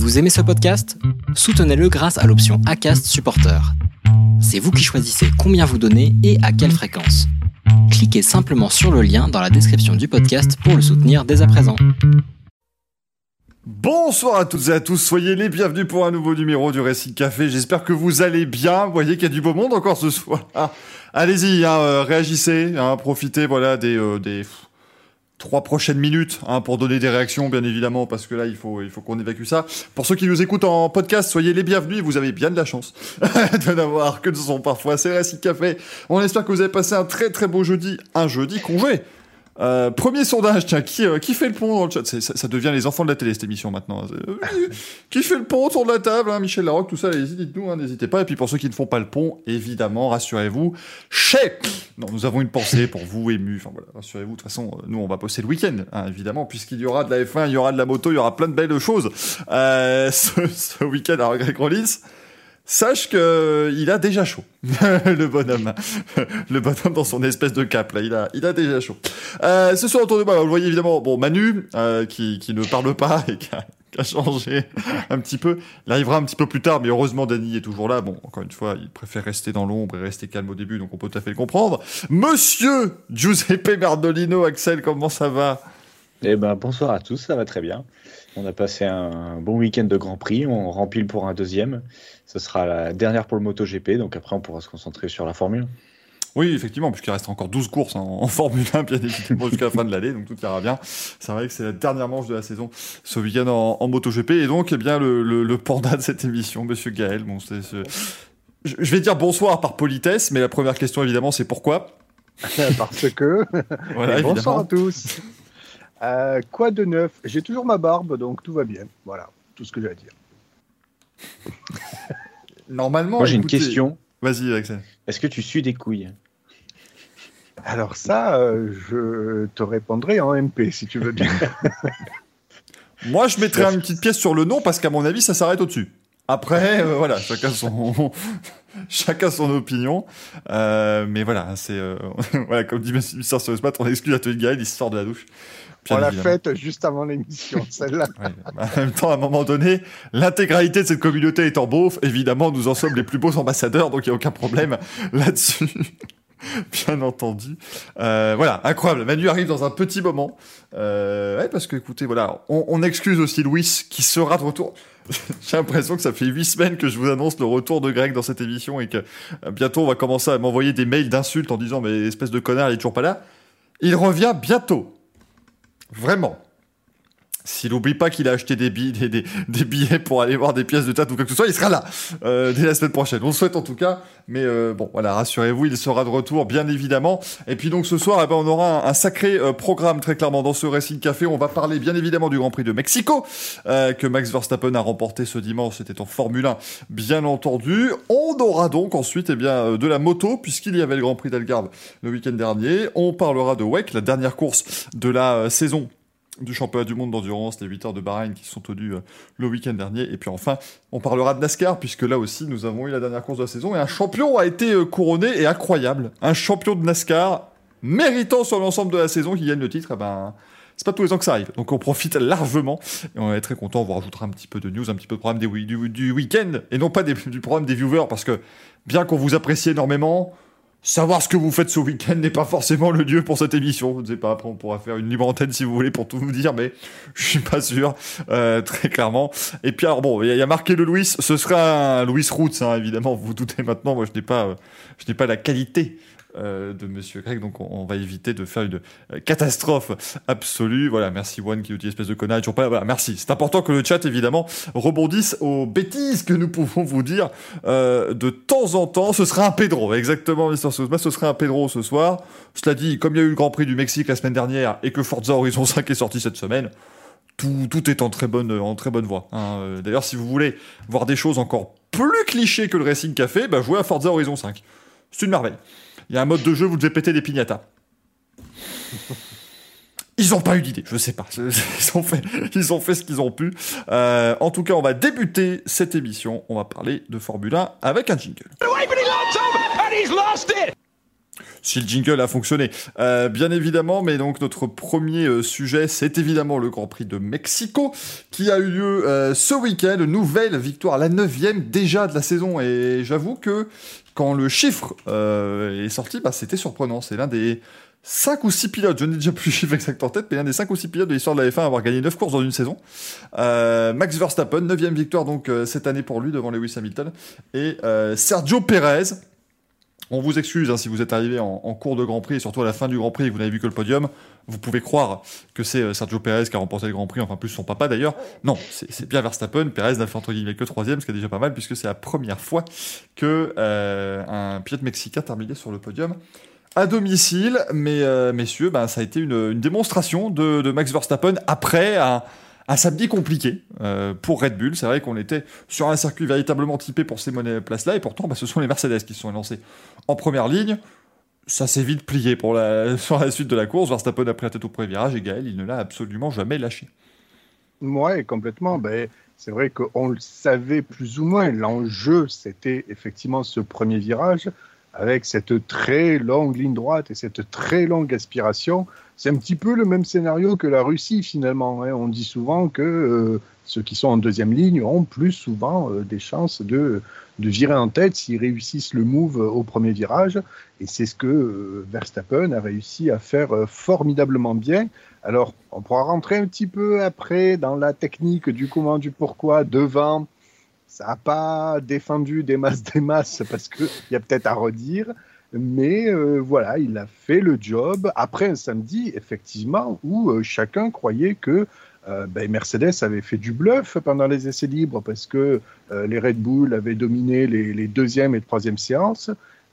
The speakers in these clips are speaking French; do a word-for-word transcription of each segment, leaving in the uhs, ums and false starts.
Vous aimez ce podcast ? Soutenez-le grâce à l'option Acast Supporter. C'est vous qui choisissez combien vous donnez et à quelle fréquence. Cliquez simplement sur le lien dans la description du podcast pour le soutenir dès à présent. Bonsoir à toutes et à tous, soyez les bienvenus pour un nouveau numéro du Racing Café. J'espère que vous allez bien. Vous voyez qu'il y a du beau monde encore ce soir. Ah, allez-y, hein, euh, réagissez, hein, profitez voilà des euh, des pff, trois prochaines minutes hein, pour donner des réactions, bien évidemment, parce que là il faut il faut qu'on évacue ça. Pour ceux qui nous écoutent en podcast, soyez les bienvenus. Vous avez bien de la chance de n'avoir que de son parfois. C'est Racing Café. On espère que vous avez passé un très très beau jeudi, un jeudi congé. Euh, premier sondage, tiens, qui, euh, qui fait le pont dans le chat ? C'est, ça, ça devient les enfants de la télé, cette émission, maintenant. Euh, qui fait le pont autour de la table, hein, Michel Larocque, tout ça, allez-y, dites-nous, hein, n'hésitez pas. Et puis pour ceux qui ne font pas le pont, évidemment, rassurez-vous, chèque. Non, nous avons une pensée pour vous, ému. Enfin voilà, rassurez-vous, de toute façon, nous, on va bosser le week-end, hein, évidemment, puisqu'il y aura de la F un, il y aura de la moto, il y aura plein de belles choses. Euh, ce, ce week-end, alors, Greg Rollis, sache que il a déjà chaud, le bonhomme, le bonhomme dans son espèce de cape là, il a, il a déjà chaud. Euh, ce soir autour de moi, vous le voyez évidemment, bon Manu, euh, qui, qui ne parle pas et qui a, qui a changé un petit peu. Il arrivera un petit peu plus tard, mais heureusement Dany est toujours là. Bon, encore une fois, il préfère rester dans l'ombre et rester calme au début, donc on peut tout à fait le comprendre. Monsieur Giuseppe Merdolino, Axel, comment ça va ? Eh ben bonsoir à tous, ça va très bien. On a passé un bon week-end de Grand Prix, on rempile pour un deuxième. Ce sera la dernière pour le MotoGP, donc après on pourra se concentrer sur la Formule. Oui, effectivement, puisqu'il reste encore douze courses en, en Formule un, bien évidemment, jusqu'à la fin de l'année, donc tout ira bien. C'est vrai que c'est la dernière manche de la saison, ce week-end en, en MotoGP, et donc, eh bien, le, le, le panda de cette émission, Monsieur Gaël, bon, c'est, c'est... Je, je vais dire bonsoir par politesse, mais la première question, évidemment, c'est pourquoi ? Parce que... Voilà, bonsoir à tous. Euh, quoi de neuf ? J'ai toujours ma barbe, donc tout va bien. Voilà, tout ce que j'ai à dire. Normalement, moi j'ai écoutez... une question. Vas-y, Axel. Est-ce que tu sues des couilles ? Alors ça, euh, je te répondrai en M P, si tu veux bien. Moi, je mettrais une petite pièce sur le nom, parce qu'à mon avis, ça s'arrête au-dessus. Après, euh, voilà, chacun son... chacun son opinion. Euh, mais voilà, c'est... Euh... voilà, comme dit Mister Sosmat, on exclut l'atelier de Gaël, il sort de la douche. Bien on l'a faite juste avant l'émission, celle-là. Ouais, bah, en même temps, à un moment donné, l'intégralité de cette communauté étant beauf, évidemment, nous en sommes les plus beaux ambassadeurs, donc il n'y a aucun problème là-dessus. Bien entendu. Euh, voilà, incroyable. Manu arrive dans un petit moment. Euh, ouais, parce que, écoutez, voilà, on, on excuse aussi Louis, qui sera de retour. J'ai l'impression que ça fait huit semaines que je vous annonce le retour de Greg dans cette émission et que euh, bientôt on va commencer à m'envoyer des mails d'insultes en disant « Mais espèce de connard, il est toujours pas là ». Il revient bientôt. Vraiment. S'il n'oublie pas qu'il a acheté des billets, des, des, des billets pour aller voir des pièces de théâtre ou quoi que ce soit, il sera là euh, dès la semaine prochaine. On le souhaite en tout cas, mais euh, bon, voilà, rassurez-vous, il sera de retour, bien évidemment. Et puis donc ce soir, eh ben, on aura un, un sacré euh, programme très clairement dans ce Racing Café. On va parler bien évidemment du Grand Prix de Mexico euh, que Max Verstappen a remporté ce dimanche. C'était en Formule un, bien entendu. On aura donc ensuite eh bien euh, de la moto puisqu'il y avait le Grand Prix d'Algarve le week-end dernier. On parlera de W E C, la dernière course de la euh, saison du championnat du monde d'endurance, les huit heures de Bahreïn qui se sont tenues euh, le week-end dernier. Et puis enfin, on parlera de NASCAR, puisque là aussi, nous avons eu la dernière course de la saison, et un champion a été euh, couronné, et incroyable. Un champion de NASCAR, méritant sur l'ensemble de la saison, qui gagne le titre, eh ben... c'est pas tous les ans que ça arrive. Donc on profite largement, et on est très content, on vous rajoutera un petit peu de news, un petit peu de programme des, du, du week-end, et non pas des, du programme des viewers, parce que, bien qu'on vous apprécie énormément... savoir ce que vous faites ce week-end n'est pas forcément le lieu pour cette émission. Je ne sais pas, après on pourra faire une libre antenne si vous voulez pour tout vous dire, mais je suis pas sûr, euh, très clairement. Et puis alors bon, il y, y a marqué le Louis, ce sera un Louis Roots, hein, évidemment, vous vous doutez maintenant, moi je n'ai pas, euh, je n'ai pas la qualité Euh, de Monsieur Greg, donc on, on va éviter de faire une euh, catastrophe absolue. Voilà, merci One qui nous dit espèce de connard, toujours pas. Voilà, merci. C'est important que le chat évidemment rebondisse aux bêtises que nous pouvons vous dire euh, de temps en temps. Ce sera un Pedro, exactement, Mister Sousma, ce sera un Pedro ce soir. Cela dit, comme il y a eu le Grand Prix du Mexique la semaine dernière et que Forza Horizon cinq est sorti cette semaine, tout, tout est en très bonne, en très bonne voie. Hein. D'ailleurs, si vous voulez voir des choses encore plus clichés que le Racing Café, bah jouez à Forza Horizon cinq. C'est une merveille. Il y a un mode de jeu, vous devez péter des piñatas. Ils ont pas eu d'idée, je sais pas. Ils ont fait, ils ont fait ce qu'ils ont pu. Euh, en tout cas, on va débuter cette émission. On va parler de Formule un avec un jingle. si le jingle a fonctionné. Euh, bien évidemment, mais donc notre premier euh, sujet, c'est évidemment le Grand Prix de Mexico, qui a eu lieu euh, ce week-end. Nouvelle victoire, la neuvième déjà de la saison. Et j'avoue que quand le chiffre euh, est sorti, bah, c'était surprenant. C'est l'un des cinq ou six pilotes, je n'ai déjà plus le chiffre exact en tête, mais l'un des cinq ou six pilotes de l'histoire de la F un à avoir gagné neuf courses dans une saison. Euh, Max Verstappen, neuvième victoire donc euh, cette année pour lui devant Lewis Hamilton. Et euh, Sergio Pérez. On vous excuse hein, si vous êtes arrivé en, en cours de Grand Prix et surtout à la fin du Grand Prix et que vous n'avez vu que le podium. Vous pouvez croire que c'est euh, Sergio Pérez qui a remporté le Grand Prix, enfin plus son papa d'ailleurs. Non, c'est, c'est bien Verstappen. Pérez n'a fait entre guillemets que troisième, ce qui est déjà pas mal puisque c'est la première fois que euh, un pilote mexicain terminait sur le podium à domicile. Mais euh, messieurs, ben, ça a été une, une démonstration de, de Max Verstappen après un un samedi compliqué euh, pour Red Bull. C'est vrai qu'on était sur un circuit véritablement typé pour ces places-là, et pourtant bah, ce sont les Mercedes qui se sont lancés en première ligne. Ça s'est vite plié pour la, sur la suite de la course. Verstappen a pris la tête au premier virage, et Gaël, il ne l'a absolument jamais lâché. Ouais, complètement. Ben, c'est vrai qu'on le savait plus ou moins. L'enjeu, c'était effectivement ce premier virage, avec cette très longue ligne droite et cette très longue aspiration. C'est un petit peu le même scénario que la Russie, finalement. Hein. On dit souvent que euh, ceux qui sont en deuxième ligne ont plus souvent euh, des chances de, de virer en tête s'ils réussissent le move au premier virage. Et c'est ce que euh, Verstappen a réussi à faire euh, formidablement bien. Alors, on pourra rentrer un petit peu après dans la technique du comment, du pourquoi, devant. Ça n'a pas défendu des masses, des masses, parce qu'il y a peut-être à redire. Mais euh, voilà, il a fait le job après un samedi, effectivement, où euh, chacun croyait que euh, ben, Mercedes avait fait du bluff pendant les essais libres parce que euh, les Red Bull avaient dominé les, les deuxième et troisième séances.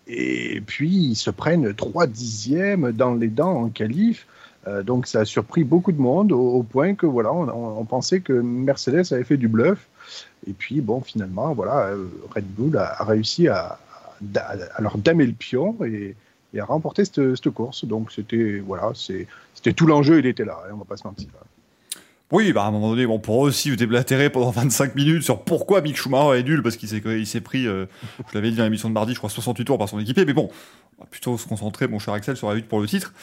Et puis, ils se prennent trois dixièmes dans les dents en qualif. Euh, donc, ça a surpris beaucoup de monde au, au point que voilà, on, on pensait que Mercedes avait fait du bluff. Et puis, bon, finalement, voilà, euh, Red Bull a, a réussi à à leur damer le pion et, et à remporter cette, cette course. Donc c'était voilà, c'est, c'était tout l'enjeu, il était là, hein, on va pas se mentir. Oui, bah à un moment donné, on pourra aussi vous déblatérer pendant vingt-cinq minutes sur pourquoi Mick Schumacher est nul, parce qu'il s'est, il s'est pris, euh, je l'avais dit dans l'émission de mardi, je crois soixante-huit tours par son équipier, mais bon, on va plutôt se concentrer, mon cher Axel, sur la lutte pour le titre,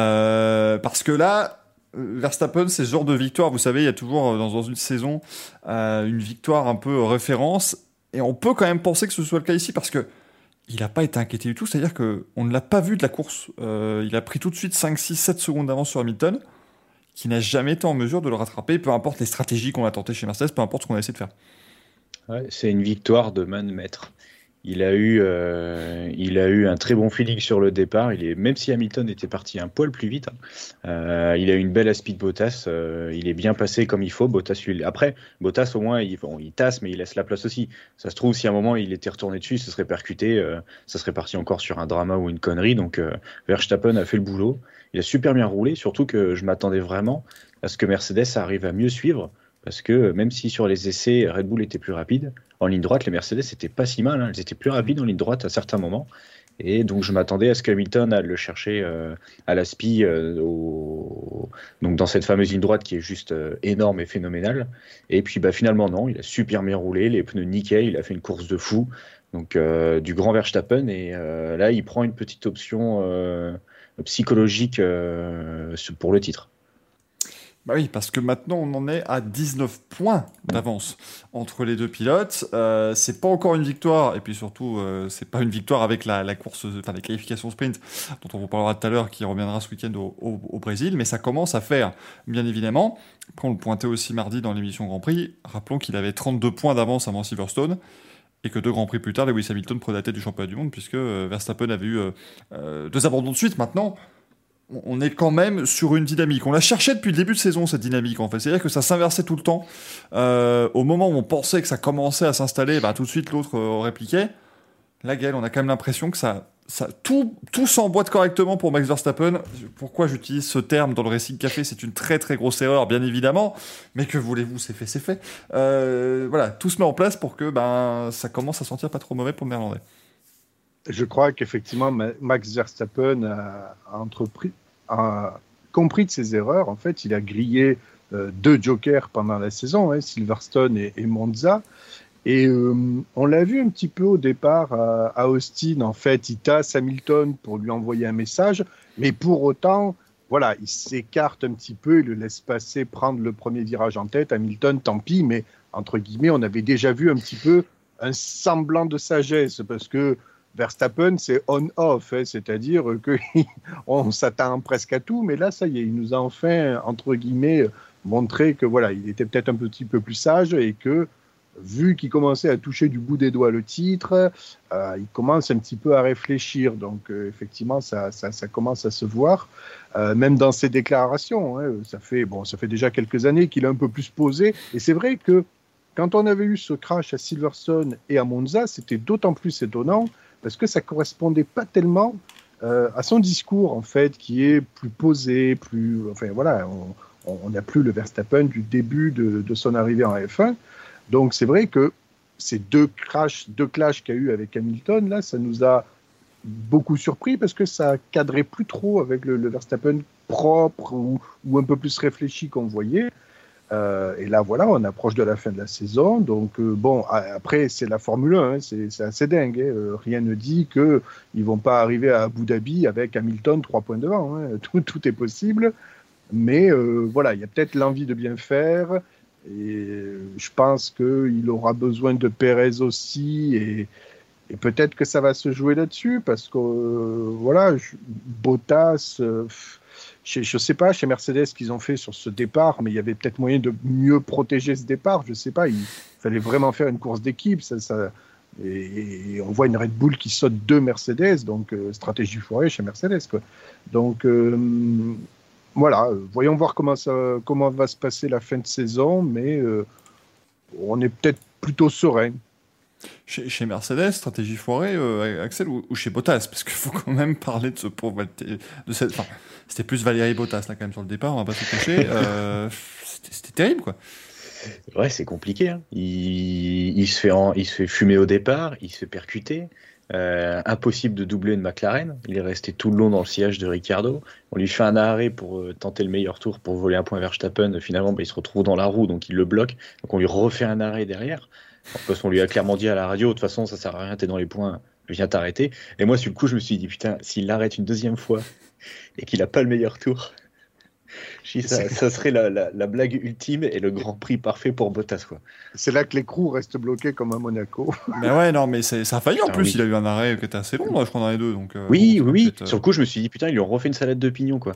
euh, parce que là, Verstappen, c'est ce genre de victoire, vous savez, il y a toujours dans, dans une saison euh, une victoire un peu référence, et on peut quand même penser que ce soit le cas ici, parce que il n'a pas été inquiété du tout, c'est-à-dire qu'on ne l'a pas vu de la course. Euh, il a pris tout de suite cinq, six, sept secondes d'avance sur Hamilton, qui n'a jamais été en mesure de le rattraper, peu importe les stratégies qu'on a tentées chez Mercedes, peu importe ce qu'on a essayé de faire. Ouais, c'est une victoire de man maître. Il a eu, euh, il a eu un très bon feeling sur le départ. Il est, même si Hamilton était parti un poil plus vite, hein, euh, il a eu une belle aspi de Bottas. Euh, il est bien passé comme il faut. Bottas, lui, après, Bottas au moins, il, bon, il tasse, mais il laisse la place aussi. Ça se trouve, si à un moment il était retourné dessus, il se serait percuté, euh, ça serait parti encore sur un drama ou une connerie. Donc, euh, Verstappen a fait le boulot. Il a super bien roulé, surtout que je m'attendais vraiment à ce que Mercedes arrive à mieux suivre. Parce que même si sur les essais, Red Bull était plus rapide, en ligne droite, les Mercedes n'étaient pas si mal. Hein. Elles étaient plus rapides en ligne droite à certains moments. Et donc, je m'attendais à ce qu'Hamilton aille le chercher euh, à la SPI, euh, au... donc dans cette fameuse ligne droite qui est juste euh, énorme et phénoménale. Et puis, bah, finalement, non. Il a super bien roulé, les pneus nickel, il a fait une course de fou. Donc, euh, du grand Verstappen. Et euh, là, il prend une petite option euh, psychologique euh, pour le titre. Bah oui, parce que maintenant on en est à dix-neuf points d'avance entre les deux pilotes. Euh, c'est pas encore une victoire, et puis surtout, euh, c'est pas une victoire avec la, la course, enfin les qualifications sprint, dont on vous parlera tout à l'heure, qui reviendra ce week-end au, au, au Brésil, mais ça commence à faire, bien évidemment. Après, on le pointait aussi mardi dans l'émission Grand Prix. Rappelons qu'il avait trente-deux points d'avance avant Silverstone, et que deux Grands Prix plus tard, Lewis Hamilton prenait la tête du championnat du monde, puisque euh, Verstappen avait eu euh, euh, deux abandons de suite. Maintenant, on est quand même sur une dynamique. On l'a cherché depuis le début de saison, cette dynamique, en fait. C'est-à-dire que ça s'inversait tout le temps. Euh, au moment où on pensait que ça commençait à s'installer, bah, tout de suite, l'autre euh, répliquait. Là, Gaël, on a quand même l'impression que ça, ça, tout, tout s'emboîte correctement pour Max Verstappen. Pourquoi j'utilise ce terme dans le Racing Café ? C'est une très, très grosse erreur, bien évidemment. Mais que voulez-vous, c'est fait, c'est fait. Euh, voilà, tout se met en place pour que ben, ça commence à sentir pas trop mauvais pour le Néerlandais. Je crois qu'effectivement, Max Verstappen a, entrepris, a compris de ses erreurs. En fait, il a grillé euh, deux jokers pendant la saison, hein, Silverstone et, et Monza. Et euh, on l'a vu un petit peu au départ à, à Austin, en fait, il tasse Hamilton pour lui envoyer un message, mais pour autant, voilà, il s'écarte un petit peu, il le laisse passer, prendre le premier virage en tête. Hamilton, tant pis, mais entre guillemets, on avait déjà vu un petit peu un semblant de sagesse, parce que Verstappen, c'est on-off, hein, c'est-à-dire qu'on s'attend presque à tout, mais là, ça y est, il nous a enfin, entre guillemets, montré que voilà, il était peut-être un petit peu plus sage et que vu qu'il commençait à toucher du bout des doigts le titre, euh, il commence un petit peu à réfléchir. Donc, euh, effectivement, ça, ça, ça commence à se voir, euh, même dans ses déclarations. Hein, ça fait, bon, ça fait déjà quelques années qu'il est un peu plus posé. Et c'est vrai que quand on avait eu ce crash à Silverstone et à Monza, c'était d'autant plus étonnant parce que ça correspondait pas tellement euh, à son discours, en fait, qui est plus posé, plus... Enfin, voilà, on n'a plus le Verstappen du début de, de son arrivée en F un. Donc c'est vrai que ces deux crashs, deux clashs qu'il y a eu avec Hamilton, là, ça nous a beaucoup surpris parce que ça cadrait plus trop avec le, le Verstappen propre ou, ou un peu plus réfléchi qu'on voyait. Euh, et là, voilà, on approche de la fin de la saison. Donc euh, bon, après c'est la Formule un, hein, c'est, c'est assez dingue. Hein. Euh, rien ne dit qu'ils ne vont pas arriver à Abu Dhabi avec Hamilton trois points devant. Hein. Tout, tout est possible. Mais euh, voilà, il y a peut-être l'envie de bien faire. Et je pense qu'il aura besoin de Pérez aussi, et, et peut-être que ça va se jouer là-dessus, parce que euh, voilà, je, Bottas, euh, je ne sais pas chez Mercedes ce qu'ils ont fait sur ce départ, mais il y avait peut-être moyen de mieux protéger ce départ, je ne sais pas, il fallait vraiment faire une course d'équipe, ça, ça, et, et on voit une Red Bull qui saute deux Mercedes, donc euh, stratégie foirée chez Mercedes, quoi. Donc euh, voilà, voyons voir comment, ça, comment va se passer la fin de saison, mais euh, on est peut-être plutôt serein. Chez, chez Mercedes, stratégie foirée, euh, Axel, ou, ou chez Bottas, parce qu'il faut quand même parler de ce pauvre... De cette, enfin, c'était plus Valérie Bottas, là, quand même, sur le départ, on va pas se cacher. Euh, c'était, c'était terrible, quoi. Ouais, c'est compliqué. Hein. Il, il, se fait en, il se fait fumer au départ, il se fait percuter. Euh, impossible de doubler une McLaren. Il est resté tout le long dans le sillage de Ricciardo. On lui fait un arrêt pour euh, tenter le meilleur tour pour voler un point vers Verstappen. Finalement, bah, il se retrouve dans la roue, donc il le bloque. Donc on lui refait un arrêt derrière. Parce qu'on lui a clairement dit à la radio, de toute façon, ça sert à rien, t'es dans les points, viens t'arrêter. Et moi, sur le coup, je me suis dit, putain, s'il l'arrête une deuxième fois et qu'il a pas le meilleur tour, je dis, ça, ça serait la, la, la blague ultime et le grand prix parfait pour Bottas, quoi. C'est là que l'écrou reste bloqué comme à Monaco. Mais ouais, non, mais c'est, ça a failli en Putain, plus. oui. Il a eu un arrêt qui était assez long, là, je crois, dans les deux. Donc, euh, Oui, bon, oui, oui. euh... Sur le coup, je me suis dit, putain, ils lui ont refait une salade de pignon, quoi.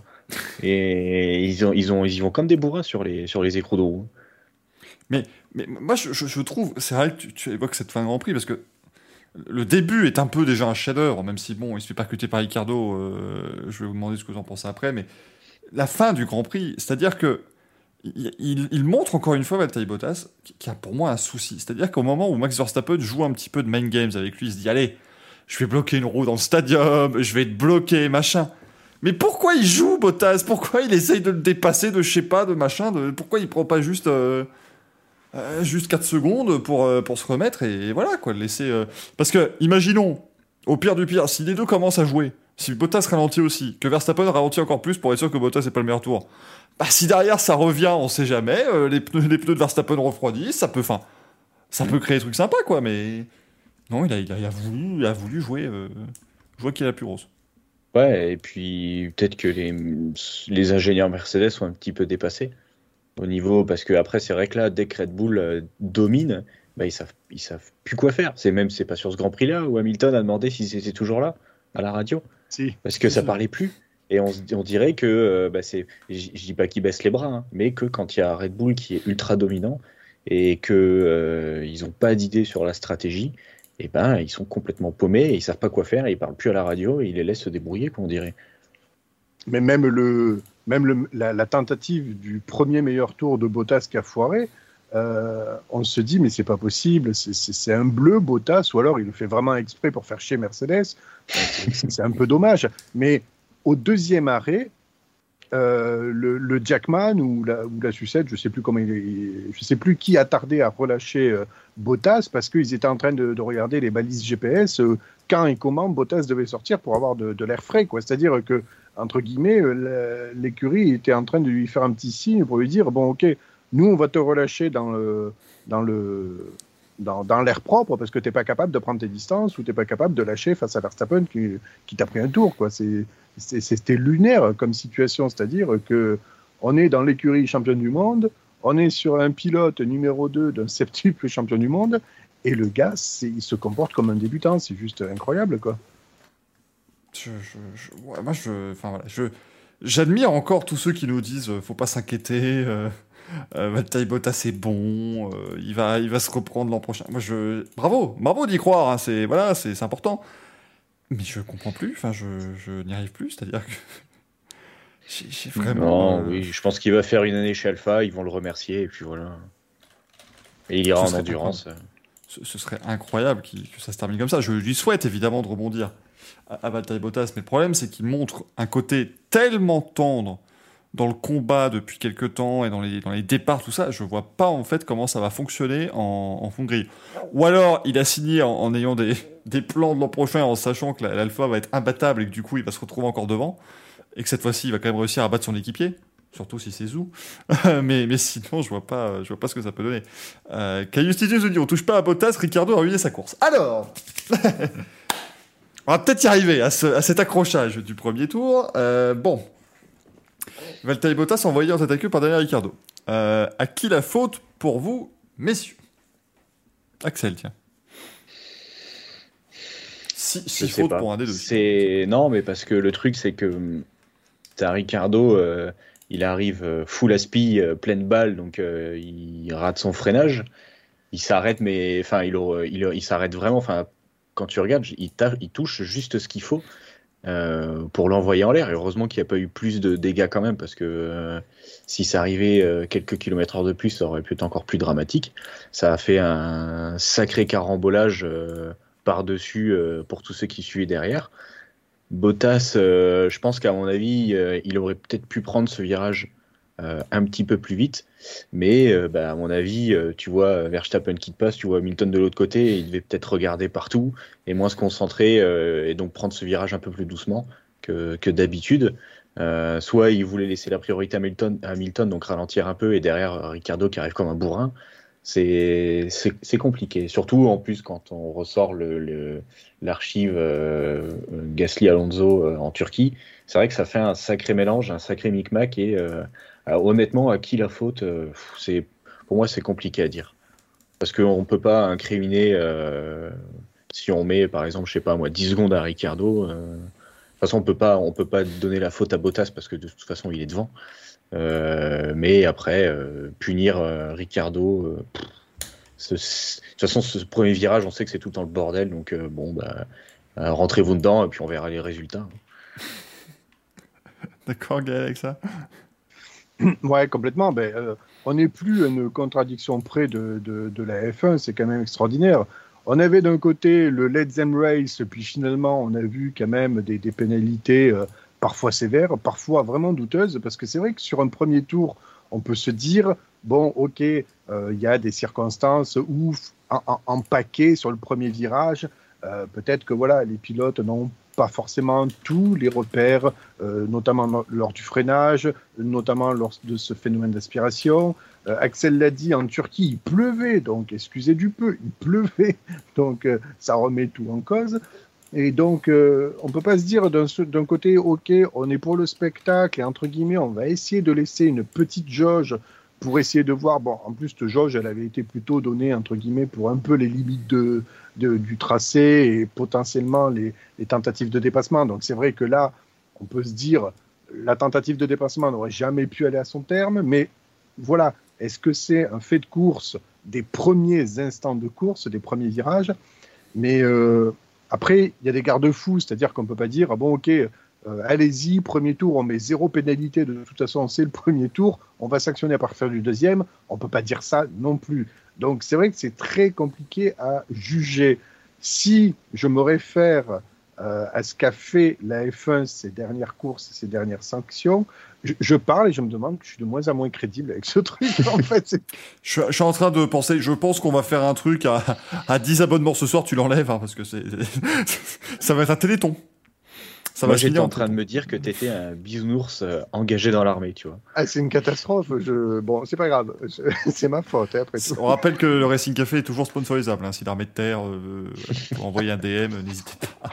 Et ils, ont, ils, ont, ils y vont comme des bourras sur les, sur les écrous de roue. Mais, mais moi, je, je, je trouve, c'est vrai que tu, tu évoques cette fin de Grand Prix, parce que le début est un peu déjà un chef-d'œuvre, même si, bon, il se fait percuter par Ricciardo. Euh, je vais vous demander ce que vous en pensez après, mais la fin du Grand Prix, c'est-à-dire que il, il, il montre encore une fois, Valtteri Bottas, qui a pour moi un souci. C'est-à-dire qu'au moment où Max Verstappen joue un petit peu de mind games avec lui, il se dit, allez, je vais bloquer une roue dans le stadium, je vais te bloquer, machin. Mais pourquoi il joue, Bottas? Pourquoi il essaye de le dépasser, de je sais pas, de machin, de... Pourquoi il prend pas juste... Euh... Euh, juste quatre secondes pour, euh, pour se remettre et, et voilà quoi, le laisser. Euh... Parce que, imaginons, au pire du pire, si les deux commencent à jouer, si Bottas ralentit aussi, que Verstappen ralentit encore plus pour être sûr que Bottas n'est pas le meilleur tour, bah si derrière ça revient, on sait jamais, euh, les, pneus, les pneus de Verstappen refroidissent, ça peut, fin, ça peut créer des trucs sympas quoi, mais non, il a, il a, il a, voulu, il a voulu jouer, euh, jouer qu'il a plus grosse. Ouais, et puis peut-être que les, les ingénieurs Mercedes sont un petit peu dépassés. Au niveau, parce que après c'est vrai que là, dès que Red Bull euh, domine, bah, ils savent, ils savent plus quoi faire. C'est même, c'est pas sur ce Grand Prix là où Hamilton a demandé s'ils étaient toujours là à la radio, Si. parce que ça parlait plus. Et on, on dirait que, euh, bah, c'est, je dis pas qu'ils baissent les bras, hein, mais que quand il y a Red Bull qui est ultra dominant et que euh, ils ont pas d'idée sur la stratégie, et ben ils sont complètement paumés, et ils savent pas quoi faire, et ils parlent plus à la radio, et ils les laissent se débrouiller, quoi, on dirait. Mais même, le, même le, la, la tentative du premier meilleur tour de Bottas qui a foiré, euh, on se dit, mais c'est pas possible, c'est, c'est, c'est un bleu Bottas, ou alors il le fait vraiment exprès pour faire chier Mercedes. C'est, c'est un peu dommage. Mais au deuxième arrêt, euh, le, le Jackman ou la, ou la sucette, je sais plus comment il est, je sais plus qui a tardé à relâcher euh, Bottas parce qu'ils étaient en train de, de regarder les balises G P S euh, quand et comment Bottas devait sortir pour avoir de, de l'air frais, quoi. C'est-à-dire que entre guillemets, euh, l'écurie était en train de lui faire un petit signe pour lui dire bon, ok, nous on va te relâcher dans le dans le dans, dans l'air propre parce que tu n'es pas capable de prendre tes distances ou tu n'es pas capable de lâcher face à Verstappen qui, qui t'a pris un tour, quoi. C'est, c'est, c'était lunaire comme situation, c'est-à-dire qu'on est dans l'écurie championne du monde, on est sur un pilote numéro deux d'un septuple champion du monde et le gars, c'est, il se comporte comme un débutant, c'est juste incroyable, quoi. Je, je, je, ouais, moi, je, enfin, voilà, je, j'admire encore tous ceux qui nous disent euh, faut pas s'inquiéter, euh, euh, Valtteri Bottas c'est bon, euh, il, va, il va se reprendre l'an prochain. Moi, je, bravo, bravo d'y croire, hein, c'est, voilà, c'est, c'est important. Mais je comprends plus, enfin, je, je n'y arrive plus, c'est-à-dire que j'ai, j'ai vraiment. Non, euh, oui, je pense qu'il va faire une année chez Alpha, ils vont le remercier et puis voilà. Et il ira Ce en serait endurance. Ce, ce serait incroyable qu'il- que ça se termine comme ça. Je lui souhaite évidemment de rebondir à, à Valtteri Bottas, mais le problème c'est qu'il montre un côté tellement tendre dans le combat depuis quelques temps et dans les, dans les départs, tout ça. Je vois pas en fait comment ça va fonctionner en, en Hongrie. Ou alors il a signé en, en ayant des, des plans de l'an prochain, en sachant que la- l'Alpha va être imbattable et que du coup il va se retrouver encore devant et que cette fois-ci il va quand même réussir à battre son équipier. Surtout si c'est Zou. mais, mais sinon, je vois pas, je vois pas ce que ça peut donner. Euh, Caillustinius nous dit on touche pas à Bottas, Ricardo a ruiné sa course. Alors, on va peut-être y arriver à, ce, à cet accrochage du premier tour. Euh, bon, Valtteri Bottas envoyé en tête à queue par Daniel Ricciardo. Euh, à qui la faute pour vous, messieurs? Axel, tiens. Si, Je si sais faute pas. pour un des deux. C'est... Non, mais parce que le truc, c'est que hum, t'as Ricardo, euh, il arrive euh, full aspi, euh, pleine balle, donc euh, il rate son freinage. Il s'arrête, mais enfin, il, aurait- il, il s'arrête vraiment. Enfin, quand tu regardes, il, ta- il touche juste ce qu'il faut euh, pour l'envoyer en l'air. Et heureusement qu'il n'y a pas eu plus de dégâts quand même, parce que euh, si ça arrivait euh, quelques kilomètres heure de plus, ça aurait pu être encore plus dramatique. Ça a fait un sacré carambolage euh, par-dessus euh, pour tous ceux qui suivaient derrière. Bottas, euh, je pense qu'à mon avis, euh, il aurait peut-être pu prendre ce virage euh, un petit peu plus vite, mais euh, bah, à mon avis, euh, tu vois Verstappen qui te passe, tu vois Hamilton de l'autre côté, et il devait peut-être regarder partout et moins se concentrer euh, et donc prendre ce virage un peu plus doucement que, que d'habitude. Euh, soit il voulait laisser la priorité à Hamilton, à Hamilton, donc ralentir un peu, et derrière euh, Ricardo qui arrive comme un bourrin. C'est, c'est, c'est compliqué, surtout en plus quand on ressort le, le, l'archive euh, Gasly-Alonso euh, en Turquie. C'est vrai que ça fait un sacré mélange, un sacré micmac, et euh, alors, honnêtement, à qui la faute, euh, c'est, pour moi, c'est compliqué à dire. Parce qu'on ne peut pas incriminer, euh, si on met, par exemple, je sais pas moi, dix secondes à Ricardo. Euh, de toute façon, on peut pas, on peut pas donner la faute à Bottas parce que de toute façon, il est devant. Euh, mais après, euh, punir euh, Ricardo, euh, pff, ce- ce- de toute façon, ce premier virage, on sait que c'est tout dans le bordel. Donc, euh, bon, bah, euh, rentrez-vous dedans et puis on verra les résultats. D'accord, Gaël, avec ça. Ouais, complètement. Ben, euh, on n'est plus à une contradiction près de, de, de la F un, c'est quand même extraordinaire. On avait d'un côté le Let Them Race, puis finalement on a vu quand même des, des pénalités euh, parfois sévères, parfois vraiment douteuses, parce que c'est vrai que sur un premier tour, on peut se dire, bon, ok, il euh, y a des circonstances où, en, en, en paquet sur le premier virage, euh, peut-être que voilà, les pilotes n'ont pas forcément tous les repères, euh, notamment no- lors du freinage, notamment lors de ce phénomène d'aspiration. Euh, Axel l'a dit, en Turquie, il pleuvait, donc excusez du peu, il pleuvait, donc euh, ça remet tout en cause. Et donc, euh, on ne peut pas se dire d'un, d'un côté, ok, on est pour le spectacle, et entre guillemets, on va essayer de laisser une petite jauge pour essayer de voir, bon, en plus, cette jauge, elle avait été plutôt donnée, entre guillemets, pour un peu les limites de, de, du tracé et potentiellement les, les tentatives de dépassement. Donc, c'est vrai que là, on peut se dire, la tentative de dépassement n'aurait jamais pu aller à son terme, mais voilà, est-ce que c'est un fait de course des premiers instants de course, des premiers virages? Mais euh, après, il y a des garde-fous, c'est-à-dire qu'on ne peut pas dire, ah bon, ok, euh, allez-y, premier tour, on met zéro pénalité, de toute façon, c'est le premier tour, on va sanctionner à partir du deuxième. On ne peut pas dire ça non plus. Donc, c'est vrai que c'est très compliqué à juger. Si je me réfère euh, à ce qu'a fait la F un ces dernières courses, ces dernières sanctions, je, je parle et je me demande que je suis de moins en moins crédible avec ce truc. En fait, c'est... Je, je suis en train de penser, je pense qu'on va faire un truc à, à dix abonnements ce soir, tu l'enlèves, hein, parce que c'est, ça va être un téléthon. Ça Moi, va se j'étais finir en train de me dire que t'étais un bisounours euh, engagé dans l'armée, tu vois. Ah, c'est une catastrophe. Je... Bon, c'est pas grave. Je- C'est ma faute, hein, après tout. On rappelle que le Racing Café est toujours sponsorisable. Hein. Si l'armée de terre euh, pour envoyer un D M, euh, n'hésitez pas.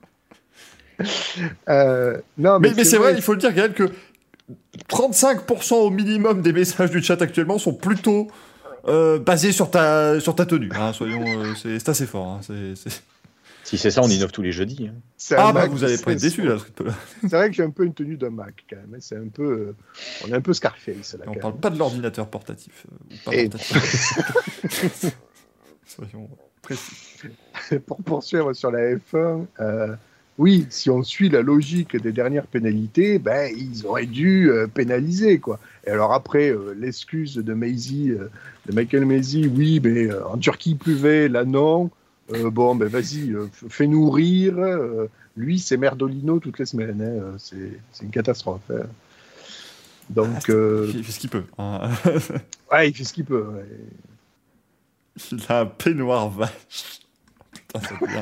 Euh, non, Mais, mais, mais c'est vrai, il faut le dire, Gaël, que trente-cinq pour cent au minimum des messages du chat actuellement sont plutôt euh, basés sur ta, sur ta tenue. Hein, soyons, euh, c'est, c'est assez fort. Hein, c'est, c'est... Si c'est ça, on innove tous les jeudis. Hein. c'est un Ah bah Mac, vous allez pas être c'est- déçus là. C'est vrai que j'ai un peu une tenue de Mac quand même. hein. C'est un peu, euh, on est un peu Scarface là. On quand parle même. pas de l'ordinateur portatif. euh, ou pas Et- portatif. Soyons précis. Pour poursuivre sur la F un, euh, oui, si on suit la logique des dernières pénalités, ben ils auraient dû euh, pénaliser quoi. Et alors après, euh, l'excuse de Maisie, euh, de Michael Maisie, oui, mais euh, en Turquie il pleuvait, là non. Euh, bon, ben vas-y, euh, f- fais-nous rire. euh, lui, c'est Merdolino toutes les semaines. hein, euh, c'est, c'est une catastrophe. hein. Donc, euh, Il fait ce qu'il peut. Hein. ouais, il fait ce qu'il peut. ouais. Il a un peignoir vache. Putain, ça, devient-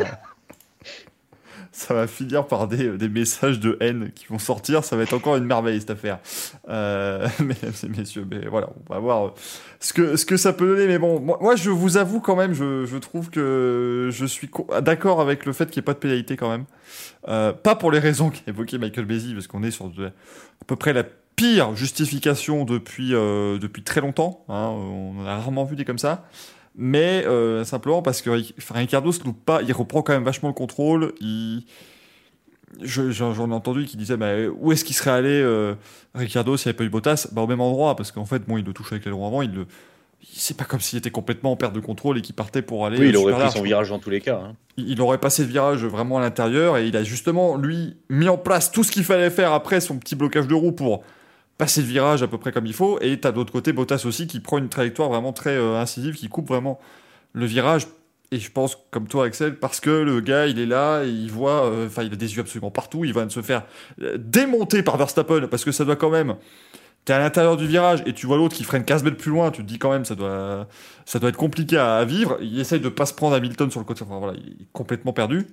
ça va finir par des, des messages de haine qui vont sortir. Ça va être encore une merveille cette affaire. Euh, mesdames et messieurs, mais voilà, on va voir ce que, ce que ça peut donner. Mais bon, moi, moi, je vous avoue quand même, je, je trouve que je suis co- d'accord avec le fait qu'il n'y ait pas de pénalité quand même. Euh, pas pour les raisons qu'a évoqué Michael Bézi, parce qu'on est sur de- à peu près la pire justification depuis, euh, depuis très longtemps. Hein, on en a rarement vu des comme ça. Mais euh, simplement parce que Ric- enfin, Ricardo se loupe pas, il reprend quand même vachement le contrôle. Il... Je, j'en, j'en ai entendu qui disait bah, où est-ce qu'il serait allé euh, Ricardo s'il n'y avait pas eu Bottas, bah, au même endroit, parce qu'en fait bon, il le touche avec l'aileron avant, il le... c'est pas comme s'il était complètement en perte de contrôle et qu'il partait pour aller Oui, il euh, aurait super pris large, son quoi. virage dans tous les cas. Hein. Il il aurait passé le virage vraiment à l'intérieur et il a justement lui mis en place tout ce qu'il fallait faire après son petit blocage de roue pour passer le virage à peu près comme il faut. Et t'as de l'autre côté Bottas aussi qui prend une trajectoire vraiment très euh, incisive, qui coupe vraiment le virage. Et je pense, comme toi, Axel, parce que le gars, il est là, et il voit, enfin, il a des yeux absolument partout, il va se faire euh, démonter par Verstappen, parce que ça doit quand même. T'es à l'intérieur du virage, et tu vois l'autre qui freine quinze mètres plus loin, tu te dis quand même, ça doit, ça doit être compliqué à, à vivre. Il essaye de pas se prendre Hamilton sur le côté, enfin voilà, il est complètement perdu.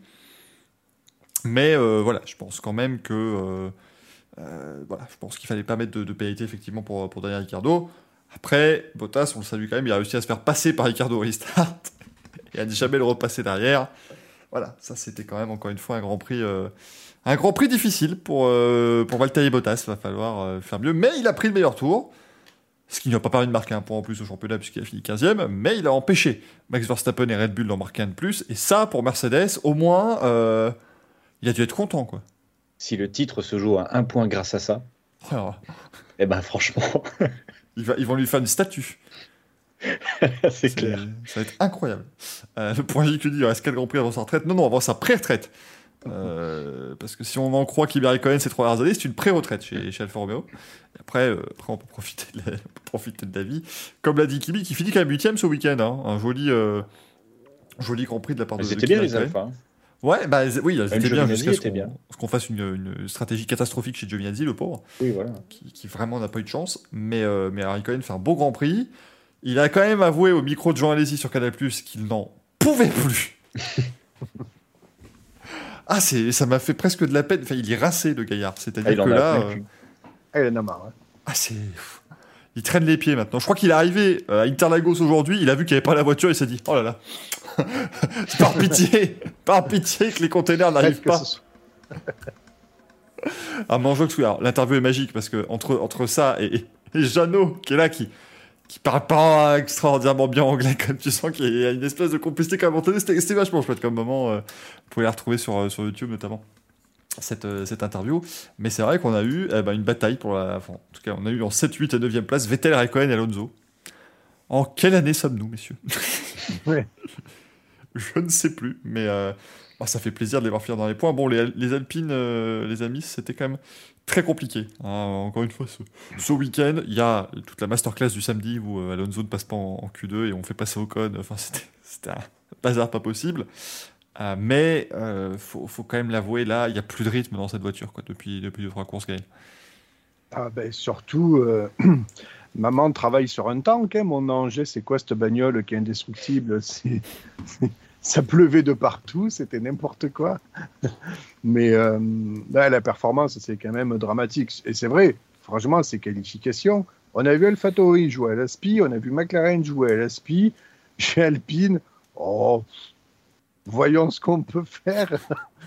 Mais euh, voilà, je pense quand même que. Euh, euh, voilà, je pense qu'il fallait pas mettre de, de pénalité, effectivement, pour, pour Daniel Ricciardo. Après, Bottas, on le salue quand même, il a réussi à se faire passer par Ricciardo au restart et à ne jamais le repasser derrière. Voilà, ça c'était quand même encore une fois un Grand Prix, euh, un Grand Prix difficile pour, euh, pour Valtteri Bottas. Il va falloir euh, faire mieux, mais il a pris le meilleur tour, ce qui ne lui a pas permis de marquer un point en plus au championnat puisqu'il a fini quinzième, mais il a empêché Max Verstappen et Red Bull d'en marquer un de plus. Et ça, pour Mercedes, au moins, euh, il a dû être content, quoi. Si le titre se joue à un point grâce à ça, Alors, eh ben franchement, il va, ils vont lui faire une statue. c'est C'est- clair. Ça va être incroyable. Euh, le point J Q dit il reste quatre Grands Prix avant sa retraite. Non, non, avant sa pré-retraite. Euh, parce que si on en croit qu'Iberi Cohen ces trois dernières années, c'est une pré-retraite chez, chez Alfa Romeo. Et après, euh, après, on peut profiter de la, on peut profiter de la vie. Comme l'a dit Kimi, qui finit quand même huitième ce week-end. Hein. Un joli, euh, joli Grand Prix de la part de, Mais de c'était bien Kimi les Raikkonen. Alpha. hein. Ouais, bah z- oui, c'était bien Giovinazzi jusqu'à ce était qu'on, bien. ce qu'on fasse une, une stratégie catastrophique chez Giovinazzi, le pauvre, Oui, voilà. qui, qui vraiment n'a pas eu de chance. Mais, euh, mais Raikkonen fait un beau Grand Prix. Il a quand même avoué au micro de Jean Alesi sur Canal+, qu'il n'en pouvait plus. Ah, c'est, ça m'a fait presque de la peine. Enfin, il est rincé, le gaillard. C'est-à-dire Ah, il en que a là, plein le euh, cul. Ah, il en a marre. hein. ah, c'est, il traîne les pieds maintenant. Je crois qu'il est arrivé euh, à Interlagos aujourd'hui. Il a vu qu'il n'y avait pas la voiture. Il s'est dit, oh là là, par pitié, par pitié que les containers n'arrivent Que pas. ce soit- Ah, Manjox, oui. Alors, l'interview est magique parce que entre, entre ça et, et, et Jeannot, qui est là, qui, qui parle pas extraordinairement bien anglais, comme tu sens qu'il y a une espèce de complicité quand même entre eux. C'était, c'était vachement chouette comme moment. euh, vous pouvez la retrouver sur, euh, sur YouTube notamment, cette, euh, cette interview. Mais c'est vrai qu'on a eu eh ben, une bataille pour la. Enfin, en tout cas, on a eu en sept, huit et neuvième place Vettel, Raikkonen et Alonso. En quelle année sommes-nous, messieurs? Ouais. Je ne sais plus, mais euh, oh, ça fait plaisir de les voir finir dans les points. Bon, les, les Alpines, euh, les amis, c'était quand même très compliqué. hein. Encore une fois, ce, ce week-end, il y a toute la masterclass du samedi où euh, Alonso ne passe pas en, en Q deux et on fait passer Ocon. Enfin, c'était, c'était un bazar pas possible. Euh, mais il euh, faut, faut quand même l'avouer, là, il n'y a plus de rythme dans cette voiture quoi, depuis, depuis deux trois courses, Gaël. Ah ben surtout, euh, maman travaille sur un tank, hein, mon ange, c'est quoi cette bagnole qui est indestructible? c'est, c'est, Ça pleuvait de partout, c'était n'importe quoi. Mais euh, là, la performance, c'est quand même dramatique. Et c'est vrai, franchement, ces qualifications, on a vu AlphaTauri jouer à l'Aspi, on a vu McLaren jouer à l'Aspi, chez Alpine, oh, voyons ce qu'on peut faire.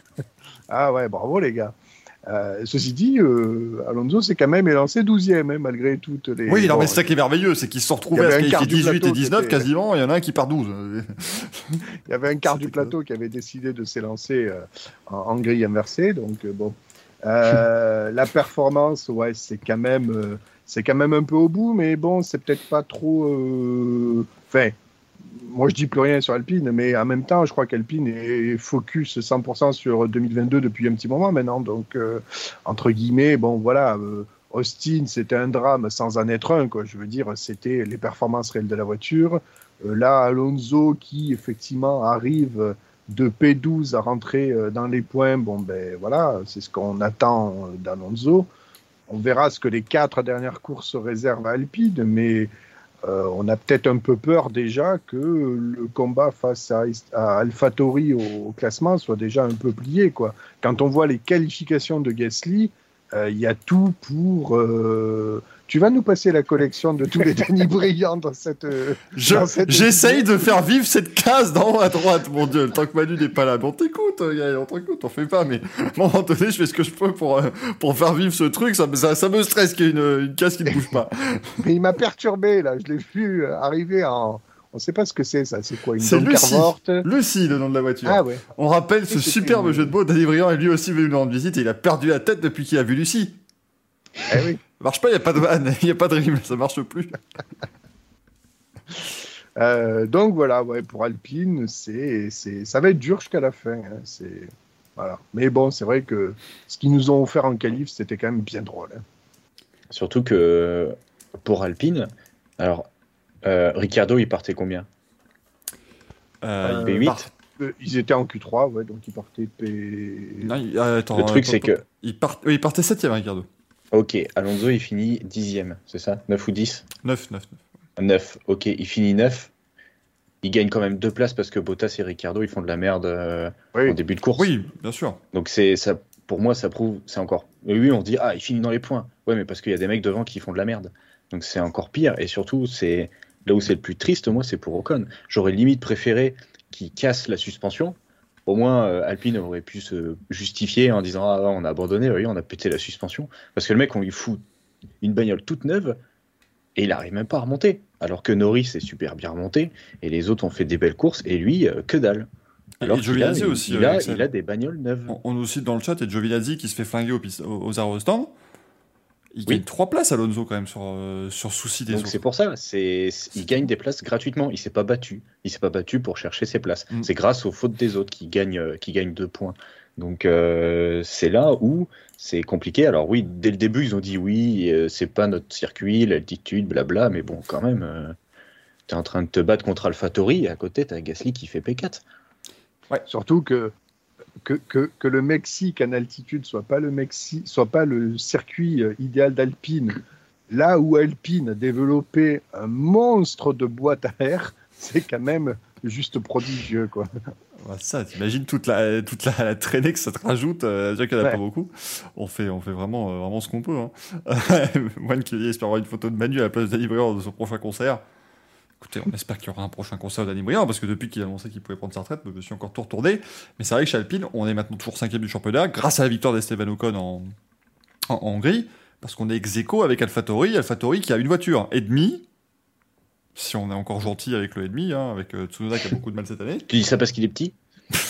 Ah ouais, bravo les gars. Euh, ceci dit, euh, Alonso s'est quand même élancé douzième, hein, malgré toutes les... Oui, non, bon, mais c'est ça qui est merveilleux, c'est qu'ils se sont retrouvés à se qualifier dix-huit et dix-neuf était... quasiment, il y en a un qui part douze. Il y avait un quart du plateau qui avait décidé de s'élancer euh, en, en grille inversée, donc euh, bon. Euh, la performance, ouais, c'est quand même, euh, c'est quand même un peu au bout, mais bon, c'est peut-être pas trop... Enfin... Euh... Moi, je dis plus rien sur Alpine, mais en même temps, je crois qu'Alpine est focus cent pour cent sur deux mille vingt-deux depuis un petit moment maintenant. Donc, euh, entre guillemets, bon, voilà, euh, Austin, c'était un drame sans en être un, quoi. Je veux dire, c'était les performances réelles de la voiture. Euh, là, Alonso, qui effectivement arrive de P douze à rentrer dans les points, bon, ben voilà, c'est ce qu'on attend d'Alonso. On verra ce que les quatre dernières courses réservent à Alpine, mais... Euh, on a peut-être un peu peur déjà que le combat face à, à AlphaTauri au, au classement soit déjà un peu plié, quoi. Quand on voit les qualifications de Gasly, il euh, y a tout pour... Euh... Tu vas nous passer la collection de tous les Denis brillants dans cette... Euh, Je, dans cette j'essaye de faire vivre cette case d'en haut à droite, mon Dieu. Tant que Manu n'est pas là, bon, t'écoute, on t'écoute, on fait pas, mais à un moment donné, je fais ce que je peux pour, euh, pour faire vivre ce truc. Ça, ça, ça me stresse qu'il y ait une, une case qui ne bouge pas. Mais il m'a perturbé, là. Je l'ai vu arriver en... On ne sait pas ce que c'est, ça. C'est quoi, une c'est Lucie. Lucie, le nom de la voiture. Ah ouais. On rappelle Et ce superbe une... jeu de mots. Danny Briand est lui aussi venu nous rendre visite et il a perdu la tête depuis qu'il a vu Lucie. Eh oui. Ça marche pas, il n'y a pas de vanne, il n'y a pas de rime, ça marche plus. euh, donc voilà, ouais, pour Alpine, c'est, c'est, ça va être dur jusqu'à la fin. Hein, c'est, voilà. Mais bon, c'est vrai que ce qu'ils nous ont offert en qualif, c'était quand même bien drôle. Hein. Surtout que pour Alpine, alors, euh, Ricciardo, il partait combien euh, P huit part... Ils étaient en Q trois, ouais, donc ils partaient P... Non, il... Attends, Le truc, attends, c'est attends. que... Il, part... oui, il partait septième, Ricciardo. Ok, Alonso, il finit dixième, c'est ça? neuf ou dix? neuf, neuf, neuf. neuf, ok, il finit neuf. Il gagne quand même deux places parce que Bottas et Ricciardo, ils font de la merde euh, oui. en début de course. Oui, bien sûr. Donc c'est ça, pour moi, ça prouve, c'est encore... Oui, on se dit, ah, il finit dans les points. Ouais, mais parce qu'il y a des mecs devant qui font de la merde. Donc c'est encore pire. Et surtout, c'est là où c'est le plus triste, moi, c'est pour Ocon. J'aurais limite préféré qu'il casse la suspension. Au moins, euh, Alpine aurait pu se justifier en disant « Ah, on a abandonné, oui, on a pété la suspension. » Parce que le mec, on lui fout une bagnole toute neuve et il n'arrive même pas à remonter. Alors que Norris est super bien remonté et les autres ont fait des belles courses et lui, euh, que dalle. Alors et Giovinazzi il, aussi. Il, euh, a, il a des bagnoles neuves. On, on nous cite dans le chat et Giovinazzi qui se fait flinguer aux, aux, aux arrêts stand. Il oui. gagne trois places Alonso quand même sur, euh, sur souci des Donc autres. c'est pour ça, c'est, il gagne des places gratuitement. Il s'est pas battu. Il s'est pas battu pour chercher ses places. Mm. C'est grâce aux fautes des autres qu'il gagne, euh, qu'il gagne deux points. Donc euh, c'est là où c'est compliqué. Alors oui, dès le début ils ont dit oui, euh, c'est pas notre circuit, l'altitude, blabla. Mais bon, quand même, euh, t'es en train de te battre contre AlphaTauri et à côté t'as Gasly qui fait P quatre. Ouais. Surtout que Que, que, que le Mexique en altitude soit pas le Mexique, soit pas le circuit euh, idéal d'Alpine, là où Alpine a développé un monstre de boîte à air, c'est quand même juste prodigieux, quoi. Ouais, ça, t'imagines toute la toute la, la traînée que ça te rajoute, euh, déjà qu'il n'y en a ouais. pas beaucoup. On fait on fait vraiment euh, vraiment ce qu'on peut. Hein. Moi qui espère avoir une photo de Manu à la place de Danny Briand de son prochain concert. Écoutez, on espère qu'il y aura un prochain concert de Danny Briand, parce que depuis qu'il a annoncé qu'il pouvait prendre sa retraite, je me suis encore tout retourné. Mais c'est vrai que chez Alpine, on est maintenant toujours cinquième du championnat, grâce à la victoire d'Esteban Ocon en, en, en Hongrie, parce qu'on est ex-aequo avec AlphaTauri, AlphaTauri qui a une voiture et demie, si on est encore gentil avec le et demi, hein, avec euh, Tsunoda qui a beaucoup de mal cette année. Tu dis ça parce qu'il est petit?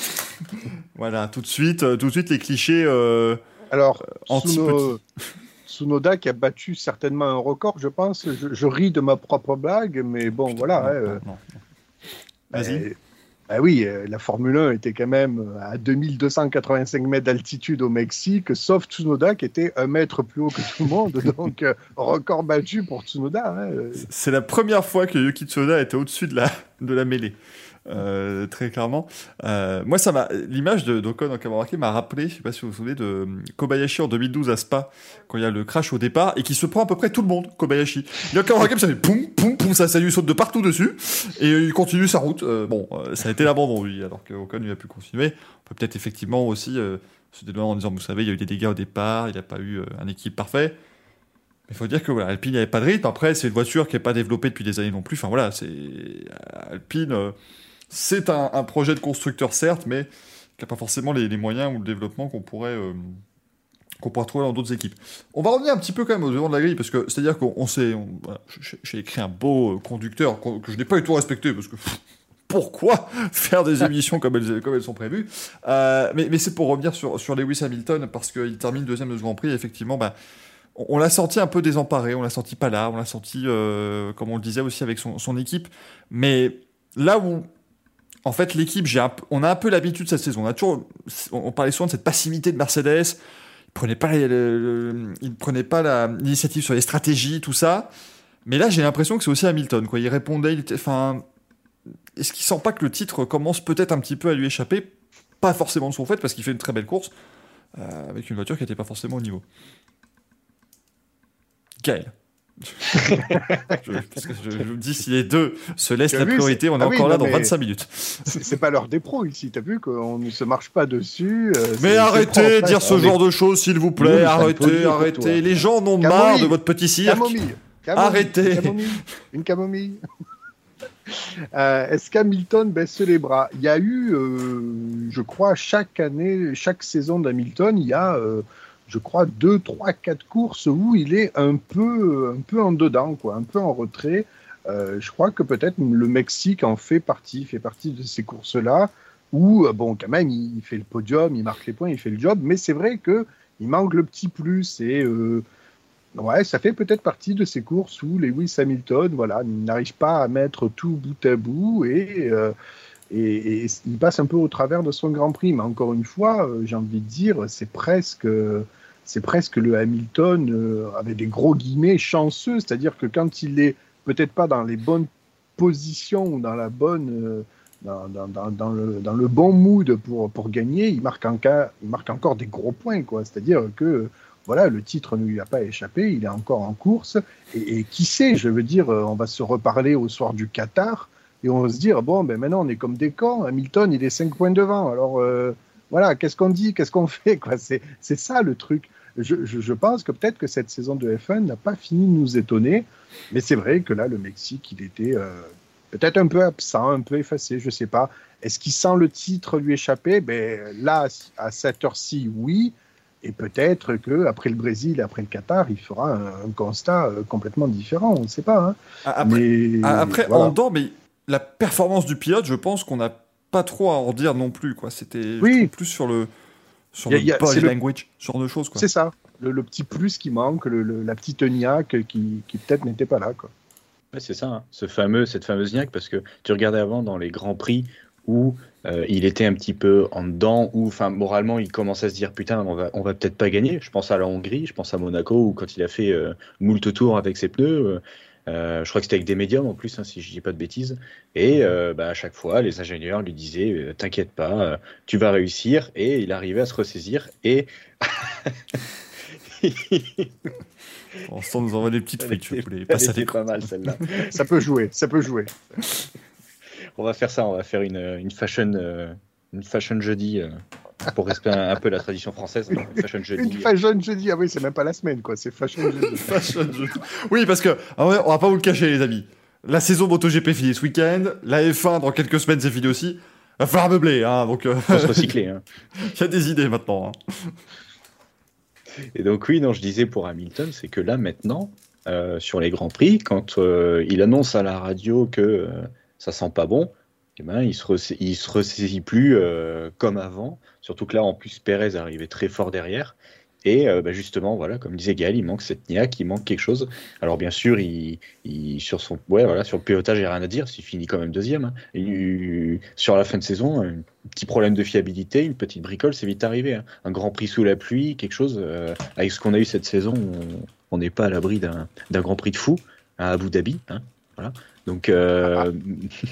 Voilà, tout de suite, euh, tout de suite les clichés euh, Alors, euh, anti-petits. Tsuno... Tsunoda qui a battu certainement un record, je pense. Je, je ris de ma propre blague, mais bon, Putain, voilà. Non, hein, non, euh, non, non. Vas-y. Euh, bah oui, euh, la Formule un était quand même à deux mille deux cent quatre-vingt-cinq mètres d'altitude au Mexique, sauf Tsunoda qui était un mètre plus haut que tout le monde. Donc, euh, record battu pour Tsunoda. Hein. C'est la première fois que Yuki Tsunoda était au-dessus de la, de la mêlée. Euh, très clairement. Euh, moi, ça m'a, l'image de d'Ocon en Kawasaki m'a rappelé, je sais pas si vous vous souvenez, de Kobayashi en deux mille douze à Spa, quand il y a le crash au départ, et qui se prend à peu près tout le monde, Kobayashi. Il y a Kawasaki, ça fait poum, poum, poum, ça, ça lui saute de partout dessus, et il continue sa route. Euh, bon, euh, ça a été l'abandon, lui, alors qu'Ocon, il a pu continuer. On peut peut-être effectivement aussi euh, se dédouaner en disant, vous savez, il y a eu des dégâts au départ, il n'y a pas eu euh, un équipe parfait. Il faut dire que voilà, Alpine, il n'y avait pas de rythme. Après, c'est une voiture qui n'est pas développée depuis des années non plus. Enfin voilà, c'est Alpine, euh, c'est un, un projet de constructeur certes, mais qui n'a pas forcément les, les moyens ou le développement qu'on pourrait euh, qu'on pourrait trouver dans d'autres équipes. On va revenir un petit peu quand même au devant de la grille, parce que c'est-à-dire qu'on on s'est, on, voilà, j'ai écrit un beau conducteur que je n'ai pas du tout respecté, parce que pff, pourquoi faire des émissions comme elles, comme elles sont prévues, euh, mais, mais c'est pour revenir sur, sur Lewis Hamilton, parce qu'il termine deuxième de ce Grand Prix, et effectivement, bah, on l'a senti un peu désemparé, on l'a senti pas là, on l'a senti, euh, comme on le disait aussi avec son, son équipe. Mais là où, en fait, l'équipe, j'ai un, on a un peu l'habitude cette saison. On a toujours, on parlait souvent de cette passivité de Mercedes. Ils prenaient pas, le, le, ils prenaient pas la, l'initiative sur les stratégies, tout ça. Mais là, j'ai l'impression que c'est aussi Hamilton, quoi. Il répondait, il était, enfin, est-ce qu'il sent pas que le titre commence peut-être un petit peu à lui échapper? Pas forcément de son fait, parce qu'il fait une très belle course euh, avec une voiture qui n'était pas forcément au niveau. Gaël. je, parce que je, je vous dis, si les deux se laissent la priorité, on est ah encore oui, là dans vingt-cinq minutes. C'est, c'est pas l'heure des pros ici, t'as vu qu'on ne se marche pas dessus. Euh, mais arrêtez de dire ce genre de choses, s'il vous plaît. Oui, arrêtez, arrêtez. Les gens en ont camomille, marre de votre petit cirque. Camomille, camomille, arrêtez. Une camomille. Une camomille. euh, est-ce qu'Hamilton baisse les bras? Il y a eu, euh, je crois, chaque année, chaque saison d'Hamilton, il y a... Euh, je crois, deux, trois, quatre courses où il est un peu, un peu en dedans, quoi, un peu en retrait. Euh, je crois que peut-être le Mexique en fait partie, fait partie de ces courses-là, où, bon, quand même, il fait le podium, il marque les points, il fait le job, mais c'est vrai qu'il manque le petit plus, et euh, ouais, ça fait peut-être partie de ces courses où Lewis Hamilton, voilà, n'arrive pas à mettre tout bout à bout, et... Euh, Et, et il passe un peu au travers de son Grand Prix. Mais encore une fois, euh, j'ai envie de dire, c'est presque, c'est presque le Hamilton euh, avec des gros guillemets chanceux. C'est-à-dire que quand il est peut-être pas dans les bonnes positions ou dans la bonne, euh, dans, dans, dans, dans, le, dans le bon mood pour, pour gagner, il marque, en cas, il marque encore des gros points, quoi. C'est-à-dire que voilà, le titre ne lui a pas échappé, il est encore en course. Et, et qui sait, je veux dire, on va se reparler au soir du Qatar. Et on va se dire, bon, ben maintenant on est comme des cons, Hamilton il est cinq points devant, alors euh, voilà, qu'est-ce qu'on dit, qu'est-ce qu'on fait, quoi. C'est, c'est ça le truc. Je, je, je pense que peut-être que cette saison de F un n'a pas fini de nous étonner, mais c'est vrai que là, le Mexique, il était euh, peut-être un peu absent, un peu effacé, je sais pas. Est-ce qu'il sent le titre lui échapper? Ben là, à cette heure-ci, oui. Et peut-être qu'après le Brésil et après le Qatar, il fera un, un constat euh, complètement différent, on ne sait pas. Hein. Après, mais, après voilà. en dedans, mais... La performance du pilote, je pense qu'on n'a pas trop à en dire non plus, quoi. C'était oui. plus sur le, sur y a, le y a, body le... language, ce genre de choses, quoi. C'est ça, le, le petit plus qui manque, le, le, la petite niaque qui, qui peut-être n'était pas là, quoi. Ouais, c'est ça, hein. Ce fameux, cette fameuse niaque, parce que tu regardais avant dans les grands prix où euh, il était un petit peu en dedans, où enfin moralement il commençait à se dire putain on va, on va peut-être pas gagner. Je pense à la Hongrie, je pense à Monaco, où quand il a fait euh, moult tours avec ses pneus. Euh, Euh, je crois que c'était avec des médiums en plus, hein, si je dis pas de bêtises. Et euh, bah, à chaque fois, les ingénieurs lui disaient euh, « T'inquiète pas, euh, tu vas réussir ». Et il arrivait à se ressaisir. Et on sent nous envoie des petites frites. Je voulais passer à l'écran. Pas mal celle-là. Ça peut jouer, ça peut jouer. On va faire ça, on va faire une, une fashion, euh, une fashion jeudi. Euh. Pour respecter un, un peu la tradition française, hein, fashion jeudi. Une fashion jeudi, ah oui, c'est même pas la semaine, quoi, c'est fashion jeudi. Fashion jeudi. Oui, parce que, ah ouais, on va pas vous le cacher, les amis. La saison MotoGP finit ce week-end, la F un dans quelques semaines, c'est fini aussi. Va falloir meubler, hein, donc. Euh... Faut se recycler, hein. Il y a des idées maintenant. Hein. Et donc, oui, non, je disais pour Hamilton, c'est que là, maintenant, euh, sur les Grands Prix, quand euh, il annonce à la radio que euh, ça sent pas bon, eh ben, il se ressa- il se ressaisit plus euh, comme avant. Surtout que là, en plus, Pérez arrivait très fort derrière. Et euh, bah, justement, voilà, comme disait Gaël, il manque cette niaque, il manque quelque chose. Alors bien sûr, il, il, sur, son, ouais, voilà, sur le pilotage, il n'y a rien à dire, il finit quand même deuxième. Hein. Et, euh, sur la fin de saison, un petit problème de fiabilité, une petite bricole, c'est vite arrivé. Hein. Un Grand Prix sous la pluie, quelque chose. Euh, avec ce qu'on a eu cette saison, on n'est pas à l'abri d'un, d'un Grand Prix de fou à Abu Dhabi. Hein, voilà. Donc... Euh,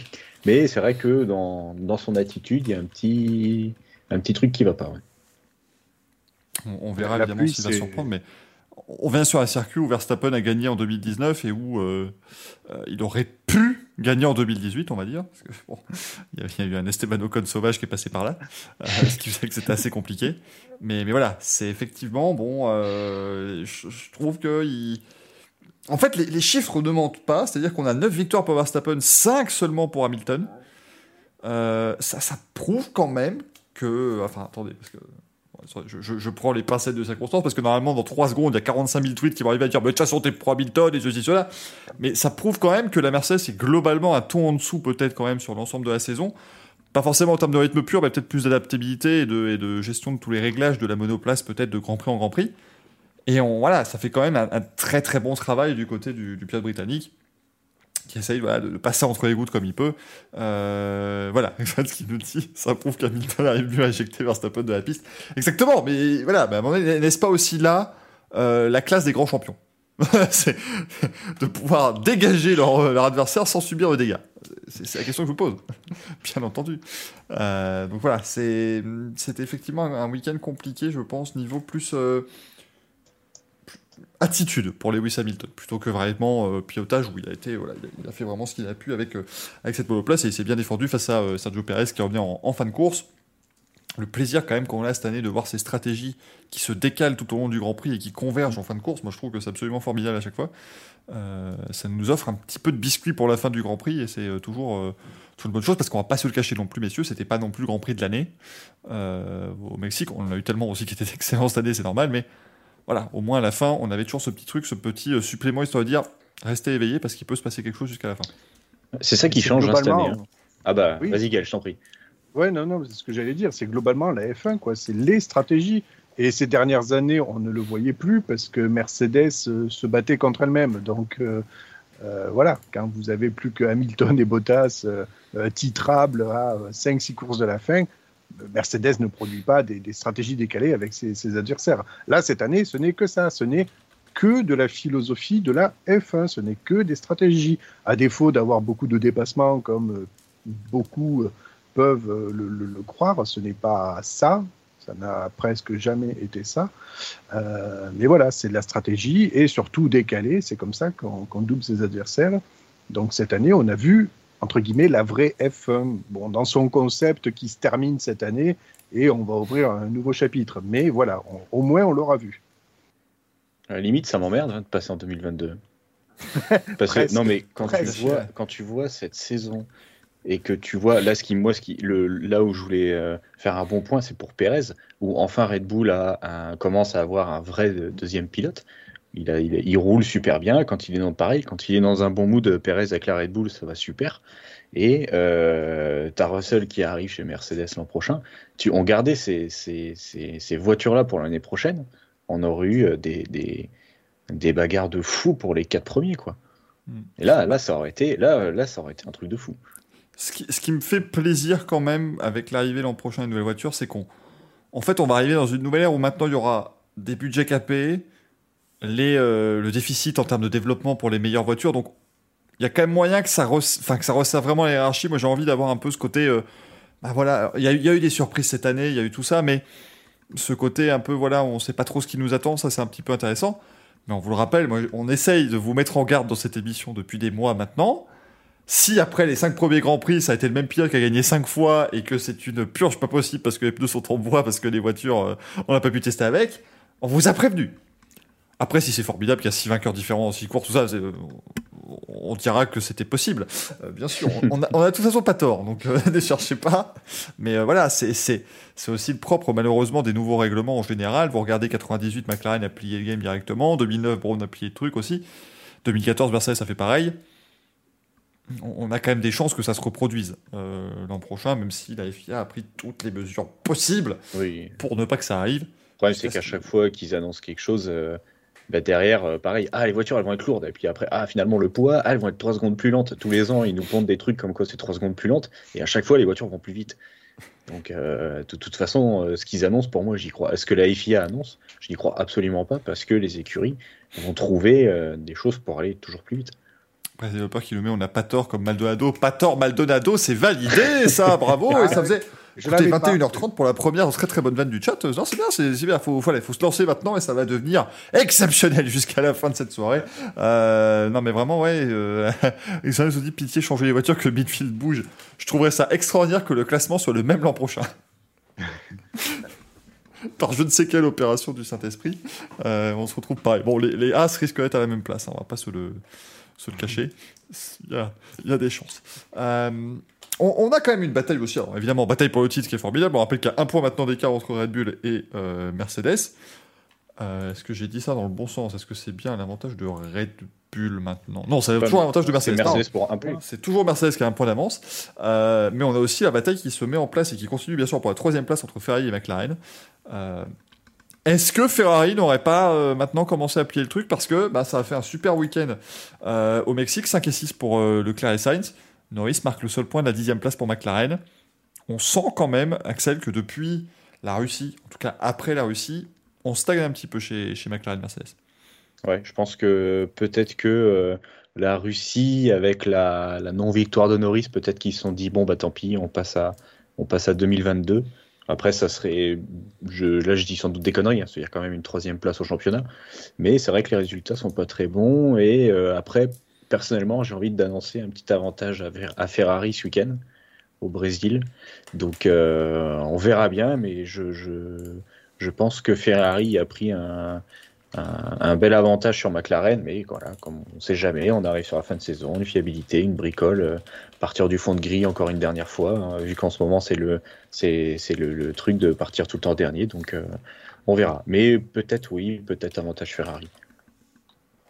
Mais c'est vrai que dans, dans son attitude, il y a un petit, un petit truc qui va pas. Ouais. On, on verra La évidemment pluie, s'il va c'est- surprendre, mais on vient sur un circuit où Verstappen a gagné en deux mille dix-neuf et où euh, euh, il aurait pu gagner en deux mille dix-huit, on va dire. Parce que, bon, il y a- il y a eu un Esteban Ocon sauvage qui est passé par là, euh, ce qui fait que c'était assez compliqué. Mais, mais voilà, c'est effectivement bon. Euh, je, je trouve que il... en fait, les, les chiffres ne mentent pas. C'est-à-dire qu'on a neuf victoires pour Verstappen, cinq seulement pour Hamilton. Euh, ça, ça prouve quand même que. Enfin, attendez, parce que. Je, je, je prends les pincettes de circonstances parce que normalement dans trois secondes il y a quarante-cinq mille tweets qui vont arriver à dire mais de toute façon t'es pro Hamilton et ceci cela, mais ça prouve quand même que la Mercedes est globalement un ton en dessous peut-être quand même sur l'ensemble de la saison, pas forcément en termes de rythme pur mais peut-être plus d'adaptabilité et de, et de gestion de tous les réglages de la monoplace peut-être de Grand Prix en Grand Prix, et on, voilà, ça fait quand même un, un très très bon travail du côté du, du pilote britannique qui essaye voilà, de, de passer entre les gouttes comme il peut. Euh, voilà, ce qu'il nous dit, ça prouve qu'Hamilton arrive mieux à éjecter Verstappen de la piste. Exactement, mais voilà, bah, à un moment donné, n'est-ce pas aussi là euh, la classe des grands champions? C'est de pouvoir dégager leur, leur adversaire sans subir de dégâts. C'est, c'est la question que je vous pose, bien entendu. Euh, donc voilà, c'est, c'était effectivement un, un week-end compliqué, je pense, niveau plus... Euh, attitude pour Lewis Hamilton plutôt que vraiment euh, pilotage où il a été voilà, il a, il a fait vraiment ce qu'il a pu avec, euh, avec cette monoplace et il s'est bien défendu face à euh, Sergio Perez qui revient en, en fin de course. Le plaisir quand même qu'on a cette année de voir ces stratégies qui se décalent tout au long du Grand Prix et qui convergent en fin de course, moi je trouve que c'est absolument formidable à chaque fois. Euh, ça nous offre un petit peu de biscuit pour la fin du Grand Prix et c'est euh, toujours, euh, toujours une bonne chose parce qu'on va pas se le cacher non plus messieurs, c'était pas non plus le Grand Prix de l'année euh, au Mexique, on en a eu tellement aussi qui étaient excellents cette année, c'est normal, mais voilà, au moins à la fin, on avait toujours ce petit truc, ce petit euh, supplément, histoire de dire restez éveillés parce qu'il peut se passer quelque chose jusqu'à la fin. C'est ça qui C'est change hein, cette année. globalement- Hein. Ah bah, Oui. vas-y Gaël, je t'en prie. Ouais, non, non, c'est ce que j'allais dire. C'est globalement la F un, quoi. C'est les stratégies. Et ces dernières années, on ne le voyait plus parce que Mercedes euh, se battait contre elle-même. Donc, euh, euh, voilà, quand vous avez plus que Hamilton et Bottas euh, euh, titrables à cinq six courses de la fin, Mercedes ne produit pas des, des stratégies décalées avec ses, ses adversaires. Là, cette année, ce n'est que ça. Ce n'est que de la philosophie de la F un. Ce n'est que des stratégies. À défaut d'avoir beaucoup de dépassements comme euh, beaucoup euh, peuvent euh, le, le, le croire, ce n'est pas ça. Ça n'a presque jamais été ça. Euh, mais voilà, c'est de la stratégie et surtout décalé. C'est comme ça qu'on, qu'on double ses adversaires. Donc cette année, on a vu entre guillemets, la vraie F un, bon, dans son concept qui se termine cette année, et on va ouvrir un nouveau chapitre. Mais voilà, on, au moins, on l'aura vu. À la limite, ça m'emmerde hein, de passer en deux mille vingt-deux. Parce que, non, mais quand tu, vois, quand tu vois cette saison, et que tu vois, là, ce qui, moi, ce qui, le, là où je voulais euh, faire un bon point, c'est pour Pérez, où enfin Red Bull a, a, commence à avoir un vrai deuxième pilote. Il, a, il, a, il roule super bien quand il est dans pareil, quand il est dans un bon mood, Pérez avec la Red Bull, ça va super. Et euh, t'as Russell qui arrive chez Mercedes l'an prochain. Tu, on gardait ces, ces, ces, ces voitures-là pour l'année prochaine. On aurait eu des, des, des bagarres de fou pour les quatre premiers, quoi. Mm. Et là, là, ça aurait été, là, là, ça aurait été un truc de fou. Ce qui, ce qui me fait plaisir quand même avec l'arrivée l'an prochain d'une nouvelle voiture, c'est qu'on, en fait, on va arriver dans une nouvelle ère où maintenant il y aura des budgets capés. Les, euh, le déficit en termes de développement pour les meilleures voitures, donc il y a quand même moyen que ça, res, que ça resserre vraiment la hiérarchie. Moi j'ai envie d'avoir un peu ce côté euh, bah voilà, il y, y a eu des surprises cette année, il y a eu tout ça, mais ce côté un peu voilà, on sait pas trop ce qui nous attend, ça c'est un petit peu intéressant, mais on vous le rappelle, moi, on essaye de vous mettre en garde dans cette émission depuis des mois maintenant. Si après les cinq premiers Grands Prix ça a été le même pilote qui a gagné cinq fois et que c'est une purge pas possible parce que les pneus sont en bois, parce que les voitures euh, on n'a pas pu tester avec, on vous a prévenu. Après, si c'est formidable qu'il y a six vainqueurs différents en six cours, tout ça, c'est, on dira que c'était possible. Euh, bien sûr, on, on, a, on a de toute façon pas tort, donc euh, ne cherchez pas. Mais euh, voilà, c'est, c'est, c'est aussi le propre, malheureusement, des nouveaux règlements en général. Vous regardez quatre-vingt-dix-huit, McLaren a plié le game directement. deux mille neuf, Brown a plié le truc aussi. deux mille quatorze, Mercedes a fait pareil. On, on a quand même des chances que ça se reproduise euh, l'an prochain, même si la F I A a pris toutes les mesures possibles oui. pour ne pas que ça arrive. Le problème, c'est qu'à chaque fois qu'ils annoncent quelque chose... Euh... Bah derrière, euh, pareil, ah les voitures elles vont être lourdes, et puis après, ah finalement le poids, ah elles vont être trois secondes plus lentes. Tous les ans, ils nous pondent des trucs comme quoi c'est trois secondes plus lentes, et à chaque fois les voitures vont plus vite. Donc euh, de toute façon, euh, ce qu'ils annoncent, pour moi, j'y crois. Est-ce que la F I A annonce ? Je n'y crois absolument pas, parce que les écuries vont trouver euh, des choses pour aller toujours plus vite. Après, les développeurs qui le met, on n'a pas tort comme Maldonado. Pas tort, Maldonado, c'est validé, ça, bravo. Et ça faisait. Écoutez, vingt et une heures trente pour la première très très bonne vanne du chat. Non, c'est bien, c'est, c'est bien. Faut, voilà, faut se lancer maintenant et ça va devenir exceptionnel jusqu'à la fin de cette soirée. Euh, non, mais vraiment, ouais. Euh, Xavier nous dit pitié, changer les voitures, que le midfield bouge. Je trouverais ça extraordinaire que le classement soit le même l'an prochain. Par je ne sais quelle opération du Saint-Esprit, euh, on se retrouve pareil. Bon, les, les As risquent d'être à la même place. Hein, on va pas se le se le cacher. Il y a, il y a des chances. Euh, on, on a quand même une bataille aussi. Alors, évidemment, bataille pour le titre qui est formidable. On rappelle qu'il y a un point maintenant d'écart entre Red Bull et euh, Mercedes. Euh, est-ce que j'ai dit ça dans le bon sens ? Est-ce que c'est bien l'avantage de Red Bull maintenant ? Non, c'est toujours l'avantage de Mercedes. C'est Mercedes pour un point. C'est toujours Mercedes qui a un point d'avance. Euh, mais on a aussi la bataille qui se met en place et qui continue bien sûr pour la troisième place entre Ferrari et McLaren. Euh, Est-ce que Ferrari n'aurait pas euh, maintenant commencé à plier le truc parce que bah, ça a fait un super week-end euh, au Mexique, cinq et six pour euh, Leclerc et Sainz. Norris marque le seul point de la dixième place pour McLaren. On sent quand même, Axel, que depuis la Russie, en tout cas après la Russie, on stagne un petit peu chez, chez McLaren Mercedes. Ouais, je pense que peut-être que euh, la Russie, avec la, la non-victoire de Norris, peut-être qu'ils se sont dit bon bah tant pis, on passe à, on passe à deux mille vingt-deux. Après, ça serait, je, là je dis sans doute des conneries, hein, c'est-à-dire quand même une troisième place au championnat, mais c'est vrai que les résultats sont pas très bons, et euh, après, personnellement, j'ai envie d'annoncer un petit avantage à, à Ferrari ce week-end, au Brésil, donc euh, on verra bien, mais je, je, je pense que Ferrari a pris un, un, un bel avantage sur McLaren, mais voilà, comme on ne sait jamais, on arrive sur la fin de saison, une fiabilité, une bricole, euh, partir du fond de grille encore une dernière fois, hein, vu qu'en ce moment c'est le c'est, c'est le, le truc de partir tout le temps dernier, donc euh, on verra. Mais peut-être oui, peut-être avantage Ferrari. Gaël ?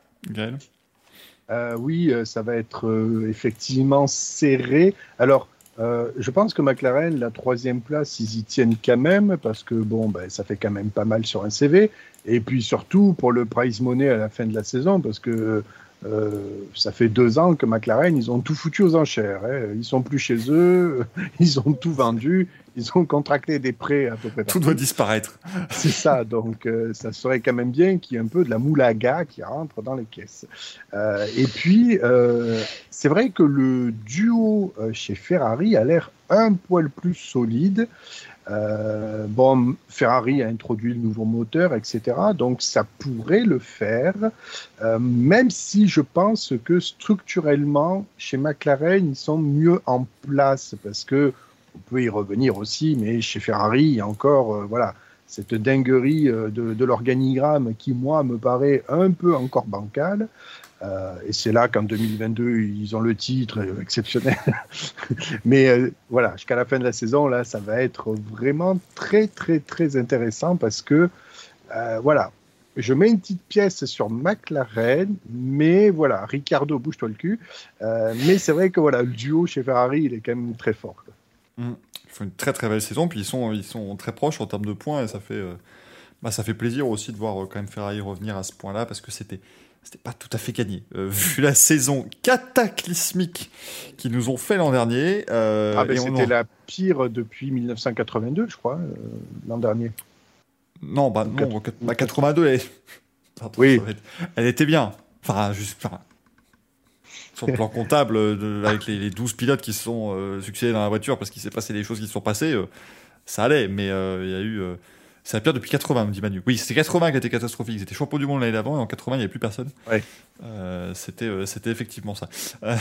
euh, Oui, ça va être euh, effectivement serré. Alors, euh, je pense que McLaren, la troisième place, ils y tiennent quand même, parce que bon, ben, ça fait quand même pas mal sur un C V. Et puis surtout pour le prize money à la fin de la saison, parce que Euh, ça fait deux ans que McLaren, ils ont tout foutu aux enchères. Hein. Ils sont plus chez eux, ils ont tout vendu, ils ont contracté des prêts à peu près. Tout doit disparaître. C'est ça, donc euh, ça serait quand même bien qu'il y ait un peu de la moulaga qui rentre dans les caisses. Euh, et puis, euh, c'est vrai que le duo euh, chez Ferrari a l'air un poil plus solide. Euh, bon, Ferrari a introduit le nouveau moteur, et cetera. Donc ça pourrait le faire, euh, même si je pense que structurellement, chez McLaren, ils sont mieux en place, parce que on peut y revenir aussi, mais chez Ferrari, il y a encore euh, voilà, cette dinguerie euh, de, de l'organigramme qui, moi, me paraît un peu encore bancale. Euh, et c'est là qu'en deux mille vingt-deux, ils ont le titre euh, exceptionnel. Mais euh, voilà, jusqu'à la fin de la saison, là, ça va être vraiment très, très, très intéressant parce que, euh, voilà, je mets une petite pièce sur McLaren, mais voilà, Ricardo, bouge-toi le cul. Euh, mais c'est vrai que voilà, le duo chez Ferrari, il est quand même très fort. Mmh. Ils font une très, très belle saison, puis ils sont, ils sont très proches en termes de points, et ça fait, euh, bah, ça fait plaisir aussi de voir euh, quand même Ferrari revenir à ce point-là, parce que c'était... C'était pas tout à fait gagné, euh, vu la saison cataclysmique qu'ils nous ont fait l'an dernier. Euh, ah ben et c'était on... la pire depuis mille neuf cent quatre-vingt-deux, je crois, euh, l'an dernier. Non, bah non, bah, quatre-vingt-deux, elle... Pardon, oui. Être... elle était bien. Enfin, juste... Enfin... Sur le plan comptable, de... avec les, les douze pilotes qui se sont euh, succédés dans la voiture, parce qu'il s'est passé des choses qui se sont passées, euh, ça allait, mais il euh, y a eu... Euh... C'est la pire depuis quatre-vingts, me dit Manu. Oui, c'était quatre-vingts qui était catastrophique. Ils étaient champions du monde l'année d'avant et en quatre-vingts, il n'y avait plus personne. Ouais. Euh, c'était, euh, c'était effectivement ça. Euh,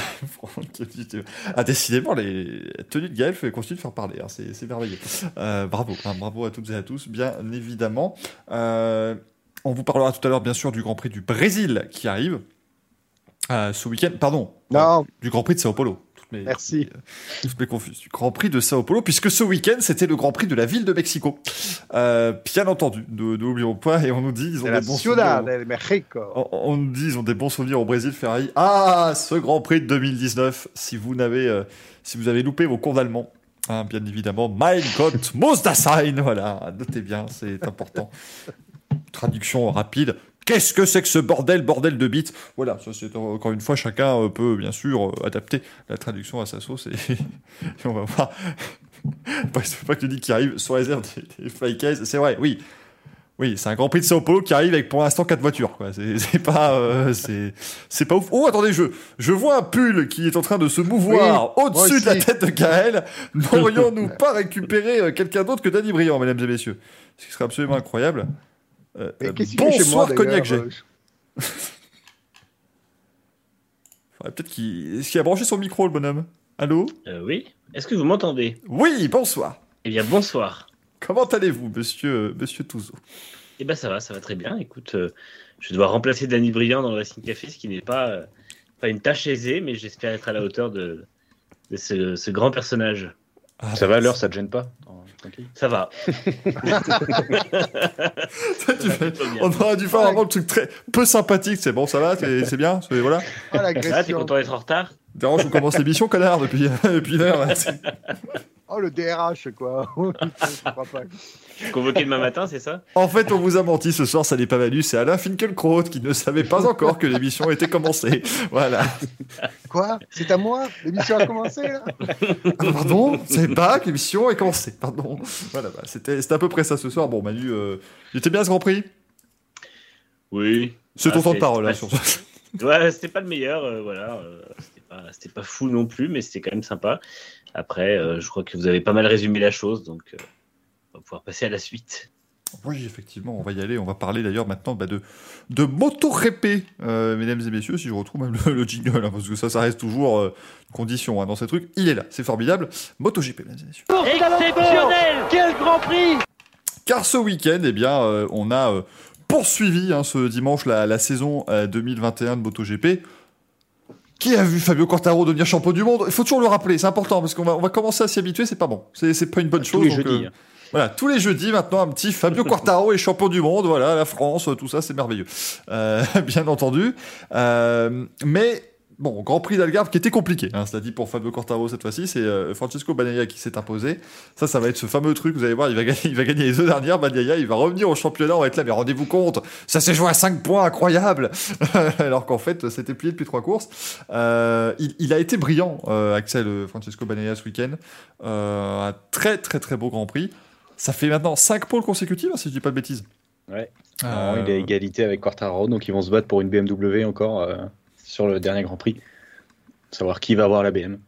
ah, décidément, les tenues de Gaël continuent de faire parler. Hein. C'est, c'est merveilleux. Euh, bravo. Hein, bravo à toutes et à tous, bien évidemment. Euh, on vous parlera tout à l'heure, bien sûr, du Grand Prix du Brésil qui arrive euh, ce week-end. Pardon. Non. Euh, du Grand Prix de Sao Paulo. Mais, Merci. Euh, toutes mes confuses. Du Grand Prix de Sao Paulo, puisque ce week-end, c'était le Grand Prix de la ville de Mexico. Euh, bien entendu, ne n'oublions pas, et on nous dit, ils ont de des la bons Ciudad souvenirs. del Mexico. On, on nous dit, ils ont des bons souvenirs au Brésil, Ferrari. Ah, ce Grand Prix de deux mille dix-neuf, si vous n'avez, euh, si vous avez loupé vos cours d'allemand, hein, bien évidemment, Mein Gott muss das sein, voilà, notez bien, c'est important. Traduction rapide. Qu'est-ce que c'est que ce bordel, bordel de bits ? Voilà, ça c'est encore une fois, chacun peut bien sûr adapter la traduction à sa sauce et, et on va voir. C'est pas que tu dis qu'il arrive sous réserve des, des fly cases. C'est vrai, oui. Oui, c'est un Grand Prix de Sao Paulo qui arrive avec pour l'instant quatre voitures. Quoi. C'est, c'est pas, euh, c'est, c'est pas ouf. Oh, attendez, je, je vois un pull qui est en train de se mouvoir oui, au-dessus de la tête de Gaël. N'aurions-nous pas récupéré quelqu'un d'autre que Danny Briand, mesdames et messieurs? Ce qui serait absolument incroyable. Euh, euh, bonsoir, moi, Cognac G. Euh, Faudrait peut-être qu'il, est-ce qu'il a branché son micro, le bonhomme? Allô? euh, Oui. Est-ce que vous m'entendez? Oui, bonsoir. Eh bien, bonsoir. Comment allez-vous, monsieur, monsieur Touzeau? Eh bien, ça va, ça va très bien. Écoute, euh, je dois remplacer Danny Briand dans le Racing Café, ce qui n'est pas, euh, pas une tâche aisée, mais j'espère être à la hauteur de, de ce, ce grand personnage. Ah, ça va à l'heure, ça te gêne pas? Tranquille. Ça va. On aurait dû faire vraiment le truc très peu sympathique. C'est bon, ça va, c'est, c'est bien, c'est, voilà. Oh, ah, t'es content d'être en retard? D'ailleurs, je commence l'émission, connard, depuis, depuis l'heure. Oh, le D R H, quoi. Je crois pas. Convoqué demain matin, c'est ça? En fait, on vous a menti ce soir, ça n'est pas valu. C'est Alain Finkielkraut qui ne savait pas encore que l'émission était commencée. Voilà. Quoi? C'est à moi? L'émission a commencé, là? Pardon? Vous savez pas que l'émission est commencée? Pardon. Voilà, bah, c'était, c'était à peu près ça ce soir. Bon, Manu, euh, il était bien ce Grand Prix? Oui. C'est ton ah, temps de parole, pas... là, sur ça. Ouais, c'était pas le meilleur, euh, voilà. Euh, c'était, pas, c'était pas fou non plus, mais c'était quand même sympa. Après, euh, je crois que vous avez pas mal résumé la chose, donc euh, on va pouvoir passer à la suite. Oui, effectivement, on va y aller. On va parler d'ailleurs maintenant bah, de, de MotoGP, euh, mesdames et messieurs, si je retrouve même le, le jingle, hein, parce que ça, ça reste toujours euh, une condition hein, dans ces trucs. Il est là, c'est formidable. MotoGP, mesdames et messieurs. Exceptionnel! Quel Grand Prix! Car ce week-end, eh bien, euh, on a euh, poursuivi hein, ce dimanche la, la saison euh, deux mille vingt et un de MotoGP. Qui a vu Fabio Quartararo devenir champion du monde? Il faut toujours le rappeler, c'est important, parce qu'on va, on va commencer à s'y habituer, c'est pas bon. C'est, c'est pas une bonne tous chose. Les donc, jeudis, euh, hein. Voilà, tous les jeudis, maintenant, un petit Fabio Quartararo est champion du monde, voilà, la France, tout ça, c'est merveilleux. Euh, bien entendu. Euh, mais, bon, Grand Prix d'Algarve qui était compliqué, hein, cela dit pour Fabio Quartararo cette fois-ci, c'est euh, Francesco Bagnaia qui s'est imposé. Ça, ça va être ce fameux truc, vous allez voir, il va gagner, il va gagner les deux dernières, Bagnaia, il va revenir au championnat, on va être là, mais rendez-vous compte, ça s'est joué à cinq points, incroyable. Alors qu'en fait, c'était plié depuis trois courses. Euh, il, il a été brillant, euh, Axel Francesco Bagnaia ce week-end. Euh, un très très très beau Grand Prix. Ça fait maintenant cinq pôles consécutifs, si je dis pas de bêtises. Ouais. Euh... Non, il est à égalité avec Quartararo, donc ils vont se battre pour une B M W encore euh, sur le dernier Grand Prix. Savoir qui va avoir la B M.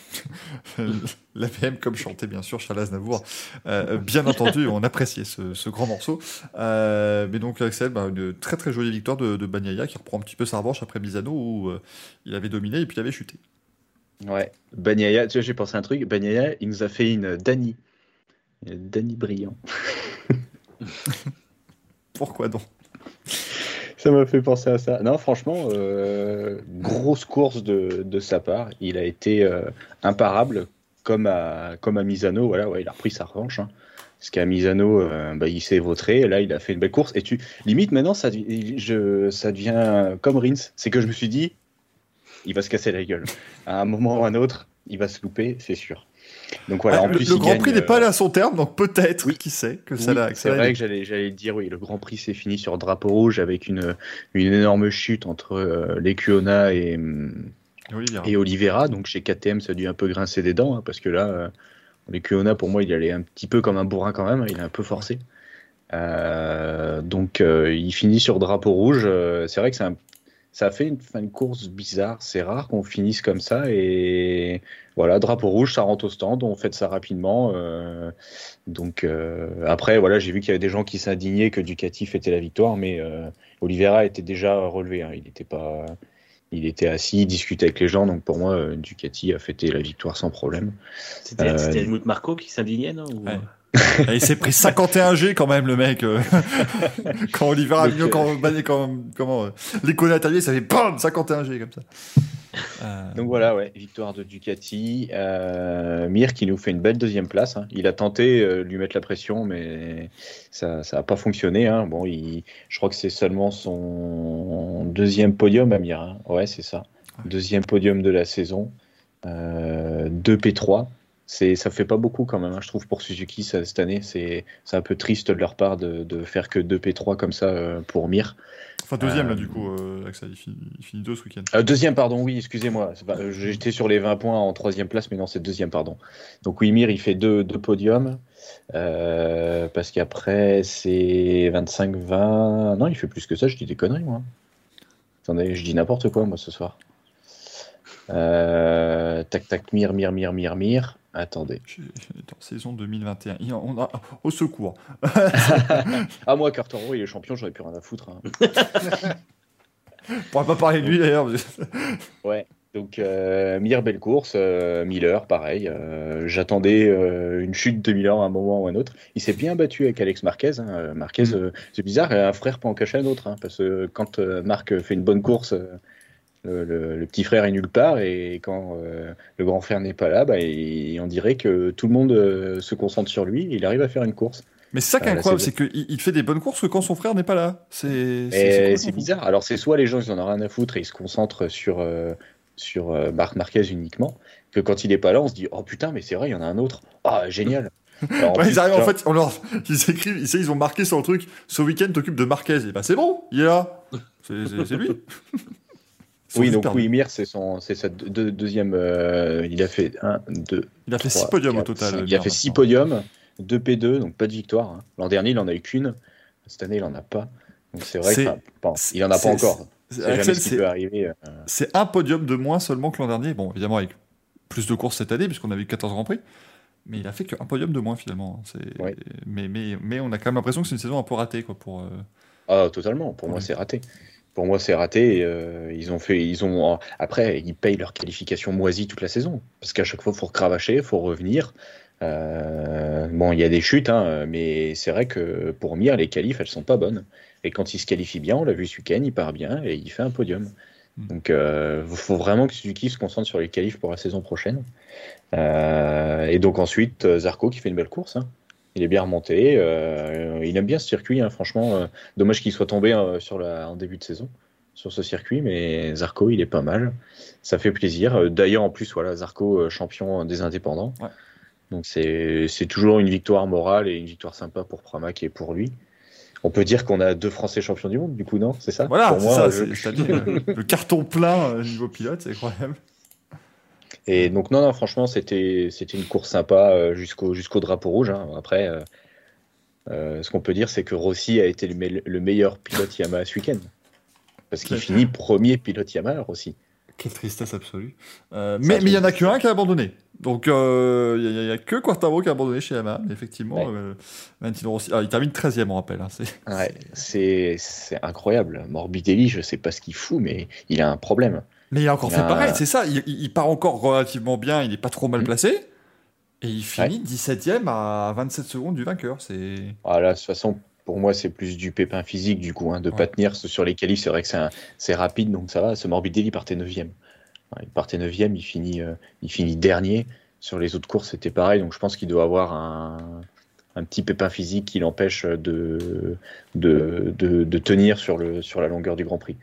La B M comme chantait bien sûr Charles Aznavour. Euh, bien entendu, on appréciait ce, ce grand morceau. Euh, mais donc Axel, bah, une très très jolie victoire de, de Bagnaia qui reprend un petit peu sa revanche après Misano où euh, il avait dominé et puis il avait chuté. Ouais, Bagnaia, tu vois, j'ai pensé à un truc. Bagnaia, il nous a fait une Dany. Danny Briand. Pourquoi donc? Ça m'a fait penser à ça. Non, franchement, euh, grosse course de, de sa part. Il a été euh, imparable, comme à, comme à Misano. Voilà, ouais, il a repris sa revanche. Hein. Parce qu'à Misano, euh, bah, il s'est vautré. Et là, il a fait une belle course. Et tu, limite, maintenant, ça, je, ça devient comme Rins. C'est que je me suis dit, il va se casser la gueule. À un moment ou à un autre, il va se louper, c'est sûr. Donc voilà, ah, en le, plus, le Grand gagne, Prix n'est pas allé à son terme, donc peut-être, oui. qui sait, que oui, ça l'a. Que c'est ça vrai l'a... que j'allais, j'allais dire, oui, le Grand Prix s'est fini sur drapeau rouge avec une, une énorme chute entre euh, Lecuona et, et, Oliveira. et Oliveira. Donc chez K T M, ça a dû un peu grincer des dents, hein, parce que là, euh, Lecuona, pour moi, il allait un petit peu comme un bourrin quand même, il est un peu forcé. Euh, donc euh, il finit sur drapeau rouge. Euh, c'est vrai que c'est un Ça a fait une, une course bizarre, c'est rare qu'on finisse comme ça et voilà, drapeau rouge, ça rentre au stand, on fait ça rapidement. Euh, donc euh, après, voilà, j'ai vu qu'il y avait des gens qui s'indignaient que Ducati fêtait la victoire, mais euh, Oliveira était déjà relevé, hein, il était pas, il était assis, il discutait avec les gens, donc pour moi, euh, Ducati a fêté la victoire sans problème. C'était, euh, c'était Helmut Marko qui s'indignait, non ou... Ouais. Il s'est pris cinquante et un G quand même le mec euh, quand Oliveira a mis quand, quand, comment euh, les connataliers ça fait bam cinquante et un G comme ça. Euh... Donc voilà, ouais, victoire de Ducati. Euh, Mir qui nous fait une belle deuxième place. Hein. Il a tenté euh, de lui mettre la pression, mais ça ça a pas fonctionné. Hein. Bon, il, je crois que c'est seulement son deuxième podium à Mir. Hein. Ouais, c'est ça. Deuxième podium de la saison. Euh, deux P trois. C'est, ça fait pas beaucoup quand même, hein, je trouve, pour Suzuki ça, cette année. C'est, c'est un peu triste de leur part de, de faire que deux P trois comme ça euh, pour Mir. Enfin, deuxième, euh, là, du coup, euh, Axel, il finit, il finit deux ce week-end. Euh, deuxième, pardon, oui, excusez-moi. C'est pas, j'étais sur les vingt points en troisième place, mais non, c'est deuxième, pardon. Donc, oui, Mir, il fait deux, deux podiums. Euh, parce qu'après, c'est vingt-cinq vingt. Non, il fait plus que ça, je dis des conneries, moi. Attendez, je dis n'importe quoi, moi, ce soir. Euh, tac, tac, mire, mire, mire, mire, mire. Attendez. Dans saison deux mille vingt et un. Il- On a... Au secours. Ah, moi, Cartero, il est champion, j'aurais plus rien à foutre. Hein. On pourra pas parler de lui d'ailleurs. Ouais. Donc, euh, Mir, belle course. Euh, Miller, pareil. Euh, j'attendais euh, une chute de Miller à un moment ou à un autre. Il s'est bien battu avec Alex Marquez. Hein. Marquez, Mm. euh, c'est bizarre, un frère peut en cacher un autre. Hein, parce que quand euh, Marc fait une bonne course, euh, le, le- le petit frère est nulle part. Et quand euh, le grand frère n'est pas là, bah, il- on dirait que tout le monde euh, se concentre sur lui. Et il arrive à faire une course. Mais c'est ça qui est Ah, là, incroyable, c'est- c'est qu'il il fait des bonnes courses que quand son frère n'est pas là. C'est Et c'est- c'est c'est complètement fou. bizarre. Alors, c'est soit les gens, ils en ont rien à foutre et ils se concentrent sur, euh, sur euh, Marc Marquez uniquement, que quand il est pas là, on se dit oh putain, mais c'est vrai, il y en a un autre. Ah, génial. Alors, en Ouais, plus, ils arrivent en genre, fait, on leur... ils écrivent, ils, ils ont marqué sur le truc, ce week-end t'occupes de Marquez. Et bah c'est bon, il est là. C'est c'est- c'est lui. Ils sont oui, juste donc perdus. oui, Mir, c'est son, c'est sa deux- deux- deuxième. euh, il a fait un, deux. Il a fait trois, six podiums au quatre, total. cinq. euh, Il a Mir, fait six maintenant. podiums, deux P deux, donc pas de victoire. Hein. L'an dernier, il en a eu qu'une. Cette année, il en a pas. Donc c'est vrai C'est- que, enfin, bon, c'est- il en a pas c'est- encore. c'est- C'est jamais Axel, ce qui c'est- peut arriver. euh, c'est un podium de moins seulement que l'an dernier. Bon, évidemment, avec plus de courses cette année, puisqu'on a eu quatorze Grands Prix. Mais il a fait qu'un podium de moins finalement. C'est... Ouais. Mais, mais, mais on a quand même l'impression que c'est une saison un peu ratée. Quoi, pour, euh, Ah, totalement. Pour Ouais. moi, c'est raté. Pour moi, c'est raté. et, euh, ils ont fait, ils ont. Après, ils payent leur qualification moisie toute la saison, parce qu'à chaque fois, il faut recravacher, il faut revenir. Euh, bon, il y a des chutes, hein, mais c'est vrai que pour Mir, les qualifs, elles sont pas bonnes. Et quand il se qualifie bien, on l'a vu ce week-end, il part bien et il fait un podium. Mm. Donc, il faut vraiment que Suzuki se concentre sur les qualifs pour la saison prochaine. Euh, et donc ensuite, euh, Zarco qui fait une belle course. Hein. Il est bien remonté. euh, il aime bien ce circuit, hein, franchement. euh, dommage qu'il soit tombé euh, sur la, en début de saison sur ce circuit, mais Zarco, il est pas mal. Ça fait plaisir. Euh, D'ailleurs, en plus, voilà, Zarco, euh, champion des indépendants. Ouais. Donc c'est c'est toujours une victoire morale et une victoire sympa pour Pramac et pour lui. On peut dire qu'on a deux Français champions du monde, du coup, non? C'est ça? Voilà, Pour c'est moi, ça. je- c'est- C'est-à-dire euh, le carton plein euh, niveau pilote, c'est incroyable. Et donc, non, non, franchement, c'était c'était une course sympa euh, jusqu'au jusqu'au drapeau rouge. Hein. Après, euh, euh, ce qu'on peut dire, c'est que Rossi a été le, me- le meilleur pilote Yamaha ce week-end. Parce qu'il Ouais. finit premier pilote Yamaha, Rossi. Quelle tristesse absolue. Euh, C'est mais un mais il y en a truc. qu'un qui a abandonné. Donc il euh, n'y a, y a que Quartaro qui a abandonné chez Yamaha. Mais effectivement, Ouais. euh, Valentino Rossi. Ah, il termine treizième, on rappelle. Hein, c'est... Ouais, c'est c'est incroyable. Morbidelli, je sais pas ce qu'il fout, mais il a un problème. Mais il a encore Il fait a- pareil, c'est ça. Il, il- il part encore relativement bien, il n'est pas trop mal Mm. placé. Et il finit dix-septième à vingt-sept secondes du vainqueur. C'est... Voilà, de toute façon, pour moi, c'est plus du pépin physique, du coup, hein, de Ouais. pas tenir ce- sur les qualifs. C'est vrai que c'est un- c'est rapide, donc ça va. Ce Morbidelli partait neuvième. Ouais, il partait neuvième, il finit, euh, il finit dernier. Sur les autres courses, c'était pareil. Donc je pense qu'il doit avoir un, un petit pépin physique qui l'empêche de, de, de, de tenir sur, le, sur la longueur du Grand Prix.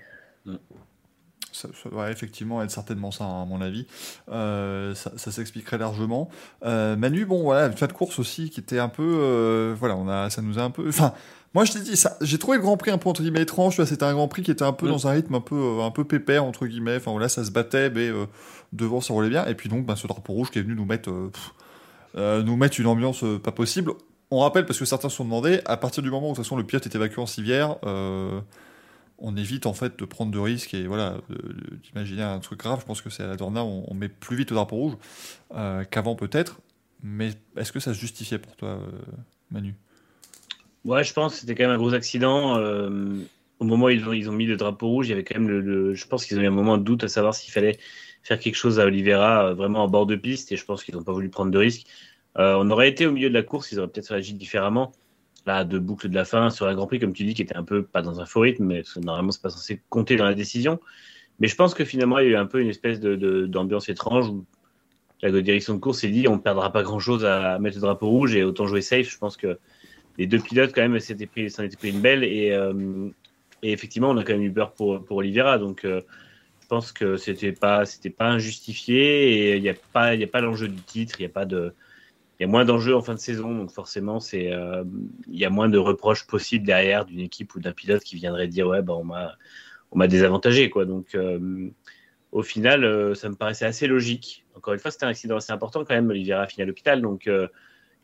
Ça, ça doit effectivement être certainement ça, hein, à mon avis. Euh, ça, ça s'expliquerait largement. Euh, Manu, bon, voilà, une fin de course aussi qui était un peu. euh, voilà, on a, ça nous a un peu. Enfin, moi, je t'ai dit, ça, j'ai trouvé le Grand Prix un peu entre guillemets étrange. Tu vois, c'était un Grand Prix qui était un peu Mm. dans un rythme un peu, euh, un peu pépère, entre guillemets. Enfin, voilà, ça se battait, mais euh, devant, ça roulait bien. Et puis donc, ben, ce drapeau rouge qui est venu nous mettre, euh, pff, euh, nous mettre une ambiance euh, pas possible. On rappelle, parce que certains se sont demandé, à partir du moment où de toute façon le pilote est évacué en civière, euh, on évite en fait de prendre de risques et voilà, de- de- d'imaginer un truc grave. Je pense que c'est à la Dorna, on, on met plus vite le drapeau rouge euh, qu'avant peut-être. Mais est-ce que ça se justifiait pour toi, euh, Manu? Ouais, je pense que c'était quand même un gros accident. euh, au moment où ils ont, ils ont mis le drapeau rouge, il y avait quand même le. le- je pense qu'ils ont eu un moment de doute à savoir s'il fallait faire quelque chose à Oliveira, euh, vraiment en bord de piste, et je pense qu'ils n'ont pas voulu prendre de risques. Euh, on aurait été au milieu de la course, ils auraient peut-être réagi différemment. Là, de boucle de la fin sur un Grand Prix, comme tu dis, qui était un peu pas dans un faux rythme, mais parce que normalement, c'est pas censé compter dans la décision. Mais je pense que finalement, il y a eu un peu une espèce de, de- d'ambiance étrange où la direction de course s'est dit on ne perdra pas grand-chose à mettre le drapeau rouge et autant jouer safe. Je pense que les deux pilotes, quand même, s'étaient pris, s'en étaient pris une belle. Et, euh, et effectivement, on a quand même eu peur pour, pour Oliveira. Donc, euh, je pense que c'était pas, c'était pas injustifié. Et il n'y a pas, il y a pas l'enjeu du titre. Il y a pas de, il y a moins d'enjeux en fin de saison. Donc, forcément, c'est, euh, il y a moins de reproches possibles derrière d'une équipe ou d'un pilote qui viendrait dire ouais, bah, on m'a, on m'a désavantagé, quoi. Donc, euh, au final, euh, ça me paraissait assez logique. Encore une fois, c'était un accident assez important quand même. Oliveira a fini à l'hôpital. Donc, euh,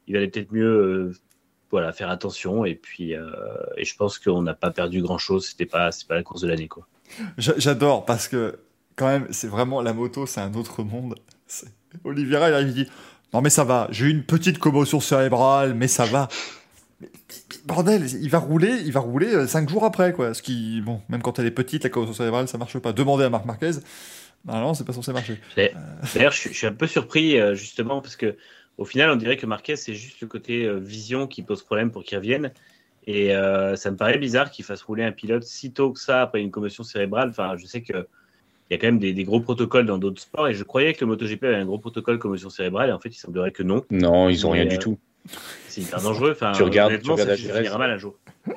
il allait peut-être mieux euh, voilà, faire attention. Et puis, euh, et je pense qu'on n'a pas perdu grand-chose. C'était pas, c'est pas la course de l'année, quoi. J'adore parce que quand même, c'est vraiment la moto, c'est un autre monde. C'est... Oliveira, il arrive, il dit non mais ça va, j'ai eu une petite commotion cérébrale, mais ça va. Mais, bordel, il va rouler, il va rouler cinq jours après, quoi. Ce qui, bon, même quand elle est petite, la commotion cérébrale, ça marche pas. Demandez à Marc Marquez. Normalement, c'est pas censé marcher. D'ailleurs, je suis, je suis un peu surpris justement parce que au final, on dirait que Marquez, c'est juste le côté euh, vision qui pose problème pour qu'il revienne. Et euh, ça me paraît bizarre qu'il fasse rouler un pilote si tôt que ça après une commotion cérébrale. Enfin, je sais que il y a quand même des, des gros protocoles dans d'autres sports et je croyais que le MotoGP avait un gros protocole commotion cérébrale et en fait, il semblerait que non. Non, ils ont Mais, rien euh, du tout. C'est hyper dangereux. Enfin, tu regardes, honnêtement, tu regardes ça Agérez, finira mal un jour.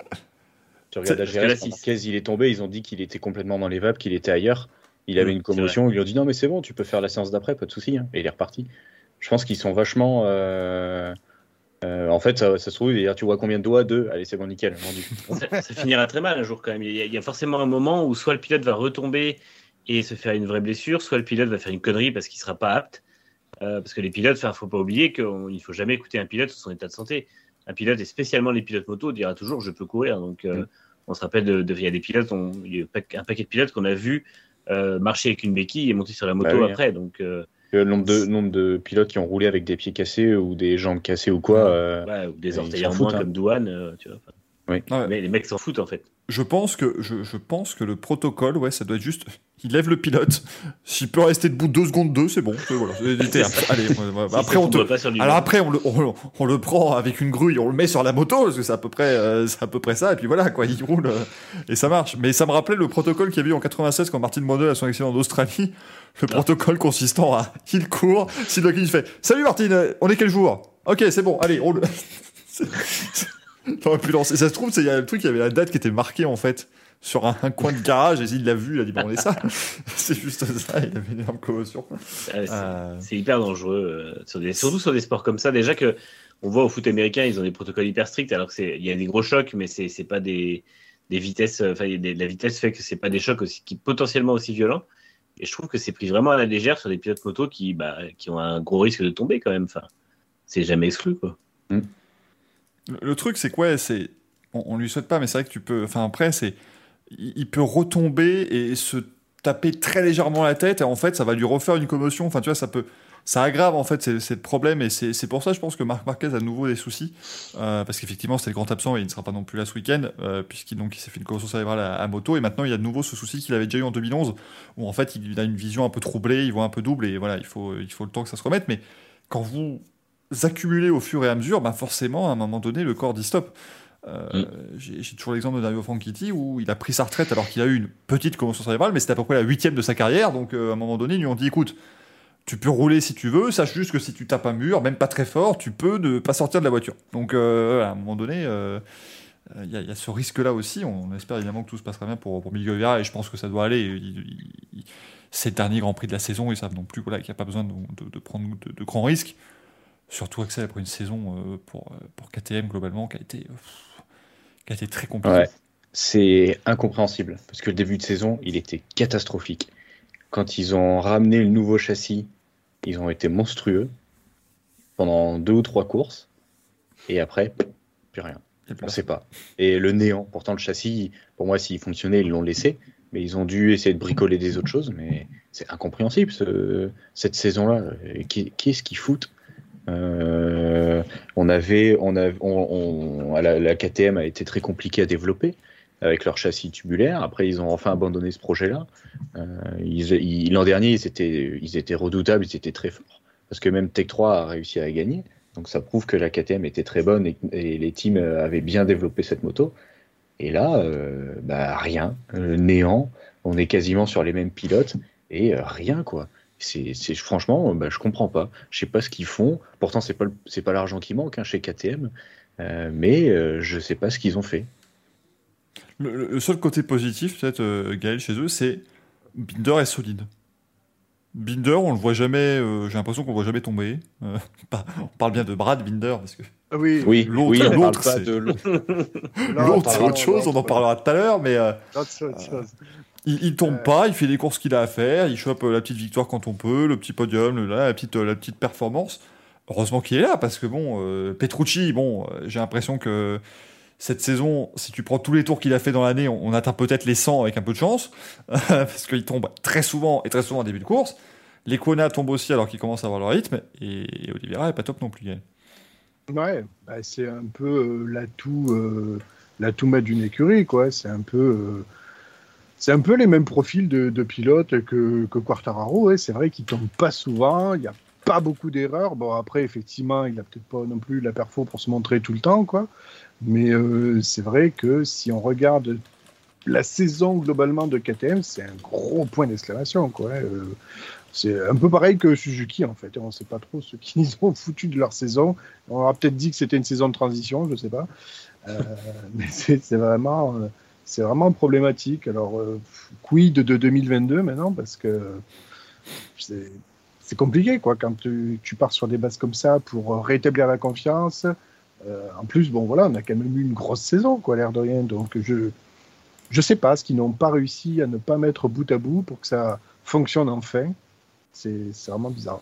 Tu regardes Agérez, quand Marquez, il est tombé, ils ont dit qu'il était complètement dans les vapes, qu'il était ailleurs. Il avait mmh, une commotion, ils lui ont dit non mais c'est bon, tu peux faire la séance d'après, pas de souci. Hein. Et il est reparti. Je pense qu'ils sont vachement... Euh... Euh, en fait, ça, ça se trouve, tu vois combien de doigts? Deux. Allez, c'est bon, nickel. ça, ça finira très mal un jour quand même. Il y, a, il y a forcément un moment où soit le pilote va retomber et se faire une vraie blessure, soit le pilote va faire une connerie parce qu'il ne sera pas apte. Euh, parce que les pilotes, il ne faut pas oublier qu'il ne faut jamais écouter un pilote sur son état de santé. Un pilote, et spécialement les pilotes moto, dira toujours je peux courir. Donc, euh, mmh. on se rappelle, de, de, il y a des pilotes, on, il y a un paquet de pilotes qu'on a vu euh, marcher avec une béquille et monter sur la moto bah oui, après. Hein. Donc, euh, le nombre de, nombre de pilotes qui ont roulé avec des pieds cassés ou des jambes cassées ou quoi. Euh, ouais, ou des orteils en moins hein. comme Douane. Euh, tu vois, oui. Mais ouais. les mecs s'en foutent en fait. Je pense que, je, je pense que le protocole, ouais, ça doit être juste. Il lève le pilote. S'il peut rester debout deux secondes deux, c'est bon. C'est, voilà, c'est, allez, ouais, si après on te. Alors après on le, on, on le prend avec une grue, on le met sur la moto parce que c'est à peu près, euh, c'est à peu près ça. Et puis voilà, quoi, il roule euh, et ça marche. Mais ça me rappelait le protocole qu'il y avait eu en quatre-vingt-seize quand Martin Brundle a son accident en Australie. Le ah. protocole consistant à il court, si le il fait salut Martin, on est quel jour? Ok, c'est bon, allez, roule. c'est, c'est... T'aurais pu lancer. Ça se trouve, il y a le truc, il y avait la date qui était marquée en fait sur un, un coin de garage et il l'a vu, il a dit bon, on est ça. C'est juste ça, il avait une énorme commotion. Ah, c'est, euh... c'est hyper dangereux, euh, sur des, surtout sur des sports comme ça. Déjà que on voit au foot américain, ils ont des protocoles hyper stricts, alors que c'est, il y a des gros chocs, mais c'est, c'est pas des, des vitesses. Enfin, la vitesse fait que c'est pas des chocs aussi, qui potentiellement aussi violents. Et je trouve que c'est pris vraiment à la légère sur des pilotes moto qui, bah, qui ont un gros risque de tomber quand même. Enfin, c'est jamais exclu, quoi. Mm. Le truc, c'est quoi ouais, c'est... On, on lui souhaite pas, mais c'est vrai que tu peux... Enfin, après, c'est... Il peut retomber et se taper très légèrement la tête, et en fait, ça va lui refaire une commotion. Enfin, tu vois, ça peut... Ça aggrave, en fait, c'est, c'est le problème, et c'est, c'est pour ça, je pense que Marc Marquez a de nouveau des soucis, euh, parce qu'effectivement, c'était le grand absent, et il ne sera pas non plus là ce week-end, euh, puisqu'il donc, il s'est fait une commotion cérébrale à, à moto, et maintenant, il y a de nouveau ce souci qu'il avait déjà eu en deux mille onze, où, en fait, il a une vision un peu troublée, il voit un peu double, et voilà, il faut, il faut le temps que ça se remette, mais quand vous... accumulés au fur et à mesure, bah forcément, à un moment donné, le corps dit stop. Euh, mm. j'ai, j'ai toujours l'exemple de Dario Franchitti où il a pris sa retraite alors qu'il a eu une petite commotion cérébrale, mais c'était à peu près la huitième de sa carrière. Donc, euh, à un moment donné, ils lui ont dit écoute, tu peux rouler si tu veux, sache juste que si tu tapes un mur, même pas très fort, tu peux ne pas sortir de la voiture. Donc, euh, à un moment donné, il euh, y, y a ce risque-là aussi. On espère évidemment que tout se passera bien pour, pour Miguel Oliveira et je pense que ça doit aller. Il, il, il, c'est le dernier Grand Prix de la saison, ils savent non plus voilà, qu'il n'y a pas besoin de, de, de prendre de, de grands risques. Surtout Axel après une saison euh, pour, pour K T M globalement qui a été, euh, qui a été très compliquée. Ouais, c'est incompréhensible parce que le début de saison il était catastrophique. Quand ils ont ramené le nouveau châssis, ils ont été monstrueux pendant deux ou trois courses et après, plus rien. On ne sait pas. Et le néant, pourtant le châssis, pour moi s'il fonctionnait ils l'ont laissé, mais ils ont dû essayer de bricoler des autres choses, mais c'est incompréhensible ce, cette saison-là. Qui, qui est-ce qu'ils foutent? Euh, on avait, on a, on, on, la, la K T M a été très compliquée à développer avec leur châssis tubulaire. Après, ils ont enfin abandonné ce projet-là. Euh, ils, ils, l'an dernier, ils étaient, ils étaient redoutables, ils étaient très forts. Parce que même Tech trois a réussi à gagner. Donc ça prouve que la K T M était très bonne et, et les teams avaient bien développé cette moto. Et là, euh, bah rien, euh, néant. On est quasiment sur les mêmes pilotes et euh, rien quoi. C'est, c'est franchement, bah, je comprends pas. Je sais pas ce qu'ils font. Pourtant, c'est pas, c'est pas l'argent qui manque hein, chez K T M, euh, mais euh, je sais pas ce qu'ils ont fait. Le, le seul côté positif, peut-être, euh, Gaël, chez eux, c'est Binder est solide. Binder, on le voit jamais. Euh, j'ai l'impression qu'on le voit jamais tomber. Euh, pas, on parle bien de Brad Binder parce que. Oui, oui, l'autre, oui, on l'autre, parle pas c'est... de l'autre. l'autre, c'est autre chose. On en parlera tout à l'heure, mais. Euh, c'est autre chose. Il, il tombe euh... pas, il fait les courses qu'il a à faire, il chope la petite victoire quand on peut, le petit podium, le, la petite, la petite performance. heureusement qu'il est là, parce que bon, euh, Petrucci, bon, euh, j'ai l'impression que cette saison, si tu prends tous les tours qu'il a fait dans l'année, on, on atteint peut-être les cent avec un peu de chance, parce qu'il tombe très souvent, et très souvent en début de course. Les Kona tombent aussi alors qu'ils commencent à avoir le rythme, et, et Oliveira est pas top non plus. Gaël. Ouais, bah c'est un peu euh, l'atout, euh, l'atout maître d'une écurie, quoi. C'est un peu, euh, c'est un peu les mêmes profils de, de pilotes que, que Quartararo. Ouais. C'est vrai qu'il tombe pas souvent, il y a pas beaucoup d'erreurs. Bon, après, effectivement, il a peut-être pas non plus la perfo pour se montrer tout le temps, quoi. Mais euh, c'est vrai que si on regarde la saison globalement de K T M, c'est un gros point d'exclamation, quoi. Euh, c'est un peu pareil que Suzuki, en fait. On ne sait pas trop ce qu'ils ont foutu de leur saison. On aura peut-être dit que c'était une saison de transition, je ne sais pas. Euh, mais c'est, c'est, vraiment, c'est vraiment problématique. Alors, euh, quid de deux mille vingt-deux maintenant, parce que c'est, c'est compliqué, quoi, quand tu, tu pars sur des bases comme ça pour rétablir la confiance. Euh, en plus, bon, voilà, on a quand même eu une grosse saison, quoi, l'air de rien. Donc, je je sais pas, ce qu'ils n'ont pas réussi à ne pas mettre bout à bout pour que ça fonctionne enfin. C'est, c'est vraiment bizarre.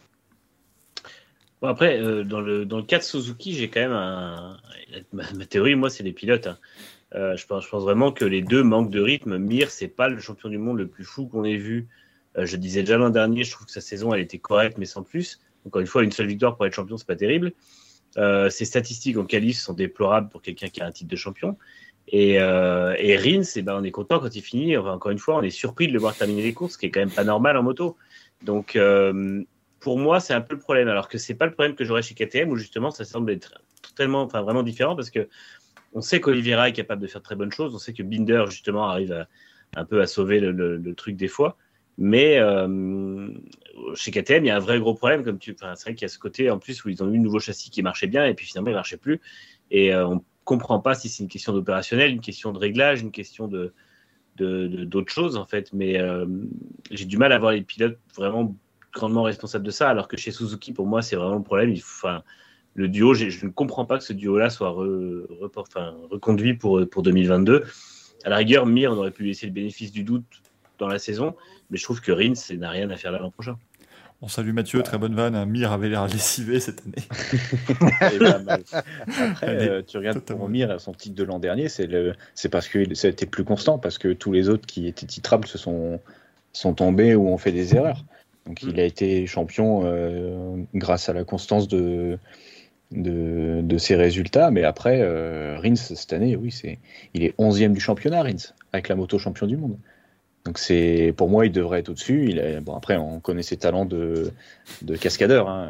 Bon, après, euh, dans, le, dans le cas de Suzuki, j'ai quand même un... Ma, ma théorie, moi, c'est les pilotes. Hein. Euh, je, pense, je pense vraiment que les deux manquent de rythme. Mir, c'est pas le champion du monde le plus fou qu'on ait vu. Euh, je disais déjà l'an dernier, je trouve que sa saison, elle était correcte, mais sans plus. Encore une fois, une seule victoire pour être champion, c'est pas terrible. Euh, ses statistiques en qualif sont déplorables pour quelqu'un qui a un titre de champion. Et, euh, et Rins, eh ben, on est content quand il finit. Enfin, encore une fois, on est surpris de le voir terminer les courses, ce qui est quand même pas normal en moto. Donc, euh, pour moi, c'est un peu le problème. Alors que c'est pas le problème que j'aurais chez K T M, où justement, ça semble être tellement, enfin, vraiment différent, parce que on sait qu'Oliveira est capable de faire de très bonnes choses. On sait que Binder, justement, arrive à, un peu à sauver le, le, le truc des fois. Mais euh, chez K T M, il y a un vrai gros problème. Comme tu, enfin, c'est vrai qu'il y a ce côté, en plus, où ils ont eu un nouveau châssis qui marchait bien, et puis finalement, il marchait plus. Et euh, on comprend pas si c'est une question d'opérationnel, une question de réglage, une question de, de, de d'autres choses en fait. Mais euh, j'ai du mal à voir les pilotes vraiment grandement responsables de ça, alors que chez Suzuki, pour moi, c'est vraiment le problème. Il faut, enfin, le duo, je ne comprends pas que ce duo-là soit re, re, enfin, reconduit pour, pour deux mille vingt-deux. À la rigueur, Mir, on aurait pu laisser le bénéfice du doute dans la saison, mais je trouve que Rins n'a rien à faire là l'an prochain. On salue Mathieu, très bonne vanne. Mir avait l'air lessivé cette année. Et bah, bah, après, euh, tu regardes pour Mir, son titre de l'an dernier, c'est, le, c'est parce que ça a été plus constant, parce que tous les autres qui étaient titrables se sont, sont tombés ou ont fait des erreurs. Donc mm. il a été champion euh, grâce à la constance de, de, de ses résultats. Mais après, euh, Rins, cette année, oui, c'est, il est onzième du championnat, Rins, avec la moto champion du monde. Donc c'est, pour moi, il devrait être au-dessus. Il est, bon, après, on connaît ses talents de, de cascadeur. Hein.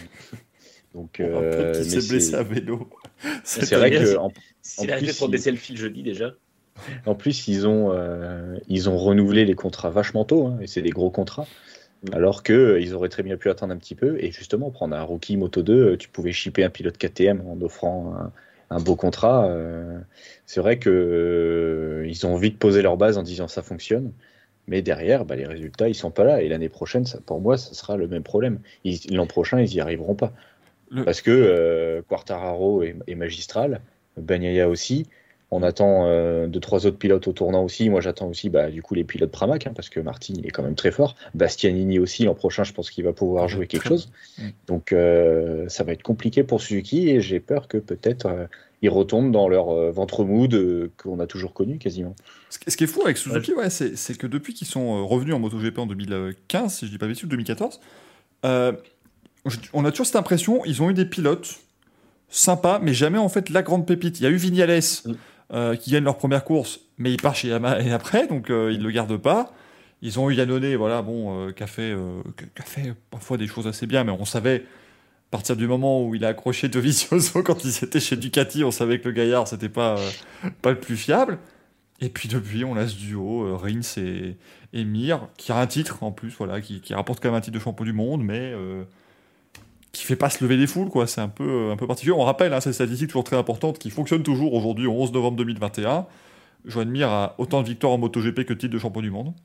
Donc, euh, il s'est blessé à vélo. C'est, c'est vrai que en, s'il a fait pour baisser le fil jeudi déjà. En plus, ils ont, euh, ils ont renouvelé les contrats vachement tôt, hein, et c'est des gros contrats. Mmh. Alors qu'ils euh, auraient très bien pu attendre un petit peu. Et justement, prendre un rookie Moto deux, tu pouvais shipper un pilote K T M en offrant un, un beau contrat. Euh, c'est vrai qu'ils euh, ont vite posé leur base en disant ça fonctionne. Mais derrière, bah, les résultats, ils sont pas là. Et l'année prochaine, ça, pour moi, ça sera le même problème. Ils, l'an prochain, ils y arriveront pas. Le... Parce que euh, Quartararo est, est magistral, Bagnaia aussi. On attend euh, deux, trois autres pilotes au tournant aussi. Moi, j'attends aussi bah, du coup les pilotes Pramac, hein, parce que Martin, il est quand même très fort. Bastianini aussi, l'an prochain, je pense qu'il va pouvoir jouer quelque chose. Donc, euh, ça va être compliqué pour Suzuki et j'ai peur que peut-être euh, ils retombent dans leur euh, ventre mou de, qu'on a toujours connu quasiment. Ce qui est fou avec Suzuki, ouais, c'est, c'est que depuis qu'ils sont revenus en MotoGP en deux mille quinze, si je ne dis pas bêtise, ou deux mille quatorze, euh, on a toujours cette impression ils ont eu des pilotes sympas, mais jamais en fait la grande pépite. Il y a eu Vignales. Mm. Euh, qui gagnent leur première course, mais ils partent chez Yamaha et après, donc euh, ils ne le gardent pas. Ils ont eu Yannone, voilà, bon, euh, qui, a fait, euh, qui a fait parfois des choses assez bien, mais on savait, à partir du moment où il a accroché Dovizioso quand ils étaient chez Ducati, on savait que le gaillard, c'était pas, euh, pas le plus fiable. Et puis depuis, on a ce duo, euh, Rins et, et Mir, qui a un titre en plus, voilà, qui, qui rapporte quand même un titre de champion du monde, mais... Euh, qui fait pas se lever des foules, quoi. C'est un peu, un peu particulier. On rappelle, hein, ces statistiques toujours très importantes qui fonctionnent toujours aujourd'hui, au onze novembre deux mille vingt et un. Joan Mir a autant de victoires en MotoGP que de titres de champion du monde.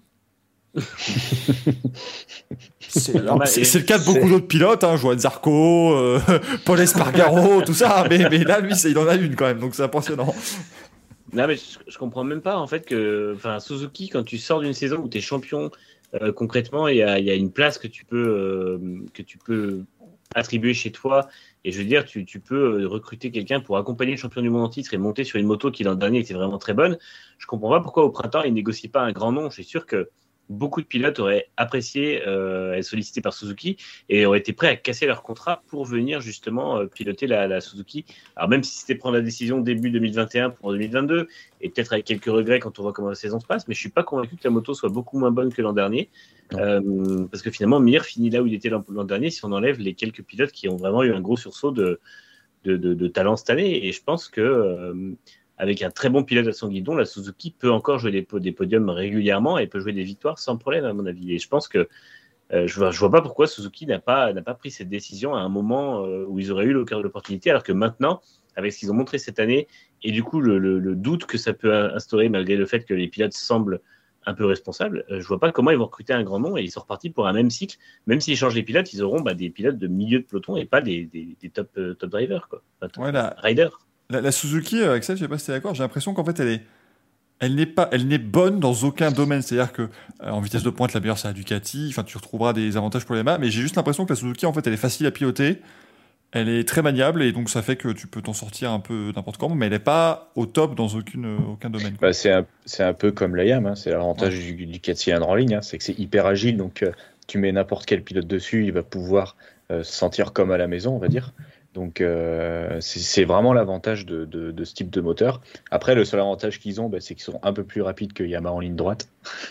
c'est, alors, c'est, c'est le cas de beaucoup c'est... d'autres pilotes, hein, Joan Zarco, euh, Paul Espargaro, tout ça, mais, mais là, lui, c'est, il en a une quand même, donc c'est impressionnant. Non, mais je, je comprends même pas, en fait, que Suzuki, quand tu sors d'une saison où tu es champion, euh, concrètement, il y a, y a une place que tu peux... Euh, que tu peux attribué chez toi. Et je veux dire, tu, tu peux recruter quelqu'un pour accompagner le champion du monde en titre et monter sur une moto qui l'an dernier était vraiment très bonne. Je comprends pas pourquoi au printemps, il ne négocie pas un grand nom. Je suis sûr que beaucoup de pilotes auraient apprécié euh, être sollicités par Suzuki et auraient été prêts à casser leur contrat pour venir justement euh, piloter la, la Suzuki. Alors même si c'était prendre la décision début deux mille vingt et un pour deux mille vingt-deux, et peut-être avec quelques regrets quand on voit comment la saison se passe, mais je suis pas convaincu que la moto soit beaucoup moins bonne que l'an dernier, euh, parce que finalement Mir finit là où il était l'an, l'an dernier si on enlève les quelques pilotes qui ont vraiment eu un gros sursaut de, de, de, de talent cette année. Et je pense que euh, avec un très bon pilote à son guidon, la Suzuki peut encore jouer des, des podiums régulièrement et peut jouer des victoires sans problème, à mon avis. Et je pense que euh, je ne vois, je vois pas pourquoi Suzuki n'a pas, n'a pas pris cette décision à un moment euh, où ils auraient eu l'opportunité, alors que maintenant, avec ce qu'ils ont montré cette année, et du coup le, le, le doute que ça peut instaurer, malgré le fait que les pilotes semblent un peu responsables, euh, je ne vois pas comment ils vont recruter un grand nom et ils sont repartis pour un même cycle. Même s'ils changent les pilotes, ils auront bah, des pilotes de milieu de peloton et pas des, des, des top, euh, top drivers, quoi. Enfin, top Ouais, la, riders. La, la Suzuki, euh, Axel, je sais pas si t'es d'accord, j'ai l'impression qu'en fait elle est, elle n'est pas, elle n'est bonne dans aucun domaine. C'est-à-dire que euh, en vitesse de pointe, la meilleure c'est la Ducati. Enfin, tu retrouveras des avantages pour les Yamaha, mais j'ai juste l'impression que la Suzuki, en fait, elle est facile à piloter, elle est très maniable et donc ça fait que tu peux t'en sortir un peu n'importe comment, mais elle n'est pas au top dans aucune, euh, aucun domaine. Bah, c'est un, c'est un peu comme la Yamaha, hein. C'est l'avantage ouais. du Ducati en ligne, hein. C'est que c'est hyper agile, donc euh, tu mets n'importe quel pilote dessus, il va pouvoir euh, se sentir comme à la maison, on va dire. Donc euh, c'est, c'est vraiment l'avantage de, de, de ce type de moteur. Après, le seul avantage qu'ils ont, bah, c'est qu'ils sont un peu plus rapides que Yamaha en ligne droite.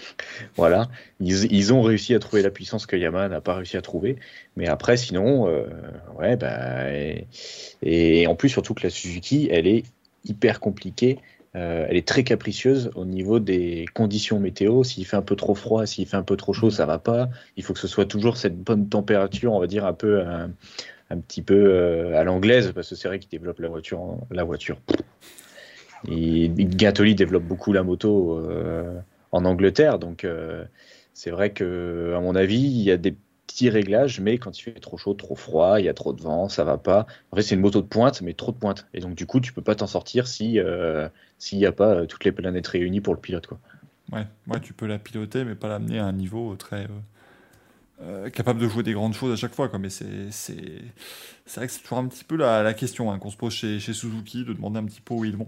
Voilà, ils, ils ont réussi à trouver la puissance que Yamaha n'a pas réussi à trouver. Mais après, sinon, euh, ouais, bah, et, et en plus, surtout que la Suzuki, elle est hyper compliquée. Euh, elle est très capricieuse au niveau des conditions météo. S'il fait un peu trop froid, s'il fait un peu trop chaud, ça va pas. Il faut que ce soit toujours cette bonne température, on va dire un peu... Euh, un petit peu euh, à l'anglaise, parce que c'est vrai qu'il développe la voiture. En, la voiture. Et Gatoli développe beaucoup la moto euh, en Angleterre, donc euh, c'est vrai que, à mon avis, il y a des petits réglages, mais quand il fait trop chaud, trop froid, il y a trop de vent, ça va pas. En fait, c'est une moto de pointe, mais trop de pointe. Et donc, du coup, tu peux pas t'en sortir si euh, s'il n'y a pas euh, toutes les planètes réunies pour le pilote, quoi. Ouais, ouais, tu peux la piloter, mais pas l'amener à un niveau très... Euh... Euh, capable de jouer des grandes choses à chaque fois, quoi. Mais c'est, c'est, c'est vrai que c'est toujours un petit peu la, la question hein, qu'on se pose chez, chez Suzuki, de demander un petit peu où ils vont.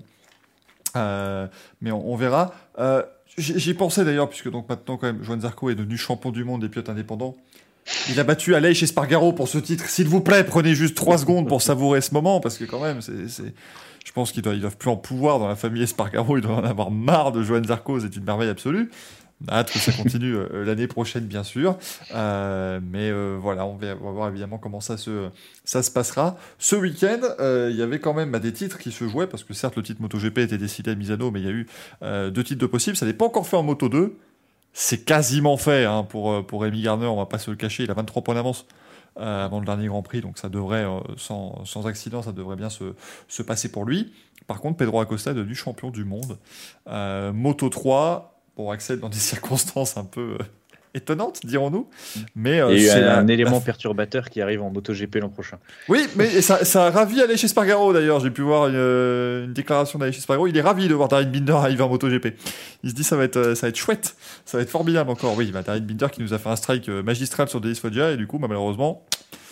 Euh, mais on, on verra. Euh, j'y, j'y pensais d'ailleurs, puisque donc maintenant, quand même, Johann Zarco est devenu champion du monde des pilotes indépendants. Il a battu Aleix Espargaro pour ce titre. S'il vous plaît, prenez juste trois secondes pour savourer ce moment, parce que quand même, c'est, c'est... je pense qu'ils doivent, ils doivent plus en pouvoir dans la famille Espargaro. Ils doivent en avoir marre de Johann Zarco. C'est une merveille absolue. Hâte que ça continue euh, l'année prochaine, bien sûr. Euh, mais euh, voilà, on va, on va voir évidemment comment ça se, ça se passera. Ce week-end, euh, il y avait quand même bah, des titres qui se jouaient, parce que certes, le titre MotoGP était décidé à Misano, mais il y a eu euh, deux titres de possibles. Ça n'est pas encore fait en Moto deux. C'est quasiment fait hein, pour, pour Rémi Garner, on va pas se le cacher. Il a vingt-trois points d'avance euh, avant le dernier Grand Prix, donc ça devrait, euh, sans, sans accident, ça devrait bien se, se passer pour lui. Par contre, Pedro Acosta est devenu champion du monde. Euh, Moto trois... Bon, Axel, dans des circonstances un peu euh, étonnantes, dirons-nous. Mais, euh, il y a c'est un, la, un élément la... perturbateur qui arrive en MotoGP l'an prochain. Oui, mais ça, ça a ravi Aleix Espargaro, d'ailleurs. J'ai pu voir une, une déclaration d'Aleix Espargaro. Il est ravi de voir Darryn Binder arriver en MotoGP. Il se dit ça va être, ça va être chouette. Ça va être formidable encore. Oui, bah, Darryn Binder qui nous a fait un strike magistral sur Denis Foggia. Et du coup, bah, malheureusement,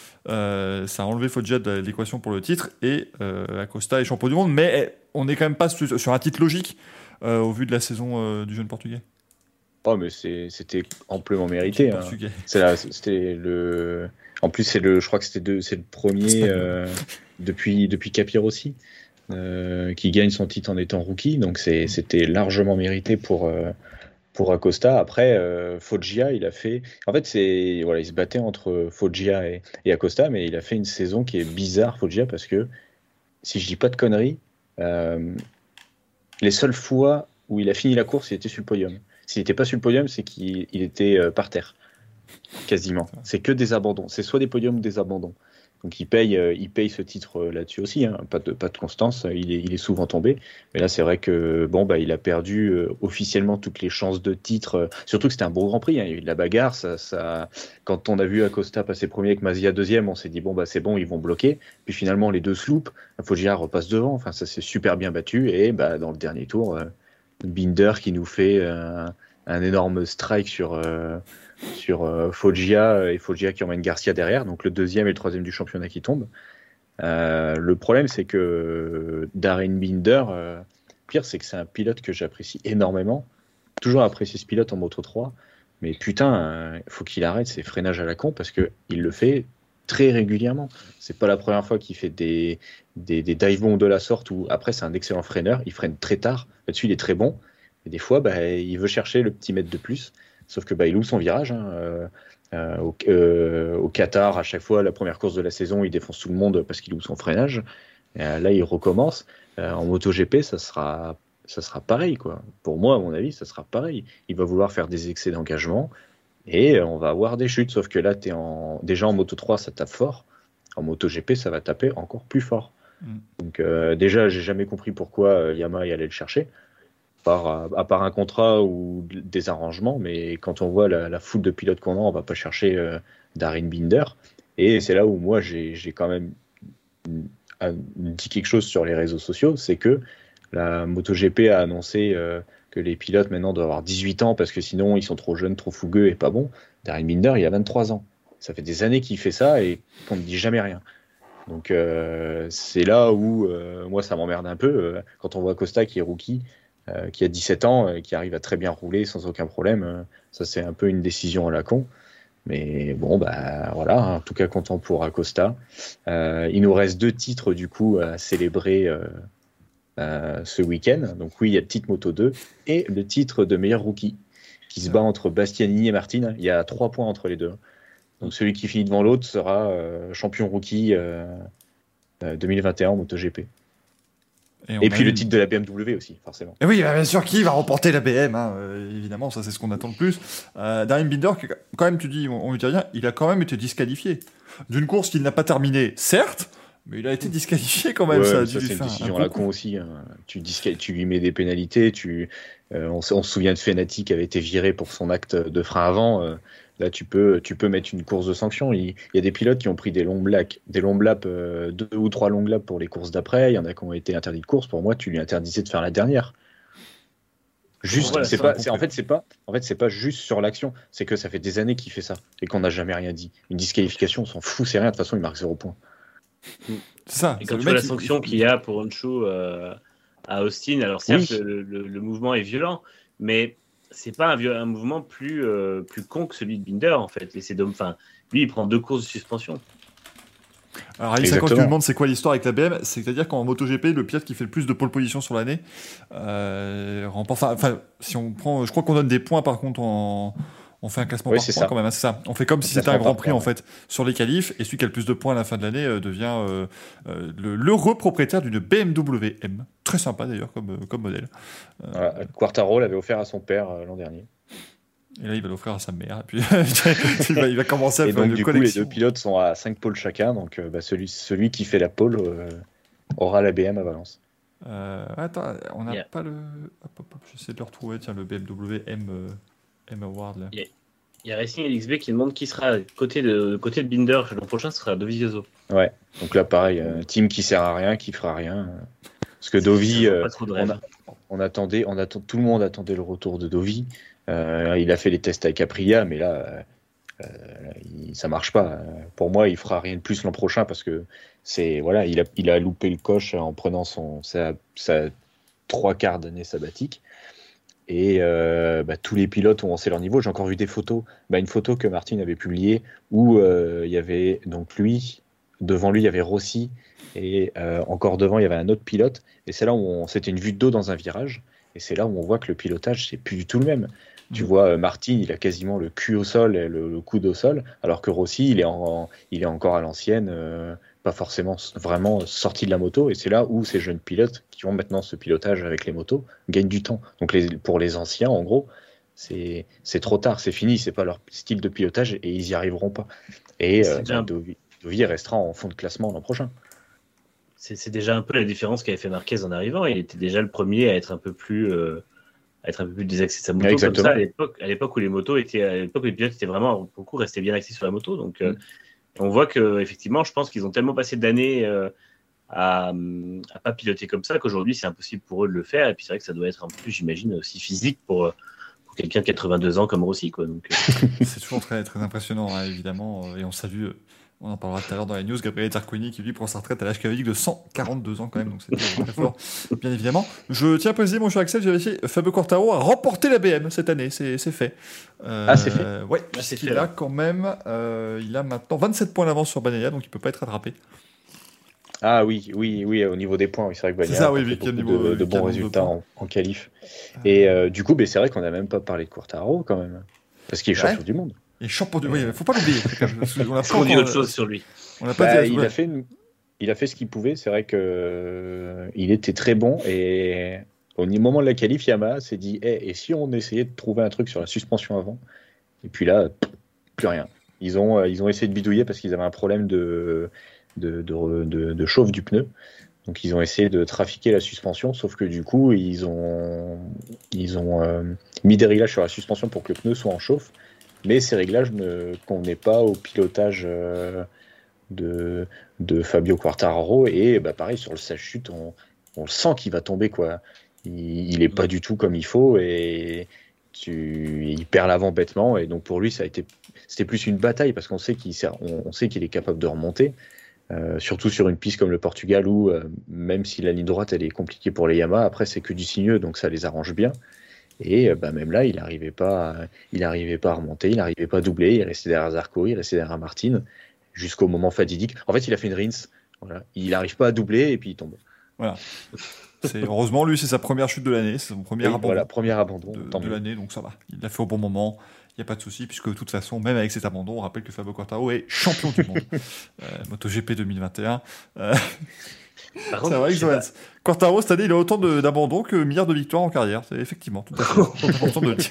euh, ça a enlevé Foggia de l'équation pour le titre. Et euh, Acosta est champion du monde. Mais on n'est quand même pas sur un titre logique. Euh, au vu de la saison euh, du jeune portugais. Oh, mais c'est, c'était amplement mérité. Hein. C'est la, c'était le... En plus, c'est le, je crois que c'était de, c'est le premier euh, depuis, depuis Capirossi euh, qui gagne son titre en étant rookie. Donc, c'est, c'était largement mérité pour, euh, pour Acosta. Après, euh, Foggia, il a fait. En fait, c'est, voilà, il se battait entre Foggia et, et Acosta, mais il a fait une saison qui est bizarre, Foggia, parce que si je dis pas de conneries, euh, les seules fois où il a fini la course, il était sur le podium. S'il n'était pas sur le podium, c'est qu'il il était euh, par terre, quasiment. C'est que des abandons. C'est soit des podiums ou des abandons. Donc il paye, euh, il paye ce titre euh, là-dessus aussi. Hein. Pas de, pas de constance. Il est, il est souvent tombé. Mais là, c'est vrai que bon, bah, il a perdu euh, officiellement toutes les chances de titre. Euh, surtout que c'était un beau Grand Prix. Hein. Il y a eu de la bagarre. Ça, ça... Quand on a vu Acosta passer premier avec Mazia deuxième, on s'est dit bon bah c'est bon, ils vont bloquer. Puis finalement, les deux se loupent. Foggia repasse devant. Enfin, ça s'est super bien battu. Et bah dans le dernier tour, euh, Binder qui nous fait euh, un énorme strike sur, euh, sur euh, Foggia, et Foggia qui emmène Garcia derrière, donc le deuxième et le troisième du championnat qui tombent. Euh, le problème, c'est que Darryn Binder, euh, pire, c'est que c'est un pilote que j'apprécie énormément. Toujours apprécié ce pilote en Moto trois, mais putain, euh, faut qu'il arrête ses freinages à la con parce que il le fait très régulièrement. C'est pas la première fois qu'il fait des, des, des dive bombs de la sorte où après c'est un excellent freineur, il freine très tard, là-dessus il est très bon, et des fois bah, il veut chercher le petit mètre de plus, sauf que bah, il loupe son virage. Hein. Euh, euh, au, euh, au Qatar, à chaque fois, la première course de la saison, il défonce tout le monde parce qu'il loupe son freinage. Et, euh, là, il recommence. Euh, en MotoGP, ça sera, ça sera pareil, quoi. Pour moi, à mon avis, ça sera pareil. Il va vouloir faire des excès d'engagement. Et on va avoir des chutes, sauf que là, t'es en... déjà en Moto trois, ça tape fort. En MotoGP, ça va taper encore plus fort. Mm. Donc euh, déjà, j'ai jamais compris pourquoi euh, Yamaha allait le chercher, par, à, à part un contrat ou des arrangements, mais quand on voit la, la foule de pilotes qu'on a, on va pas chercher euh, Darryn Binder. Et c'est là où moi, j'ai, j'ai quand même dit quelque chose sur les réseaux sociaux, c'est que la MotoGP a annoncé... Euh, que les pilotes maintenant doivent avoir dix-huit ans parce que sinon ils sont trop jeunes, trop fougueux et pas bons. Darryn Binder, il a vingt-trois ans. Ça fait des années qu'il fait ça et qu'on ne dit jamais rien. Donc euh, c'est là où euh, moi ça m'emmerde un peu euh, quand on voit Costa qui est rookie, euh, qui a dix-sept ans et qui arrive à très bien rouler sans aucun problème. Euh, ça c'est un peu une décision à la con. Mais bon, bah voilà, en tout cas content pour Acosta. Euh, il nous reste deux titres du coup à célébrer euh, Euh, ce week-end. Donc oui, il y a le titre Moto deux et le titre de meilleur rookie qui se bat entre Bastianini et Martin. Il y a trois points entre les deux. Donc celui qui finit devant l'autre sera euh, champion rookie euh, euh, deux mille vingt et un en MotoGP. Et, et puis le titre de la B M W aussi, forcément. Et oui, bah, bien sûr, qui va remporter la B M, hein, euh, évidemment, ça c'est ce qu'on attend le plus. Euh, Darryn Binder, quand même, tu dis, on, on lui dit rien, il a quand même été disqualifié d'une course qu'il n'a pas terminée, certes, mais il a été disqualifié quand même. Ouais, ça, a ça dû c'est une faire décision à la con aussi. Hein. Tu, disqual... tu lui mets des pénalités. Tu... Euh, on, on se souvient de Fenati qui avait été viré pour son acte de frein avant. Euh, là, tu peux, tu peux mettre une course de sanction. Il, il y a des pilotes qui ont pris des longues laps, des longues laps, euh, deux ou trois longues laps pour les courses d'après. Il y en a qui ont été interdits de course. Pour moi, tu lui interdisais de faire la dernière. Juste, voilà, c'est pas, c'est, en fait, c'est pas, en fait, c'est pas juste sur l'action. C'est que ça fait des années qu'il fait ça et qu'on n'a jamais rien dit. Une disqualification, on s'en fout, c'est rien. De toute façon, il marque zéro point. C'est ça. Et quand tu vois la qui... sanction qu'il y a pour Honshu euh, à Austin, alors certes oui. le, le, le mouvement est violent, mais c'est pas un, viol- un mouvement plus, euh, plus con que celui de Binder en fait. Et c'est de... enfin, lui il prend deux courses de suspension. Alors Alex, quand tu me demandes c'est quoi l'histoire avec la B M, c'est-à-dire qu'en MotoGP, le pilote qui fait le plus de pole position sur l'année euh, remporte. Enfin, si on prend, je crois qu'on donne des points par contre en. On fait un classement oui, par points quand même, hein, c'est ça. On fait comme un si c'était un Grand Prix point, en fait sur les qualifs, et celui qui a le plus de points à la fin de l'année euh, devient euh, euh, le, l'heureux propriétaire d'une B M W M. Très sympa d'ailleurs comme, euh, comme modèle. Euh, voilà, Quartaro l'avait offert à son père euh, l'an dernier. Et là, il va l'offrir à sa mère. Et puis, il, va, il va commencer à et faire donc, une du collection. coup, les deux pilotes sont à cinq pôles chacun. Donc, euh, bah, celui, celui qui fait la pole euh, aura la B M à Valence. Euh, attends, on n'a yeah. pas le. Hop, hop, hop, j'essaie de le retrouver. Tiens, le B M W M, euh, M Award. Là. Yeah. Il y a Racing L X B qui demande qui sera côté de, côté de Binder. L'an prochain, ce sera Dovizioso. Ouais, donc là, pareil, un euh, team qui sert à rien, qui fera rien. Parce que Dovi, euh, on, a, on attendait, on attend, tout le monde attendait le retour de Dovi. Euh, il a fait les tests avec Aprilia, mais là, euh, il, ça marche pas. Pour moi, il fera rien de plus l'an prochain parce que c'est voilà, il a, il a loupé le coche en prenant son sa, sa trois quarts d'année sabbatique. Et euh, bah, tous les pilotes ont lancé leur niveau. J'ai encore vu des photos. Bah, une photo que Martin avait publiée où euh, il y avait donc lui, devant lui il y avait Rossi et euh, encore devant il y avait un autre pilote. Et c'est là où on, c'était une vue de dos dans un virage. Et c'est là où on voit que le pilotage c'est plus du tout le même. Mmh. Tu vois, euh, Martin il a quasiment le cul au sol et le, le coude au sol, alors que Rossi il est, en, il est encore à l'ancienne. Euh, pas forcément vraiment sorti de la moto, et c'est là où ces jeunes pilotes qui ont maintenant ce pilotage avec les motos gagnent du temps. Donc les, pour les anciens, en gros, c'est, c'est trop tard, c'est fini, c'est pas leur style de pilotage et ils y arriveront pas. Et euh, bah, Dovi, Dovi restera en fond de classement l'an prochain. C'est, c'est déjà un peu la différence qu'avait fait Marquez en arrivant. Il était déjà le premier à être un peu plus, euh, à être un peu plus désaxé de sa moto. Exactement. Comme ça, à l'époque, à l'époque où les motos étaient, à l'époque où les pilotes étaient vraiment beaucoup restés bien axés sur la moto. Donc euh, mm. On voit que effectivement, je pense qu'ils ont tellement passé d'années euh, à ne pas piloter comme ça qu'aujourd'hui, c'est impossible pour eux de le faire. Et puis c'est vrai que ça doit être un peu plus, j'imagine, aussi physique pour, pour quelqu'un de quatre-vingt-deux ans comme Rossi, quoi. Donc, euh... c'est toujours très, très impressionnant, hein, évidemment. Et on salue, on en parlera tout à l'heure dans les news, Gabriele Zarquini qui lui prend sa retraite à l'âge canonique de cent quarante-deux ans quand même, donc c'est très fort, bien évidemment. Je tiens à préciser, mon cher Axel, j'ai vérifié, Fabio Quartararo a remporté la B M cette année, c'est, c'est fait. Euh, ah, c'est fait. Ouais, ah, parce c'est qu'il fait, a là. quand même, euh, il a maintenant vingt-sept points d'avance sur Bagnaia, donc il peut pas être rattrapé. Ah oui, oui, oui, au niveau des points, oui, c'est vrai que Bagnaia ça, a oui, fait oui, beaucoup niveau, de, de bons résultats en, en qualif. Et euh, du coup, bah, c'est vrai qu'on n'a même pas parlé de Quartararo quand même, parce qu'il est champion ouais. du monde. Il est champion du monde, il faut pas l'oublier. On a pas dit autre chose sur lui. On a pas bah, dit, il, ouais. a fait une... il a fait ce qu'il pouvait, c'est vrai que euh, il était très bon et au moment de la qualif, Yamaha s'est dit hey, et si on essayait de trouver un truc sur la suspension avant? Et puis là, plus rien. Ils ont, euh, ils ont essayé de bidouiller parce qu'ils avaient un problème de, de, de, de, de chauffe du pneu. Donc ils ont essayé de trafiquer la suspension, sauf que du coup, ils ont, ils ont euh, mis des réglages sur la suspension pour que le pneu soit en chauffe. Mais ces réglages ne convenaient pas au pilotage euh, de, de Fabio Quartararo. Et bah, pareil, sur le sa chute, on, on le sent qu'il va tomber, quoi. Il n'est pas du tout comme il faut et tu, il perd l'avant bêtement. Et donc pour lui, ça a été, c'était plus une bataille parce qu'on sait qu'il, on, on sait qu'il est capable de remonter. Euh, surtout sur une piste comme le Portugal où, euh, même si la ligne droite elle est compliquée pour les Yamaha, après c'est que du sinueux, donc ça les arrange bien. Et euh, bah, même là, il n'arrivait pas, il n'arrivait pas à remonter, il n'arrivait pas à doubler, il restait derrière Zarco, il restait derrière Martin, jusqu'au moment fatidique. En fait, il a fait une rinse, voilà. Il n'arrive pas à doubler et puis il tombe. Voilà. C'est, heureusement, lui, c'est sa première chute de l'année, c'est son premier oui, abandon, voilà, premier abandon de, de l'année, donc ça va. Il l'a fait au bon moment. Il n'y a pas de souci, puisque de toute façon, même avec cet abandon, on rappelle que Fabio Quartararo est champion du monde. euh, MotoGP deux mille vingt et un. Euh... Par contre, c'est vrai que Johan, Quartararo, cette année, il a autant de, d'abandons que milliards de victoires en carrière. C'est effectivement tout à fait important de le dire.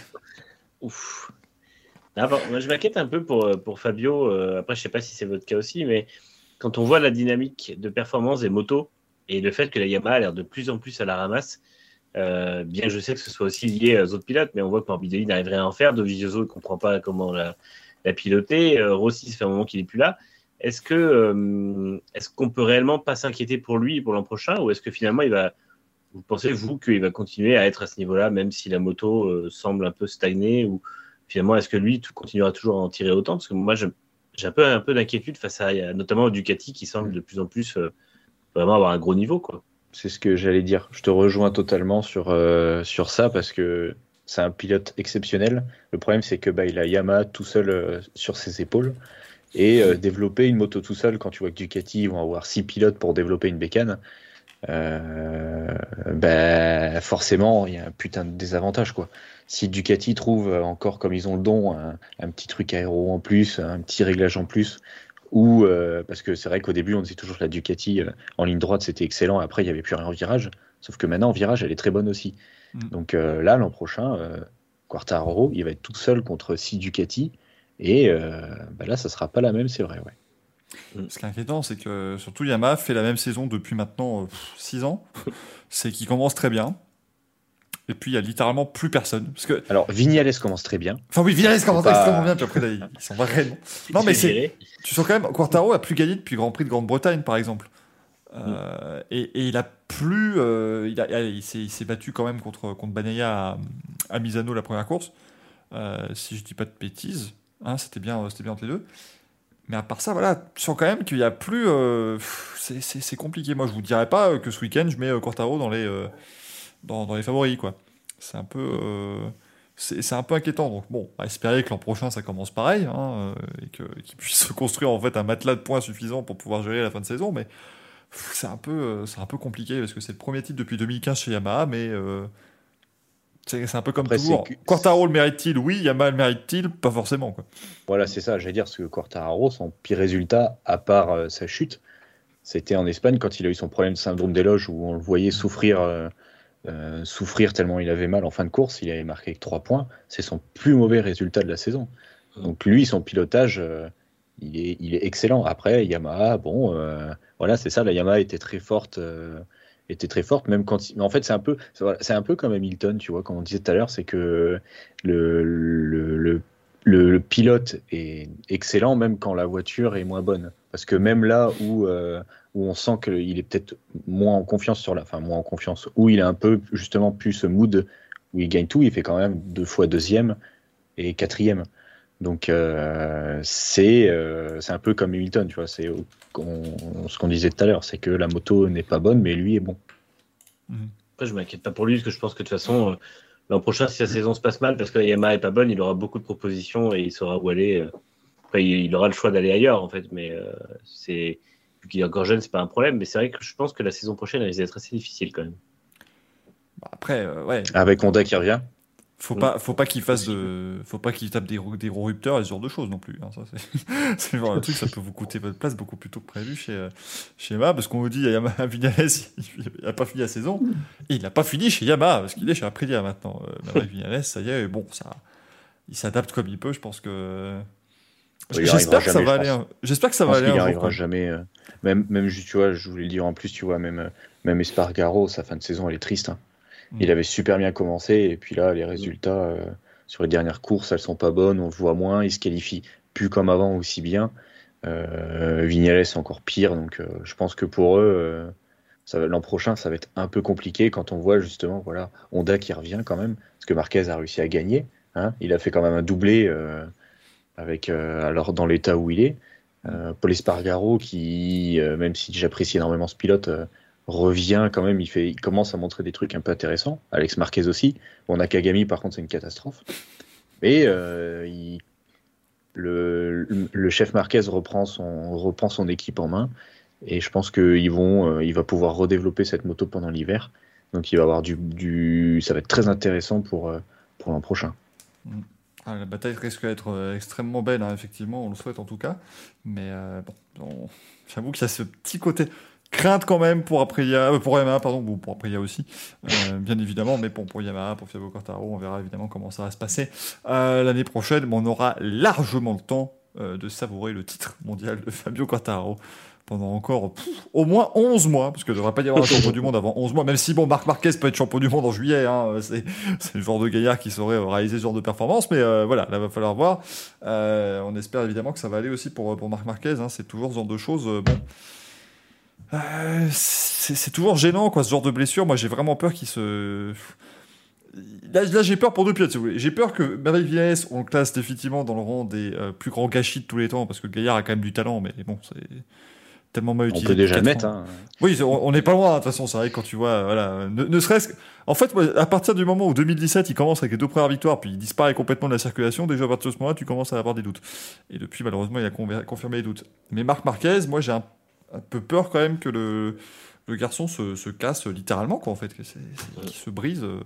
Ouf. Non, bon, moi, je m'inquiète un peu pour, pour Fabio. Euh, après, je ne sais pas si c'est votre cas aussi, mais quand on voit la dynamique de performance des motos et le fait que la Yamaha a l'air de plus en plus à la ramasse, Euh, bien je sais que ce soit aussi lié aux autres pilotes, mais on voit que Morbidelli n'arriverait à en faire. Dovizioso ne comprend pas comment la, la piloter. Euh, Rossi, ça fait un moment qu'il n'est plus là. Est-ce, que, euh, est-ce qu'on peut réellement pas s'inquiéter pour lui pour l'an prochain, ou est-ce que finalement, il va, vous pensez, vous, qu'il va continuer à être à ce niveau-là, même si la moto euh, semble un peu stagner, ou finalement, est-ce que lui continuera toujours à en tirer autant? Parce que moi, je, j'ai un peu, un peu d'inquiétude face à notamment au Ducati qui semble de plus en plus euh, vraiment avoir un gros niveau, quoi. C'est ce que j'allais dire. Je te rejoins totalement sur, euh, sur ça parce que c'est un pilote exceptionnel. Le problème, c'est que bah, il a Yamaha tout seul euh, sur ses épaules. Et euh, développer une moto tout seul, quand tu vois que Ducati ils vont avoir six pilotes pour développer une bécane, euh, bah, forcément, il y a un putain de désavantage, quoi. Si Ducati trouve encore, comme ils ont le don, un, un petit truc aéro en plus, un petit réglage en plus, ou euh, parce que c'est vrai qu'au début on disait toujours que la Ducati euh, en ligne droite c'était excellent, après il n'y avait plus rien en virage, sauf que maintenant en virage elle est très bonne aussi. Mm. Donc euh, là l'an prochain euh, Quartararo il va être tout seul contre six Ducati et euh, bah là ça sera pas la même, c'est vrai, ouais. Ce qui est inquiétant, c'est que surtout Yamaha fait la même saison depuis maintenant six ans, c'est qu'il commence très bien. Et puis il y a littéralement plus personne. Parce que... Alors Vignales commence très bien. Enfin oui, Vignales commence pas... extrêmement bien, puis après là, ils s'en va réellement. Non mais c'est... Tu sens quand même, Quartararo a plus gagné depuis le Grand Prix de Grande-Bretagne par exemple. Euh, mm. et, et il a plus... Euh, il, a, il, s'est, il s'est battu quand même contre, contre Bagnaia à, à Misano la première course. Euh, si je dis pas de bêtises. Hein, c'était, bien, c'était bien entre les deux. Mais à part ça, voilà, tu sens quand même qu'il y a plus... Euh, c'est, c'est, c'est compliqué. Moi je vous dirais pas que ce week-end je mets Quartararo dans les... Euh, Dans, dans les favoris, quoi. C'est un peu, euh, c'est, c'est un peu inquiétant. Donc bon, à espérer que l'an prochain ça commence pareil, hein, et que, qu'il puisse se construire en fait un matelas de points suffisant pour pouvoir gérer la fin de saison. Mais pff, c'est un peu, c'est un peu compliqué parce que c'est le premier titre depuis deux mille quinze chez Yamaha, mais euh, c'est, c'est un peu comme Après, toujours. Que... Quartararo le mérite-t-il? Oui. Yamaha le mérite-t-il? Pas forcément, quoi. Voilà, c'est ça. J'allais dire parce que Quartararo, son pire résultat, à part euh, sa chute, c'était en Espagne quand il a eu son problème de syndrome des loges où on le voyait souffrir. Euh, Euh, souffrir tellement il avait mal en fin de course, il avait marqué que trois points, c'est son plus mauvais résultat de la saison. Donc lui, son pilotage, euh, il, est, il est excellent. Après, Yamaha, bon, euh, voilà, c'est ça, la Yamaha était très forte, euh, était très forte, même quand... Mais en fait, c'est un peu, c'est un peu comme Hamilton, tu vois, comme on disait tout à l'heure, c'est que le, le, le, le, le pilote est excellent, même quand la voiture est moins bonne. Parce que même là où... Euh, où on sent qu'il est peut-être moins en confiance sur la, enfin moins en confiance, où il a un peu justement plus ce mood où il gagne tout, il fait quand même deux fois deuxième et quatrième. Donc euh, c'est euh, c'est un peu comme Hamilton, tu vois. C'est on, ce qu'on disait tout à l'heure, c'est que la moto n'est pas bonne, mais lui est bon. Après, je m'inquiète pas pour lui, parce que je pense que de toute façon, euh, l'an prochain, si sa saison se passe mal, parce que la Yamaha est pas bonne, il aura beaucoup de propositions et il saura où aller. Après, il, il aura le choix d'aller ailleurs, en fait, mais euh, c'est vu qu'il est encore jeune, c'est pas un problème. Mais c'est vrai que je pense que la saison prochaine, elle risque d'être assez difficile quand même. Après, euh, ouais. Avec Honda qui revient. Faut pas, faut pas qu'il fasse de, faut pas qu'il tape des, des gros rupteurs et ce genre de choses non plus. Hein, ça, c'est, c'est le genre de truc, ça peut vous coûter votre place beaucoup plus tôt que prévu chez, chez Yamaha, parce qu'on vous dit, Yamaha Vignales, il a pas fini la saison, et il n'a pas fini chez Yamaha, parce qu'il est chez Aprilia maintenant. Euh, Vignales, ça y est, bon, ça, il s'adapte comme il peut, je pense que. Il j'espère que jamais, ça va aller. J'espère que ça va aller. Il un arrivera jour, jamais. Euh, même, même, tu vois, je voulais le dire en plus, tu vois, même, même Espargaro, sa fin de saison, elle est triste. Hein. Il avait super bien commencé, et puis là, les résultats euh, sur les dernières courses, elles sont pas bonnes, on le voit moins, il se qualifie plus comme avant aussi bien. Euh, Vignales, c'est encore pire, donc euh, je pense que pour eux, euh, ça va, l'an prochain, ça va être un peu compliqué quand on voit justement, voilà, Honda qui revient quand même, parce que Marquez a réussi à gagner, hein, il a fait quand même un doublé euh, avec, euh, alors dans l'état où il est. Euh, Paul Espargaro, qui, euh, même si j'apprécie énormément ce pilote, euh, revient quand même, il, fait, il commence à montrer des trucs un peu intéressants. Alex Marquez aussi. Bon, Nakagami, par contre, c'est une catastrophe. Mais euh, il, le, le chef Marquez reprend son, reprend son équipe en main. Et je pense qu'il euh, il va pouvoir redévelopper cette moto pendant l'hiver. Donc il va avoir du, du, ça va être très intéressant pour, euh, pour l'an prochain. Mmh. Ah, la bataille risque d'être euh, extrêmement belle, hein, effectivement, on le souhaite en tout cas. Mais euh, bon, on... j'avoue qu'il y a ce petit côté crainte quand même pour Aprilia, euh, pour Yamaha, pardon, bon, pour Aprilia aussi, euh, bien évidemment, mais bon, pour Yamaha, pour Fabio Quartararo, on verra évidemment comment ça va se passer euh, l'année prochaine, mais on aura largement le temps euh, de savourer le titre mondial de Fabio Quartararo pendant encore pff, au moins onze mois, parce qu'il ne devrait pas y avoir un champion du monde avant onze mois, même si bon, Marc Marquez peut être champion du monde en juillet, hein, c'est, c'est le genre de gaillard qui saurait réaliser ce genre de performance, mais euh, voilà, là, il va falloir voir. Euh, on espère évidemment que ça va aller aussi pour, pour Marc Marquez, hein, c'est toujours ce genre de choses, euh, bon... Euh, c'est, c'est toujours gênant, quoi, ce genre de blessure. Moi, j'ai vraiment peur qu'il se... Là, là, j'ai peur pour deux pilotes, si vous voulez. J'ai peur que Maverick Vignales, on le classe définitivement dans le rang des euh, plus grands gâchis de tous les temps, parce que le gaillard a quand même du talent, mais bon, c'est tellement mal utilisé. On peut déjà le mettre. Hein. Oui, on n'est pas loin, de toute façon, c'est vrai, quand tu vois, voilà, ne, ne serait-ce que... En fait, moi, à partir du moment où deux mille dix-sept, il commence avec les deux premières victoires, puis il disparaît complètement de la circulation, déjà à partir de ce moment-là, tu commences à avoir des doutes. Et depuis, malheureusement, il a conver- confirmé les doutes. Mais Marc Marquez, moi, j'ai un un peu peur quand même que le, le garçon se, se casse littéralement, quoi, en fait, que c'est, c'est, qu'il se brise. Euh,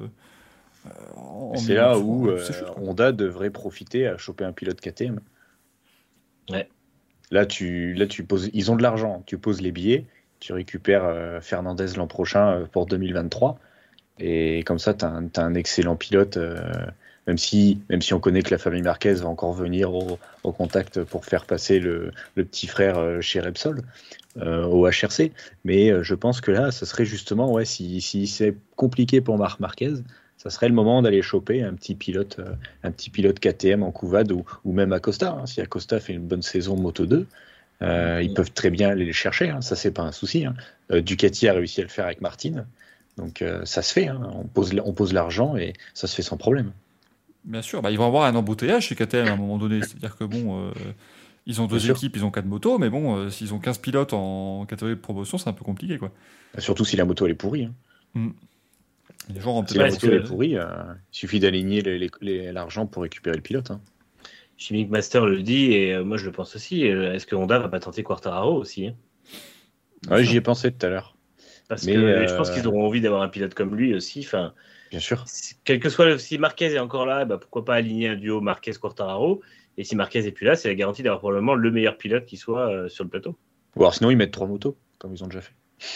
en c'est là où euh, chutes, Honda devrait profiter à choper un pilote K T M. Ouais. Là, tu, là, tu poses, ils ont de l'argent, tu poses les billets, tu récupères euh, Fernandez l'an prochain euh, pour deux mille vingt-trois, et comme ça, tu as un, un excellent pilote. Euh, Même si, même si on connaît que la famille Marquez va encore venir au, au contact pour faire passer le, le petit frère chez Repsol, euh, au H R C. Mais euh, je pense que là, ce serait justement, ouais, si, si c'est compliqué pour Marc Marquez, ça serait le moment d'aller choper un petit pilote, euh, un petit pilote K T M en Couvade ou, ou même Acosta. Hein. Si Acosta fait une bonne saison Moto deux, euh, ils peuvent très bien aller les chercher. Hein. Ça, c'est pas un souci. Hein. Euh, Ducati a réussi à le faire avec Martin. Donc euh, ça se fait. Hein. On pose, on pose l'argent et ça se fait sans problème. Bien sûr, bah, ils vont avoir un embouteillage chez K T M à un moment donné. C'est-à-dire que bon, euh, ils ont deux Bien équipes, sûr. Ils ont quatre motos, mais bon, euh, s'ils ont quinze pilotes en catégorie de promotion, c'est un peu compliqué, quoi. Surtout si la moto elle est pourrie. Hein. Mmh. Les gens si la moto elle est pourrie, euh, il suffit d'aligner les, les, les, l'argent pour récupérer le pilote. Hein. Chimique Master le dit, et euh, moi je le pense aussi. Est-ce que Honda va pas tenter Quartararo aussi, hein? Ouais, j'y ai pensé tout à l'heure. Parce mais que euh... je pense qu'ils auront envie d'avoir un pilote comme lui aussi. Enfin, bien sûr. Quel que soit, si Marquez est encore là, bah pourquoi pas aligner un duo Marquez-Quartararo. Et si Marquez est plus là, c'est la garantie d'avoir probablement le meilleur pilote qui soit euh, sur le plateau. Ou alors sinon ils mettent trois motos, comme ils ont déjà fait.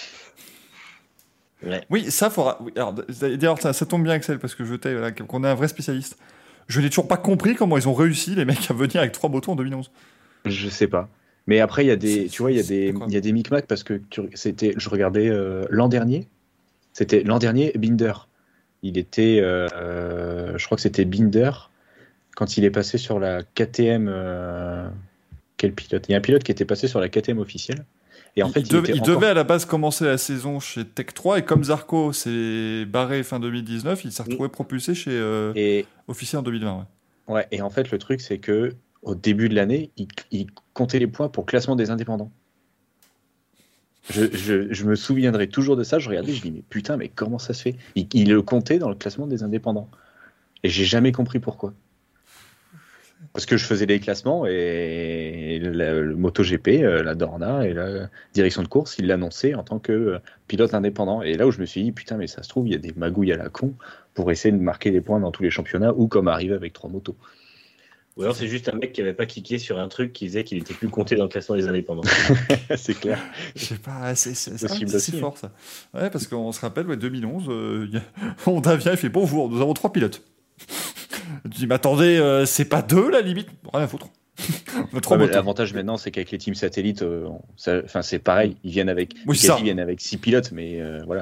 Ouais. Oui, ça faudra. Oui, alors, d'ailleurs, ça, ça tombe bien, Axel, parce que je t'ai voilà, qu'on est un vrai spécialiste. Je n'ai toujours pas compris comment ils ont réussi les mecs à venir avec trois motos en deux mille onze. Je sais pas. Mais après, il y a des, c'est, tu vois, il y a des, il y a des micmacs parce que tu, c'était, je regardais euh, l'an dernier. C'était l'an dernier, Binder. Il était, euh, je crois que c'était Binder quand il est passé sur la K T M. Euh, quel pilote ? Il y a un pilote qui était passé sur la K T M officielle Et en il, fait, il il, devait, était il encore... devait à la base commencer la saison chez Tech trois, et comme Zarco s'est barré fin deux mille dix-neuf, il s'est retrouvé propulsé chez euh, Et... Officier en deux mille vingt. Ouais. ouais, et en fait, le truc, c'est que au début de l'année, il, il comptait les points pour le classement des indépendants. Je, je, je me souviendrai toujours de ça. Je regardais, je dis mais putain, mais comment ça se fait? il, il le comptait dans le classement des indépendants. Et j'ai jamais compris pourquoi. Parce que je faisais les classements et le, le MotoGP, la Dorna et la direction de course, ils l'annonçaient en tant que pilote indépendant. Et là où je me suis dit putain, mais ça se trouve, il y a des magouilles à la con pour essayer de marquer des points dans tous les championnats ou comme arriver avec trois motos. Ou alors c'est juste un mec qui n'avait pas cliqué sur un truc qui disait qu'il était plus compté dans le classement des indépendants. C'est clair. Je sais pas, c'est, c'est, c'est, possible c'est, aussi, c'est fort ça. Ouais, parce qu'on se rappelle, ouais, deux mille onze, euh, y a... Honda vient et fait bonjour, nous avons trois pilotes. Tu dis, mais attendez, euh, c'est pas deux la limite? Rien à foutre. On a trois Ouais, motos. l'avantage maintenant, c'est qu'avec les teams satellites, euh, ça, c'est pareil, ils viennent avec, Oui, ils viennent avec six pilotes, mais euh, voilà.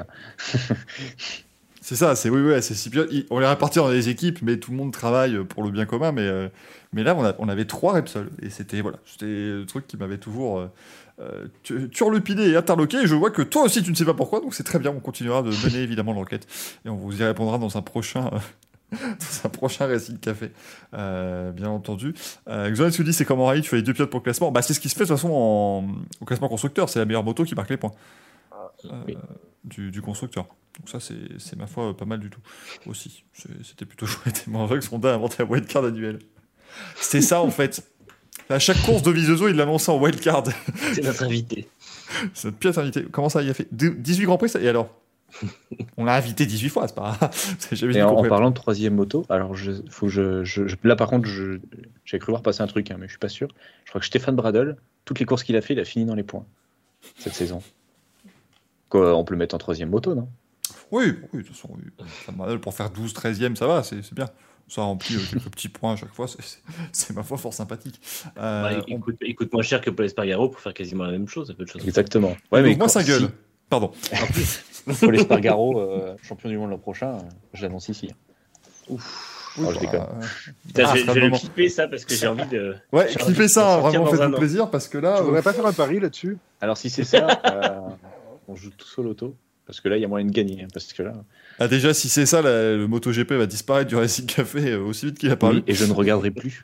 C'est ça, c'est oui, oui, c'est six pilotes. On les répartit dans des équipes, mais tout le monde travaille pour le bien commun. Mais, euh, mais là, on, a, on avait trois Repsol. Et c'était, voilà, c'était le truc qui m'avait toujours euh, turlupiné et interloqué. Et je vois que toi aussi, tu ne sais pas pourquoi. Donc c'est très bien, on continuera de mener évidemment l'enquête. Et on vous y répondra dans un prochain, euh, dans un prochain Racing Café, euh, bien entendu. Euh, Xoan se dit, c'est comme en rallye, tu fais les deux pilotes pour le classement. Bah, c'est ce qui se fait de toute façon en, au classement constructeur. C'est la meilleure moto qui marque les points. Euh, oui. du, du constructeur. Donc ça, c'est, c'est ma foi pas mal du tout aussi. C'est, c'était plutôt chouette. Et moi, Rex Honda a inventé la wildcard annuelle. C'était ça, en fait. À chaque course de Vizezo, il l'annonçait en wildcard. C'est notre invité. C'est notre pièce invité. Comment ça, il a fait dix-huit Grands Prix, ça... Et alors on l'a invité dix-huit fois, c'est pas c'est jamais Et en, en parlant de troisième moto, alors je, faut que je, je, je, là par contre, je, j'ai cru voir passer un truc, hein, mais je suis pas sûr. Je crois que Stéphane Bradl, toutes les courses qu'il a fait, il a fini dans les points cette saison. Quoi, on peut le mettre en troisième moto, non? Oui, oui, de toute façon, oui. Ça, pour faire douze treizième, ça va, c'est, c'est bien. Ça remplit euh, quelques petits points à chaque fois, c'est, c'est, c'est ma foi fort sympathique. Euh, bah, il, on... coûte, il coûte moins cher que Paul Espargaro pour faire quasiment la même chose. Un peu de choses. Exactement. Ouais, mais moi, ça gueule. Si... Pardon. Paul Espargaro, euh, champion du monde l'an prochain, euh, je l'annonce ici. Ouf. Oui, oh, bah, je déconne. Euh... Putain, ah, je, je vais le clipper ça parce que j'ai envie de. Ouais, clipper ça, hein, vraiment, faites-vous plaisir parce que là. Tu voudrais euh... pas faire un pari là-dessus? Alors, si c'est ça, euh, on joue tous au loto. Parce que là, il y a moyen de gagner. Hein, parce que là... ah, déjà, si c'est ça, la, le MotoGP va disparaître du Racing Café aussi vite qu'il a paru. Oui, et je ne regarderai plus.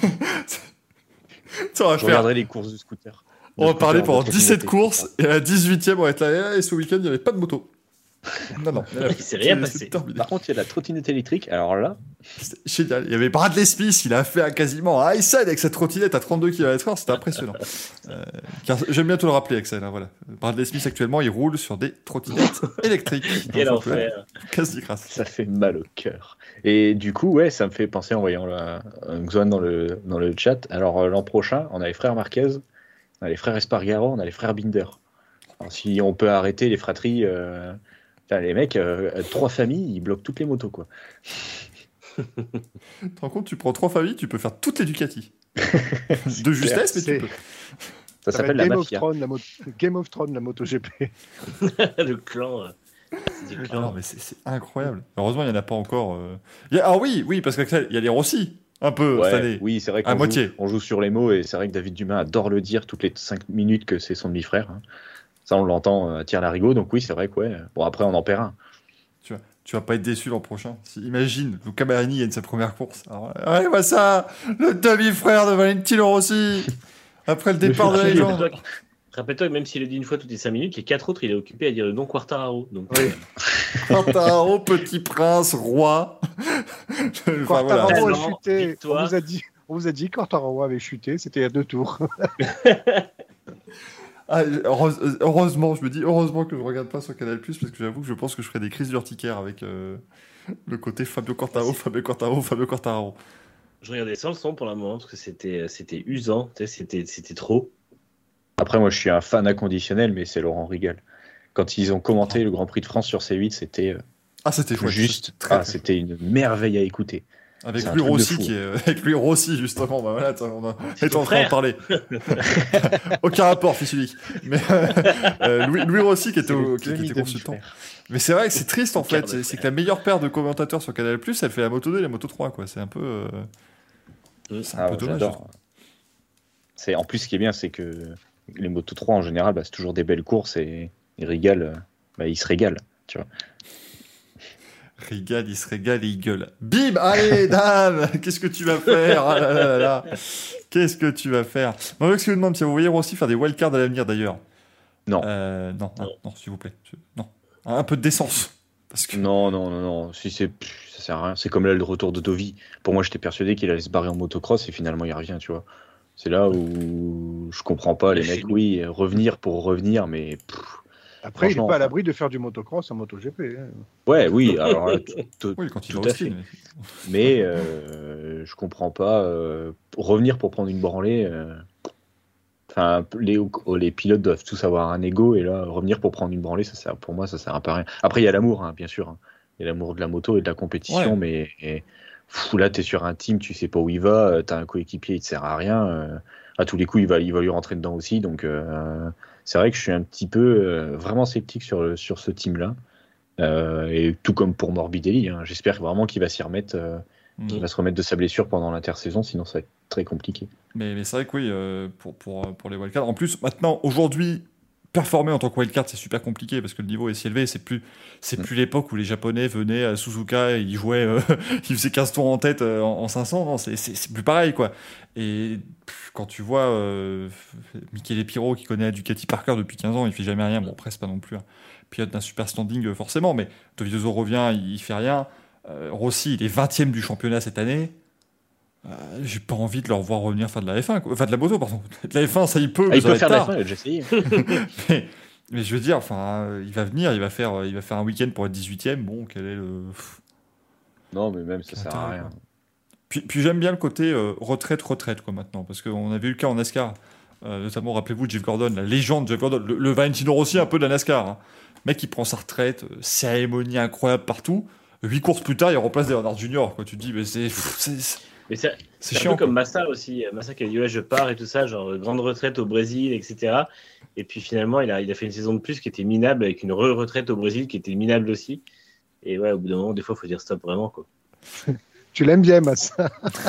Ça va je faire... regarderai les courses de scooter. On va parler pendant dix-sept courses, et à la dix-huitième, on va être là, et ce week-end, il n'y avait pas de moto. Non, non. Il s'est rien passé. Par contre, il y a la trottinette électrique. Alors là, c'était génial. Il y avait Bradley Smith, il a fait un quasiment un high side avec sa trottinette à trente-deux kilomètres heure, c'était impressionnant. euh, car j'aime bien te le rappeler, Axel. Hein, voilà. Bradley Smith, actuellement, il roule sur des trottinettes électriques. Quel enfer. Casse-crasse. Ça fait mal au cœur. Et du coup, ouais, ça me fait penser en voyant la Xoan dans le, dans le chat. Alors, euh, l'an prochain, on a les frères Marquez, on a les frères Espargaro, on a les frères Binder. Alors, si on peut arrêter les fratries. Euh, les mecs, euh, trois familles, ils bloquent toutes les motos, quoi. Tu te rends compte, tu prends trois familles, tu peux faire toutes les Ducati. De justesse, mais tu peux. Ça, ça s'appelle la Game mafia. Of Thrones, la mo- Game of Thrones, la MotoGP. Le clan. Euh... C'est ah non, mais c'est, c'est incroyable. Heureusement, il n'y en a pas encore. Euh... Il y a... Ah oui, oui, parce qu'il y a les Rossi, un peu, ouais, cette année. Oui, c'est vrai qu'on à joue, moitié. on joue sur les mots, et c'est vrai que David Dumas adore le dire toutes les cinq minutes que c'est son demi-frère. Hein. Ça, on l'entend à Tire-Larigot, donc oui, c'est vrai que ouais. Bon, après, on en perd un. Tu vas, tu vas pas être déçu l'an prochain. Si, imagine, Luca Marini gagne sa première course. Alors, ouais, bah ça, le demi-frère de Valentino Rossi, après le départ de la légende. Rappelle-toi que même s'il le dit une fois toutes les cinq minutes, les quatre autres, il est occupé à dire le nom Quartararo. Donc, oui. Quartararo, petit prince, roi. Quartararo enfin, voilà. a chuté. On vous a dit, on vous a dit Quartararo avait chuté, c'était à deux tours. Ah, heureusement, je me dis heureusement que je regarde pas sur Canal plus, parce que j'avoue que je pense que je ferais des crises d'urticaire avec euh, le côté Fabio Quartararo, Fabio Quartararo, Fabio Quartararo. Je regardais sans le son pour le moment parce que c'était, c'était usant, c'était, c'était trop. Après, moi, je suis un fan inconditionnel, mais c'est Laurent Rigal. Quand ils ont commenté oh. le Grand Prix de France sur C huit, c'était ah, c'était chouette, juste, c'était, très, ah, très c'était une merveille à écouter. Avec lui Rossi, qui est, avec lui Rossi justement, bah voilà, on a, est en train de parler. Aucun rapport, fils unique. Mais euh, Louis, Louis Rossi qui était, au, qui, qui était consultant. Mais c'est vrai que c'est triste en fait, c'est, c'est que la meilleure paire de commentateurs sur Canal plus, elle fait la Moto deux et la Moto trois, quoi. C'est un peu, euh, c'est un ah, peu dommage. C'est en plus ce qui est bien, c'est que les Moto trois en général, bah, c'est toujours des belles courses et ils régalent, bah, ils se régalent, tu vois. Régale, il se régale et il gueule. Bim, allez, dame, qu'est-ce que tu vas faire? Ah là là là là. Qu'est-ce que tu vas faire? Moi, je me demande si vous voyez aussi faire des wildcards à l'avenir d'ailleurs. Non. Euh, non, non, non, s'il vous plaît. Non. Un peu de décence. Parce que... Non, non, non, non. Si c'est, ça sert à rien. C'est comme là le retour de Dovi. Pour moi, j'étais persuadé qu'il allait se barrer en motocross et finalement il revient, tu vois. C'est là où je comprends pas les mecs. Oui, revenir pour revenir, mais. Pff, Après, il n'est pas à l'abri de faire du motocross en MotoGP. Hein. Ouais, oui. Alors là, tout, tout, oui, quand il tout à fait. Mais, mais euh, je comprends pas euh, revenir pour prendre une branlée. Euh... Enfin, les, les pilotes doivent tous avoir un ego et là, revenir pour prendre une branlée, ça sert, pour moi, ça sert un peu à rien. Après, il y a l'amour, hein, bien sûr. Hein. Il y a l'amour de la moto et de la compétition, ouais. mais et, pff, là, tu es sur un team, tu sais pas où il va, tu as un coéquipier, il te sert à rien. Euh, à tous les coups, il va, il va lui rentrer dedans aussi. Donc, euh, c'est vrai que je suis un petit peu euh, vraiment sceptique sur, sur ce team-là. Euh, et tout comme pour Morbidelli, hein, j'espère vraiment qu'il va s'y remettre. Euh, mmh. qu'il va se remettre de sa blessure pendant l'intersaison, sinon ça va être très compliqué. Mais, mais c'est vrai que oui, euh, pour, pour, pour les wildcards. En plus, maintenant, aujourd'hui, performer en tant que wildcard, c'est super compliqué parce que le niveau est si élevé. C'est plus, c'est mmh. plus l'époque où les Japonais venaient à Suzuka et ils jouaient, euh, ils faisaient quinze tours en tête euh, en, en cinq cents. Non, c'est, c'est, c'est plus pareil, quoi. Et pff, quand tu vois euh, Michele Pirro qui connaît Ducati par cœur depuis quinze ans, il fait jamais rien. Bon, après, c'est pas non plus un pilote d'un super standing, forcément, mais Dovizioso revient, il, il fait rien. Euh, Rossi, il est vingtième du championnat cette année. Euh, j'ai pas envie de le revoir revenir faire de la F un, quoi. Enfin de la moto, pardon. De la F un, ça il peut. Ah, il peut faire de la F un, il a déjà essayé. mais, mais je veux dire, enfin, euh, il va venir, il va faire, il va faire un week-end pour être dix-huitième. Bon, quel est le. Non, mais même ça sert à rien. Puis, puis j'aime bien le côté euh, retraite, retraite, quoi, maintenant, parce qu'on avait eu le cas en NASCAR, euh, notamment, rappelez-vous, Jeff Gordon, la légende Jeff Gordon, le, le Valentino Rossi un peu de la NASCAR. Hein. Le mec, il prend sa retraite, euh, cérémonie incroyable partout. Huit courses plus tard, il remplace Bernard Junior. Quoi. Tu te dis, mais c'est, c'est, c'est, mais c'est, c'est c'est chiant. Un peu comme Massa aussi. Massa qui a dit ouais, je pars et tout ça, genre grande retraite au Brésil, et cetera. Et puis finalement, il a, il a fait une saison de plus qui était minable avec une re-retraite au Brésil qui était minable aussi. Et ouais, au bout d'un moment, des fois, il faut dire stop vraiment. Quoi. Tu l'aimes bien, Massa.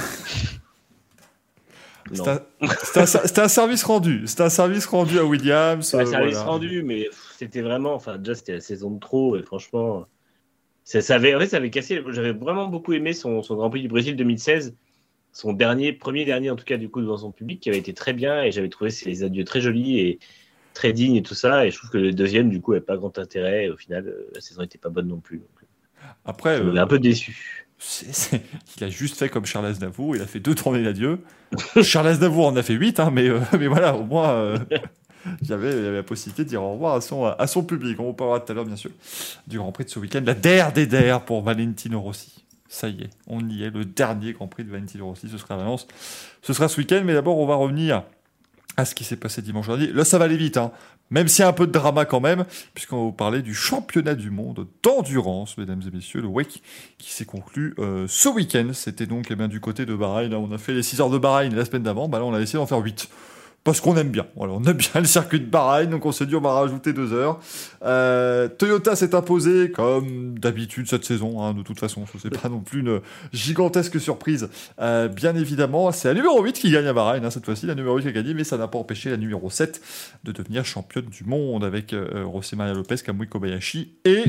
C'était un, c'était, un, c'était un service rendu. C'était un service rendu à Williams. C'est un euh, service voilà. rendu, mais pff, c'était vraiment. Enfin, déjà, c'était la saison de trop. Et franchement. Ça, ça avait, en fait, ça avait cassé. J'avais vraiment beaucoup aimé son, son Grand Prix du Brésil deux mille seize, son dernier, premier dernier en tout cas du coup devant son public, qui avait été très bien et j'avais trouvé ses adieux très jolis et très dignes et tout ça. Et je trouve que le deuxième du coup n'avait pas grand intérêt. Et au final, la saison n'était pas bonne non plus. Donc, après, ça m'avait euh, un peu déçu. C'est, c'est, il a juste fait comme Charles Aznavour. Il a fait deux tournées d'adieu. Charles Aznavour en a fait huit, hein, mais euh, mais voilà, au moins. Euh... Il y, avait, il y avait la possibilité de dire au revoir à son, à son public. On vous parlera tout à l'heure, bien sûr, du Grand Prix de ce week-end. La D R des D R pour Valentino Rossi. Ça y est, on y est. Le dernier Grand Prix de Valentino Rossi, ce sera à Valence. Ce sera ce week-end, mais d'abord, on va revenir à ce qui s'est passé dimanche dernier. Là, ça va aller vite, hein. Même s'il y a un peu de drama quand même, puisqu'on va vous parler du championnat du monde d'endurance, mesdames et messieurs, le W E C, qui s'est conclu euh, ce week-end. C'était donc eh bien, du côté de Bahreïn. Là, on a fait les six heures de Bahreïn la semaine d'avant. Bah, là, on a essayé d'en faire huit. Parce qu'on aime bien. Voilà, on aime bien le circuit de Bahreïn, donc on s'est dit on va rajouter deux heures. Euh, Toyota s'est imposé, comme d'habitude cette saison, hein, de toute façon. Ce n'est pas non plus une gigantesque surprise. Euh, bien évidemment, c'est la numéro huit qui gagne à Bahreïn, hein, cette fois-ci. La numéro huit qui a gagné, mais ça n'a pas empêché la numéro sept de devenir championne du monde avec euh, José Maria Lopez, Kamui Kobayashi et...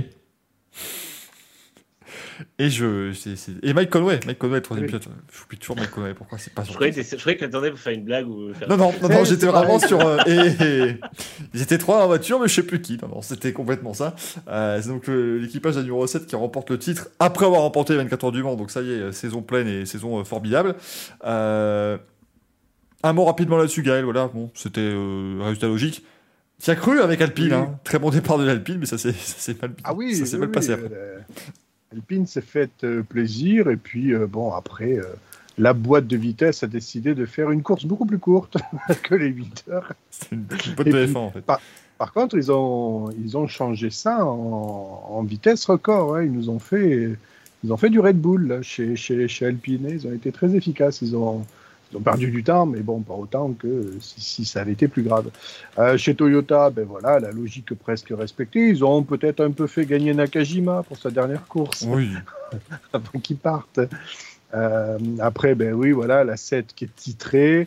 Et je, c'est, c'est... et Mike Conway, Mike Conway, troisième pilote. Je oublie toujours Mike Conway. Pourquoi c'est pas son. Je croyais, je croyais que t'attendais pour faire une blague ou faire. Non non non, non j'étais vraiment sur. Euh, et, et... Ils étaient trois dans la voiture, mais je sais plus qui. Non, non c'était complètement ça. Euh, c'est donc le, l'équipage de la numéro sept qui remporte le titre après avoir remporté les vingt-quatre heures du Mans. Donc ça y est, saison pleine et saison euh, formidable. Euh... Un mot rapidement là-dessus, Gaël. Voilà, bon, c'était euh, résultat logique. Tu as cru avec Alpine, oui. hein. Très bon départ de l'Alpine, mais ça s'est, ça s'est mal, ah oui, ça s'est oui, mal oui, passé euh, après. Alpine s'est fait euh, plaisir et puis euh, bon après euh, la boîte de vitesse a décidé de faire une course beaucoup plus courte que les huit heures. C'est une, une boîte de F un en fait. Par, par contre ils ont ils ont changé ça en, en vitesse record. Hein. Ils nous ont fait ils ont fait du Red Bull là, chez chez chez Alpine. Ils ont été très efficaces. Ils ont Ils ont perdu du temps, mais bon, pas autant que si, si ça avait été plus grave. Euh, chez Toyota, ben voilà, la logique presque respectée. Ils ont peut-être un peu fait gagner Nakajima pour sa dernière course, oui. avant qu'il parte. Euh, après, ben oui, voilà, la sept qui est titrée.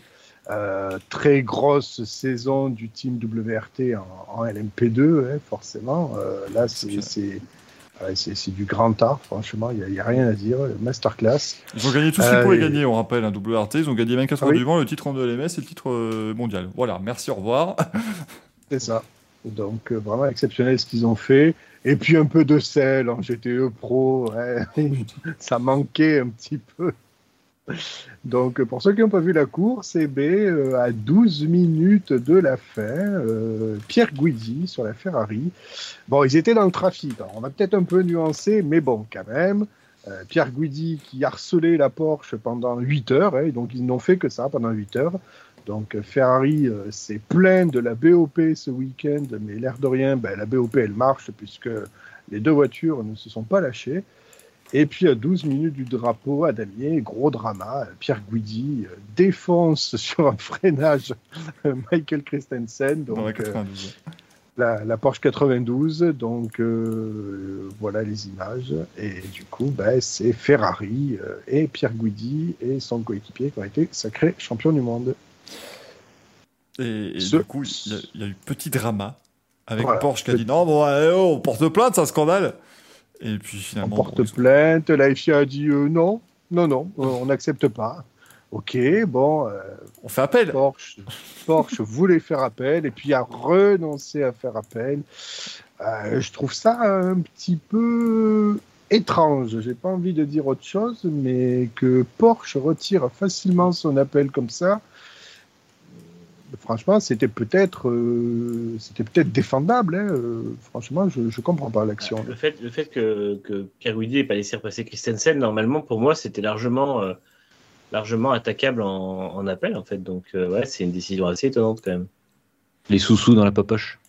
Euh, très grosse saison du team W R T en, en L M P deux, hein, forcément. Euh, là, c'est, c'est, ouais, c'est, c'est du grand art, franchement, il n'y a, a rien à dire. Masterclass. Ils ont gagné tout ce qu'ils Euh, pouvaient et- gagner, on rappelle, un W R T. Ils ont gagné vingt-quatre Ah heures oui. du vent, le titre en E L M S et le titre euh, mondial. Voilà, merci, au revoir. C'est ça. Donc, euh, vraiment exceptionnel ce qu'ils ont fait. Et puis, un peu de sel en G T E Pro. Ouais. Ça manquait un petit peu. Donc, pour ceux qui n'ont pas vu la course, eh bien, euh, à douze minutes de la fin, euh, Pierre Guidi sur la Ferrari. Bon, ils étaient dans le trafic. Alors, on va peut-être un peu nuancer, mais bon, quand même. Euh, Pierre Guidi qui harcelait la Porsche pendant huit heures. Hein, donc, ils n'ont fait que ça pendant huit heures. Donc, Ferrari euh, s'est plaint de la B O P ce week-end, mais l'air de rien, ben, la B O P, elle marche puisque les deux voitures ne se sont pas lâchées. Et puis, à douze minutes du drapeau à Damier, gros drama, Pierre Guidi euh, défonce sur un freinage euh, Michael Christensen, Dans la donc euh, quatre-vingt-douze. la, la Porsche quatre-vingt-douze. Donc, euh, voilà les images. Et du coup, ben, c'est Ferrari euh, et Pierre Guidi et son coéquipier qui ont été sacrés champions du monde. Et, et Ce- du coup, il y, a- il y a eu petit drama avec Voilà. Porsche qui a dit non, bon, allez, oh, on porte plainte, c'est un scandale. Et puis On finalement, porte bon, ils ont- plainte, la F I A a dit euh, non, non, non, euh, on n'accepte pas. Ok, bon, euh, on fait appel. Porsche, Porsche voulait faire appel et puis a renoncé à faire appel. Euh, je trouve ça un petit peu étrange. J'ai pas envie de dire autre chose, mais que Porsche retire facilement son appel comme ça. Franchement, c'était peut-être, euh, c'était peut-être défendable. Hein. Euh, franchement, je, je comprends pas l'action. Le fait, le fait que, que Pierre Guidi n'ait pas laissé repasser Christensen, normalement, pour moi, c'était largement, euh, largement attaquable en, en appel, en fait. Donc, euh, ouais, c'est une décision assez étonnante, quand même. Les sous-sous dans la popoche.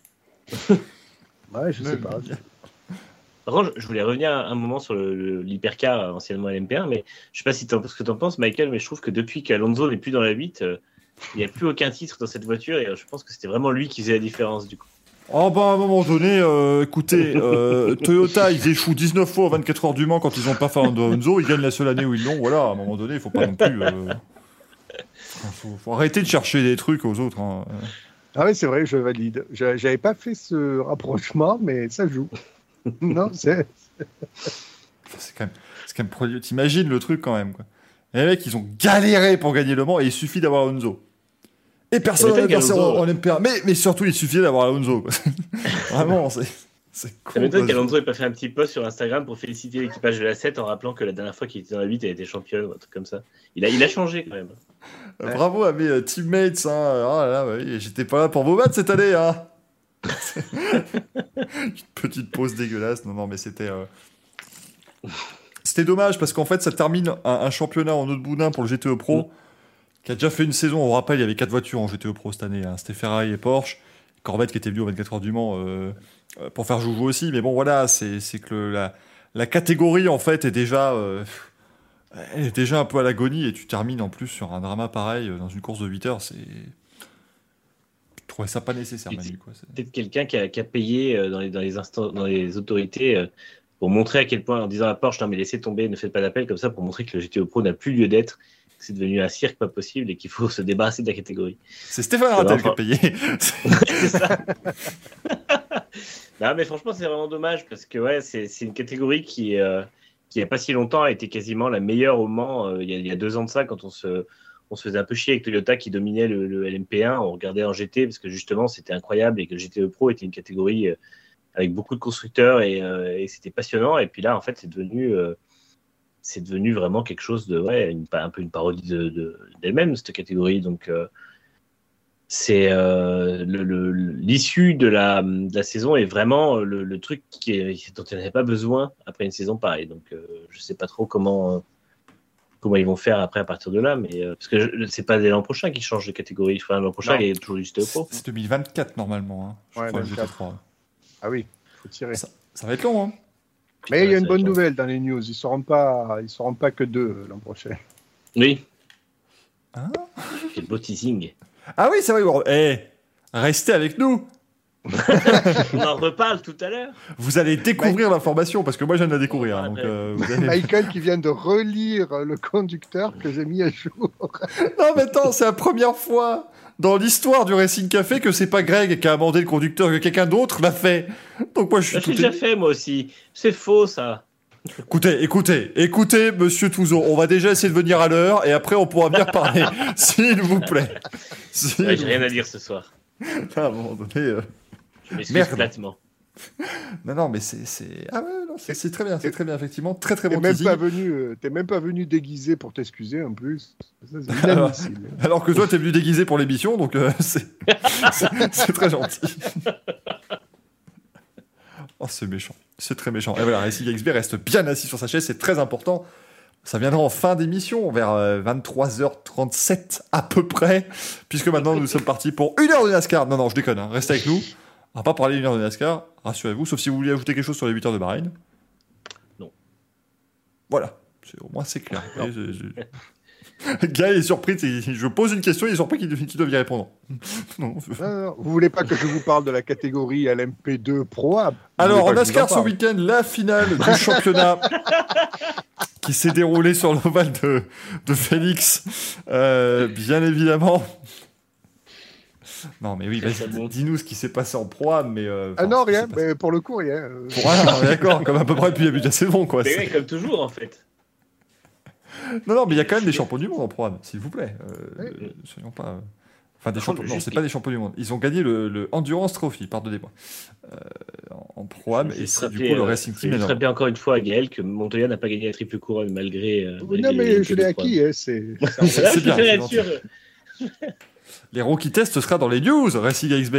Ouais, je sais Même. pas. Par contre, je voulais revenir un moment sur le- le- l'hypercar, anciennement L M P un, mais je sais pas si t'en- ce que tu en penses, Michael, mais je trouve que depuis qu'Alonso n'est plus dans la huit, euh, il n'y a plus aucun titre dans cette voiture, et euh, je pense que c'était vraiment lui qui faisait la différence, du coup. Oh, bah, à un moment donné, euh, écoutez, euh, Toyota, ils échouent dix-neuf fois aux vingt-quatre heures du Mans quand ils n'ont pas fait un Enzo, ils gagnent la seule année où ils l'ont, voilà, à un moment donné, il faut pas non plus. Euh... Faut, faut arrêter de chercher des trucs aux autres. Hein. Ah oui, c'est vrai, je valide. Je- J'avais pas fait ce rapprochement, mais ça joue. Non, c'est... C'est quand même, c'est quand même pro- t'imagines le truc quand même, quoi. Et les mecs, ils ont galéré pour gagner le Mans et il suffit d'avoir Alonso. Et personne Ça n'a m'étonne adversaire qu'Alonso- en M P un. Mais, mais surtout, il suffit d'avoir Alonso. Quoi. Vraiment, c'est, c'est con. Ça m'étonne quoi. qu'Alonso n'ait pas fait un petit post sur Instagram pour féliciter l'équipage de la sept en rappelant que la dernière fois qu'il était dans la huit, elle était championne ou un truc comme ça. Il a, il a changé quand même. Euh, Bravo à mes euh, teammates. Hein. Oh là là, bah oui, j'étais pas là pour vos maths cette année. Hein. Une petite pause dégueulasse. Non, non, mais c'était. euh, C'était dommage parce qu'en fait, ça termine un, un championnat en autre boudin pour le G T E Pro. Mm. Qui a déjà fait une saison, on rappelle, il y avait quatre voitures en G T E Pro cette année, hein. C'était Ferrari et Porsche, Corvette qui était venu aux vingt-quatre heures du Mans euh, euh, pour faire joujou aussi, mais bon voilà, c'est, c'est que le- la, la catégorie en fait est déjà, euh, elle est déjà un peu à l'agonie et tu termines en plus sur un drama pareil euh, dans une course de huit heures, c'est... Je trouvais ça pas nécessaire, Et Manu, quoi. C'est- Peut-être quelqu'un qui a, qui a payé euh, dans, les, dans, les instants, dans les autorités euh, pour montrer à quel point, en disant à Porsche, non mais laissez tomber, ne faites pas d'appel, comme ça, pour montrer que le G T E Pro n'a plus lieu d'être, que c'est devenu un cirque pas possible et qu'il faut se débarrasser de la catégorie. C'est Stéphane Rattel qui a enfin- payé. C'est ça. Non, mais franchement, c'est vraiment dommage parce que ouais, c'est, c'est une catégorie qui, euh, qui il n'y a pas si longtemps a été quasiment la meilleure au Mans. Euh, il, y a, il y a deux ans de ça, quand on se, on se faisait un peu chier avec Toyota qui dominait le, le L M P un, on regardait en G T parce que justement c'était incroyable et que le G T E Pro était une catégorie euh, avec beaucoup de constructeurs et, euh, et c'était passionnant. Et puis là, en fait, c'est devenu, euh, c'est devenu vraiment quelque chose de, ouais, une, un peu une parodie de, de, d'elle-même, cette catégorie. Donc, euh, c'est euh, le, le, l'issue de la, de la saison est vraiment le, le truc qui est, dont il n'y avait pas besoin après une saison pareille. Donc, euh, je ne sais pas trop comment, euh, comment ils vont faire après à partir de là, mais euh, parce que je, c'est pas dès l'an prochain qu'ils changent de catégorie. Enfin, l'an prochain, Non. il y a toujours du G T E Pro. C'est deux mille vingt-quatre normalement, hein, je Ouais, crois, le G T vingt-quatre. trois. Ah oui, faut tirer. Ça, ça va être long, hein. Mais il y a Ouais, une ça bonne va être nouvelle dans les news. Ils ne seront pas, ils seront pas que deux euh, l'an prochain. Oui. Hein Quel beau teasing. Ah oui, c'est vrai. bon, Eh, restez avec nous. On en reparle tout à l'heure. Vous allez découvrir l'information, parce que moi, je viens de la découvrir. Hein, donc, euh, vous allez... Michael qui vient de relire le conducteur que j'ai mis à jour. Non, mais attends, c'est la première fois dans l'histoire du Racing Café que c'est pas Greg qui a amendé le conducteur, que quelqu'un d'autre l'a fait. Donc moi, je suis Je tout l'ai déjà é- fait, moi aussi. C'est faux, ça. Écoutez, écoutez, écoutez, monsieur Touzeau, on va déjà essayer de venir à l'heure, et après, on pourra venir parler, s'il vous plaît. S'il Ouais, vous j'ai rien à dire ce soir. À un moment donné... euh, Je m'excuse Merde. platement. Non, non, mais c'est... c'est... Ah ouais, non, c'est, c'est très bien, c'est très bien, effectivement. Très, très T'es bon même teasing. pas venu, euh, t'es même pas venu déguisé pour t'excuser en plus. Ça, c'est Alors, inadmissible. alors que toi, t'es venu déguisé pour l'émission, donc euh, c'est... c'est... c'est très gentil. Oh, c'est méchant. C'est très méchant. Et voilà, Racing X B reste bien assis sur sa chaise, c'est très important. Ça viendra en fin d'émission, vers euh, vingt-trois heures trente-sept à peu près, puisque maintenant nous sommes partis pour une heure de NASCAR. Non, non, je déconne, hein. Restez avec nous. On va pas parler d'une heure de NASCAR, rassurez-vous, sauf si vous voulez ajouter quelque chose sur les huit heures de Bahreïn. Non. Voilà, c'est, au moins c'est clair. Et je- je- Gaël est surpris, c'est- je pose une question, il est surpris qu'il, qu'il doive y répondre. Non, je- Non, non, vous voulez pas que je vous parle de la catégorie L M P deux Pro A? Vous Alors, en voulez pas que je vous en NASCAR ce parle? week-end, la finale du championnat qui s'est déroulée sur l'ovale de, de Félix, euh, bien évidemment. Non, mais oui, C'est vas-y, ça, bon. dis-nous ce qui s'est passé en pro. Mais, euh, Ah enfin, non, ce qui rien, s'est passé- mais pour le coup, rien. euh, Pour rien, on est d'accord, comme à peu près depuis le début de la saison, quoi. Mais C'est- ouais, comme toujours, en fait. Non, non, mais il y a quand même des champions du monde en pro, s'il vous plaît. Euh, Oui. euh, soyons pas. euh, Enfin, des Par champions. contre, Non, juste c'est pas des champions du monde. Ils ont gagné le, le Endurance Trophy, pardonnez-moi. Euh, en en pro-am, et c'est du coup le Racing Team. Je énorme. rappelle encore une fois à Gaël que Montoya n'a pas gagné la triple couronne malgré. euh, malgré Non, mais les- je l'ai les- acquis, hein, c'est... Là, C'est je bien, préfère c'est être gentil. sûr. Les rookie tests sera dans les news, Racing X B.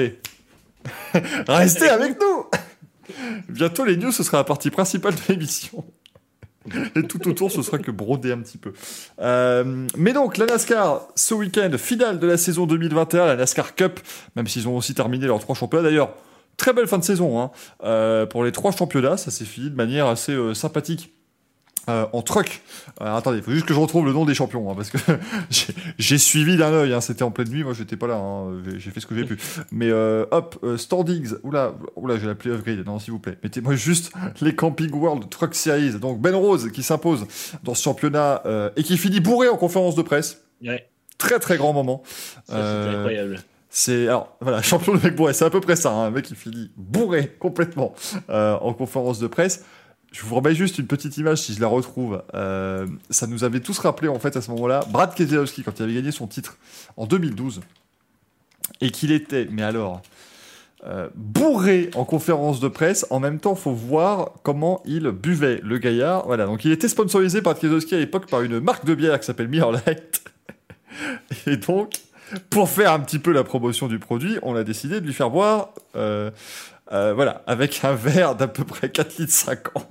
Restez avec nous. Bientôt, les news, ce sera la partie principale de l'émission. Et tout autour, ce sera que broder un petit peu. Euh, mais donc, la NASCAR, ce week-end, finale de la saison deux mille vingt et un, la NASCAR Cup, même s'ils ont aussi terminé leurs trois championnats. D'ailleurs, très belle fin de saison hein. euh, pour les trois championnats. Ça s'est fini de manière assez euh, sympathique. Euh, en truck. Alors, attendez, il faut juste que je retrouve le nom des champions, hein, parce que j'ai, j'ai suivi d'un œil, hein, c'était en pleine nuit, moi j'étais pas là, hein, j'ai, j'ai fait ce que j'ai pu. Mais euh, hop, euh, standings, oula, oula, j'ai la playoff grid, non s'il vous plaît, mettez-moi juste les Camping World Truck Series. Donc Ben Rose qui s'impose dans ce championnat euh, et qui finit bourré en conférence de presse. Ouais, Très très grand moment. ça c'était Euh, incroyable. C'est alors voilà, champion de mec bourré, c'est à peu près ça, hein, un mec qui finit bourré complètement euh, en conférence de presse. Je vous remets juste une petite image si je la retrouve. Euh, ça nous avait tous rappelé en fait à ce moment-là Brad Keselowski quand il avait gagné son titre en deux mille douze et qu'il était, mais alors euh, bourré en conférence de presse. En même temps, faut voir comment il buvait le gaillard. Voilà, donc il était sponsorisé par Keselowski à l'époque par une marque de bière qui s'appelle Miller Lite. Et donc, pour faire un petit peu la promotion du produit, on a décidé de lui faire boire. Euh, Euh, voilà, avec un verre d'à peu près quatre litres cinquante.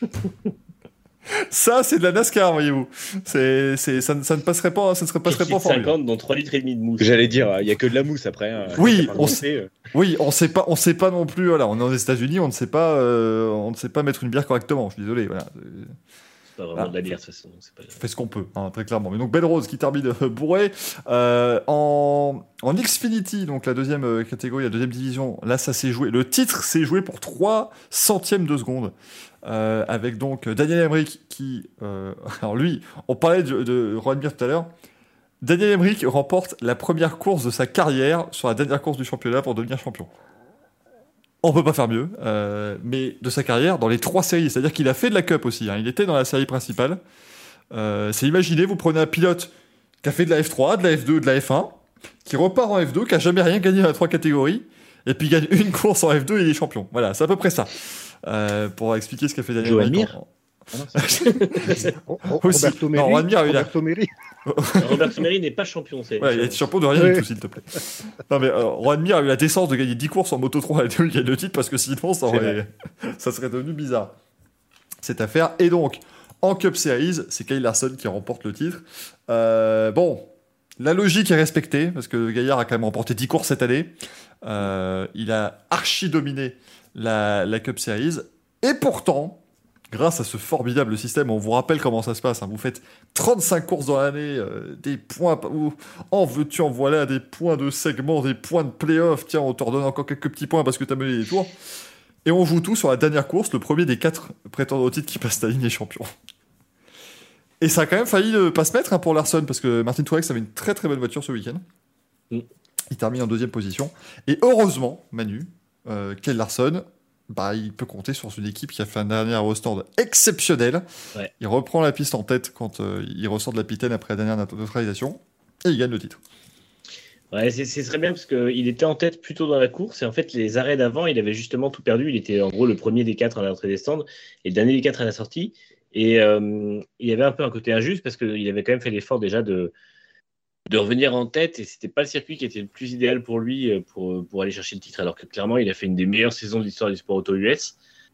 Ça, c'est de la NASCAR, voyez-vous. C'est, c'est, ça, ne- ça ne passerait pas, ça ne serait passerait pas en Formule un. cinquante, dont trois litres et demi de mousse. J'allais dire, il y a que de la mousse après. hein. Oui, Par on le sait- côté, euh. Oui, on sait pas, on sait pas non plus. Voilà, on est aux États-Unis, on ne sait pas, euh, on ne sait pas mettre une bière correctement. Je suis désolé. Voilà, C'est pas vraiment Ah. de la bière, de toute façon. C'est pas... on fait ce qu'on peut, hein, très clairement. Mais donc Ben Rose qui termine euh, bourré euh, en en Xfinity, donc la deuxième euh, catégorie, la deuxième division. Là, ça s'est joué. Le titre s'est joué pour trois centièmes de seconde. Euh, avec donc Daniel Emmerich qui, euh, alors lui, on parlait de, de Rohan Mir tout à l'heure. Daniel Emmerich remporte la première course de sa carrière sur la dernière course du championnat pour devenir champion. On peut pas faire mieux, euh, mais de sa carrière dans les trois séries, c'est-à-dire qu'il a fait de la Cup aussi. Hein, il était dans la série principale. Euh, c'est imaginez, vous prenez un pilote qui a fait de la F trois, de la F deux, de la F un, qui repart en F deux, qui a jamais rien gagné dans les trois catégories, et puis gagne une course en F deux et il est champion. Voilà, c'est à peu près ça. Euh, pour expliquer ce qu'a fait Daniel Johan Emmerich Mir en- Ah non, c'est- Ro- Ro- Aussi. Roberto Non, Meri, Rohan Mir, il a- Roberto Meri. Robert Meri n'est pas champion. C'est... Ouais, il a été champion de rien Ouais. du tout, s'il te plaît. Non, mais euh, Rohan Mir a eu la décence de gagner dix courses en Moto trois et il gagne le titre parce que sinon, ça, aurait... ça serait devenu bizarre. Cette affaire. Et donc, en Cup Series, c'est Kyle Larson qui remporte le titre. Euh, bon, la logique est respectée parce que Gaillard a quand même remporté dix courses cette année. Euh, il a archi dominé la, la Cup Series. Et pourtant, grâce à ce formidable système, on vous rappelle comment ça se passe. Hein. Vous faites trente-cinq courses dans l'année, euh, des points, ou en veux-tu, en voilà, des points de segment, des points de play-off. Tiens, on te redonne encore quelques petits points parce que t'as mené les tours. Et on joue tout sur la dernière course, le premier des quatre prétendants au titre qui passe la Ligue des Champions. Et ça a quand même failli ne pas se mettre hein, pour Larson, parce que Martin Truex avait une très très bonne voiture ce week-end. Mm. Il termine en deuxième position. Et heureusement, Manu, euh, Kyle Larson, bah, il peut compter sur une équipe qui a fait un dernier aérostand exceptionnel. Ouais. Il reprend la piste en tête quand euh, il ressort de la pitaine après la dernière neutralisation, et il gagne le titre. Ouais, c'est, c'est très bien parce qu'il était en tête plus tôt dans la course et en fait les arrêts d'avant il avait justement tout perdu, il était en gros le premier des quatre à l'entrée des stands et le dernier des quatre à la sortie et euh, il y avait un peu un côté injuste parce qu'il avait quand même fait l'effort déjà de, de revenir en tête et c'était pas le circuit qui était le plus idéal pour lui pour, pour aller chercher le titre alors que clairement il a fait une des meilleures saisons de l'histoire du sport auto U S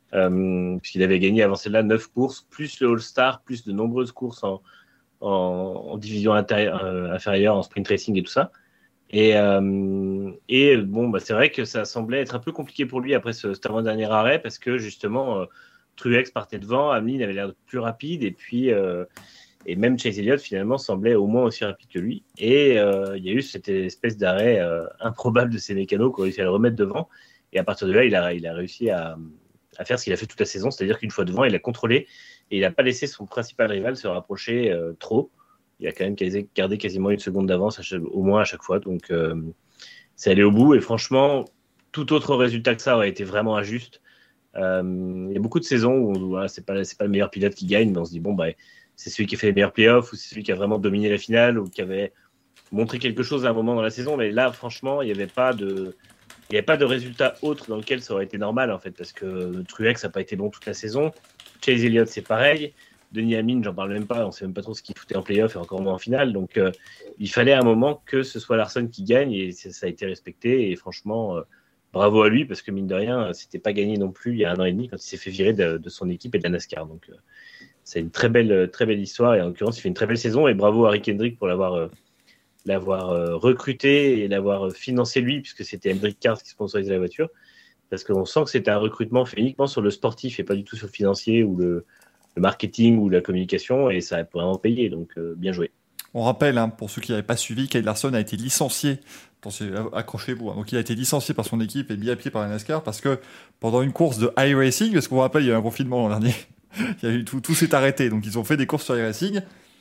euh, puisqu'il avait gagné avant celle-là neuf courses plus le All-Star plus de nombreuses courses en, en, en division intérieure, euh, inférieure en sprint racing et tout ça. Et, euh, et bon, bah, c'est vrai que ça semblait être un peu compliqué pour lui après ce, cet avant-dernier arrêt parce que justement, euh, Truex partait devant, Hamlin avait l'air plus rapide et puis euh, et même Chase Elliott finalement semblait au moins aussi rapide que lui. Et euh, il y a eu cette espèce d'arrêt euh, improbable de ces mécanos qui ont réussi à le remettre devant. Et à partir de là, il a, il a réussi à, à faire ce qu'il a fait toute la saison, c'est-à-dire qu'une fois devant, il a contrôlé et il n'a pas laissé son principal rival se rapprocher euh, trop. Il a quand même gardé quasiment une seconde d'avance au moins à chaque fois. Donc, euh, c'est allé au bout. Et franchement, tout autre résultat que ça aurait été vraiment injuste. Euh, il y a beaucoup de saisons où voilà, c'est pas, c'est pas le meilleur pilote qui gagne, mais on se dit, bon, bah, c'est celui qui a fait les meilleurs playoffs ou c'est celui qui a vraiment dominé la finale ou qui avait montré quelque chose à un moment dans la saison. Mais là, franchement, il n'y avait pas de... Il n'y avait pas de résultat autre dans lequel ça aurait été normal, en fait, parce que Truex n'a pas été bon toute la saison. Chase Elliott, c'est pareil. Denis Hamlin, j'en parle même pas, on sait même pas trop ce qu'il foutait en play-off et encore moins en finale. Donc, euh, il fallait à un moment que ce soit Larson qui gagne et ça a été respecté. Et franchement, euh, bravo à lui parce que mine de rien, c'était pas gagné non plus il y a un an et demi quand il s'est fait virer de, de son équipe et de la NASCAR. Donc, euh, c'est une très belle, très belle histoire et en l'occurrence, il fait une très belle saison. Et bravo à Rick Hendrick pour l'avoir, euh, l'avoir euh, recruté et l'avoir financé lui puisque c'était Hendrick Cars qui sponsorisait la voiture. Parce qu'on sent que c'était un recrutement fait uniquement sur le sportif et pas du tout sur le financier ou le le marketing ou la communication, et ça a vraiment payé, donc euh, bien joué. On rappelle, hein, pour ceux qui n'avaient pas suivi, Kyle Larson a été licencié, accrochez-vous, hein, donc il a été licencié par son équipe et mis à pied par la NASCAR, parce que pendant une course de iRacing, parce qu'on vous rappelle, il y a eu un confinement l'an dernier, il y a eu tout, tout s'est arrêté, donc ils ont fait des courses sur iRacing,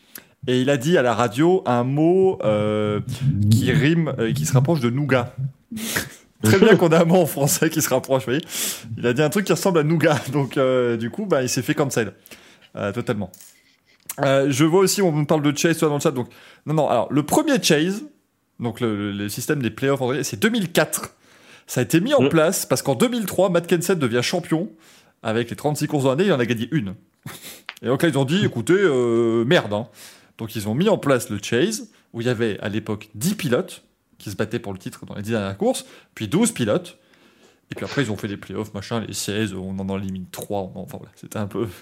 et il a dit à la radio un mot euh, qui rime, euh, qui se rapproche de nougat. Très bien qu'on a un mot en français qui se rapproche, vous voyez. Il a dit un truc qui ressemble à nougat, donc euh, du coup, bah, il s'est fait cancel. Euh, totalement. Euh, je vois aussi, on me parle de Chase toi, dans le chat. Donc, non, non. Alors, le premier Chase, donc le, le, le système des playoffs, c'est deux mille quatre. Ça a été mis en mmh. place parce qu'en deux mille trois, Matt Kenseth devient champion avec les trente-six courses de l'année. Il en a gagné une. Et donc là, ils ont dit, écoutez, euh, merde. Hein. Donc, ils ont mis en place le Chase où il y avait à l'époque dix pilotes qui se battaient pour le titre dans les dix dernières courses, puis douze pilotes. Et puis après, ils ont fait les playoffs, machin, les seize, on en élimine trois. On en... Enfin voilà, c'était un peu.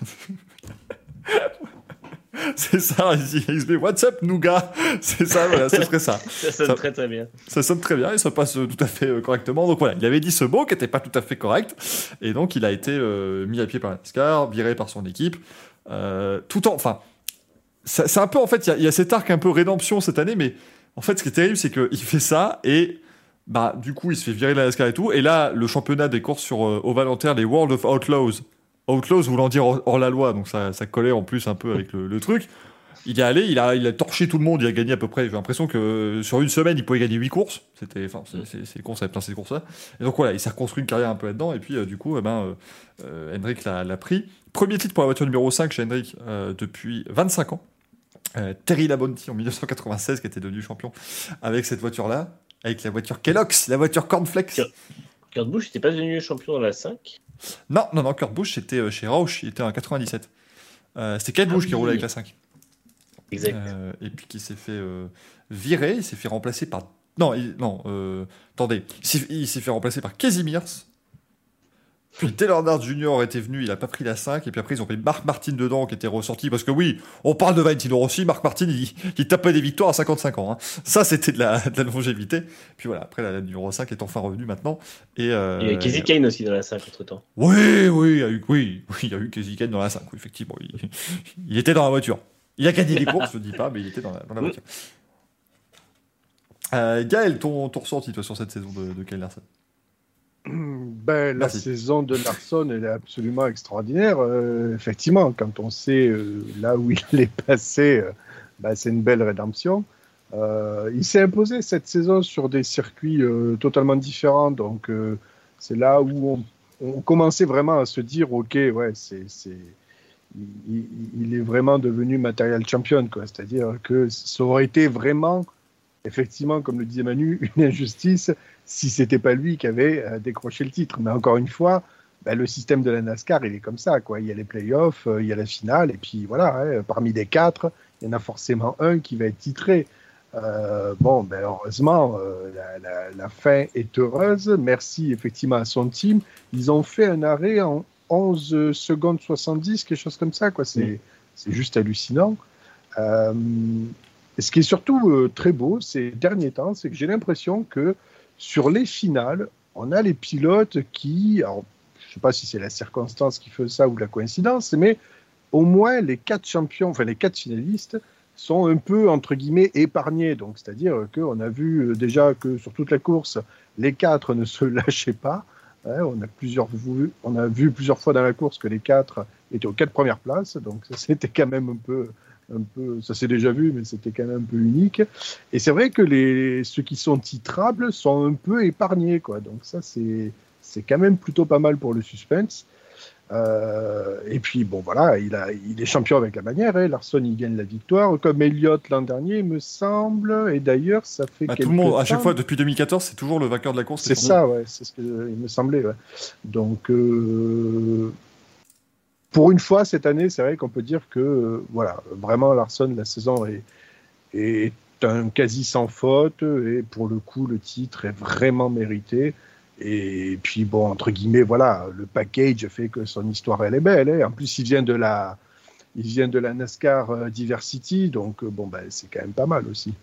C'est ça, ici, X B, what's up, Nougat? C'est ça, voilà, ce serait ça. Ça sonne ça, très très bien. Ça sonne très bien et ça passe tout à fait euh, correctement. Donc voilà, il avait dit ce mot qui n'était pas tout à fait correct. Et donc, il a été euh, mis à pied par la NASCAR, viré par son équipe. Euh, tout en. Enfin, c'est, c'est un peu, en fait, il y, y a cet arc un peu rédemption cette année, mais en fait, ce qui est terrible, c'est qu'il fait ça et. Bah, du coup, il se fait virer de la NASCAR et tout. Et là, le championnat des courses sur euh, Oval Inter, les World of Outlaws, Outlaws voulant dire hors, hors la loi, donc ça, ça collait en plus un peu avec le, le truc. Il est allé, il a, il a torché tout le monde, il a gagné à peu près. J'ai l'impression que euh, sur une semaine, il pouvait gagner huit courses. C'était, enfin, c'est, c'est, c'est con, ça avait plein ces courses-là. Et donc voilà, il s'est reconstruit une carrière un peu là-dedans. Et puis, euh, du coup, eh ben, euh, euh, Hendrick l'a, l'a pris. Premier titre pour la voiture numéro cinq chez Hendrick euh, depuis vingt-cinq ans. Euh, Terry Labonte en dix-neuf cent quatre-vingt-seize qui était devenu champion avec cette voiture-là. Avec la voiture Kellogg's, la voiture Cornflakes. Kurt Busch n'était pas devenu champion dans la cinq? Non, non, non, Kurt Busch c'était chez Roush, il était en quatre-vingt-dix-sept. Euh, c'était Kyle ah Busch oui. qui roulait avec la cinq. Exact. Euh, et puis qui s'est fait euh, virer, il s'est fait remplacer par. Non, il... non, euh... attendez, il s'est... il s'est fait remplacer par Casey Mears. Puis Dale Earnhardt Junior était venu, il a pas pris la cinq, et puis après ils ont pris Marc Martin dedans qui était ressorti, parce que oui, on parle de Valentino Rossi, Marc Martin il, il tapait des victoires à cinquante-cinq ans. Hein. Ça c'était de la, de la longévité. Puis voilà, après la, la numéro cinq est enfin revenue maintenant. Et euh, il y a Casey Kane aussi dans la cinq entre temps. Oui, oui, il y a eu, oui, oui, il y a eu Casey Kane dans la cinq, oui, effectivement. Il, il était dans la voiture. Il a gagné les courses, je ne dis pas, mais il était dans la, dans la voiture. Euh, Gaël, ton, ton ressenti toi, sur cette saison de, de Kyle Larson? Ben, la Merci. saison de Larson, elle est absolument extraordinaire. Euh, effectivement, quand on sait euh, là où il est passé, euh, ben, c'est une belle rédemption. Euh, il s'est imposé cette saison sur des circuits euh, totalement différents. Donc, euh, c'est là où on, on commençait vraiment à se dire, OK, ouais, c'est, c'est, il, il est vraiment devenu material champion, quoi. C'est-à-dire que ça aurait été vraiment, effectivement, comme le disait Manu, une injustice si c'était pas lui qui avait euh, décroché le titre. Mais encore une fois, ben, le système de la NASCAR, il est comme ça, quoi. Il y a les playoffs, euh, il y a la finale, et puis voilà, hein, parmi les quatre, il y en a forcément un qui va être titré. Euh, bon, ben, heureusement, euh, la, la, la fin est heureuse. Merci effectivement à son team. Ils ont fait un arrêt en onze secondes soixante-dix, quelque chose comme ça, quoi. C'est, mmh. c'est juste hallucinant. Euh, ce qui est surtout euh, très beau ces derniers temps, c'est que j'ai l'impression que sur les finales, on a les pilotes qui, alors, je ne sais pas si c'est la circonstance qui fait ça ou la coïncidence, mais au moins les quatre champions, enfin les quatre finalistes, sont un peu, entre guillemets, épargnés. Donc, c'est-à-dire qu'on a vu déjà que sur toute la course, les quatre ne se lâchaient pas. Hein, on, a plusieurs, on a vu plusieurs fois dans la course que les quatre étaient aux quatre premières places. Donc, ça, c'était quand même un peu... Un peu, ça s'est déjà vu, mais c'était quand même un peu unique. Et c'est vrai que les, ceux qui sont titrables sont un peu épargnés, quoi. Donc ça, c'est, c'est quand même plutôt pas mal pour le suspense. Euh, et puis, bon, voilà, il, a, il est champion avec la manière. Hein. Larson, il gagne la victoire, comme Elliott l'an dernier, il me semble. Et d'ailleurs, ça fait bah, quelques tout le monde, temps... à chaque fois, depuis deux mille quatorze, c'est toujours le vainqueur de la course. C'est ça, ouais, c'est ce qu'il me semblait. Ouais. Donc... Euh... Pour une fois, cette année, c'est vrai qu'on peut dire que, euh, voilà, vraiment, Larson, la saison est, est un quasi sans faute, et pour le coup, le titre est vraiment mérité. Et puis, bon, entre guillemets, voilà, le package fait que son histoire, elle est belle. Hein. En plus, il vient de la, il vient de la NASCAR Diversity, donc, bon, ben, c'est quand même pas mal aussi.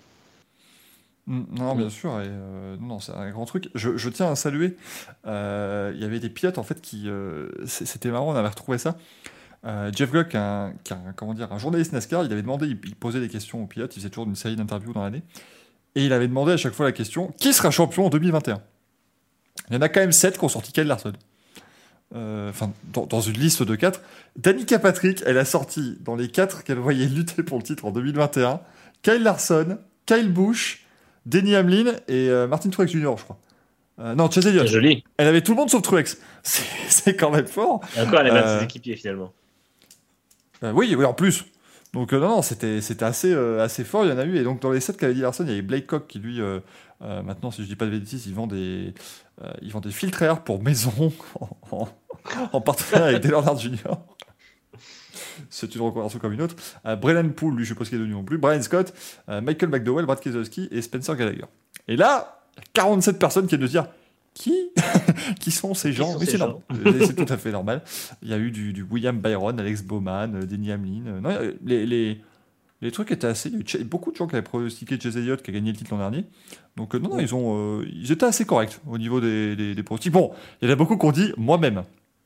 Non, bien sûr, et euh, non, c'est un grand truc. Je, je tiens à saluer. Euh, il y avait des pilotes en fait qui, euh, c'était marrant, on avait retrouvé ça. Euh, Jeff Gluck, un, un, comment dire, un journaliste NASCAR, il avait demandé, il, il posait des questions aux pilotes, il faisait toujours une série d'interviews dans l'année, et il avait demandé à chaque fois la question qui sera champion en deux mille vingt et un. Il y en a quand même sept qui ont sorti Kyle Larson. Enfin, euh, dans, dans une liste de quatre. Danica Patrick, elle a sorti dans les quatre qu'elle voyait lutter pour le titre en deux mille vingt et un, Kyle Larson, Kyle Busch, Denny Hamlin et euh, Martin Truex Junior, je crois. Euh, non, Chase Elliott. C'est joli. Elle avait tout le monde sauf Truex. C'est, c'est quand même fort. Et encore, elle avait euh, ses équipiers finalement. Euh, oui, oui, en plus. Donc euh, non, non, c'était, c'était assez, euh, assez fort. Il y en a eu. Et donc dans les sept qu'avait dit Larson, il y avait Blake Koch qui lui, euh, euh, maintenant, si je dis pas de bêtises, il vend des, euh, il vend des filtres à air pour maison en, en, en partenariat avec Dale Earnhardt Junior C'est une recommandation comme une autre. Euh, Brennan Poole, lui, je sais pas ce qu'il est devenu non plus. Brian Scott, euh, Michael McDowell, Brad Keselowski et Spencer Gallagher. Et là, quarante-sept personnes qui viennent de se dire qui qui sont ces gens. sont Mais ces c'est gens normal. C'est tout à fait normal. Il y a eu du, du William Byron, Alex Bowman, euh, Denny Hamlin. Euh, non, les, les, les trucs étaient assez. Il y a eu beaucoup de gens qui avaient pronostiqué Chase Elliott qui a gagné le titre l'an dernier. Donc euh, non, non, ils ont, euh, ils étaient assez corrects au niveau des, des, des pronostics. Bon, il y en a beaucoup qui ont dit moi-même.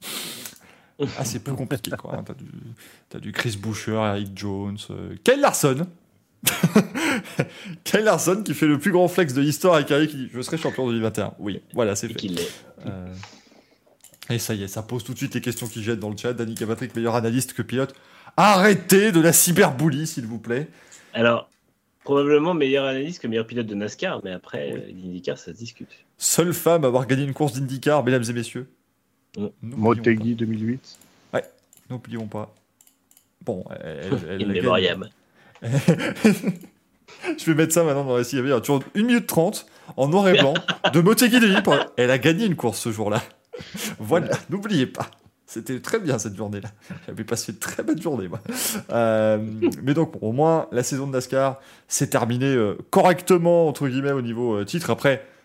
Ah, c'est plus compliqué, quoi. T'as du, t'as du Chris Buescher, Eric Jones, euh, Kyle Larson. Kyle Larson qui fait le plus grand flex de l'histoire avec Harry qui dit je serai champion en deux mille vingt et un. Oui, voilà, c'est et fait. Qu'il l'est. Euh, et ça y est, ça pose tout de suite les questions qui jettent dans le chat. Danica Patrick, meilleur analyste que pilote. Arrêtez de la cyberbully, s'il vous plaît. Alors, probablement meilleur analyste que meilleur pilote de NASCAR, mais après, oui. l'IndyCar, ça se discute. Seule femme à avoir gagné une course d'IndyCar, mesdames et messieurs. Mm. Motegi deux mille huit. Ouais, n'oublions pas. Bon, elle, elle, Il mémoriam. Je vais mettre ça maintenant dans la C V. Il y a toujours une minute trente en noir et blanc de Motegi de Libre. Elle a gagné une course ce jour-là. Voilà, n'oubliez pas. C'était très bien cette journée-là. J'avais passé une très bonne journée, moi. Euh, mais donc, bon, au moins, la saison de NASCAR s'est terminée euh, correctement, entre guillemets, au niveau euh, titre. Après,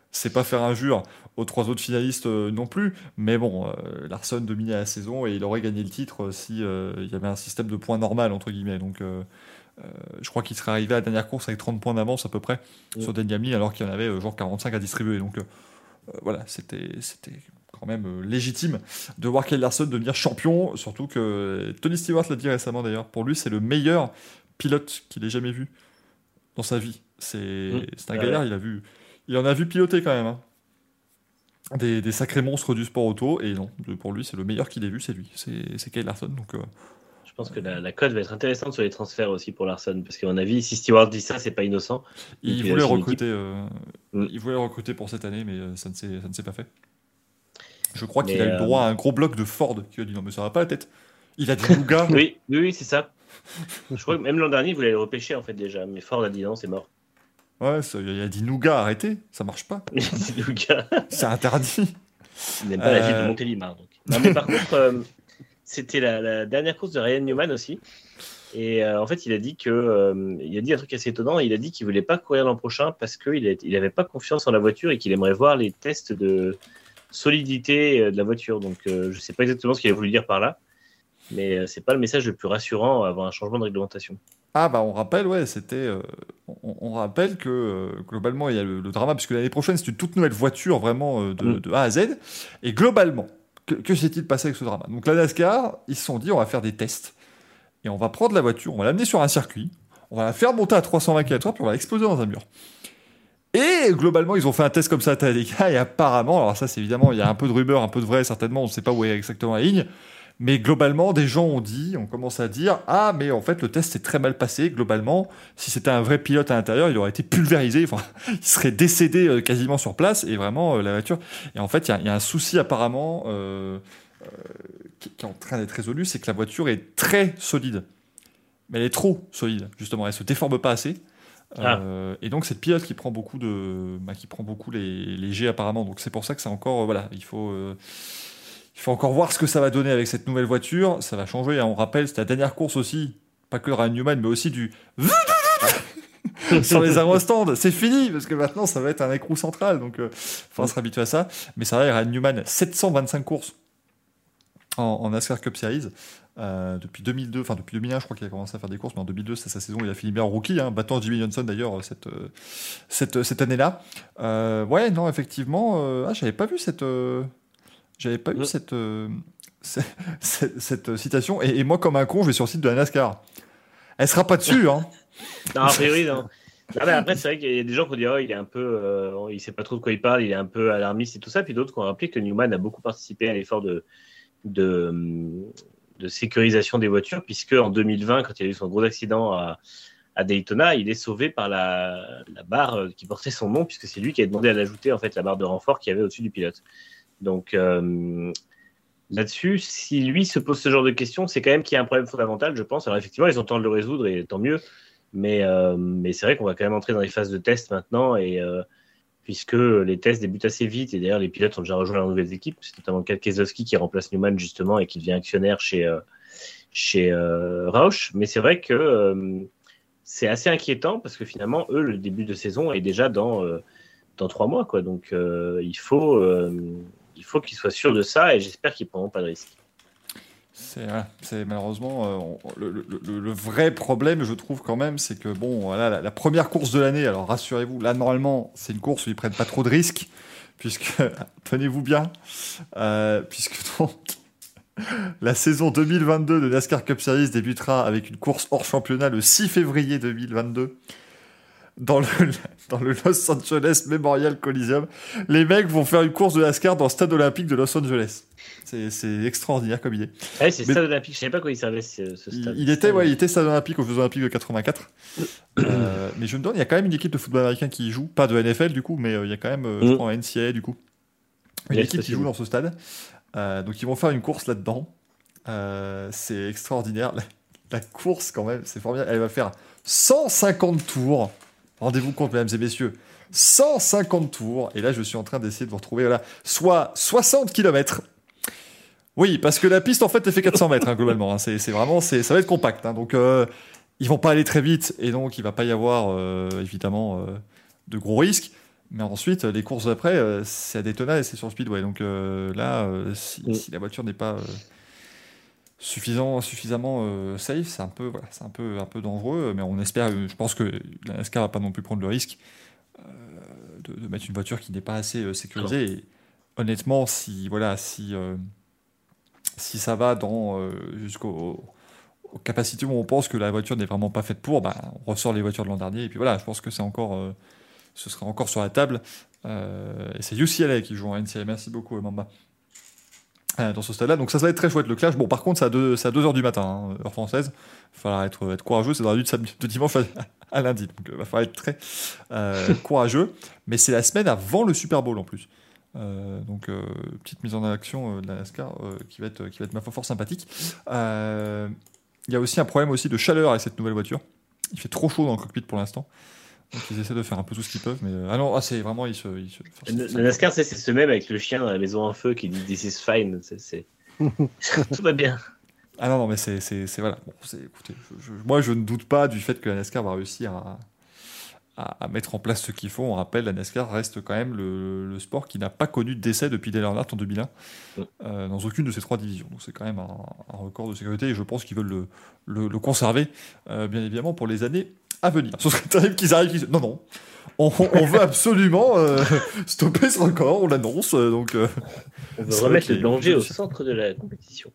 c'est pas faire injure aux trois autres finalistes euh, non plus, mais bon, euh, Larsson dominait la saison et il aurait gagné le titre si euh, il y avait un système de points normal entre guillemets. Donc, euh, euh, je crois qu'il serait arrivé à la dernière course avec trente points d'avance à peu près mmh. sur Denny Hamlin, alors qu'il y en avait euh, genre quarante-cinq à distribuer. Donc, euh, euh, voilà, c'était, c'était quand même euh, légitime de voir Kyle Larson devenir champion, surtout que Tony Stewart l'a dit récemment d'ailleurs. Pour lui, c'est le meilleur pilote qu'il ait jamais vu dans sa vie. C'est, mmh. c'est un ouais. galère. Il a vu, il en a vu piloter quand même. Hein. Des, des sacrés monstres du sport auto, et non, pour lui, c'est le meilleur qu'il ait vu, c'est lui, c'est, c'est Kyle Larson. Donc, euh, je pense que la, la cote va être intéressante sur les transferts aussi pour Larson, parce qu'à mon avis, si Stewart dit ça, c'est pas innocent. Il voulait recruter, euh, mm. il voulait recruter pour cette année, mais ça ne s'est, ça ne s'est pas fait. Je crois mais qu'il a euh... eu le droit à un gros bloc de Ford qui a dit non, mais ça va pas la tête. Il a dit Nougat. oui, oui, oui, c'est ça. Je crois que même l'an dernier, il voulait le repêcher en fait déjà, mais Ford a dit non, c'est mort. Ouais, ça, il a dit Nougat, arrêtez, ça marche pas. Nougat. C'est interdit. Il n'aime pas euh... la ville de Montélimar. Donc. Non, mais par contre, euh, c'était la, la dernière course de Ryan Newman aussi. Et euh, en fait, il a dit que, euh, il a dit un truc assez étonnant. Il a dit qu'il voulait pas courir l'an prochain parce qu'il il avait pas confiance en la voiture et qu'il aimerait voir les tests de solidité de la voiture. Donc, euh, je sais pas exactement ce qu'il a voulu dire par là, mais euh, c'est pas le message le plus rassurant avant un changement de réglementation. Ah bah on rappelle, ouais, c'était, euh, on, on rappelle que euh, globalement il y a le, le drama, puisque l'année prochaine c'est une toute nouvelle voiture vraiment euh, de, mmh. de A à Z, et globalement, que, que s'est-il passé avec ce drama? Donc la NASCAR, ils se sont dit on va faire des tests, et on va prendre la voiture, on va l'amener sur un circuit, on va la faire monter à trois cent vingt kilomètres heure, puis on va l'exploser dans un mur. Et globalement ils ont fait un test comme ça à Talladega, et apparemment, alors ça c'est évidemment, il y a un peu de rumeur, un peu de vrai certainement, on ne sait pas où est exactement la ligne, mais globalement, des gens ont dit, on commence à dire, ah, mais en fait, le test s'est très mal passé. Globalement, si c'était un vrai pilote à l'intérieur, il aurait été pulvérisé. Enfin, il serait décédé euh, quasiment sur place. Et vraiment, euh, la voiture. Et en fait, il y, y a un souci apparemment euh, euh, qui, qui est en train d'être résolu, c'est que la voiture est très solide, mais elle est trop solide. Justement, elle se déforme pas assez. Euh, ah. Et donc, c'est le pilote qui prend beaucoup de, bah, qui prend beaucoup les, les jets apparemment. Donc, c'est pour ça que c'est encore, euh, voilà, il faut. Euh, Il faut encore voir ce que ça va donner avec cette nouvelle voiture. Ça va changer. Hein. On rappelle, c'était la dernière course aussi, pas que de Ryan Newman, mais aussi du sur les aérostands. C'est fini, parce que maintenant, ça va être un écrou central. Donc, il euh, faudra se réhabituer à ça. Mais ça va, Ryan Newman, sept cent vingt-cinq courses en, en NASCAR Cup Series. Euh, depuis deux mille deux, enfin depuis deux mille un, je crois qu'il a commencé à faire des courses, mais en deux mille deux, c'est sa saison, il a fini bien en rookie, hein, battant Jimmy Johnson d'ailleurs cette, euh, cette, cette année-là. Euh, ouais, non, effectivement, euh, ah, j'avais pas vu cette... Euh... J'avais pas eu cette, euh, cette, cette citation. Et, et moi, comme un con, je vais sur le site de la NASCAR. Elle sera pas dessus, hein. Non, a priori, non. Ah ben après, c'est vrai qu'il y a des gens qui ont dit oh, il est un peu, euh, il sait pas trop de quoi il parle, il est un peu alarmiste et tout ça. Puis d'autres qui ont rappelé que Newman a beaucoup participé à l'effort de, de, de sécurisation des voitures, puisque en deux mille vingt, quand il y a eu son gros accident à, à Daytona, il est sauvé par la, la barre qui portait son nom, puisque c'est lui qui a demandé à l'ajouter, en fait, la barre de renfort qu'il y avait au-dessus du pilote. Donc euh, là-dessus, si lui se pose ce genre de questions, c'est quand même qu'il y a un problème fondamental, je pense. Alors effectivement, ils ont le temps de le résoudre et tant mieux. Mais, euh, mais c'est vrai qu'on va quand même entrer dans les phases de test maintenant, et euh, puisque les tests débutent assez vite, et d'ailleurs les pilotes ont déjà rejoint leurs nouvelles équipes. C'est notamment Kat Keselowski qui remplace Newman justement et qui devient actionnaire chez, euh, chez euh, Roush. Mais c'est vrai que euh, c'est assez inquiétant parce que finalement, eux, le début de saison est déjà dans, euh, dans trois mois, quoi. Donc euh, il faut... Euh, Il faut qu'ils soient sûrs de ça et j'espère qu'ils ne prendront pas de risques. C'est, c'est malheureusement euh, on, le, le, le vrai problème, je trouve quand même, c'est que bon, voilà, la, la première course de l'année, alors rassurez-vous, là normalement c'est une course où ils ne prennent pas trop de risques, puisque, tenez-vous bien, euh, puisque donc, la saison deux mille vingt-deux de NASCAR Cup Series débutera avec une course hors championnat le six février deux mille vingt-deux. Dans le, dans le Los Angeles Memorial Coliseum. Les mecs vont faire une course de NASCAR dans le stade olympique de Los Angeles. C'est, c'est extraordinaire comme idée. Ouais, c'est le stade olympique. Je ne savais pas quoi il servait ce, ce stade. Il, il, était, ouais, il était stade olympique aux Jeux olympiques de quatre-vingt-quatre. euh, mais je me demande, il y a quand même une équipe de football américain qui y joue. Pas de N F L du coup, mais euh, il y a quand même, euh, mm. je crois, un N C A A du coup. Une yes, équipe qui joue dans ce stade. Euh, donc ils vont faire une course là-dedans. Euh, c'est extraordinaire. La, la course, quand même, c'est formidable. Elle va faire cent cinquante tours. Rendez-vous compte, mesdames et messieurs, cent cinquante tours. Et là, je suis en train d'essayer de vous retrouver, voilà, soit soixante kilomètres. Oui, parce que la piste, en fait, elle fait quatre cents mètres, hein, globalement. Hein. C'est, c'est vraiment, c'est, ça va être compact. Hein. Donc, euh, ils vont pas aller très vite. Et donc, il va pas y avoir, euh, évidemment, euh, de gros risques. Mais ensuite, les courses d'après, euh, c'est à Daytona et c'est sur le Speedway. Donc euh, là, euh, si, Mm. si la voiture n'est pas euh, suffisant, suffisamment euh, safe, c'est un peu, voilà, c'est un peu, un peu dangereux. Mais on espère, euh, je pense que la NASCAR va pas non plus prendre le risque euh, de, de mettre une voiture qui n'est pas assez euh, sécurisée. Et honnêtement, si voilà, si euh, si ça va dans euh, jusqu'au aux capacités où on pense que la voiture n'est vraiment pas faite pour, bah, on ressort les voitures de l'an dernier. Et puis voilà, je pense que c'est encore, euh, ce sera encore sur la table. Euh, et c'est U C L A qui joue en N C A A. Merci beaucoup, Mamba. Euh, dans ce stade-là. Donc ça, ça va être très chouette le clash. Bon, par contre, c'est à deux heures du matin, hein, heure française. Il va falloir être, être courageux. C'est dans la nuit de, samedi, de dimanche à, à lundi. Donc il va falloir être très euh, courageux. Mais c'est la semaine avant le Super Bowl en plus. Euh, donc euh, petite mise en action euh, de la NASCAR euh, qui, va être, qui va être ma foi fort sympathique. Euh, Il y a aussi un problème aussi de chaleur avec cette nouvelle voiture. Il fait trop chaud dans le cockpit pour l'instant. Donc ils essaient de faire un peu tout ce qu'ils peuvent. Mais euh, ah non, ah, c'est vraiment ils se. Ils se Le, le NASCAR, c'est, c'est ce même avec le chien dans la maison en feu qui dit This is fine. C'est, c'est... Tout va bien. Ah non, non, mais c'est, c'est, c'est voilà. Bon, c'est, écoutez, je, je, moi je ne doute pas du fait que la NASCAR va réussir à, à, à mettre en place ce qu'il faut. On rappelle, la NASCAR reste quand même le, le sport qui n'a pas connu de décès depuis Dale Earnhardt en deux mille un, Mm. euh, dans aucune de ces trois divisions. Donc c'est quand même un, un record de sécurité et je pense qu'ils veulent le, le, le conserver, euh, bien évidemment, pour les années à venir. Ce serait terrible qu'ils arrivent. Qu'ils... Non, non. On, on veut absolument euh, stopper ce record, on l'annonce. Euh, donc, euh, On veut c'est remettre vrai le que- danger au centre de la compétition.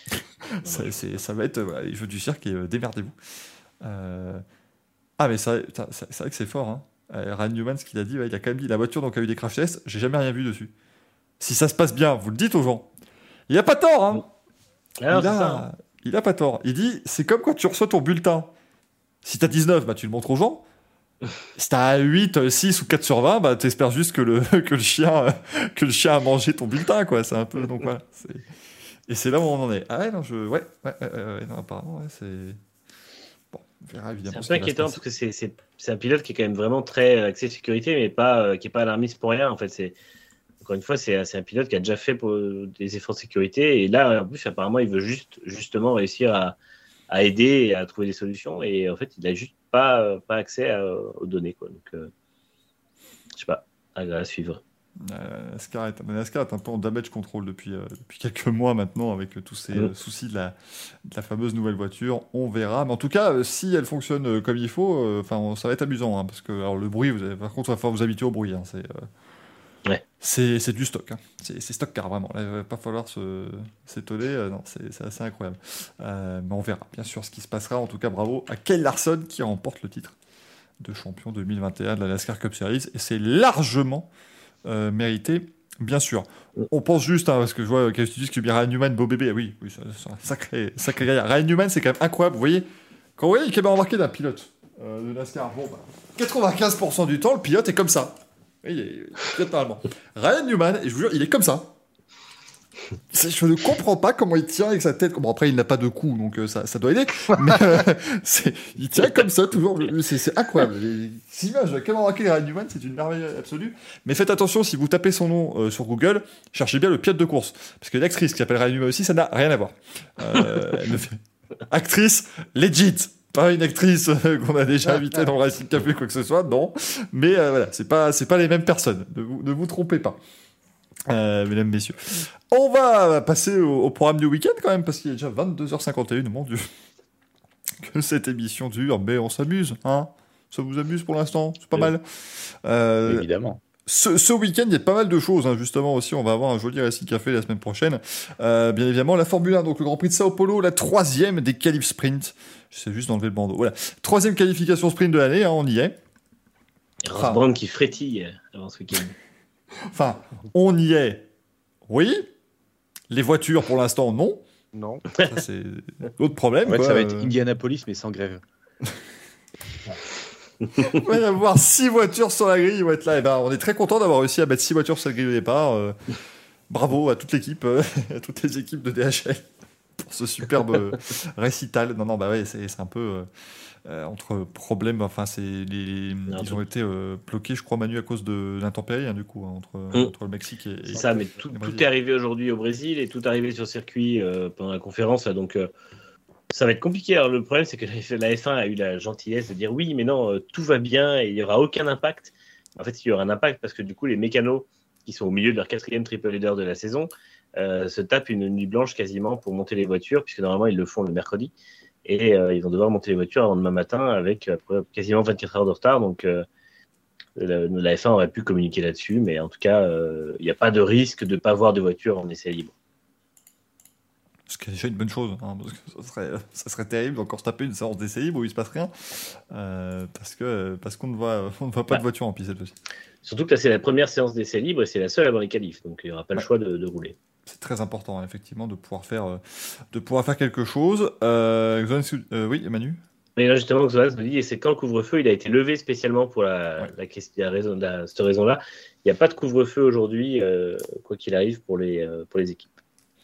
ça, c'est, ça va être euh, voilà, les jeux du cirque et euh, démerdez-vous. Euh, Ah, mais c'est vrai, putain, c'est, c'est vrai que c'est fort. Hein. Euh, Ryan Newman, ce qu'il a dit, ouais, il a quand même dit la voiture donc a eu des crash tests, j'ai jamais rien vu dessus. Si ça se passe bien, vous le dites aux gens. Il a pas tort, hein. Ah non, il, c'est a, ça, hein. il a pas tort. Il dit c'est comme quand tu reçois ton bulletin. Si t'as dix-neuf, bah, tu le montres aux gens. Si t'as huit, six ou quatre sur vingt, bah, t'espères juste que le, que, le chien, euh, que le chien a mangé ton bulletin, quoi. C'est un peu. Donc voilà. C'est... Et c'est là où on en est. Ah ouais, non, je. Ouais, ouais, ouais, ouais, ouais, non, apparemment, ouais, c'est. Bon, on verra C'est évidemment. un ce peu qui va se inquiétant passer. parce que c'est, c'est, c'est un pilote qui est quand même vraiment très axé sécurité, mais pas, euh, qui n'est pas alarmiste pour rien. En fait, c'est, encore une fois, c'est, c'est un pilote qui a déjà fait pour, euh, des efforts de sécurité. Et là, en plus, apparemment, il veut juste justement réussir à, à aider et à trouver des solutions. Et en fait, il n'a juste pas, euh, pas accès à- aux données, quoi. Donc, euh, je sais pas, à, à suivre. Euh, La NASCAR est, la NASCAR est un peu en damage control depuis, euh, depuis quelques mois maintenant avec euh, tous ces euh, Mm. soucis de la, de la fameuse nouvelle voiture. On verra. Mais en tout cas, euh, si elle fonctionne euh, comme il faut, euh, enfin, ça va être amusant. Hein, parce que alors, le bruit, vous avez, par contre, il va falloir vous habituer au bruit. Hein, c'est, euh, Ouais. c'est, c'est du stock. Hein. C'est, c'est stock car vraiment. Là, il va pas falloir se, s'étonner. Euh, non, c'est, c'est assez incroyable. Euh, mais on verra bien sûr ce qui se passera. En tout cas, bravo à Kyle Larson qui remporte le titre de champion deux mille vingt et un de la NASCAR Cup Series. Et c'est largement euh, mérité, bien sûr. On pense juste, hein, parce que je vois que tu dis que Ryan Newman, beau bébé, oui, oui, c'est c'est un sacré, sacré gars. Ryan Newman, c'est quand même incroyable. Vous voyez, quand vous voyez le caméra embarqué d'un pilote euh, de NASCAR, bon, bah, quatre-vingt-quinze pour cent du temps, le pilote est comme ça. Oui, il est pilote normalement. Ryan Newman, et je vous jure, il est comme ça. C'est- Je ne comprends pas comment il tient avec sa tête. Bon, après, il n'a pas de cou, donc euh, ça, ça doit aider. Mais euh, c'est- il tient comme ça, toujours. C'est, c'est incroyable. Les images de la caméra embarquée de Ryan Newman, c'est une merveille absolue. Mais faites attention, si vous tapez son nom euh, sur Google, cherchez bien le pilote de course. Parce que l'actrice qui s'appelle Ryan Newman aussi, ça n'a rien à voir. Euh, elle ne fait- Actrice legit. Pas une actrice euh, qu'on a déjà invitée dans le Racing Café, quoi que ce soit, non. Mais euh, voilà, c'est pas, c'est pas les mêmes personnes. Ne vous, ne vous trompez pas. Euh, mesdames, messieurs. On va passer au, au programme du week-end quand même, parce qu'il est déjà vingt-deux heures cinquante et une, mon Dieu. Que cette émission dure, mais on s'amuse, hein. Ça vous amuse pour l'instant, c'est pas Oui. mal. Euh, Évidemment. ce, ce week-end, il y a pas mal de choses, hein, justement aussi. On va avoir un joli Racing Café la semaine prochaine. Euh, bien évidemment, la Formule un, donc le Grand Prix de Sao Paulo, la troisième des qualifs sprint. J'essaie juste d'enlever le bandeau. Voilà, troisième qualification sprint de l'année, hein, on y est. Et Ross Brown qui frétille avant ce week-end. Enfin, on y est. Oui. Les voitures, pour l'instant, non. Non. Ça, c'est l'autre problème. En fait, quoi. ça va être Euh, Indianapolis, mais sans grève. Il va y avoir six voitures sur la grille. Ils vont être là. Et ben, on est très content d'avoir réussi à mettre six voitures sur la grille au départ. Euh, bravo à toute l'équipe, euh, à toutes les équipes de D H L pour ce superbe euh, récital. Non, non, bah ouais, c'est, c'est un peu euh, euh, entre problèmes. Enfin, c'est les, ils ont été euh, bloqués, je crois, Manu, à cause de l'intempérie, hein, du coup, hein, entre, Mm. entre le Mexique et. et- C'est ça, mais tout, et tout Brésil. est arrivé aujourd'hui au Brésil et tout est arrivé sur le circuit euh, pendant la conférence. Là, donc, euh, ça va être compliqué. Alors, le problème, c'est que la F un a eu la gentillesse de dire oui, mais non, euh, tout va bien et il n'y aura aucun impact. en fait, il y aura un impact parce que du coup, les mécanos qui sont au milieu de leur quatrième triple header de la saison euh, se tapent une nuit blanche quasiment pour monter les voitures, puisque normalement, ils le font le mercredi. Et euh, ils vont devoir monter les voitures avant demain matin avec euh, quasiment vingt-quatre heures de retard. Donc, euh, la, la F un aurait pu communiquer là-dessus, mais en tout cas, il euh, n'y a pas de risque de ne pas voir de voiture en essai libre. Ce qui est déjà une bonne chose, hein, parce que ça serait, ça serait terrible d'encore se taper une séance d'essai libre où il ne se passe rien, euh, parce, que, parce qu'on ne voit, on ne voit pas bah. de voiture en piste cette fois-ci. Surtout que là, c'est la première séance d'essai libre et c'est la seule avant les qualifs, donc il n'y aura pas ouais. le choix de, de rouler. C'est très important, effectivement, de pouvoir faire, de pouvoir faire quelque chose. Euh, euh, oui, Manu. Mais là, justement, Xoaz me dit, et c'est quand le couvre-feu il a été levé spécialement pour la, ouais. la, question, la raison, la, cette raison-là. Il n'y a pas de couvre-feu aujourd'hui, euh, quoi qu'il arrive, pour les, euh, pour les équipes.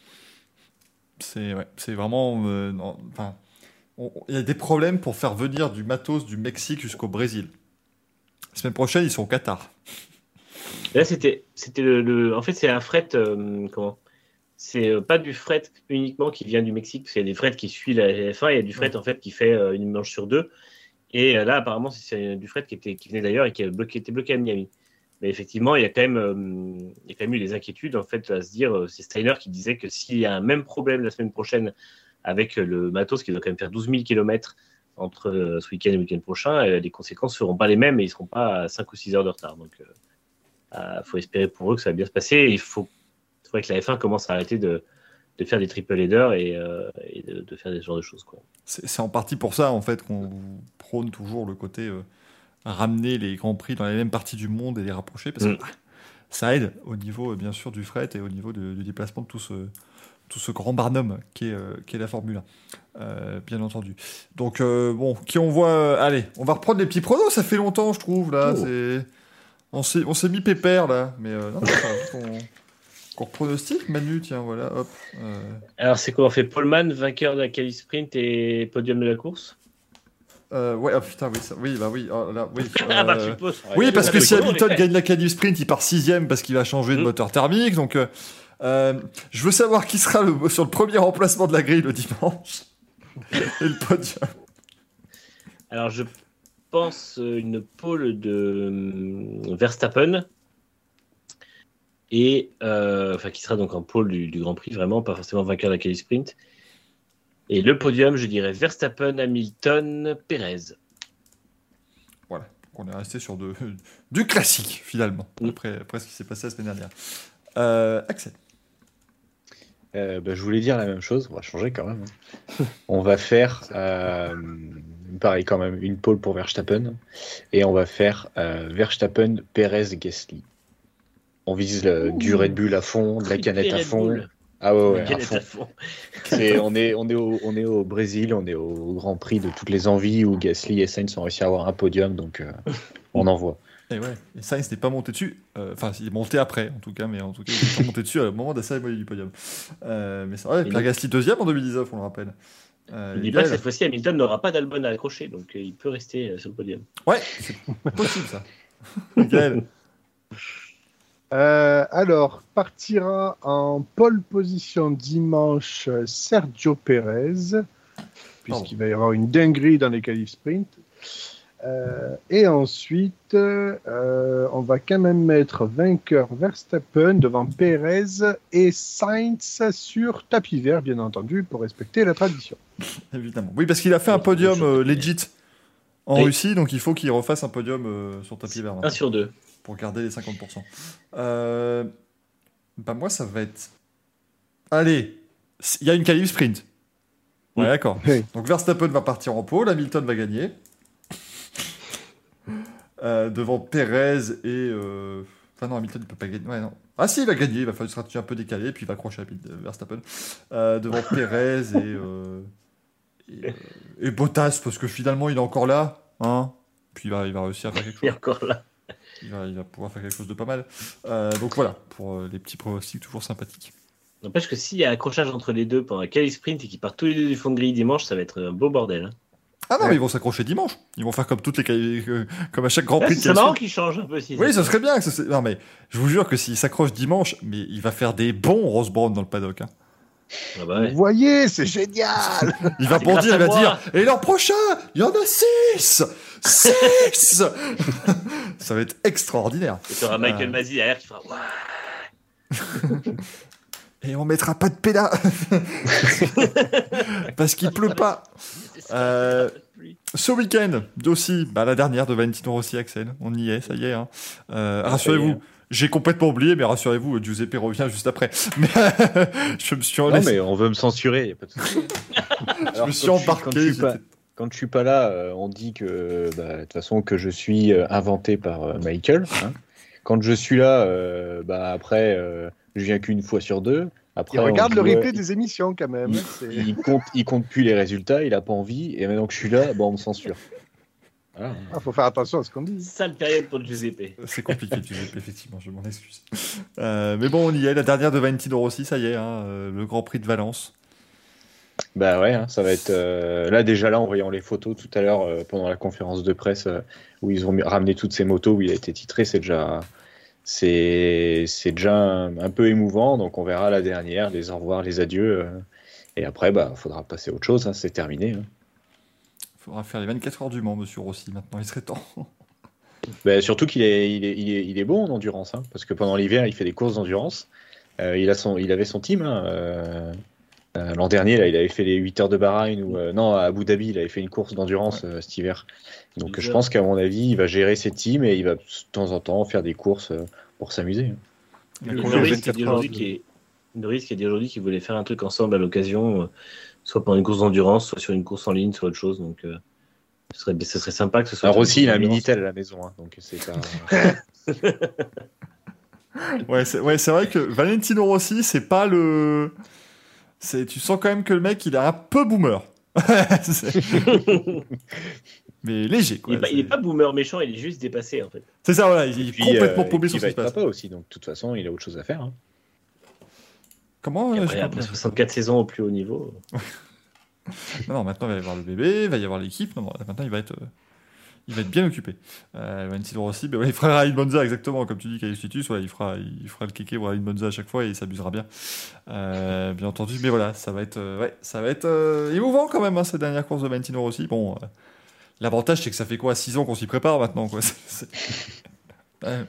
C'est, ouais, c'est vraiment... Euh, non, enfin, il y a des problèmes pour faire venir du matos du Mexique jusqu'au Brésil. La semaine prochaine, ils sont au Qatar. Là, c'était, c'était le, le... En fait, c'est un fret... Euh, comment C'est euh, pas du fret uniquement qui vient du Mexique, parce qu'il y a des frets qui suivent la F un, il y a du fret ouais. en fait qui fait euh, une manche sur deux. Et euh, là, apparemment, c'est du fret qui, était, qui venait d'ailleurs et qui, a bloqué, était bloqué à Miami. Mais effectivement, il y a quand même, euh, il y a quand même eu des inquiétudes en fait à se dire. Euh, c'est Steiner qui disait que s'il y a un même problème la semaine prochaine avec le matos qui doit quand même faire douze mille kilomètres entre euh, ce week-end et le week-end prochain, euh, les conséquences ne seront pas les mêmes et ils ne seront pas à cinq ou six heures de retard. Donc, il euh, faut espérer pour eux que ça va bien se passer. Et il faut, il faudrait que la F un commence à arrêter de de faire des triple headers et, euh, et de, de faire des genres de choses, quoi. C'est, c'est en partie pour ça en fait qu'on prône toujours le côté euh, ramener les grands prix dans les mêmes parties du monde et les rapprocher parce que mm. ça aide au niveau bien sûr du fret et au niveau de, du déplacement de tout ce, tout ce grand barnum qui est, euh, qui est la Formule un, euh, bien entendu. Donc euh, bon, qui on voit, euh, allez, on va reprendre les petits pronos, ça fait longtemps je trouve là, oh. c'est... On, s'est, on s'est mis pépère là, mais euh, non, non, ça, on... Qu'on pronostic, Manu, tiens, voilà, hop. Euh... Alors, c'est quoi? On fait Poleman, vainqueur de la qualif sprint et podium de la course euh, Ouais, ah putain, oui, ça, oui, bah oui, oh, là, oui. Euh... ah bah, je suppose. Oui, parce que si Hamilton gagne la qualif sprint, il part sixième parce qu'il va changer de mmh. moteur thermique. Donc, euh, euh, je veux savoir qui sera le, sur le premier remplacement de la grille le dimanche. Et le podium. Alors, je pense une pole de Verstappen. Et euh, enfin, qui sera donc en pôle du, du Grand Prix, vraiment, pas forcément vainqueur de la qualif sprint. Et le podium, je dirais Verstappen, Hamilton, Perez. Voilà, on est resté sur de, du classique, finalement, mm. après, après ce qui s'est passé la semaine dernière. Euh, Axel. Euh, bah, je voulais dire la même chose, on va changer quand même. Hein. On va faire, euh, pareil quand même, une pole pour Verstappen. Et on va faire euh, Verstappen, Perez, Gasly. On vise le, du Red Bull à fond, de la canette à fond. Ah ouais, ouais, à fond. À fond. C'est, on, est, on, est au, on est au Brésil, on est au Grand Prix de toutes les envies où Gasly et Sainz ont réussi à avoir un podium, donc euh, on envoie. Et ouais, et Sainz n'est pas monté dessus, enfin, euh, il est monté après en tout cas, mais en tout cas, il n'est pas monté dessus au moment de la cérémonie du podium. Euh, mais c'est vrai, Pierre Gasly deuxième en deux mille dix-neuf, on le rappelle. Euh, il dit pas que cette fois-ci, Hamilton n'aura pas d'Albon à accrocher, donc euh, il peut rester euh, sur le podium. Ouais, c'est possible ça. Miguel. Euh, alors, partira en pole position dimanche Sergio Pérez, puisqu'il va y avoir une dinguerie dans les qualifs sprint. Euh, et ensuite, euh, on va quand même mettre vainqueur Verstappen devant Pérez et Sainz sur tapis vert, bien entendu, pour respecter la tradition. Évidemment. Oui, parce qu'il a fait un podium euh, legit en oui. Russie, donc il faut qu'il refasse un podium euh, sur tapis vert. Un sur deux. Pour garder les cinquante pour cent. Euh, bah moi, ça va être... Allez, il y a une qualif sprint. Ouais, mmh. D'accord. Oui. Donc Verstappen va partir en pole, Hamilton va gagner. euh, devant Perez et... Euh... Enfin non, Hamilton ne peut pas gagner. Ouais, non. Ah si, il va gagner, il va faire une stratégie un peu décalée, puis il va accrocher à Verstappen. Euh, devant Perez et, euh... et, euh... et Bottas, parce que finalement, il est encore là. Hein, puis il va, il va réussir à faire quelque chose. Il est encore là. Il va, il va pouvoir faire quelque chose de pas mal. Euh, donc voilà, pour euh, les petits pronostics toujours sympathiques. N'empêche que s'il y a accrochage entre les deux pendant un qualif sprint et qu'ils partent tous les deux du fond de grille dimanche, ça va être un beau bordel. Hein. Ah non, ouais. mais ils vont s'accrocher dimanche. Ils vont faire comme toutes les qualif... comme à chaque Grand Là, Prix de qualif. C'est marrant qu'ils changent un peu. Si oui, ça serait bien. Que ça... Non mais je vous jure que s'il s'accroche dimanche, mais il va faire des bons Ross Brown dans le paddock. Hein. Ah bah ouais. Vous voyez, c'est génial. Il va bondir, il va dire. Et l'an prochain, il y en a six, six. Ça va être extraordinaire. Et tu auras Michael Euh. Masi derrière qui fera Ouah. Et on mettra pas de pédale parce qu'il pleut pas. Euh, ce week-end aussi, bah, la dernière de Valentino Rossi, Axel. On y est, ça y est. Hein. Euh, Ah, rassurez-vous, ça y est. j'ai complètement oublié, mais rassurez-vous, Giuseppe revient juste après. Mais je me suis Non, laissé- mais on veut me censurer, y a pas de souci. Alors, me suis quand embarqué, Quand je suis pas, j'étais- quand je suis pas là, euh, on dit que, bah, de toute façon, que je suis euh, inventé par euh, Michael. Hein. Quand je suis là, euh, bah, après, euh, je viens qu'une fois sur deux. Après, Il regarde on le joue, replay euh, des émissions quand même. Il, C'est- il compte, il compte plus les résultats, il a pas envie. Et maintenant que je suis là, bon, on me censure. Voilà. Ah, faut faire attention à ce qu'on dit. Sale période pour Giuseppe. C'est compliqué, Giuseppe, effectivement, je m'en excuse. Euh, mais bon, on y est, la dernière de Valentino Rossi, ça y est, hein, euh, le Grand Prix de Valence. Bah ouais, hein, ça va être euh, là déjà là en voyant les photos tout à l'heure euh, pendant la conférence de presse euh, où ils ont mis- ramené toutes ces motos où il a été titré, c'est déjà c'est c'est déjà un, un peu émouvant. Donc on verra la dernière, les au revoir, les adieux, euh, et après bah faudra passer à autre chose, hein, c'est terminé. Hein. Il faudra faire les vingt-quatre heures du Mans, monsieur Rossi, maintenant, il serait temps. Bah, surtout qu'il est il est, il est il est bon en endurance, hein, parce que pendant l'hiver il fait des courses d'endurance. Euh, il a son il avait son team. Hein, euh, Euh, l'an dernier, là, il avait fait les huit heures de Bahreïn, ou euh, non, à Abu Dhabi, il avait fait une course d'endurance euh, cet hiver. Donc douze je heures. pense qu'à mon avis, il va gérer ses teams et il va de temps en temps faire des courses euh, pour s'amuser. Il a Et couru Norris qui a vingt-quatre dit heures aujourd'hui de- qu'il est- Norris qui a dit aujourd'hui qu'il voulait faire un truc ensemble à l'occasion, euh, soit pendant une course d'endurance, soit sur une course en ligne, soit autre chose. Donc, euh, ce serait, ce serait sympa que ce soit. Alors sur une aussi, il a un course d'endurance. Minitel à la maison, hein, donc c'est pas. Ouais, c'est ouais, c'est vrai que Valentino Rossi, c'est pas le. C'est, tu sens quand même que le mec, il est un peu boomer. C'est- Mais léger, quoi. Il est, pas, il est pas boomer méchant, il est juste dépassé en fait. C'est ça, voilà, il est Puis, complètement euh, paumé et sur puis, ce il qui va se être passe. papa aussi, donc de toute façon, il a autre chose à faire. Hein. Comment Et euh, après, j'ai pas après compris. soixante-quatre saisons au plus haut niveau. Non, non, maintenant il va y avoir le bébé, il va y avoir l'équipe. Non, non, maintenant il va être, euh, il va être bien occupé. Euh, Valentino Rossi, ben ouais, il fera le rallye de Monza exactement comme tu dis, Caillou Titus. Ouais, il fera, il fera le kéké au rallye de Monza à chaque fois et il s'amusera bien, euh, bien entendu. Mais voilà, ça va être, euh, ouais, ça va être euh, émouvant quand même hein, cette dernière course de Valentino Rossi. Bon, euh, l'avantage c'est que ça fait quoi, six ans qu'on s'y prépare maintenant, quoi. C'est- c'est- Ouais,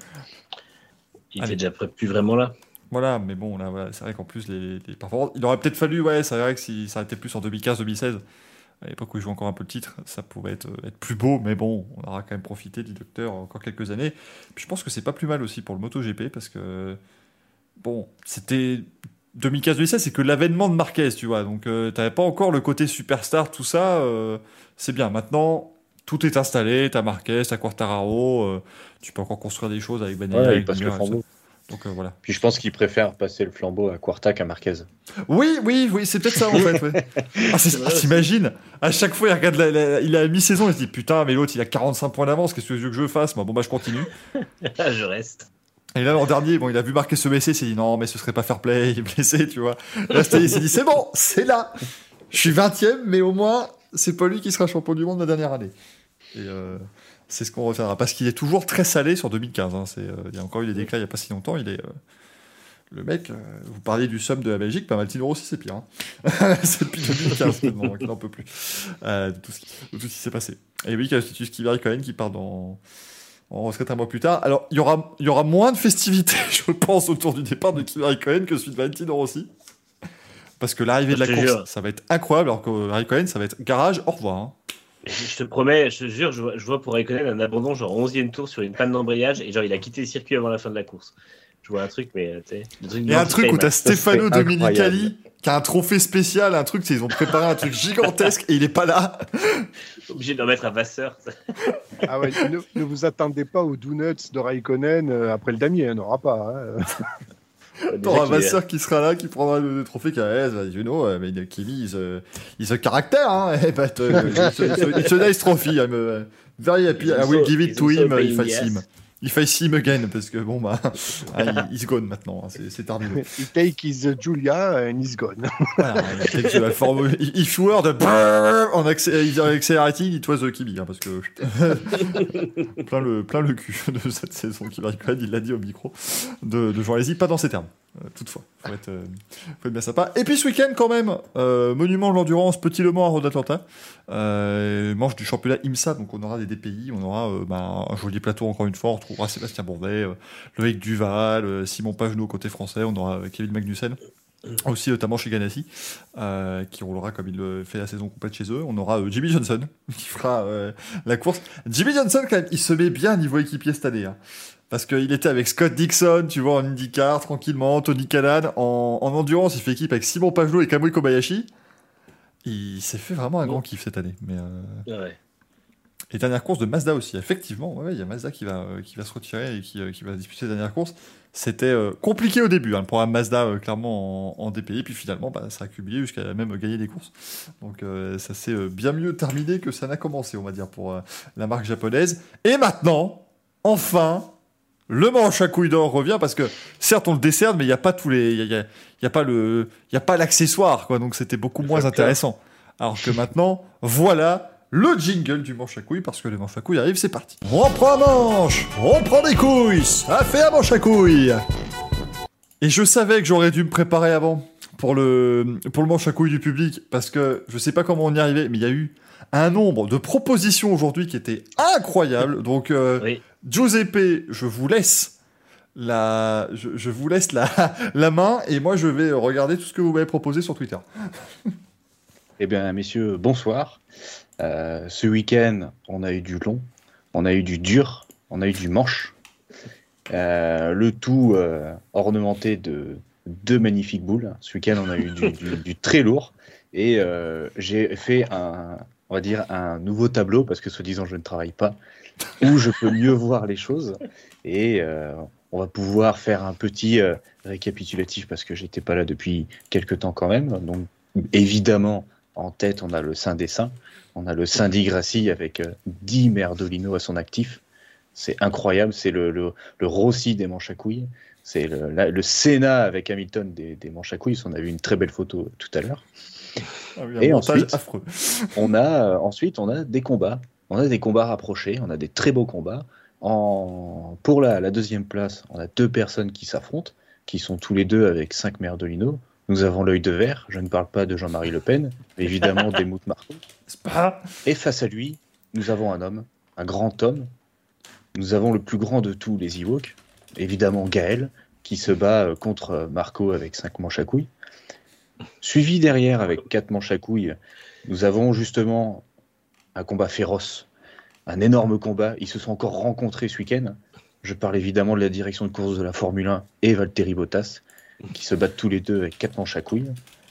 Il Allez. était déjà prêt, plus vraiment là. voilà, mais bon, là, voilà, c'est vrai qu'en plus les, les performances, il aurait peut-être fallu, ouais, c'est vrai que si ça était plus en deux mille quinze deux mille seize. À l'époque où il jouait encore un peu le titre, ça pouvait être, être plus beau, mais bon, on aura quand même profité du docteur encore quelques années. Puis je pense que c'est pas plus mal aussi pour le MotoGP, parce que, bon, c'était deux mille quinze deux mille seize, c'est que l'avènement de Marquez, tu vois, donc euh, t'avais pas encore le côté superstar, tout ça, euh, c'est bien. Maintenant, tout est installé, t'as Marquez, t'as Quartararo, euh, tu peux encore construire des choses avec Bagnaia, Ouais, il avec passe le Miller et tout flambeau. ça. Donc euh, voilà. Puis je pense qu'il préfère passer le flambeau à Quarta qu'à Marquez. Oui, oui, oui, c'est peut-être ça en fait. Ouais. Ah, c'est, ah, t'imagines, à chaque fois il regarde, la, la- il a mi-saison, il se dit putain, mais l'autre il a quarante-cinq points d'avance, qu'est-ce que tu veux que je fasse? Moi, bon bah je continue. Ah, je reste. Et là l'an dernier, bon, il a vu Marquez se blesser, il s'est dit non, mais ce serait pas fair play, il est blessé, tu vois. Là cette année, il s'est dit c'est bon, c'est là. Je suis vingtième, mais au moins c'est pas lui qui sera champion du monde la dernière année. Et euh, c'est ce qu'on retiendra parce qu'il est toujours très salé sur deux mille quinze. Hein. C'est, euh, il y a encore eu des déclats il y a pas si longtemps. Il est euh, le mec. Euh, vous parliez du somme de la Belgique, pas Valentino Rossi, c'est pire. Hein. C'est depuis deux mille quinze tellement qu'il n'en peut plus euh, de tout ce qui, de tout ce qui s'est passé. Et oui, Titus Kvyat qui part dans en retraite un mois plus tard. Alors il y aura il y aura moins de festivités, je pense, autour du départ de Kvyat que celui de Valentino Rossi. Parce que l'arrivée de la Je te course, jure. ça va être incroyable, alors que Raikkonen, ça va être garage, au revoir. Hein. Je te promets, je te jure, je vois, je vois pour Raikkonen un abandon genre onzième tour sur une panne d'embrayage et genre il a quitté le circuit avant la fin de la course. Je vois un truc, mais euh, tu sais. le truc Il y a un truc où t'as Stefano serait Domenicali qui a un trophée spécial, un truc, tu sais, ils ont préparé un truc gigantesque et il est pas là. obligé d'en mettre un Vasseur. Ah ouais, ne, ne vous attendez pas aux donuts de Raikkonen euh, après le damier, il n'y en aura pas. Hein. T'auras un Vasseur qui sera là, qui prendra le, le trophée, qui a, you know, uh, mais Kimi is a, is a character, hein, but uh, it's, a, it's, a, it's a nice trophy, I'm uh, very happy, I will give it to him if I see him. il face him again, parce que bon, bah, ah, il, he's gone maintenant, hein, c'est, c'est terminé. He take his Julia and he's gone. Voilà, il take the form, if you were the brrr, en accelerating, it was the Kibi, hein, parce que plein le, plein le cul de cette saison, Kimi Räikkönen, il l'a dit au micro de, de Jean Lézy, pas dans ces termes, euh, toutefois, faut être, euh, faut être bien sympa. Et puis ce week-end, quand même, euh, monument de l'endurance, Petit Le Mans à Road Atlanta, euh, manche du championnat IMSA, donc on aura des D P I, on aura euh, bah, un joli plateau encore une fois, on retrouvera Sébastien Bourdet, euh, Loïc Duval, euh, Simon Pagenaud côté français, on aura euh, Kevin Magnussen, aussi notamment chez Ganassi, euh, qui roulera comme il le fait la saison complète chez eux. On aura euh, Jimmy Johnson qui fera euh, la course. Jimmy Johnson, quand même, il se met bien niveau équipier cette année, hein, parce qu'il était avec Scott Dixon, tu vois, en IndyCar, tranquillement, Tony Kanaan, en, en endurance, il fait équipe avec Simon Pagenaud et Kamui Kobayashi. Il s'est fait vraiment un grand kiff cette année. Mais euh... ouais. Et dernière course de Mazda aussi, effectivement, ouais, il y a Mazda qui va, euh, qui va se retirer et qui, euh, qui va disputer la dernière course. C'était euh, compliqué au début, hein, le programme Mazda euh, clairement en, en D P I, puis finalement bah, ça a cumulé jusqu'à même gagner des courses. Donc euh, ça s'est euh, bien mieux terminé que ça n'a commencé, on va dire, pour euh, la marque japonaise. Et maintenant, enfin, le manche à couilles d'or revient, parce que certes on le décerne, mais il n'y a pas tous les, il y a, y a pas le, il y a pas l'accessoire, quoi. Donc c'était beaucoup moins intéressant. Alors que maintenant, voilà. Le jingle du manche à couilles, parce que le manche à couilles arrive, c'est parti. On prend un manche, on prend des couilles, ça fait un manche à couilles. Et je savais que j'aurais dû me préparer avant pour le, pour le manche à couilles du public, parce que je sais pas comment on y arrivait, mais il y a eu un nombre de propositions aujourd'hui qui étaient incroyables. Donc, euh, oui. Giuseppe, je vous laisse la, je, je vous laisse la, la main, et moi je vais regarder tout ce que vous m'avez proposé sur Twitter. Eh bien, messieurs, bonsoir. Euh, ce week-end, on a eu du long, on a eu du dur, on a eu du manche. Euh, le tout euh, ornementé de deux magnifiques boules. Ce week-end, on a eu du, du, du très lourd. Et euh, j'ai fait un, on va dire, un nouveau tableau, parce que soi-disant, je ne travaille pas, où je peux mieux voir les choses. Et euh, on va pouvoir faire un petit euh, récapitulatif, parce que j'étais pas là depuis quelques temps quand même. Donc, évidemment, en tête, on a le Saint des Saints. On a le Cindy Grassi avec euh, dix Merdolino à son actif. C'est incroyable. C'est le, le, le Rossi des manches à couilles. C'est le, la, le Senna avec Hamilton des, des manches à couilles. On a vu une très belle photo tout à l'heure. Ah oui, Et ensuite, affreux. on a, euh, ensuite, on a des combats. On a des combats rapprochés. On a des très beaux combats. En, pour la, la deuxième place, on a deux personnes qui s'affrontent, qui sont tous les deux avec cinq Merdolino. Nous avons l'œil de verre, je ne parle pas de Jean-Marie Le Pen, mais évidemment d'Helmut Marko. Et face à lui, nous avons un homme, un grand homme. Nous avons le plus grand de tous les Ewoks, évidemment Gaël, qui se bat contre Marko avec cinq manches à couilles. Suivi derrière avec quatre manches à couilles, nous avons justement un combat féroce, un énorme combat. Ils se sont encore rencontrés ce week-end. Je parle évidemment de la direction de course de la Formule un et Valtteri Bottas, qui se battent tous les deux avec quatre manches à couilles.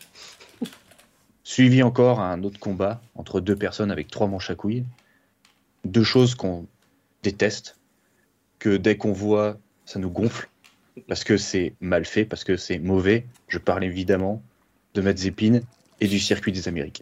Suivi encore un autre combat entre deux personnes avec trois manches à couilles. Deux choses qu'on déteste, que dès qu'on voit, ça nous gonfle, parce que c'est mal fait, parce que c'est mauvais. Je parle évidemment de Mazepin et du circuit des Amériques.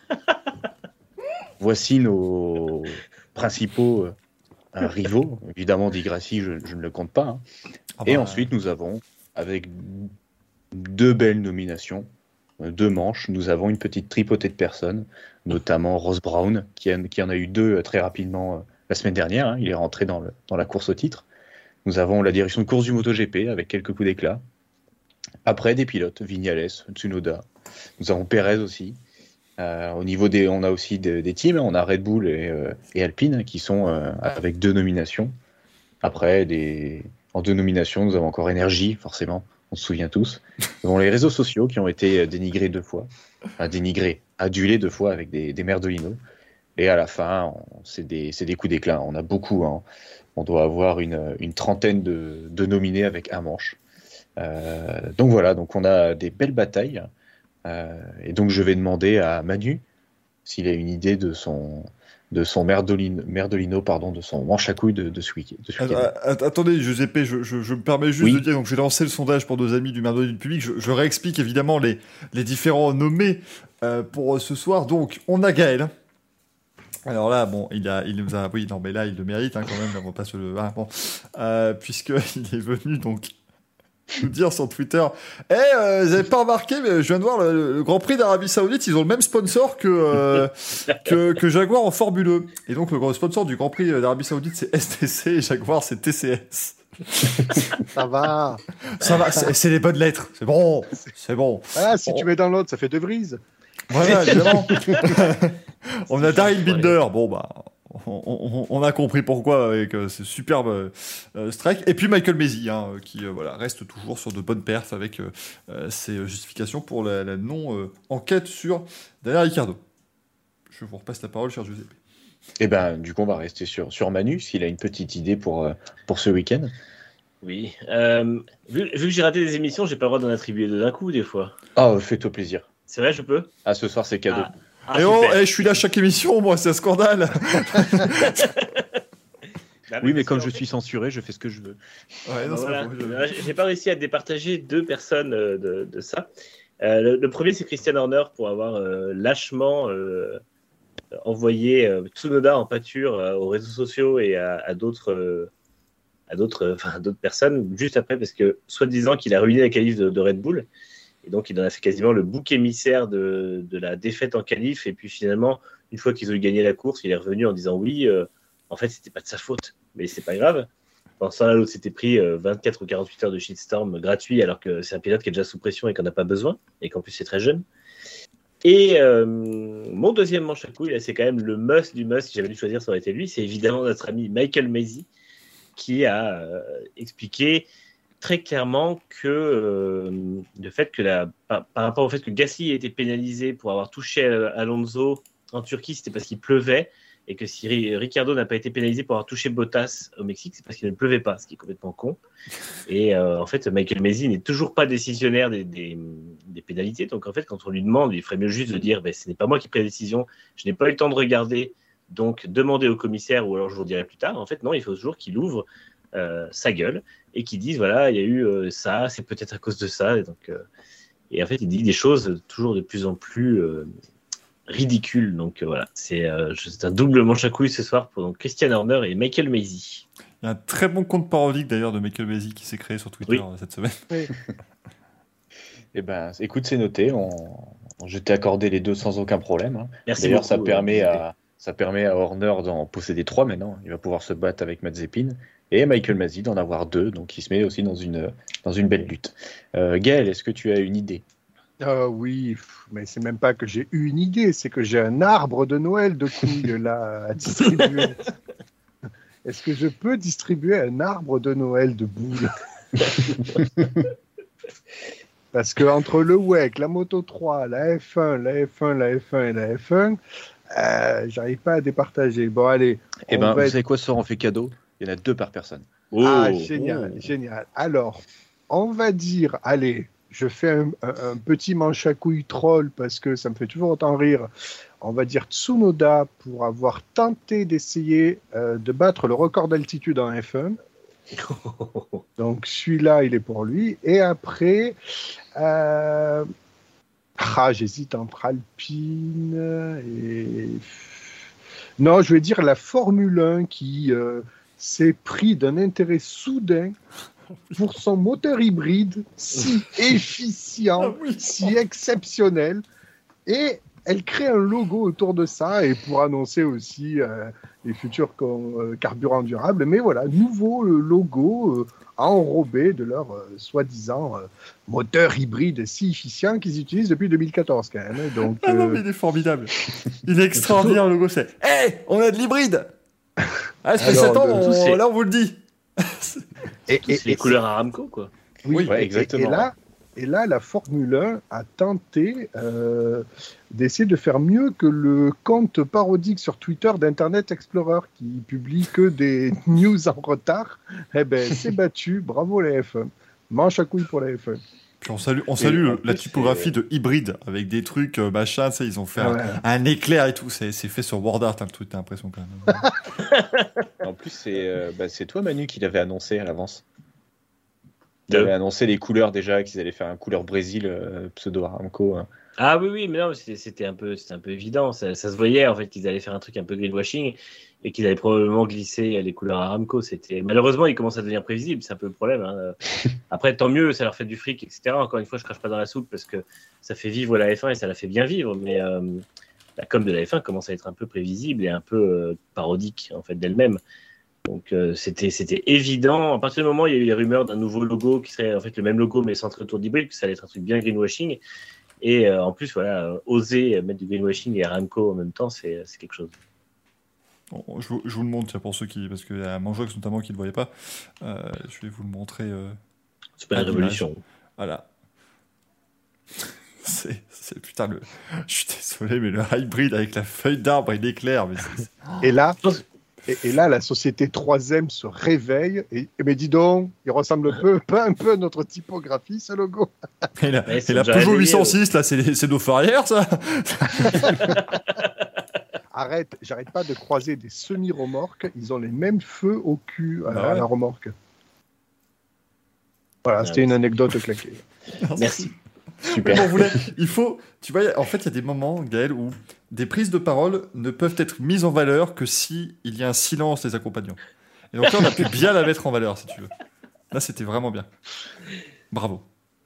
Voici nos principaux euh, rivaux. Évidemment, Di Grassi, je, je ne le compte pas. Hein. Ah bah, et ensuite, nous avons, avec deux belles nominations, deux manches, nous avons une petite tripotée de personnes, notamment Ross Brown, qui, a, qui en a eu deux très rapidement euh, la semaine dernière. Hein, il est rentré dans, le, dans la course au titre. Nous avons la direction de course du MotoGP avec quelques coups d'éclat. Après, des pilotes, Vignales, Tsunoda. Nous avons Perez aussi. Euh, au niveau des, on a aussi de, des teams. On a Red Bull et, euh, et Alpine qui sont euh, avec deux nominations. Après, des, en deux nominations, nous avons encore Énergie, forcément. On se souvient tous. Nous avons les réseaux sociaux qui ont été dénigrés deux fois. Enfin, dénigrés, adulés deux fois avec des, des Merdolino. Et à la fin, on, c'est, des, c'est des coups d'éclat. On a beaucoup. Hein. On doit avoir une, une trentaine de, de nominés avec un manche. Euh, donc voilà, donc on a des belles batailles. Euh, et donc je vais demander à Manu s'il a une idée de son, de son Merdolino, Merdolino pardon, de son manche à couilles de, de ce week-end. De ce week-end. Att- attendez, Giuseppe, je, je, je me permets juste oui. de dire, donc je vais lancer le sondage pour nos amis du Merdolino du public. Je, je réexplique évidemment les, les différents nommés euh, pour ce soir. Donc on a Gaël, Alors là, bon, il a, il nous a, oui, non, mais là, il le mérite hein, quand même. On va pas se le, ah, bon, euh, puisque il est venu donc nous dire sur Twitter, eh, euh, vous avez pas remarqué, mais je viens de voir le, le Grand Prix d'Arabie Saoudite, ils ont le même sponsor que euh, que, que Jaguar en Formule E. Et donc le sponsor du Grand Prix d'Arabie Saoudite, c'est S T C et Jaguar, c'est T C S. Ça va. Ça va, c'est, c'est les bonnes lettres. C'est bon, c'est bon. Ah, si bon. tu mets dans l'autre, ça fait De Vries. Voilà, évidemment. On a Daryl Binder. Bon, bah, on, on, on a compris pourquoi avec euh, ce superbe euh, strike. Et puis Michael Maizy, hein, qui euh, voilà, reste toujours sur de bonnes perfs avec euh, euh, ses justifications pour la, la non-enquête sur Daniel Ricciardo. Je vous repasse la parole, cher Giuseppe. Eh ben, du coup, on va rester sur, sur Manu, s'il a une petite idée pour, euh, pour ce week-end. Oui. Euh, vu, vu que j'ai raté des émissions, j'ai pas le droit d'en attribuer deux d'un coup, des fois. Ah, fais-toi plaisir. C'est vrai, je peux Ah, ce soir, c'est cadeau. Ah, ah, Et oh, super. eh, je suis là chaque émission, moi, c'est un scandale. Bah, Oui, mais parce comme qu'en je fait- suis censuré, je fais ce que je veux. Ouais, non, Bah, c'est voilà. pas faux, je- Euh, J'ai pas réussi à départager deux personnes euh, de, de ça. Euh, le, le premier, c'est Christian Horner pour avoir euh, lâchement euh, envoyé euh, Tsunoda en pâture euh, aux réseaux sociaux et à, à d'autres euh, à d'autres euh, enfin, à d'autres personnes juste après, parce que soi-disant qu'il a ruiné la qualif de, de Red Bull, et donc il en a fait quasiment le bouc émissaire de, de la défaite en qualif. Et puis finalement, une fois qu'ils ont eu gagné la course, il est revenu en disant oui, euh, en fait c'était pas de sa faute, mais c'est pas grave. Pendant ce temps-là, l'autre s'était pris euh, vingt-quatre ou quarante-huit heures de shitstorm gratuit, alors que c'est un pilote qui est déjà sous pression et qu'on n'a pas besoin, et qu'en plus c'est très jeune. Et euh, mon deuxième manche à couilles, là, c'est quand même le must du must. Si j'avais dû choisir, ça aurait été lui. C'est évidemment notre ami Michael Maizy, qui a euh, expliqué très clairement que euh, le fait que la, par, par rapport au fait que Gasly a été pénalisé pour avoir touché Alonso en Turquie, c'était parce qu'il pleuvait, et que si Ricciardo n'a pas été pénalisé pour avoir touché Bottas au Mexique, c'est parce qu'il ne pleuvait pas, ce qui est complètement con. Et euh, en fait, Michael Maizy n'est toujours pas décisionnaire des, des, des pénalités. Donc en fait, quand on lui demande, il ferait mieux juste de dire ben, ce n'est pas moi qui ai pris la décision, je n'ai pas eu le temps de regarder, donc demandez au commissaire, ou alors je vous dirai plus tard. En fait, non, il faut toujours qu'il ouvre euh, sa gueule et qu'il dise voilà, il y a eu euh, ça, c'est peut-être à cause de ça. Et, donc, euh, et en fait, il dit des choses toujours de plus en plus euh, ridicule. Donc euh, voilà, c'est, euh, c'est un double manche à couilles ce soir pour donc, Christian Horner et Michael Maizy. Il y a un très bon compte parodique d'ailleurs de Michael Maizy qui s'est créé sur Twitter Oui. euh, cette semaine. Eh ben, écoute, c'est noté. On... Je t'ai accordé les deux sans aucun problème. Hein. Merci D'ailleurs, beaucoup, ça permet, euh, à... ça permet à Horner d'en posséder trois maintenant. Il va pouvoir se battre avec Mazepin et Michael Maizy d'en avoir deux. Donc, il se met aussi dans une, dans une belle lutte. Euh, Gaël, est-ce que tu as une idée? Ah oui, mais c'est même pas que j'ai eu une idée, c'est que j'ai un arbre de Noël de couilles là à distribuer. Est-ce que je peux distribuer un arbre de Noël de boules? Parce que entre le W E C, la Moto trois, la F un, la F un, la F un et la F un, euh, j'arrive pas à départager. Bon, allez. Eh on ben, va vous être- savez quoi, ce soir, on fait cadeau? Il y en a deux par personne. Ah, Oh. génial, Oh. génial. Alors, on va dire, allez, je fais un, un- un petit manche à couilles troll parce que ça me fait toujours autant rire. On va dire Tsunoda pour avoir tenté d'essayer euh, de battre le record d'altitude en F un. Donc celui-là, il est pour lui. Et après, euh... ah, j'hésite entre Alpine et... Non, je vais dire la Formule un qui euh, s'est pris d'un intérêt soudain pour son moteur hybride si efficient, Ah oui. si exceptionnel. Et elle crée un logo autour de ça et pour annoncer aussi euh, les futurs co- euh, carburants durables. Mais voilà, nouveau euh, logo euh, enrobé de leur euh, soi-disant euh, moteur hybride si efficient qu'ils utilisent depuis deux mille quatorze quand même. Donc, Ah non, euh, mais il est formidable. Il est extraordinaire, le logo. C'est hé, on a de l'hybride. Ah, ça fait Alors, sept ans, le- on- tout, c'est- là, on vous le dit. et, C'est les couleurs Aramco, quoi. Oui, Ouais, et- exactement, Et, là, et là, la Formule un a tenté euh, d'essayer de faire mieux que le compte parodique sur Twitter d'Internet Explorer qui publie que des news en retard. Eh ben, c'est battu. Bravo la F un. Manche à couilles pour la F un. Puis on salue, on salue en le- la plus, typographie c'est- de hybride avec des trucs euh, machin, tu sais, ils ont fait Ah un, ouais. un éclair et tout. C'est, c'est fait sur WordArt, hein, le truc, t'as l'impression quand même. En plus, c'est euh, bah, c'est toi, Manu, qui l'avais annoncé à l'avance. Tu De- avais annoncé les couleurs déjà, qu'ils allaient faire un couleur Brésil, euh, pseudo Aramco. hein. Ah oui, oui, mais non, c'était, c'était, un, peu, c'était un peu évident. Ça, ça se voyait, en fait, qu'ils allaient faire un truc un peu greenwashing et qu'ils allaient probablement glisser les couleurs Aramco. C'était... Malheureusement, ils commencent à devenir prévisibles. C'est un peu le problème. Hein. Après, tant mieux, ça leur fait du fric, et cetera. Encore une fois, je crache pas dans la soupe parce que ça fait vivre la F un et ça la fait bien vivre. Mais euh, la com de la F un commence à être un peu prévisible et un peu euh, parodique, en fait, d'elle-même. Donc, euh, c'était, c'était évident. À partir du moment où il y a eu les rumeurs d'un nouveau logo qui serait en fait le même logo mais centré autour d'hybride, que ça allait être un truc bien greenwashing. Et euh, en plus, voilà, euh, oser mettre du greenwashing et Aramco en même temps, c'est, c'est quelque chose. Bon, je, vous, je vous le montre tiens, pour ceux qui. Parce qu'il y a Manjox notamment qui ne le voyait pas. Euh, je vais vous le montrer. Euh, c'est pas une révolution. Voilà. c'est, c'est. Putain, le. Je suis désolé, mais le hybride avec la feuille d'arbre, il éclaire. Mais c'est... Et là. Et, et là, la société trois M se réveille et, et mais dis donc, il ressemble un peu, pas un peu à notre typographie, ce logo. Et la, ouais, et la Peugeot huit cent six, là, c'est, c'est nos farrières, ça. Arrête, j'arrête pas de croiser des semi-remorques. Ils ont les mêmes feux au cul à, ah ouais. à la remorque. Voilà, ah c'était ouais. une anecdote claquée. Merci. Super. Bon, voulait, il faut, tu vois, en fait, il y a des moments, Gaël, où des prises de parole ne peuvent être mises en valeur que si il y a un silence les accompagnant. Et donc là, on a pu bien la mettre en valeur, si tu veux. Là, c'était vraiment bien. Bravo.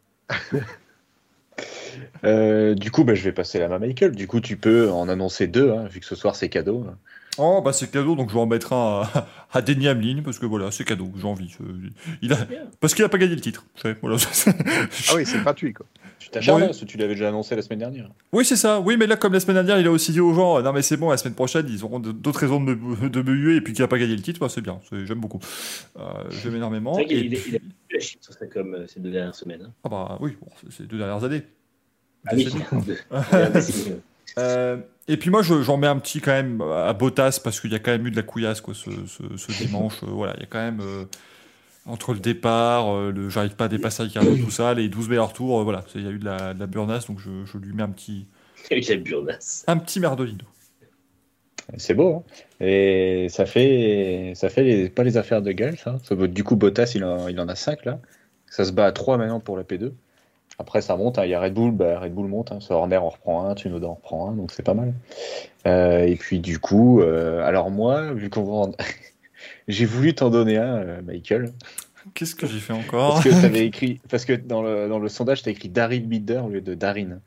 euh, du coup, bah, je vais passer la main à Michael. Du coup, tu peux en annoncer deux, hein, vu que ce soir c'est cadeau. Oh, bah c'est cadeau, donc je vais en mettre un à, à Denis Hamlin, parce que voilà, c'est cadeau, j'ai envie. Il a, parce qu'il n'a pas gagné le titre. Voilà. Ah oui, c'est gratuit, quoi. Tu t'acharnes, parce que tu l'avais déjà annoncé la semaine dernière. Oui, c'est ça. Oui, mais là, comme la semaine dernière, il a aussi dit aux gens, non mais c'est bon, la semaine prochaine, ils auront d'autres raisons de me, de me huer, et puis qu'il n'a pas gagné le titre, bah, c'est bien, c'est, j'aime beaucoup. Euh, j'aime énormément. C'est vrai qu'il et il, il a eu la chute sur sa com euh, ces deux dernières semaines. Hein. Ah bah oui, bon, c'est ces deux dernières années. Ah oui, euh, et puis moi, je, j'en mets un petit quand même à Bottas, parce qu'il y a quand même eu de la couillasse quoi, ce, ce, ce dimanche. Euh, voilà, il y a quand même, euh, entre le départ, euh, le j'arrive pas à dépasser Ricardo, tout ça, les douze meilleurs tours, euh, voilà, il y a eu de la, de la burnasse, donc je, je lui mets un petit... Il y a eu de la burnasse. Un petit merdolino. C'est beau, hein. Et ça fait, ça fait les, pas les affaires de Gaël, ça. Du coup, Bottas, il en, il en a cinq, là. Ça se bat à trois maintenant pour la P deux. Après, ça monte, hein. Il y a Red Bull, bah, Red Bull monte, hein. Horner en reprend un, Tsunoda en reprend un, donc c'est pas mal. Euh, et puis, du coup, euh, alors moi, vu qu'on va en... j'ai voulu t'en donner un, euh, Michael. Qu'est-ce que j'ai fait encore ? Parce que t'avais écrit, parce que dans le, dans le sondage, t'as écrit Daryl Binder au lieu de Darin.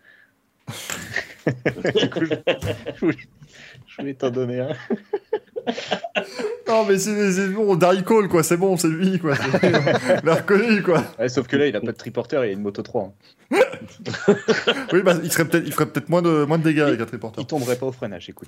Du coup, je, je, voulais, je voulais t'en donner un. Non, mais c'est, c'est bon, Daryl Cole, quoi, c'est bon, c'est lui, quoi. C'est, on l'a reconnu, quoi. Ouais, sauf que là, il a pas de triporteur et il y a une moto trois. Hein. Oui, bah, il, serait peut-être, il ferait peut-être moins de, moins de dégâts il, avec un triporteur. Il tomberait pas au freinage, écoute.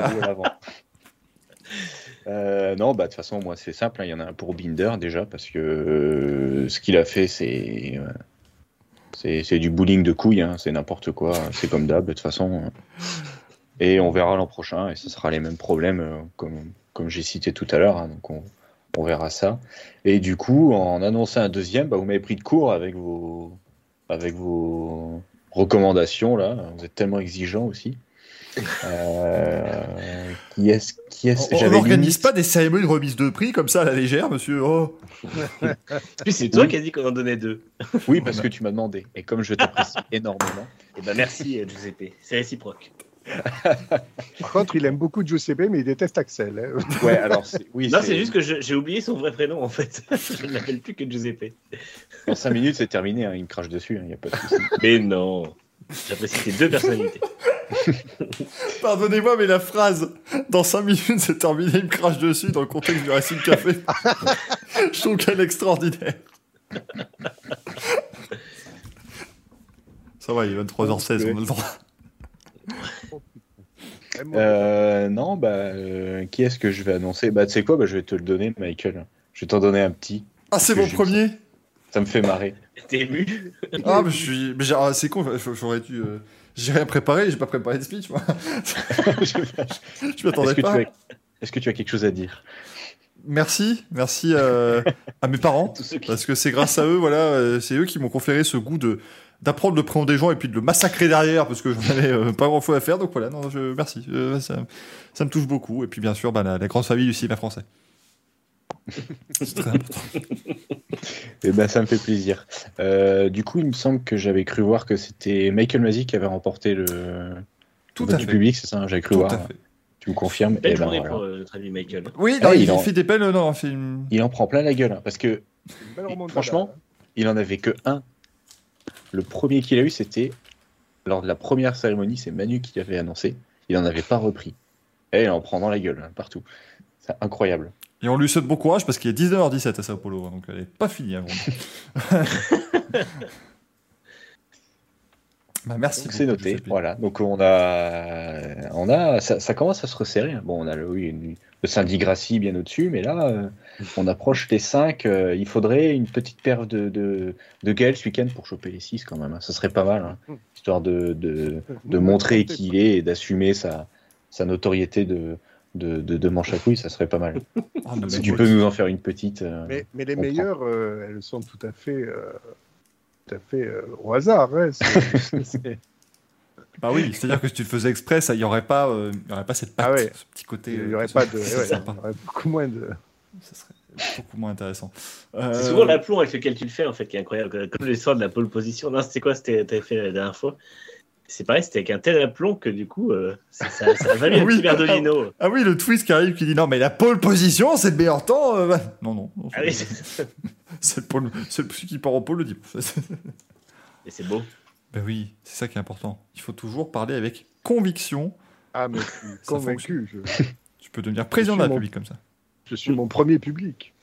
Euh, non, bah de toute façon, moi c'est simple, il hein, y en a un pour Binder déjà, parce que euh, ce qu'il a fait, c'est, euh, c'est c'est du bowling de couilles, hein, c'est n'importe quoi, c'est comme d'hab, de toute façon. Et on verra l'an prochain, et ce sera les mêmes problèmes, euh, comme, comme j'ai cité tout à l'heure, hein, donc on, on verra ça. Et du coup, en annonçant un deuxième, bah, vous m'avez pris de court avec vos, avec vos recommandations, là, vous êtes tellement exigeants aussi. Euh, qui est-ce, qui est-ce, on n'organise pas des cérémonies de remise de prix comme ça à la légère, monsieur. Oh. Puis c'est toi oui. qui as dit qu'on en donnait deux. Oui, parce que tu m'as demandé. Et comme je t'apprécie énormément. Et ben merci Giuseppe, c'est réciproque. Par contre, il aime beaucoup Giuseppe, mais il déteste Axel. Hein. Ouais, alors c'est... oui. Non, c'est... c'est juste que je, j'ai oublié son vrai prénom en fait. Je ne l'appelle plus que Giuseppe. En cinq minutes, c'est terminé. Hein. Il me crache dessus. Il hein, n'y a pas de souci. Mais non. J'apprécie tes deux personnalités. Pardonnez-moi, mais la phrase dans cinq minutes c'est terminé, il me crache dessus dans le contexte du Racing Café. Je trouve qu'elle est extraordinaire. Ça va, il est vingt-trois heures seize, on a le droit. Euh, non, bah, euh, qui est-ce que je vais annoncer ? Bah, tu sais quoi, bah, je vais te le donner, Michael. Je vais t'en donner un petit. Ah, c'est mon premier ? Ça me fait marrer. T'es ému ? Ah, mais je suis. Mais ah, c'est con, j'aurais dû. Euh... J'ai rien préparé, j'ai pas préparé de speech, moi. je, je m'attendais est-ce pas. Que as... Est-ce que tu as quelque chose à dire ? Merci, merci euh, à mes parents, qui... parce que c'est grâce à eux, voilà, euh, c'est eux qui m'ont conféré ce goût de d'apprendre le prénom des gens et puis de le massacrer derrière, parce que j'en avais euh, pas grand-chose à faire, donc voilà, non, je, merci, euh, ça, ça me touche beaucoup. Et puis bien sûr, bah, la, la grande famille du cinéma français. C'est très important. Et ben, ça me fait plaisir. Euh, du coup, il me semble que j'avais cru voir que c'était Michael Masi qui avait remporté le, Tout le vote à du fait. public, c'est ça, j'avais cru Tout voir. à fait. Tu me confirmes? Belle Eh ben, journée voilà. pour euh, notre ami Michael. Oui, non, Ah, il, il en- fait des belles. Non, il fait une- Il en prend plein la gueule, hein, parce que Une belle remontada, franchement, hein. il en avait que un. Le premier qu'il a eu, c'était lors de la première cérémonie, c'est Manu qui l'avait annoncé. Il n'en avait pas repris. Et il en prend dans la gueule, hein, partout. C'est incroyable. Et on lui souhaite bon courage parce qu'il est dix-neuf heures dix-sept à Sao Paulo, donc elle n'est pas finie avant. Bah, merci. Donc c'est beaucoup, noté, Giuseppe. voilà. Donc on a, on a, ça, ça commence à se resserrer. Bon, on a le, oui, une- le Saint-Di Grassi bien au-dessus, mais là, euh, on approche les cinq. euh, il faudrait une petite paire de, de, de Gaël ce week-end pour choper les six quand même. Hein. Ça serait pas mal, hein, histoire de, de, de montrer qui il est et d'assumer sa, sa notoriété de, de, de, de manche à couilles. Ça serait pas mal. Ah, non, Si mais tu bon, peux nous en faire une petite. euh, Mais, mais les on prend. meilleures, euh, elles sont tout à fait, euh, tout à fait euh, au hasard. Hein. C'est- c'est- Bah oui, c'est-à-dire que si tu le faisais exprès, ça, il n'y aurait pas, euh, il y aurait pas cette patte, Ah ouais. ce petit côté. Il n'y euh, aurait ça- pas de, c'est ouais, sympa. il y aurait beaucoup moins de. Ça serait beaucoup moins intéressant. C'est Euh, souvent l'aplomb avec lequel tu le fais, en fait, qui est incroyable. Comme l'histoire de la pole position. Non, c'était quoi C'était t'avais fait la dernière fois. C'est pareil, c'était avec un tel aplomb que du coup, euh, ça, ça, ça a valu un Oui. petit Verdolino. Ah oui, le twist qui arrive qui dit non, mais la pole position, c'est le meilleur temps. euh, bah, Non, non. non, Ah oui, c'est- c'est- c'est le pôle, c'est le- celui qui part en pôle le dit. et c'est beau. Ben oui, c'est ça qui est important. Il faut toujours parler avec conviction. Ah, mais je suis convaincu. Je, Tu peux devenir président de la mon- République comme ça. je suis mon premier public.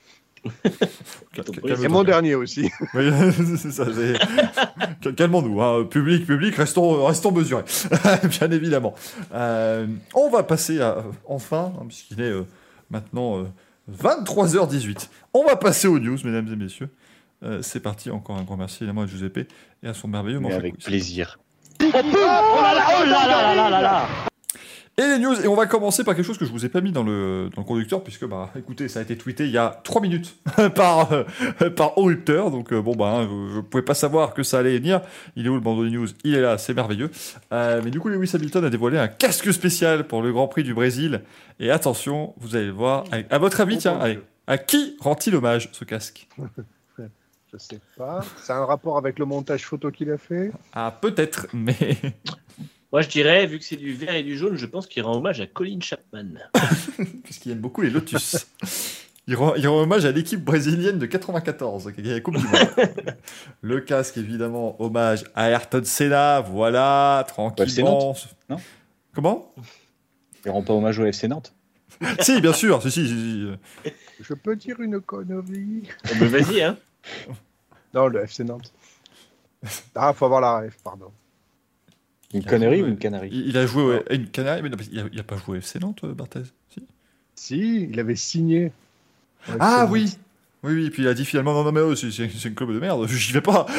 Ton Cal- premier, Et calme-toi. mon dernier aussi. Oui, c'est ça. c'est- Cal- Calmons-nous. Hein. Public, public, restons, restons mesurés. Bien évidemment. Euh, on va passer à, enfin, hein, puisqu'il est euh, maintenant euh, vingt-trois heures dix-huit. On va passer aux news, mesdames et messieurs. Euh, c'est parti. Encore un grand merci évidemment à Giuseppe et à son merveilleux mais manche à avec couilles. plaisir. Oh là là, oh là là là là là. Et les news, et on va commencer par quelque chose que je vous ai pas mis dans le, dans le conducteur, puisque, bah, écoutez, ça a été tweeté il y a trois minutes par, euh, par Orupteur, donc euh, bon, bah, hein, je, je pouvais pas savoir que ça allait venir. Il est où le bandeau des news? Il est là, c'est merveilleux. Euh, mais du coup, Lewis Hamilton a dévoilé un casque spécial pour le Grand Prix du Brésil, et attention, vous allez le voir. À, à votre avis, tiens, allez, à qui rend-il hommage, ce casque? Je sais pas. C'est un rapport avec le montage photo qu'il a fait. Ah, peut-être, mais... Moi, je dirais, vu que c'est du vert et du jaune, je pense qu'il rend hommage à Colin Chapman. puisqu'il aime beaucoup les Lotus. Il rend, il rend hommage à l'équipe brésilienne de quatre-vingt-quatorze, qui a gagné la Coupe du Monde. Le casque, évidemment, hommage à Ayrton Senna, voilà, tranquillement. non Comment? Il rend pas hommage au F C Nantes. Si, bien sûr, si, si, si, si. Je peux dire une connerie. Oh, mais vas-y, hein. Non, le F C Nantes. Ah, faut avoir la ref, pardon. Une Il a connerie joué- ou une canarie? Il, il a joué au- à une Canarie, mais non, il a, il a pas joué au F C Nantes, euh, Barthez, si. Si, il avait signé. au F C Ah Nantes. oui. Oui, oui, et puis il a dit finalement, non, non, mais oh, c'est c'est- c'est une club de merde, j'y vais pas.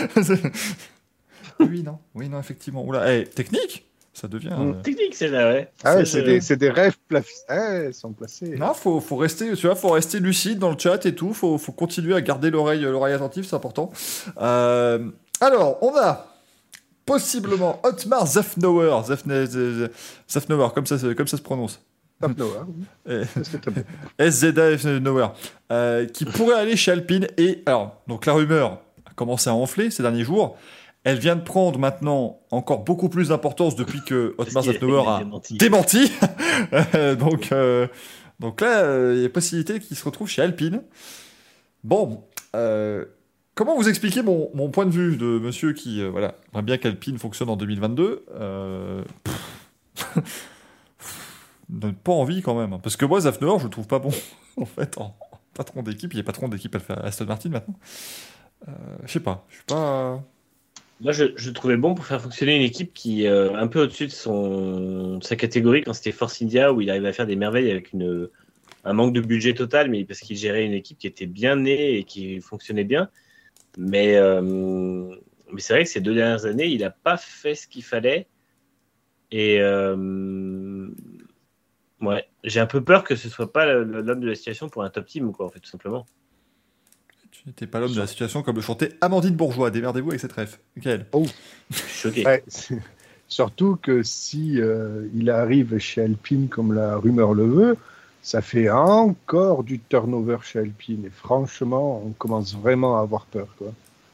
Oui, non, oui, non, effectivement. Oula, eh, technique, ça devient... Mm. euh, Technique, c'est là, ouais. Ah ouais, C'est- c'est des, c'est des rêves pla- eh, ils sont placés. Non, faut, faut rester, tu vois, faut rester lucide dans le chat et tout. Faut, faut continuer à garder l'oreille, l'oreille attentive, c'est important. Euh, alors, on a possiblement Otmar Zafnauer, Zafne- Z- Zafnauer, comme ça, se- comme ça se prononce. Top Noah, oui. Eh, Est-ce que t'as bien- S Z A F Nauer, euh, qui pourrait aller chez Alpine. Et alors, donc la rumeur a commencé à enfler ces derniers jours. Elle vient de prendre maintenant encore beaucoup plus d'importance depuis que Otmar qu'il a- Zafnauer il a a démenti. démenti. Euh, donc, euh, donc là, euh, il y a possibilité qu'il se retrouve chez Alpine. Bon, euh, comment vous expliquer mon, mon point de vue de monsieur qui, euh, voilà, aimerait bien qu'Alpine fonctionne en deux mille vingt-deux euh, pff, donne pas envie quand même. Parce que moi, Zafnauer, je le trouve pas bon, en fait, en, en patron d'équipe. Il est patron d'équipe à Aston Martin maintenant. Euh, je sais pas, je suis pas... Moi, je, je le trouvais bon pour faire fonctionner une équipe qui est euh, un peu au-dessus de, son, de sa catégorie quand c'était Force India, où il arrivait à faire des merveilles avec une, un manque de budget total, mais parce qu'il gérait une équipe qui était bien née et qui fonctionnait bien. Mais, euh, mais c'est vrai que ces deux dernières années, il n'a pas fait ce qu'il fallait. Et euh, ouais, j'ai un peu peur que ce soit pas le- le- l'homme de la situation pour un top team, quoi, en fait, tout simplement. Tu n'étais pas l'homme de la situation comme le chantait Amandine Bourgeois. Démerdez-vous avec cette ref. Michael. Je suis choqué. Ouais, c'est- surtout que si euh, il arrive chez Alpine comme la rumeur le veut, ça fait encore du turnover chez Alpine. Et franchement, on commence vraiment à avoir peur, quoi.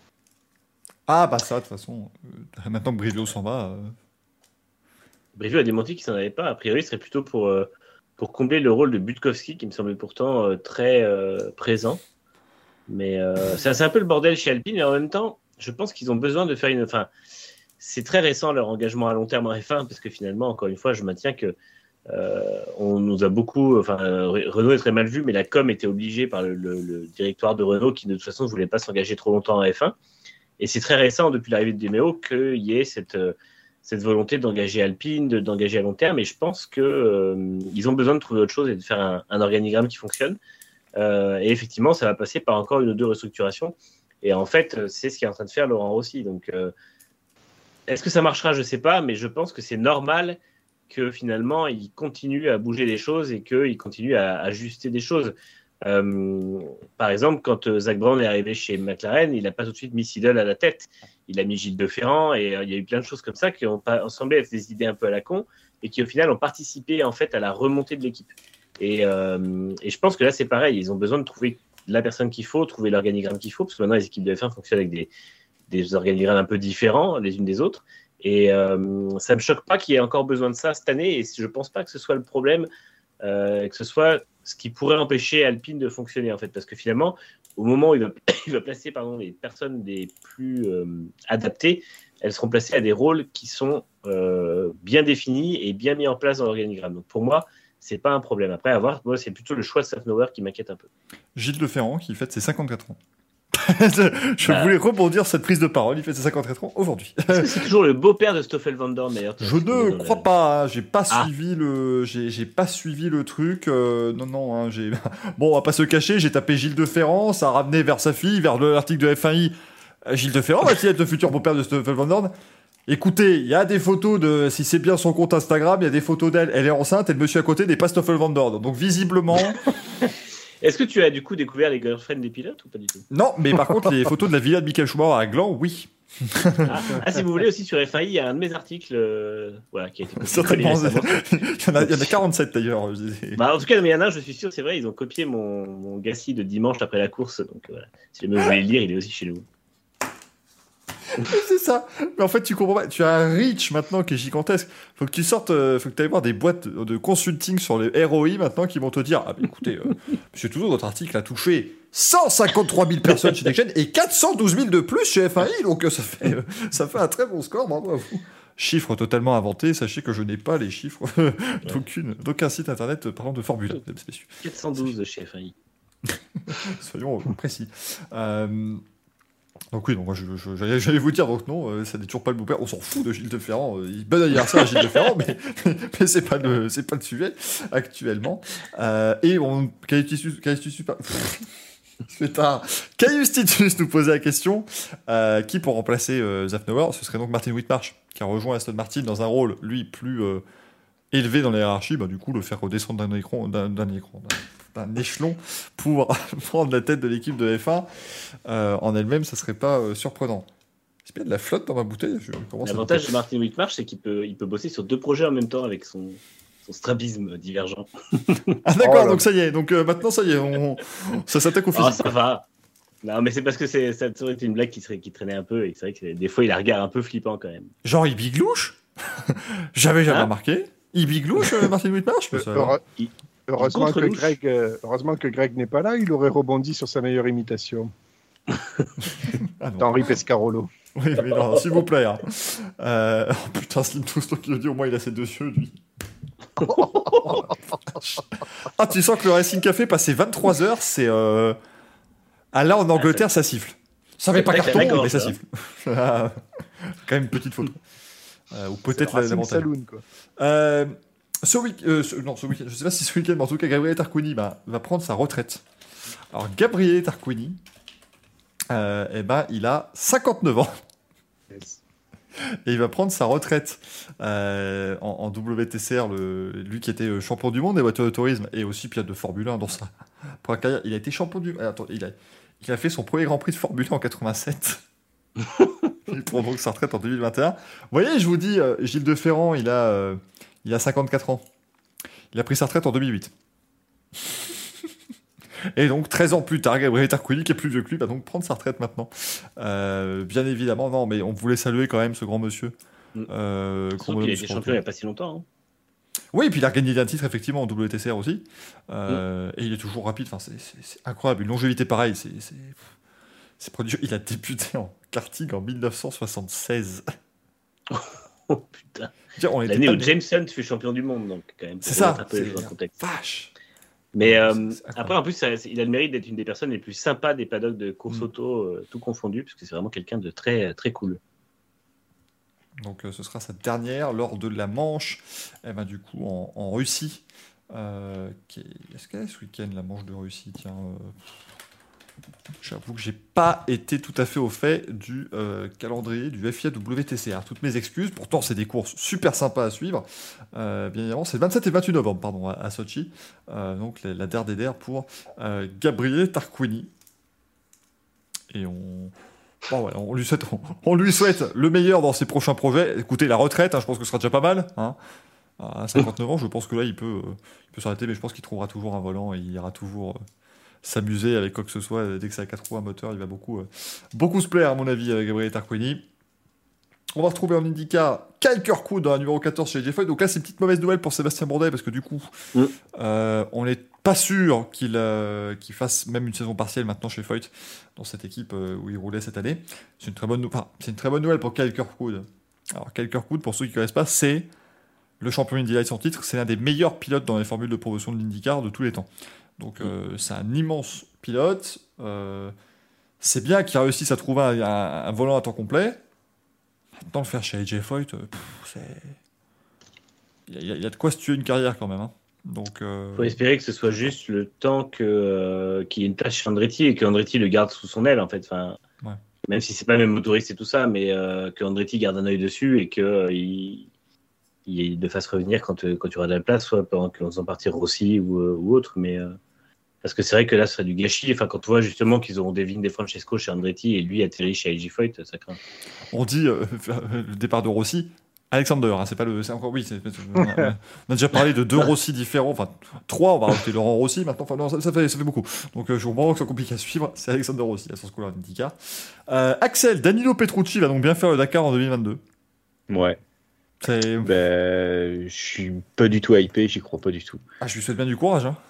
Ah, bah ça, de toute façon, euh, maintenant que Brivio s'en va... Euh... Brivio a démenti qu'il s'en avait pas. A priori, ce serait plutôt pour, euh, pour combler le rôle de Budkowski, qui me semblait pourtant euh, très euh, présent. Mais euh, c'est, c'est un peu le bordel chez Alpine, et en même temps, je pense qu'ils ont besoin de faire une... Enfin, c'est très récent leur engagement à long terme en F un, parce que finalement, encore une fois, je maintiens que euh, on nous a beaucoup... Enfin, Renault est très mal vu, mais la com était obligée par le, le, le directoire de Renault, qui de toute façon ne voulait pas s'engager trop longtemps en F un. Et c'est très récent, depuis l'arrivée de Demeo, qu'il y ait cette, cette volonté d'engager Alpine, de, d'engager à long terme. Et je pense qu'ils euh, ont besoin de trouver autre chose et de faire un, un organigramme qui fonctionne. Euh, et effectivement, ça va passer par encore une ou deux restructurations. Et en fait, c'est ce qu'est en train de faire Laurent Rossi. Donc, euh, est-ce que ça marchera ? Je ne sais pas, mais je pense que c'est normal que finalement, il continue à bouger des choses et qu'il continue à ajuster des choses. Euh, par exemple, quand euh, Zak Brown est arrivé chez McLaren, il n'a pas tout de suite mis Seidel à la tête. Il a mis Gilles de Ferrand et euh, il y a eu plein de choses comme ça qui ont, pas, ont semblé être des idées un peu à la con et qui au final ont participé en fait à la remontée de l'équipe. Et, euh, et je pense que là c'est pareil, ils ont besoin de trouver la personne qu'il faut, trouver l'organigramme qu'il faut, parce que maintenant les équipes de F un fonctionnent avec des, des organigrammes un peu différents les unes des autres. Et euh, ça ne me choque pas qu'il y ait encore besoin de ça cette année et je ne pense pas que ce soit le problème, euh, que ce soit ce qui pourrait empêcher Alpine de fonctionner en fait, parce que finalement, au moment où il va, il va placer pardon, les personnes les plus euh, adaptées, elles seront placées à des rôles qui sont euh, bien définis et bien mis en place dans l'organigramme. Donc pour moi, c'est pas un problème. Après, à voir, moi, c'est plutôt le choix de Safnauer qui m'inquiète un peu. Gilles de Ferrand qui fête ses cinquante-quatre ans. Je bah, voulais rebondir cette prise de parole. Il fait ses cinquante-quatre ans aujourd'hui. Est-ce que c'est toujours le beau-père de Stoffel Van Dorn d'ailleurs ? Je ne crois le... pas. Hein. J'ai pas ah. suivi le. J'ai, j'ai pas suivi le truc. Euh, non, non. Hein, j'ai. Bon, on va pas se cacher. J'ai tapé Gilles de Ferrand. Ça a ramené vers sa fille, vers l'article de F un i. Gilles de Ferrand va-t-il être le futur beau-père de Stoffel Van Dorn ? Écoutez, il y a des photos de. Si c'est bien son compte Instagram, il y a des photos d'elle. Elle est enceinte et le monsieur à côté n'est pas Stoffel Van Dorn. Donc visiblement. Est-ce que tu as du coup découvert les girlfriends des pilotes ou pas du tout ? Non, mais par contre, les photos de la villa de Michael Schumacher à Gland, oui. Ah, ah, si vous voulez aussi sur F un i, il y a un de mes articles euh, voilà, qui a été copié. Certainement. il, y en a, il y en a quarante-sept d'ailleurs. Bah, en tout cas, mais il y en a un, je suis sûr, c'est vrai, ils ont copié mon, mon Gassi de dimanche après la course. Donc voilà, si jamais vous voulez le lire, il est aussi chez nous. C'est ça. Mais en fait, tu comprends pas. Tu as un reach maintenant qui est gigantesque. Faut que tu sortes, euh, faut que tu ailles voir des boîtes de consulting sur les R O I maintenant qui vont te dire, ah, mais écoutez, euh, monsieur Touzeau, votre article a touché cent cinquante-trois mille personnes chez NextGen et quatre cent douze mille de plus chez F un i. Donc, euh, ça fait, euh, ça fait un très bon score, bravo à vous. Chiffres totalement inventés. Sachez que je n'ai pas les chiffres d'aucune, d'aucun site internet parlant de Formule un. quatre cent douze chez F un i. Soyons précis. Euh, Donc oui, donc moi je, je, j'allais, j'allais vous dire, donc non, euh, ça n'est toujours pas le beau-père, on s'en fout de Gilles de Ferrand, euh, bon anniversaire à Gilles de Ferrand, mais, mais c'est, pas le, c'est pas le sujet actuellement. Euh, et on, Caïstitus, Caïstitus, c'est tard. Caïstitus nous posait la question, euh, qui pour remplacer euh, Safnauer, ce serait donc Martin Whitmarsh, qui a rejoint Aston Martin dans un rôle, lui, plus euh, élevé dans la hiérarchie, bah, du coup le faire redescendre d'un écran, d'un, d'un écran, d'un... un échelon pour prendre la tête de l'équipe de F un euh, en elle-même, ça serait pas euh, surprenant. Est-ce qu'il y a de la flotte dans ma bouteille ? Je L'avantage de Martin Whitmarsh, c'est qu'il peut, il peut bosser sur deux projets en même temps avec son, son strabisme divergent. Ah d'accord, oh, donc ça y est, donc euh, maintenant ça y est, on, ça s'attaque au physique. Oh, ça va. Non, mais c'est parce que c'est, ça aurait été une blague qui, serait, qui traînait un peu et c'est vrai que des fois il a un regard un peu flippant quand même. Genre il biglouche ? J'avais jamais hein remarqué. Il biglouche, euh, Martin Whitmarsh ? euh, il... Heureusement que, Greg, euh, heureusement que Greg n'est pas là, il aurait rebondi sur sa meilleure imitation. ah d'Henri Pescarolo. Oui, mais non, s'il vous plaît. Hein. Euh... Oh putain, Slim Touston qui le dit, au moins il a ses deux yeux, lui. Ah, tu sens que le Racing Café, passé vingt-trois heures, c'est... Euh... Ah là, en Angleterre, ça siffle. Ça fait pas carton, mais ça siffle. Quand même une petite faute. Euh, ou peut-être la, la montagne. Saloon, quoi. Euh... Ce week- euh, ce, non, ce week-end, je ne sais pas si ce week-end, mais en tout cas, Gabriele Tarquini bah, va prendre sa retraite. Alors, Gabriele Tarquini, euh, eh ben, il a cinquante-neuf ans. Yes. Et il va prendre sa retraite euh, en, en W T C R, le, lui qui était champion du monde des voitures de tourisme et aussi pilote de Formule un dans sa pour la carrière. Il a été champion du monde. Il a, il a fait son premier Grand Prix de Formule un en quatre-vingt-sept. Il prend donc sa retraite en deux mille vingt et un. Vous voyez, je vous dis, euh, Gilles de Ferrand, il a... Euh, Il a cinquante-quatre ans. Il a pris sa retraite en deux mille huit. Et donc, treize ans plus tard, Gabriele Tarquini, qui est plus vieux que lui, va donc prendre sa retraite maintenant. Euh, bien évidemment, non, mais on voulait saluer quand même ce grand monsieur. Euh, Surtout qu'il a été champion il n'y a pas si longtemps. Hein. Oui, et puis il a gagné un titre, effectivement, en W T C R aussi. Euh, mm. Et il est toujours rapide. Enfin, c'est, c'est, c'est incroyable. Une longévité pareille, c'est, c'est, c'est prodigieux. Il a débuté en karting en dix-neuf cent soixante-seize. Oh putain. On L'année où James Hunt fut champion du monde, donc quand même. C'est ça. Un peu c'est... le contexte. Vache. Mais euh, après, en plus, ça, il a le mérite d'être une des personnes les plus sympas des paddocks de course mm. auto, euh, tout confondu, parce que c'est vraiment quelqu'un de très, très cool. Donc euh, ce sera sa dernière lors de la manche, eh ben, du coup en, en Russie. Euh, qui est... Est-ce qu'elle est ce week-end la manche de Russie? Tiens, euh... j'avoue que j'ai pas été tout à fait au fait du euh, calendrier du F I A W T C R. Toutes mes excuses. Pourtant c'est des courses super sympas à suivre. Euh, bien évidemment, c'est le vingt-sept et vingt-huit novembre, pardon, à, à Sochi. Euh, donc la, la D R D D R pour euh, Gabriele Tarquini. Et on Bon, ouais, on, lui souhaite, on, on lui souhaite le meilleur dans ses prochains projets. Écoutez, la retraite, hein, je pense que ce sera déjà pas mal. Hein. À cinquante-neuf ans, je pense que là, il peut, euh, il peut s'arrêter, mais je pense qu'il trouvera toujours un volant et il ira toujours euh, s'amuser avec quoi que ce soit. Dès que c'est à quatre roues, un moteur, il va beaucoup, euh, beaucoup se plaire, à mon avis, avec Gabriele Tarquini. On va retrouver en IndyCar Kyle Kirkwood dans la numéro quatorze chez Jeffrey. Donc là, c'est une petite mauvaise nouvelle pour Sébastien Bourdais parce que du coup, mm. euh, on n'est pas sûr qu'il, euh, qu'il fasse même une saison partielle maintenant chez Foyt dans cette équipe euh, où il roulait cette année. C'est une très bonne, nou- enfin, c'est une très bonne nouvelle pour Kyle Kirkwood. Alors Kyle Kirkwood, pour ceux qui ne connaissent pas, c'est le champion Indy Lights en titre. C'est l'un des meilleurs pilotes dans les formules de promotion de l'IndyCar de tous les temps. Donc euh, c'est un immense pilote. Euh, c'est bien qu'il réussisse à trouver un, un, un volant à temps complet. Maintenant, le faire chez A J Foyt, euh, c'est... Il y, a, il y a de quoi se tuer une carrière quand même. Hein. Donc, euh... faut espérer que ce soit juste le temps que, euh, qu'il y ait une place chez Andretti et que Andretti le garde sous son aile, en fait. Enfin, ouais. Même si c'est pas le même motoriste et tout ça, mais euh, que Andretti garde un œil dessus et qu'il euh, il, il le fasse revenir quand, quand tu auras de la place, soit pendant qu'on faisant partir Rossi ou, euh, ou autre. Mais, euh, parce que c'est vrai que là, ce serait du gâchis. Enfin, quand tu vois justement qu'ils auront Devin DeFrancesco chez Andretti et lui atterri chez A J Foyt, ça craint. On dit euh, le départ de Rossi. Alexander, hein, c'est pas le, c'est encore oui, c'est, on, a, on a déjà parlé de deux Rossi différents, enfin trois, on va rajouter Laurent Rossi maintenant, enfin non, ça, ça fait ça fait beaucoup. Donc euh, je comprends que c'est compliqué à suivre. C'est Alexander Rossi à son couleur d'IndyCar. Euh, Axel, Danilo Petrucci va donc bien faire le Dakar en deux mille vingt-deux. Ouais. C'est... Ben, je suis pas du tout hypé, j'y crois pas du tout. Ah, je lui souhaite bien du courage. Hein.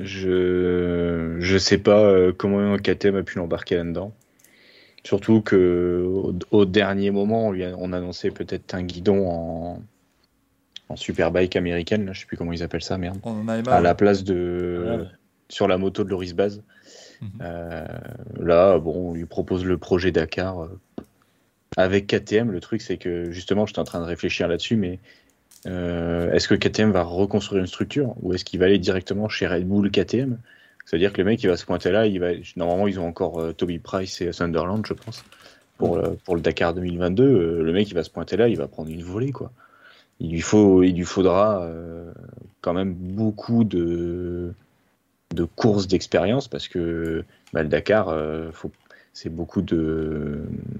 Je je sais pas euh, comment K T M a pu l'embarquer là-dedans. Surtout qu'au au dernier moment, on, lui a, on annonçait peut-être un guidon en, en Superbike américaine, là, je sais plus comment ils appellent ça, merde. On en a à la place de... Ah ouais. Sur la moto de Loris Baz. Mm-hmm. Euh, là, bon, on lui propose le projet Dakar euh, avec K T M. Le truc, c'est que justement, j'étais en train de réfléchir là-dessus, mais euh, est-ce que K T M va reconstruire une structure ou est-ce qu'il va aller directement chez Red Bull K T M ? C'est-à-dire que le mec, il va se pointer là, il va... normalement, ils ont encore euh, Toby Price et Sunderland, je pense, pour, euh, pour le Dakar deux mille vingt-deux. Euh, le mec, il va se pointer là, il va prendre une volée, quoi. Il lui, faut, il lui faudra euh, quand même beaucoup de, de courses d'expérience, parce que bah, le Dakar, euh, faut... c'est beaucoup de...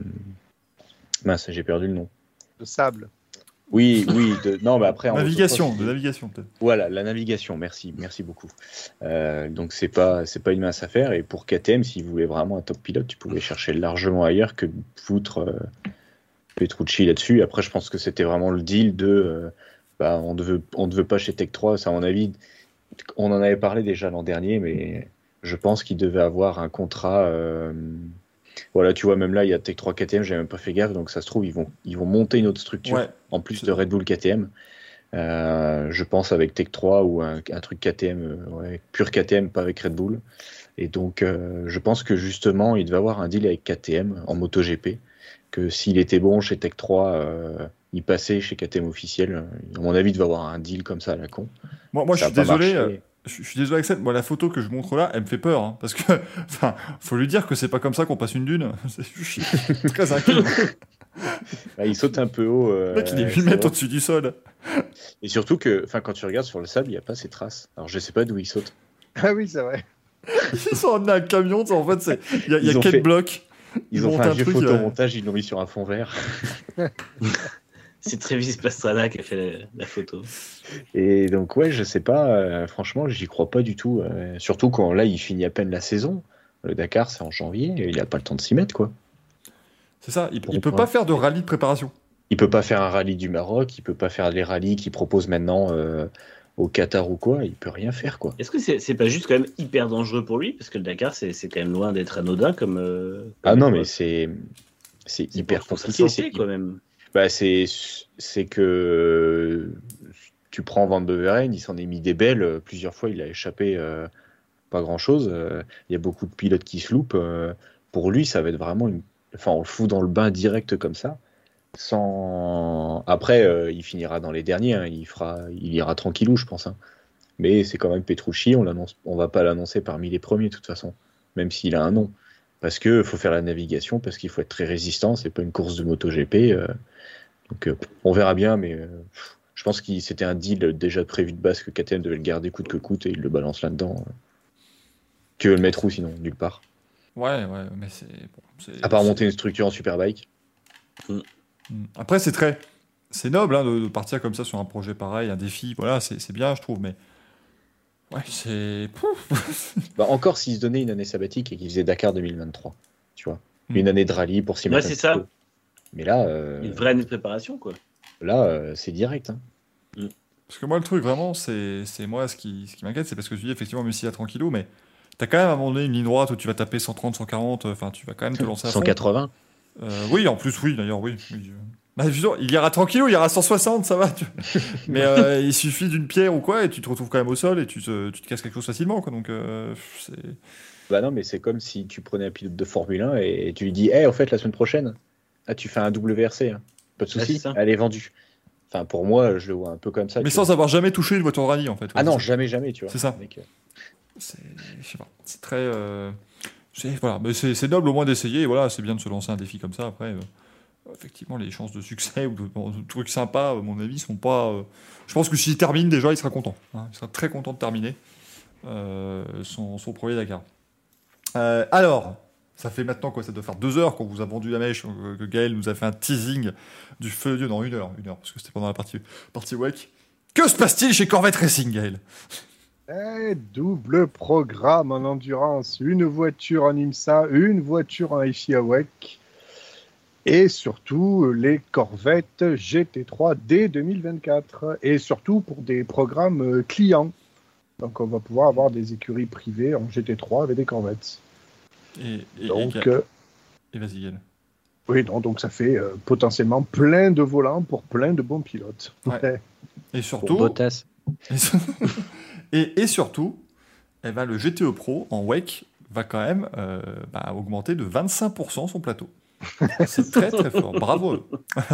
Mince, j'ai perdu le nom. De sable. Oui, oui. De... Non, mais après... Navigation, en de navigation peut-être. Voilà, la navigation, merci, merci beaucoup. Euh, donc c'est pas, c'est pas une mince affaire. Et pour K T M, s'ils voulaient vraiment un top pilote, tu pouvais chercher largement ailleurs que foutre euh, Petrucci là-dessus. Après, je pense que c'était vraiment le deal de, euh, bah, on ne veut, on ne veut pas chez Tech trois. Ça, à mon avis, on en avait parlé déjà l'an dernier, mais je pense qu'il devait avoir un contrat. Euh, Voilà, tu vois, même là, il y a Tech trois K T M, j'ai même pas fait gaffe, donc ça se trouve, ils vont, ils vont monter une autre structure, ouais, en plus de Red Bull K T M. Euh, je pense avec Tech trois ou un, un truc K T M, ouais, pur K T M, pas avec Red Bull. Et donc, euh, je pense que justement, il devait avoir un deal avec K T M en MotoGP, que s'il était bon chez Tech trois, euh, il passait chez K T M officiel. À mon avis, il devait avoir un deal comme ça à la con. Moi, moi je suis désolé. Euh... Je suis désolé Axel, moi la photo que je montre là, elle me fait peur, hein, parce que, enfin, faut lui dire que c'est pas comme ça qu'on passe une dune. Je suis très inquiet. Bah, il saute un peu haut. Euh, le mec, il est huit mètres au-dessus du sol. Et surtout que, enfin, quand tu regardes sur le sable, il n'y a pas ces traces. Alors je sais pas d'où il saute. Ah oui, c'est vrai. Ils sont emmenés un camion, en fait, c'est, il y a, il y a quatre fait... blocs. Ils, ils ont fait un, un vieux photomontage, euh... ils l'ont mis sur un fond vert. C'est Travis Pastrana qui a fait la, la photo. Et donc, ouais, je sais pas, euh, franchement, j'y crois pas du tout. Euh, surtout quand là, il finit à peine la saison. Le Dakar, c'est en janvier, et il a pas le temps de s'y mettre, quoi. C'est ça, il, Pour il peut moi. pas faire de rallye de préparation. Il peut pas faire un rallye du Maroc, il peut pas faire les rallyes qu'ils proposent maintenant euh, au Qatar ou quoi, il peut rien faire, quoi. Est-ce que c'est, c'est pas juste quand même hyper dangereux pour lui? Parce que le Dakar, c'est, c'est quand même loin d'être anodin comme. Euh, Ah comme non, épreuve. mais c'est, c'est C'est hyper pour sa compliqué. santé, C'est, quand même. bah, c'est, c'est que tu prends Van Beveren, il s'en est mis des belles, plusieurs fois il a échappé euh, pas grand-chose. Euh, Il y a beaucoup de pilotes qui se loupent. Euh, pour lui, ça va être vraiment une... Enfin, on le fout dans le bain direct comme ça. Sans... Après, euh, il finira dans les derniers, hein. il, fera... il ira tranquillou, je pense. Hein. Mais c'est quand même Petrucci, on l'annonce... on va pas l'annoncer parmi les premiers de toute façon, même s'il a un nom. Parce qu'il faut faire la navigation, parce qu'il faut être très résistant, c'est pas une course de MotoGP. Euh... Donc euh, on verra bien, mais euh, je pense que c'était un deal déjà prévu de base que K T M devait le garder coûte que coûte et il le balance là-dedans. Tu veux le mettre où sinon? Nulle part. Ouais, ouais, mais c'est... Bon, c'est À part c'est- monter une structure en superbike. Mm. Après, c'est très... C'est noble hein, de, de partir comme ça sur un projet pareil, un défi, voilà, c'est, c'est bien, je trouve, mais... Ouais, c'est... Pouf. Bah, encore s'il se donnait une année sabbatique et qu'il faisait Dakar deux mille vingt-trois, tu vois. Mm. Une année de rallye pour s'y Ouais, mettre un c'est petit ça. peu. Mais là, euh, Une vraie année de préparation, quoi. là euh, c'est direct. Hein. Parce que moi, le truc, vraiment, c'est, c'est moi, ce qui, ce qui m'inquiète, c'est parce que tu dis, effectivement, même s'il y a tranquillou, mais t'as quand même à un moment donné une ligne droite où tu vas taper cent trente, cent quarante, enfin, tu vas quand même te lancer à fond. cent quatre-vingts. Euh, oui, en plus, oui, d'ailleurs, oui. oui. Bah, justement, il ira tranquillou, il ira à cent soixante, ça va. Tu... Mais euh, il suffit d'une pierre ou quoi, et tu te retrouves quand même au sol, et tu te, tu te casses quelque chose facilement, quoi. Donc, euh, c'est... Bah non, mais c'est comme si tu prenais un pilote de Formule un et tu lui dis, hé, hey, en fait, la semaine prochaine, ah, tu fais un W R C. Hein. Pas de Ouais, souci, c'est ça. elle est vendue. Enfin, pour moi, je le vois un peu comme ça. Mais tu sans vois. avoir jamais touché une voiture de rallye, en fait. Ouais, Ah non, c'est, jamais, jamais, tu vois. C'est ça. Mec, euh, c'est, je sais pas, c'est très... euh, c'est, voilà, mais c'est, c'est noble au moins d'essayer, et voilà, c'est bien de se lancer un défi comme ça, après... euh, effectivement, les chances de succès ou de, de trucs sympas, à mon avis, sont pas. Euh... Je pense que s'il termine déjà, il sera content. Hein. Il sera très content de terminer euh, son, son premier Dakar. Euh, alors, ça fait maintenant quoi? Ça doit faire deux heures qu'on vous a vendu la mèche, euh, que Gaël nous a fait un teasing du feu Dieu. Non, une heure, une heure, parce que c'était pendant la partie, partie W E C. Que se passe-t-il chez Corvette Racing, Gaël? Eh, double programme en endurance, une voiture en IMSA, une voiture en F I A W E C. Et surtout les Corvettes G T trois dès deux mille vingt-quatre. Et surtout pour des programmes euh, clients. Donc on va pouvoir avoir des écuries privées en G T trois avec des Corvettes. Et, et, Donc, et, euh, et vas-y, Gaël. oui, non, donc ça fait euh, potentiellement plein de volants pour plein de bons pilotes. Ouais. Et pour surtout. Bottas. Et, et, et surtout, eh ben, le G T E Pro en W E C va quand même euh, bah, augmenter de vingt-cinq pour cent son plateau. C'est très très fort, bravo.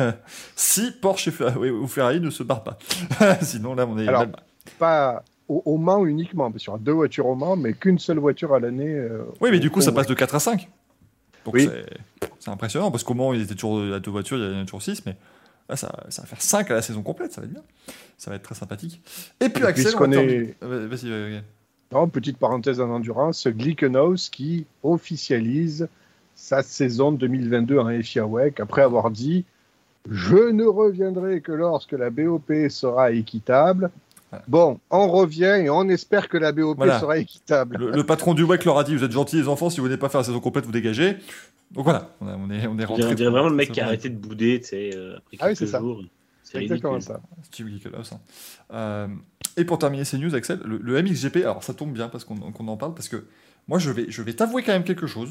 Si Porsche et Ferrari, ou Ferrari ne se barrent pas. Sinon là on est... Alors, pas au, au Mans uniquement, parce qu'il y aura deux voitures au Mans, mais qu'une seule voiture à l'année. Euh, oui, mais du coup au ça W E C. passe de quatre à cinq. Donc Oui. c'est, c'est impressionnant, parce qu'au Mans il était toujours à deux voitures, il y en a toujours six, mais là ça, ça va faire cinq à la saison complète, ça va être bien. Ça va être très sympathique. Et puis Et Axel, puisqu'on on va est- terminer- Vas-y, vas-y. Non, petite parenthèse en endurance, Glickenhaus qui officialise sa saison deux mille vingt-deux en F I A W E C après avoir dit « Je ne reviendrai que lorsque la B O P sera équitable ». Voilà. Bon, on revient et on espère que la B O P Voilà. sera équitable. Le, le patron du W E C leur a dit, vous êtes gentils les enfants, si vous n'avez pas fait la saison complète, vous dégagez. Donc voilà, on, a- on est, on est On rentré. dirait, on dirait vraiment le mec C'est qui a bon. arrêté de bouder, tu sais, euh, après Ah oui, quelques c'est ça. jours. C'est C'est exactement ridicule. ça. Steve Glickenhaus. Hein. Euh, et pour terminer ces news, Axel, le, le M X G P, alors ça tombe bien parce qu'on, qu'on en parle, parce que moi je vais, je vais t'avouer quand même quelque chose.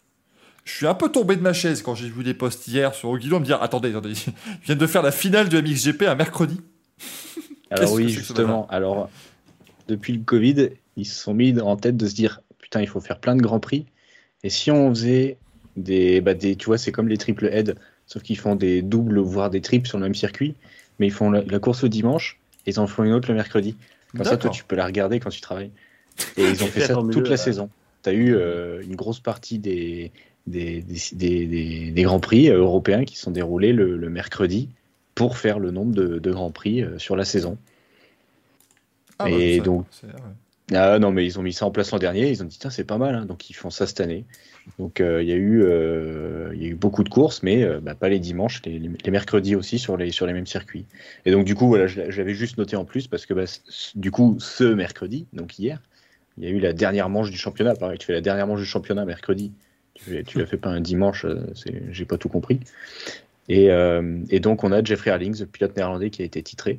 Je suis un peu tombé de ma chaise quand j'ai vu des posts hier sur Guido me dire attendez, attendez, ils viennent de faire la finale du M X G P un mercredi. Alors Qu'est-ce oui, que c'est que ce justement. Alors, depuis le Covid, ils se sont mis en tête de se dire, putain, il faut faire plein de grands prix. Et si on faisait des, bah, des tu vois, c'est comme les triple head, sauf qu'ils font des doubles, voire des triples sur le même circuit, mais ils font la, la course le dimanche et ils en font une autre le mercredi. Comme ça, toi, D'accord. tu peux la regarder quand tu travailles. Et ils ont fait La ça Formule toute deux, la là. saison. Tu as eu euh, une grosse partie des, des, des, des, des- des grands prix euh, européens qui sont déroulés le, le mercredi pour faire le nombre de, de grands prix euh, sur la saison. Ah, Et ça- donc- c'est- ouais. Ah non, mais ils ont mis ça en place l'an dernier. Ils ont dit, tiens, c'est pas mal. Hein. Donc, ils font ça cette année. Donc, il euh, y, euh, y a eu beaucoup de courses, mais euh, bah, pas les dimanches, les, les, les mercredis aussi sur les, sur les mêmes circuits. Et donc, du coup, voilà, je, je l'avais juste noté en plus parce que, bah, du coup, ce mercredi, donc hier, il y a eu la dernière manche du championnat. Pareil, tu fais la dernière manche du championnat mercredi. Tu, tu la fais pas un dimanche, c'est, j'ai pas tout compris. Et, euh, et donc, on a Jeffrey Herlings, le pilote néerlandais, qui a été titré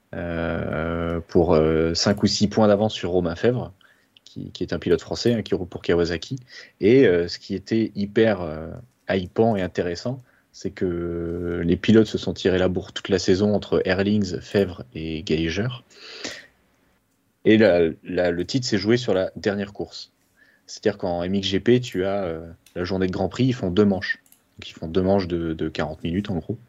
euh, pour euh, cinq ou six points d'avance sur Romain Fèvre, qui, qui est un pilote français, hein, qui roule pour Kawasaki. Et euh, ce qui était hyper euh, hypant et intéressant, c'est que les pilotes se sont tirés la bourre toute la saison entre Herlings, Fèvre et Geiger. Et la, la, le titre s'est joué sur la dernière course. C'est-à-dire qu'en M X G P, tu as euh, la journée de Grand Prix, ils font deux manches. Donc ils font deux manches de, de quarante minutes en gros.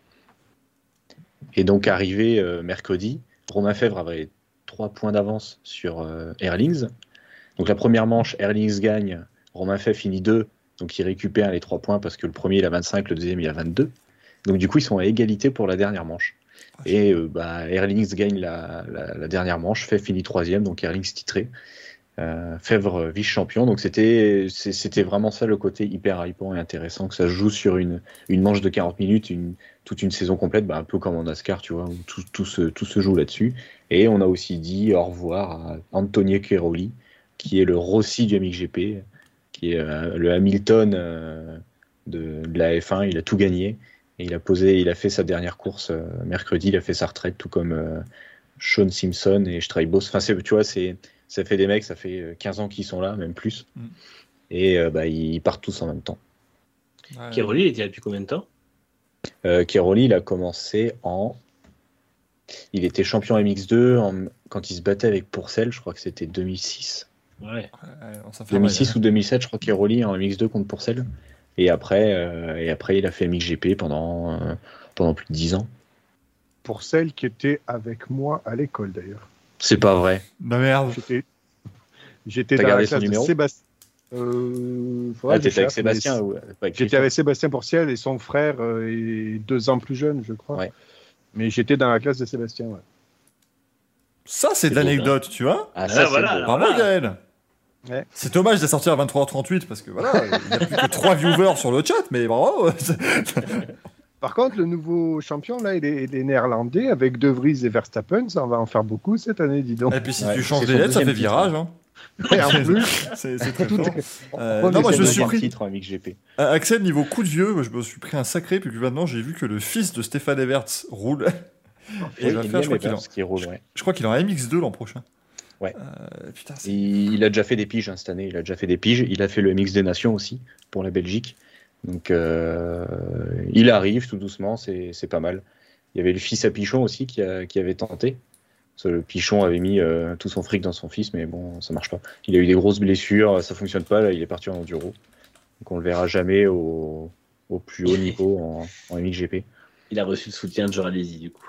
Et donc arrivé euh, mercredi, Romain Fèvre avait trois points d'avance sur euh, Herlings. Donc la première manche, Herlings gagne, Romain Fèvre finit deux, donc il récupère les trois points parce que le premier il a vingt-cinq, le deuxième il a vingt-deux. Donc du coup ils sont à égalité pour la dernière manche. Et euh, bah, Herlings gagne la, la, la dernière manche, Fèvre finit troisième, donc Herlings titré. Euh, Fèvre vice-champion, donc c'était, c'était vraiment ça le côté hyper hypant et intéressant, que ça se joue sur une, une manche de quarante minutes, une, toute une saison complète, bah, un peu comme en NASCAR, tu vois, où tout, tout, se, tout se joue là-dessus. Et on a aussi dit au revoir à Antonio Cairoli, qui est le Rossi du M X G P, qui est euh, le Hamilton euh, de, de la F un, il a tout gagné, et il a posé, il a fait sa dernière course euh, mercredi, il a fait sa retraite, tout comme euh, Sean Simpson et Streibos. Enfin, c'est, tu vois, c'est ça fait des mecs, ça fait quinze ans qu'ils sont là, même plus. Mm. Et euh, bah, ils partent tous en même temps. Ouais. Cairoli, il était là depuis combien de temps euh, Cairoli, il a commencé en... Il était champion M X deux en... quand il se battait avec Pourcel, je crois que c'était deux mille six. Ouais. ouais deux mille six mal, ou deux mille sept, je crois, Cairoli en M X deux contre Pourcel. Et après, euh, et après, il a fait M X G P pendant, euh, pendant plus de dix ans. Pourcel qui était avec moi à l'école, d'ailleurs. C'est pas vrai. Bah merde. J'étais, j'étais dans la classe de Sébastien. Euh, ah, t'étais avec Sébastien ou... J'étais avec Sébastien Pourciel et son frère euh, est deux ans plus jeune, je crois. Ouais. Mais j'étais dans la classe de Sébastien, ouais. Ça, c'est, c'est de l'anecdote, bon, tu vois. Ah, ça, ah, voilà. Bravo, voilà. Gaël. Ouais. C'est dommage de sortir à vingt-trois heures trente-huit parce que voilà, il n'y a plus que trois viewers sur le chat, mais bravo. Par contre, le nouveau champion, là, il est, il est néerlandais avec De Vries et Verstappen. Ça, on va en faire beaucoup cette année, dis donc. Et puis si ouais, tu changes des lettres, ça fait virage. Hein. Et en plus, c'est, c'est très tout fort. Est... Euh, non, moi je me suis pris. Titre en M X G P. Axel, niveau coup de vieux, je me suis pris un sacré, puis maintenant j'ai vu que le fils de Stéphane Everts roule. Et oui, faire, je, crois qu'il en... qui roule, ouais. je crois qu'il est en M X deux l'an prochain. Ouais. Euh, putain, c'est... Il, il a déjà fait des piges hein, cette année. Il a déjà fait des piges. Il a fait le M X des Nations aussi pour la Belgique. Donc euh, il arrive tout doucement, c'est, c'est pas mal. Il y avait le fils à Pichon aussi qui, a, qui avait tenté. Parce que le Pichon avait mis euh, tout son fric dans son fils, mais bon, ça marche pas. Il a eu des grosses blessures, ça fonctionne pas. Là, il est parti en enduro. Donc on le verra jamais au, au plus haut niveau en, en M X G P. Il a reçu le soutien de Joralesi du coup.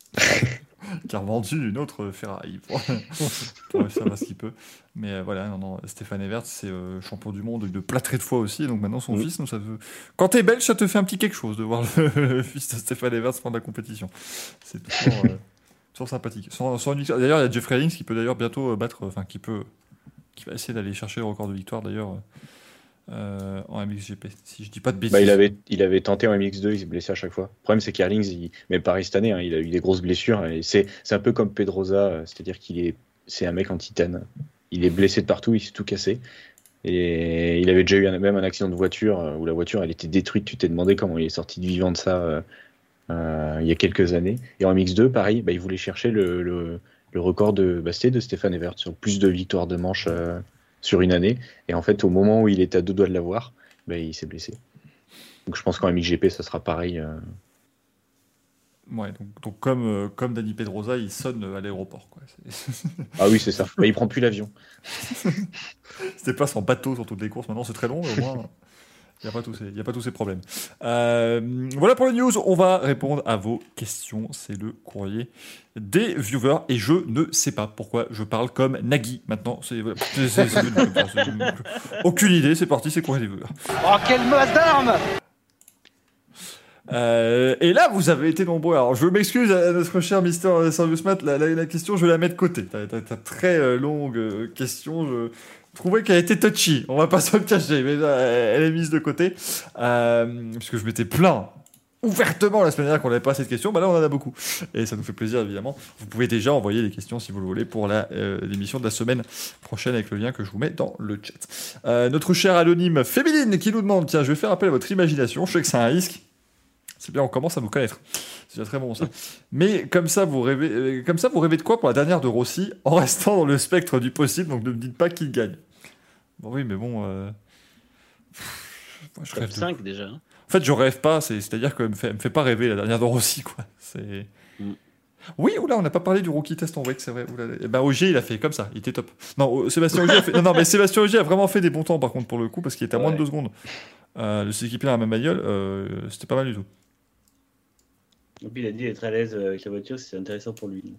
Qui a vendu une autre Ferrari pour, pour faire ce qu'il peut. Mais euh, voilà, non, non, Stéphane Everts, c'est euh, champion du monde de plâtré de fois aussi, donc maintenant son mmh. fils, donc ça veut... Quand t'es belge, ça te fait un petit quelque chose de voir le, le fils de Stéphane Everts prendre la compétition. C'est toujours, euh, toujours sympathique. Sans, sans une... D'ailleurs, il y a Jeffrey Herlings qui peut d'ailleurs bientôt battre, enfin qui peut, qui va essayer d'aller chercher le record de victoire d'ailleurs. Euh, en M X G P, si je dis pas de bêtises. Bah, il, avait, il avait tenté en M X deux, il s'est blessé à chaque fois. Le problème, c'est qu'Herlings, il... mais pareil cette année, hein, il a eu des grosses blessures. Et c'est, c'est un peu comme Pedrosa, c'est-à-dire qu'il est, c'est un mec en titane. Il est blessé de partout, il s'est tout cassé. Et il avait déjà eu un, même un accident de voiture où la voiture elle était détruite. Tu t'es demandé comment il est sorti de vivant de ça euh, euh, il y a quelques années. Et en M X deux, pareil, bah, il voulait chercher le, le, le record de, bah, de Stéphane Everts sur plus de victoires de manche. Euh, sur une année, et en fait au moment où il est à deux doigts de l'avoir, ben, il s'est blessé. Donc je pense qu'en M X G P ça sera pareil. Euh... Ouais, donc, donc comme, euh, comme Dani Pedrosa, il sonne à l'aéroport. Quoi. C'est... ah oui, c'est ça. Ben, il prend plus l'avion. C'était pas en bateau sur toutes les courses, maintenant c'est très long, mais au moins il n'y a pas tous ces, il y a pas tous ces problèmes. Euh, voilà pour les news, on va répondre à vos questions, c'est le courrier des viewers, et je ne sais pas pourquoi je parle comme Nagui maintenant, c'est, c'est, c'est, c'est, c'est, c'est aucune idée, c'est parti, c'est le courrier des viewers. Oh, quelle masse d'armes! Euh, et là, vous avez été nombreux. Alors, je m'excuse à notre cher Mister Service Matt, la, la, la question, je vais la mettre de côté. Ta, ta, ta très euh, longue euh, question, je trouvais qu'elle était touchy. On va pas se le cacher, mais là, elle est mise de côté. Euh, puisque je m'étais plaint ouvertement la semaine dernière qu'on n'avait pas assez de questions. Bah là, on en a beaucoup. Et ça nous fait plaisir, évidemment. Vous pouvez déjà envoyer des questions, si vous le voulez, pour la, euh, l'émission de la semaine prochaine avec le lien que je vous mets dans le chat. Euh, notre chère anonyme féminine qui nous demande, tiens, je vais faire appel à votre imagination. Je sais que c'est un risque. C'est bien, on commence à nous connaître. C'est déjà très bon, ça. Mais comme ça, vous rêvez, euh, comme ça, vous rêvez de quoi pour la dernière de Rossi, en restant dans le spectre du possible, donc ne me dites pas qu'il gagne. Bon, oui, mais bon... Euh... Moi, je rêve de... cinq déjà. Hein. En fait, je rêve pas, c'est, c'est-à-dire qu'elle me fait, me fait pas rêver la dernière de Rossi, quoi. C'est... Mm. Oui, oula, on n'a pas parlé du rookie test en break, c'est vrai. Oula. Et ben, Ogier, il a fait comme ça, il était top. Non, Sébastien Ogier a fait... non, non, mais Sébastien Ogier a vraiment fait des bons temps, par contre, pour le coup, parce qu'il était à ouais. moins de deux secondes. Euh, de s'équiper dans la même bagnole, euh, c'était pas mal du tout. Et puis il a dit être à l'aise avec la voiture, c'est intéressant pour lui. Donc...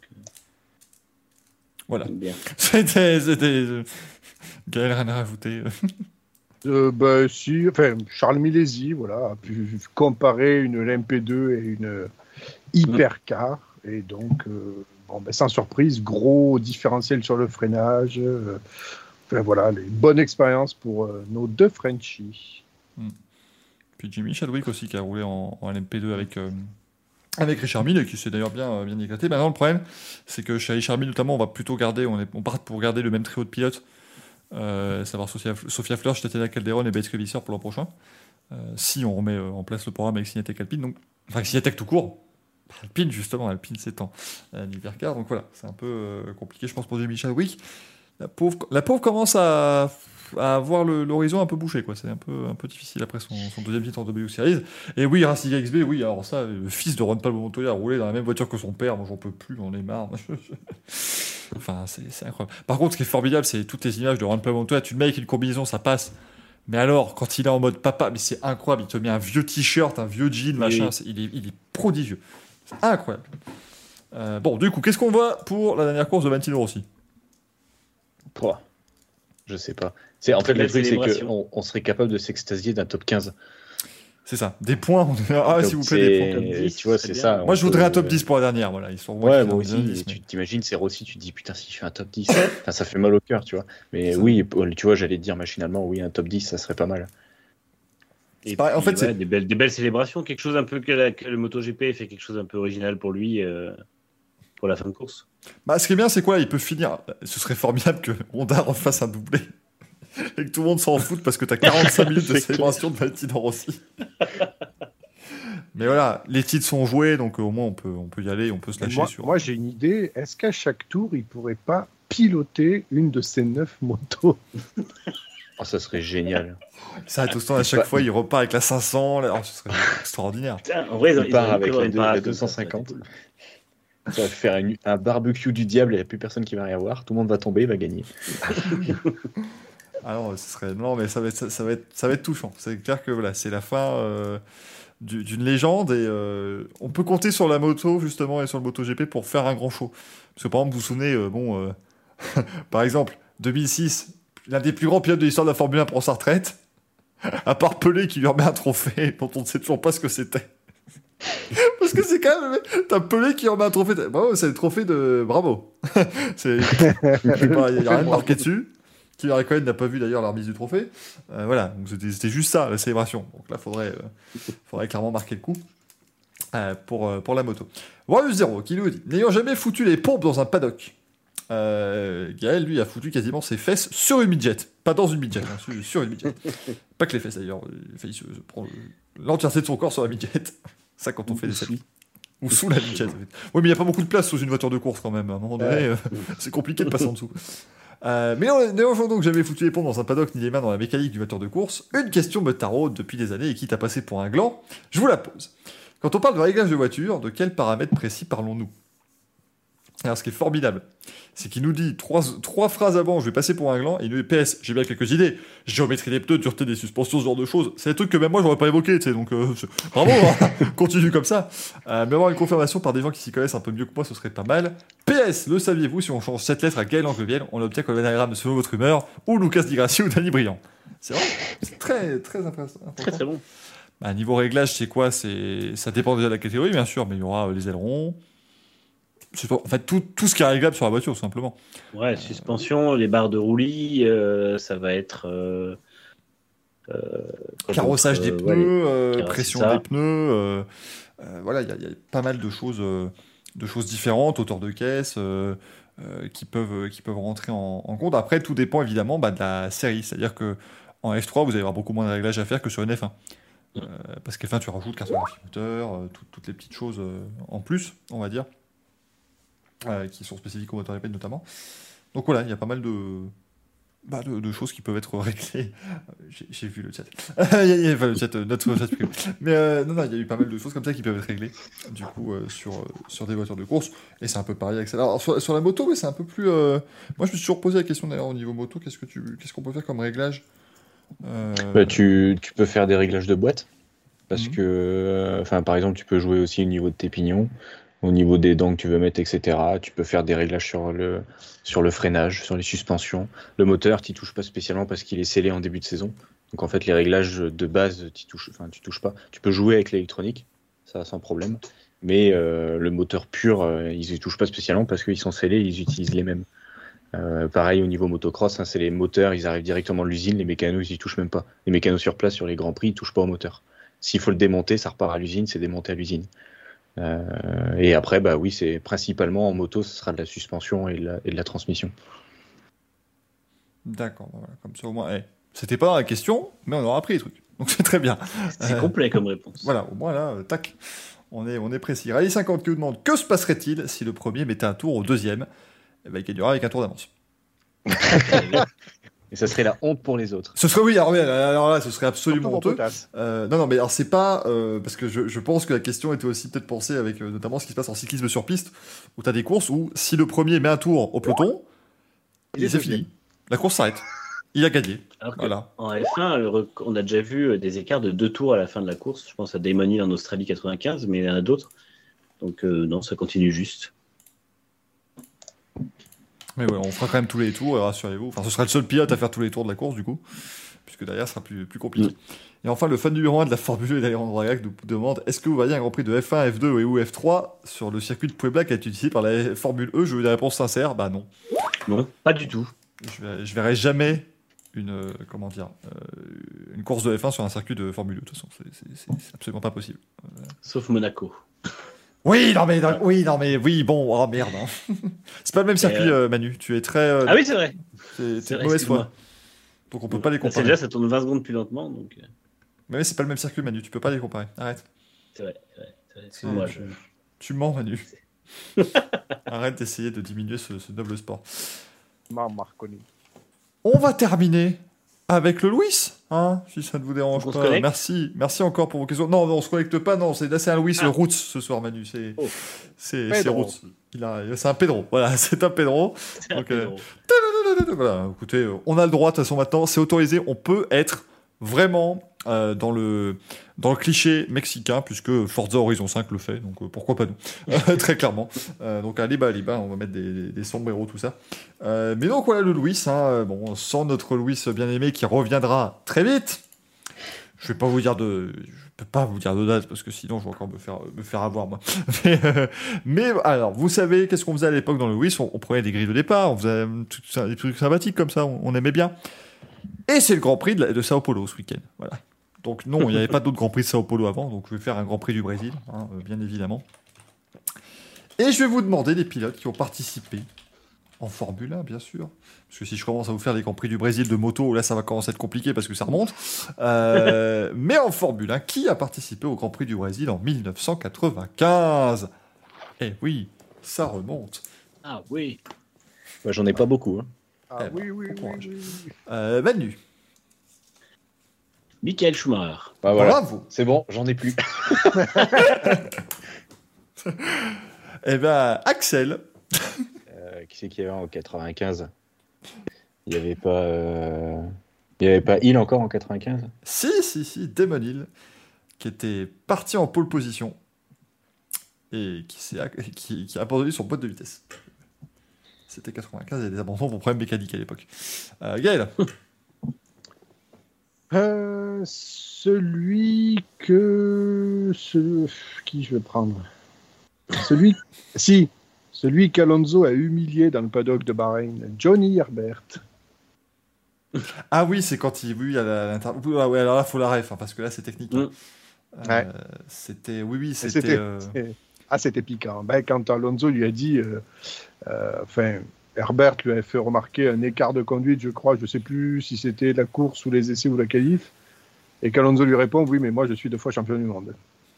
Voilà. Bien. C'était, c'était... Gaël, rien à rajouter. Euh, bah, si, enfin, Charles Milesi, voilà, a pu comparer une L M P deux et une hypercar, et donc, euh, bon, ben, sans surprise, gros différentiel sur le freinage. Euh, enfin, voilà, les bonnes expériences pour euh, nos deux Frenchies. Mm. Puis Jimmy Chadwick aussi qui a roulé en, en L M P deux avec. Euh... Avec Richard Mille, qui s'est d'ailleurs bien, bien éclaté. Maintenant, le problème, c'est que chez Richard Mille, notamment, on va plutôt garder, on, est, on part pour garder le même trio de pilotes, euh, savoir Sophia, Sophia Flörsch, Tatiana Calderon et Beitske Visser pour l'an prochain, euh, si on remet en place le programme avec Signatec Alpine, donc, enfin, Signatec tout court, Alpine, justement, Alpine s'étend à l'hypercar, donc voilà, c'est un peu euh, compliqué, je pense, pour Jimmy Chadwick. La pauvre, la pauvre commence à, à avoir le, l'horizon un peu bouché, quoi. C'est un peu, un peu difficile après son, son deuxième titre en W Series. Et oui, Racing X B, oui, alors ça, le fils de Ron Palmo Montoya a roulé dans la même voiture que son père, moi j'en peux plus, j'en ai marre. Enfin, c'est, c'est incroyable. Par contre, ce qui est formidable, c'est toutes les images de Ron Palmo Montoya. Tu le mets avec une combinaison, ça passe. Mais alors, quand il est en mode papa, mais c'est incroyable, il te met un vieux t-shirt, un vieux jean, machin, oui. c'est, il, est, il est prodigieux. C'est incroyable. Euh, bon, du coup, qu'est-ce qu'on voit pour la dernière course de Valentino Rossi ? Pouah. Je sais pas. C'est, en fait, le truc, c'est qu'on on serait capable de s'extasier d'un top quinze. C'est ça. Des points. Ah, s'il vous plaît, des points. Top dix, tu vois, c'est ça. Moi, je voudrais peut... un top dix pour la dernière. Voilà. Ils sont ouais, moi aussi. dix, mais... Tu t'imagines, c'est Rossi, tu te dis, putain, si je fais un top dix, enfin, ça fait mal au cœur, tu vois. Mais oui, tu vois, j'allais te dire machinalement, oui, un top dix, ça serait pas mal. Et puis, en fait, ouais, c'est des belles, des belles célébrations, quelque chose un peu que, la, que le MotoGP fait quelque chose un peu original pour lui. Euh... pour la fin de course. Bah, ce qui est bien, c'est quoi ? Il peut finir. Ce serait formidable que Honda refasse un doublé et que tout le monde s'en foute parce que t'as quarante-cinq minutes de célébration de Valentino Rossi. Mais voilà, les titres sont joués, donc au moins on peut, on peut y aller, on peut se lâcher moi, sur. Moi, j'ai une idée. Est-ce qu'à chaque tour, il pourrait pas piloter une de ces neuf motos ? Oh, ça serait génial. Ça, tout le temps, à chaque fois, il repart avec la cinq cents. Là. Oh, ce serait extraordinaire. Putain, en vrai, ils, il ils part avec la, deux, la deux cent cinquante. Ça va faire une, un barbecue du diable, il n'y a plus personne qui va rien voir, tout le monde va tomber, il va gagner. Ah non, ce serait... non mais ça va, être, ça, ça, va être, ça va être touchant. C'est clair que voilà, c'est la fin euh, du, d'une légende et euh, on peut compter sur la moto justement et sur le MotoGP pour faire un grand show. Parce que par exemple, vous vous souvenez, euh, bon, euh, par exemple, deux mille six, l'un des plus grands pilotes de l'histoire de la Formule un prend sa retraite, à part Pelé qui lui remet un trophée dont on ne sait toujours pas ce que c'était. Parce que c'est quand même... T'as Pelé qui remet un trophée... De... Bravo, c'est le trophée de... Bravo. Il n'y a rien de marqué dessus. Kimi Räikkönen n'a pas vu d'ailleurs la remise du trophée. Euh, voilà, donc c'était, c'était juste ça, la célébration. Donc là, il faudrait, euh, faudrait clairement marquer le coup euh, pour, euh, pour la moto. Warriors Zero qui nous dit « N'ayant jamais foutu les pompes dans un paddock, euh, Gaël, lui, a foutu quasiment ses fesses sur une midget. Pas dans une midget, hein, sur, sur une midget. Pas que les fesses d'ailleurs. Il fait, il se, se prend l'entièreté de son corps sur la midget. Ça, quand on fait des selfies. Ou sous la midget. Oui, mais il n'y a pas beaucoup de place sous une voiture de course quand même. À un moment donné, euh, c'est compliqué de passer en dessous. Euh, mais n'ayant donc jamais foutu les pompes dans un paddock ni les mains dans la mécanique d'une voiture de course, une question me taraude depuis des années et quitte à passer pour un gland, je vous la pose. Quand on parle de réglage de voiture, de quels paramètres précis parlons-nous ? Alors, ce qui est formidable, c'est qu'il nous dit trois, trois phrases avant, je vais passer pour un gland, et il nous dit P S, j'ai bien quelques idées, géométrie des pneus, dureté des suspensions, ce genre de choses. C'est des trucs que même moi, j'aurais pas évoqué, tu sais, donc euh, bravo, hein, continue comme ça. Euh, mais avoir une confirmation par des gens qui s'y connaissent un peu mieux que moi, ce serait pas mal. P S, le saviez-vous, si on change cette lettre à Gaël Angleviel, on obtient comme anagramme selon votre humeur, ou Lucas Di Grassi ou Danny Briand. C'est vrai, c'est très, très intéressant. Très, très bon. Bah, niveau réglage, c'est quoi c'est... Ça dépend déjà de la catégorie, bien sûr, mais il y aura euh, les ailerons. C'est pas- En fait, tout, tout ce qui est réglable sur la voiture, tout simplement. Ouais, suspension, les barres de roulis, euh, ça va être. Euh, euh, quoi Carrossage d'autre des Euh, ouais, les- pneus, euh, carrosses, pression c'est ça. des pneus. euh, euh, voilà, il y, a- il y a pas mal de choses, euh, de choses différentes, hauteur de caisse, euh, euh, qui, peuvent, qui peuvent rentrer en, en compte. Après, tout dépend évidemment bah, de la série. C'est-à-dire que en F trois, vous allez avoir beaucoup moins de réglages à faire que sur une F un. Euh, parce qu'F un, tu rajoutes cartographie moteur, euh, tout- toutes les petites choses euh, en plus, on va dire, euh, qui sont spécifiques au moteur épais notamment. Donc voilà, il y a pas mal de, bah, de, de choses qui peuvent être réglées. J'ai, j'ai vu le chat. Il y a- il y a- enfin, le chat, euh, notre chat privé. Mais euh, non, non, il y a eu pas mal de choses comme ça qui peuvent être réglées, du coup, euh, sur, euh, sur des voitures de course. Et c'est un peu pareil avec ça. Alors, sur, sur la moto, oui, c'est un peu plus. euh, Moi, je me suis toujours posé la question d'ailleurs au niveau moto, qu'est-ce que tu, qu'est-ce qu'on peut faire comme réglage Euh, Bah, tu, tu peux faire des réglages de boîte. Parce Mhm. que, euh, enfin, par exemple, tu peux jouer aussi au niveau de tes pignons, au niveau des dents que tu veux mettre, et cetera. Tu peux faire des réglages sur le, sur le freinage, sur les suspensions. Le moteur, tu touches pas spécialement parce qu'il est scellé en début de saison. Donc en fait, les réglages de base, tu touches, enfin, tu touches pas. Tu peux jouer avec l'électronique, ça sans problème. Mais euh, le moteur pur, euh, ils y touchent pas spécialement parce qu'ils sont scellés, ils utilisent les mêmes. Euh, pareil au niveau motocross, hein, c'est les moteurs, ils arrivent directement de l'usine, les mécanos ils y touchent même pas. Les mécanos sur place sur les grands prix, ils touchent pas au moteur. S'il faut le démonter, ça repart à l'usine, c'est démonté à l'usine. Euh, et après, bah oui, c'est principalement en moto, ce sera de la suspension et de la, et de la transmission. D'accord, bah voilà, comme ça au moins. eh, C'était pas dans la question, mais on aura appris les trucs. Donc c'est très bien. C'est Euh, complet comme réponse. Voilà, au moins là, euh, tac, on est, on est précis. Rallye cinquante Q demande que se passerait-il si le premier mettait un tour au deuxième. Eh ben, il gagnera avec un tour d'avance. Et ça serait la honte pour les autres. Ce serait oui, alors, oui, alors là, ce serait Surtout absolument pour honteux. Bottas. Euh, non, non, mais alors c'est pas euh, parce que je, je pense que la question était aussi peut-être pensée avec euh, notamment ce qui se passe en cyclisme sur piste, où t'as des courses où si le premier met un tour au peloton, Il est c'est deuxième. fini, la course s'arrête, il a gagné. Alors que Voilà. en F un, le rec- on a déjà vu euh, des écarts de deux tours à la fin de la course. Je pense à Damon Hill en Australie quatre-vingt-quinze, mais il y en a d'autres. Donc euh, non, ça continue juste. Mais ouais, on fera quand même tous les tours, et rassurez-vous. Enfin, ce sera le seul pilote à faire tous les tours de la course, du coup, puisque derrière, ce sera plus, plus compliqué. Et enfin, le fan numéro un de la Formule un et d'Alejandro Dragach nous demande est-ce que vous voyez un Grand Prix de F un, F deux et ou F trois sur le circuit de Puebla qui a été utilisé par la Formule E? Je veux des réponses sincères. Bah non. Non, pas du tout. Je, verrai- je verrai jamais une, euh, comment dire, euh, une course de F un sur un circuit de Formule E, de toute façon. C'est- C'est c'est- c'est absolument pas possible. Sauf Monaco. Oui, non, mais, non, oui, non, mais, oui, bon, oh merde. hein. C'est pas le même circuit, euh, euh, Manu. Tu es très. euh, Ah oui, c'est vrai. c'est c'est c'est de vrai, mauvaise excuse-moi. foi. Donc on peut pas les Là, c'est comparer. déjà, ça tourne vingt secondes plus lentement. Donc... euh, Mais oui, c'est pas le même circuit, Manu. Tu peux pas les comparer. Arrête. C'est vrai. c'est vrai, c'est vrai. Excuse-moi, C'est- je- Tu mens, Manu. Arrête d'essayer de diminuer ce, ce noble sport. Mar- Marconi. On va terminer avec le Louis, hein, si ça ne vous dérange On se pas. connecte Merci, merci encore pour vos questions. Non, non, on se connecte pas. Non, c'est là, c'est un Louis Ah. le Roots ce soir, Manu. C'est, Oh. c'est, Pedro. c'est Roots. Il a, c'est un Pedro. Voilà, c'est un Pedro. C'est un Donc, peu euh, drôle. Voilà, écoutez, euh, on a le droit de toute façon maintenant, c'est autorisé, on peut être vraiment euh, dans le dans le cliché mexicain puisque Forza Horizon cinq le fait, donc euh, pourquoi pas nous, Euh, très clairement. Euh, donc allez bas, allez bas, on va mettre des, des, des sombreros tout ça. Euh, mais donc voilà le Louis, hein, euh, bon, sans notre Louis bien aimé qui reviendra très vite. Je vais pas vous dire de, je peux pas vous dire de date parce que sinon je vais encore me faire me faire avoir moi. Mais, euh, mais alors, vous savez qu'est-ce qu'on faisait à l'époque dans le Louis? On, on prenait des grilles de départ, on faisait euh, tout ça, des trucs sympathiques comme ça, on, on aimait bien. Et c'est le Grand Prix de, la- de Sao Paulo ce week-end. Voilà. Donc non, il n'y avait pas d'autres Grand Prix de Sao Paulo avant, donc je vais faire un Grand Prix du Brésil, hein, euh, bien évidemment. Et je vais vous demander des pilotes qui ont participé en Formule un, bien sûr. Parce que si je commence à vous faire les Grands Prix du Brésil de moto, là ça va commencer à être compliqué parce que ça remonte. Euh, mais en Formule un, qui a participé au Grand Prix du Brésil en mille neuf cent quatre-vingt-quinze? Eh oui, ça remonte. Ah oui. Moi, j'en ai pas beaucoup. Hein. Ah Eh ben, oui, oui, bon oui, courage. oui, oui. Euh, Manu, Michael Schumacher. Bah, voilà. bravo. C'est bon, j'en ai plus. Eh ben, Axel, Euh, qui c'est qu'il y avait en quatre-vingt-quinze? Il y avait pas. euh, Il y avait pas Hill encore en quatre-vingt-quinze? si, si, si, Damon Hill, qui était parti en pole position et qui, s'est, ac- qui, qui a abandonné son boîte de vitesse. C'était quatre-vingt-quinze, il y a des abandons pour problèmes mécaniques à l'époque. Euh, Gaël, Euh, celui que... Ce... Qui je vais prendre Celui... si, celui qu'Alonso a humilié dans le paddock de Bahreïn, Johnny Herbert. Ah oui, c'est quand il... Oui, à la- l'inter... Ah ouais, alors là, faut la ref, hein, parce que là, c'est technique. Mm. Euh, Ouais. C'était... Oui, oui, c'était... C'était, euh, c'est- Ah, c'était piquant. Ben, quand Alonso lui a dit, euh, euh, enfin, Herbert lui a fait remarquer un écart de conduite, je crois, je ne sais plus si c'était la course ou les essais ou la qualif, et qu'Alonso lui répond, oui, mais moi je suis deux fois champion du monde.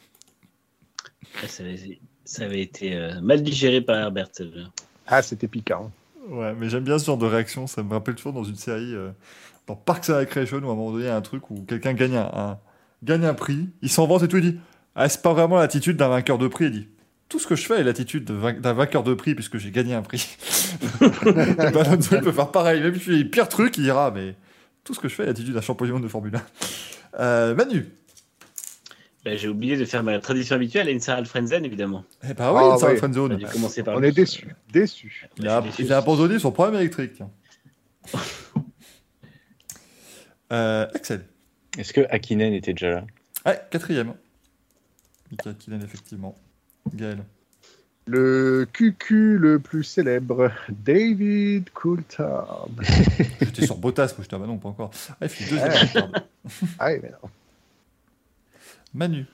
Ça avait, ça avait été euh, mal digéré par Herbert. celle-là. Ah, c'était piquant. Ouais, mais j'aime bien ce genre de réaction. Ça me rappelle toujours dans une série, euh, dans Parks and Recreation, où à un moment donné, il y a un truc où quelqu'un gagne un, un- gagne un prix, il s'en vante et tout, il dit ah, c'est pas vraiment l'attitude d'un vainqueur de prix. Il dit tout ce que je fais est l'attitude de vain- d'un vainqueur de prix puisque j'ai gagné un prix. Ben, Alonso, il peut faire pareil. Même si il fait pire truc, il dira mais tout ce que je fais est l'attitude d'un champion du monde de Formule un. Euh, Manu. Ben, j'ai oublié de faire ma tradition habituelle, et une Sarah Frenzen, évidemment. Eh ben oui, Ah, ça va oui. friend On a zone. dû commencer par On lui. est déçus, déçus. Il a, Je suis il a déçu. abandonné son problème électrique. tiens. Euh, Axel. Est-ce que Hakkinen était déjà là? Ouais, quatrième. Mika Hakkinen, effectivement. Gaël. Le Q Q le plus célèbre, David Coulthard. J'étais sur Bottas, moi, j'étais, ah bah non, pas encore. Ah, il fait deuxième. pardon. Ah, oui, mais non. Manu.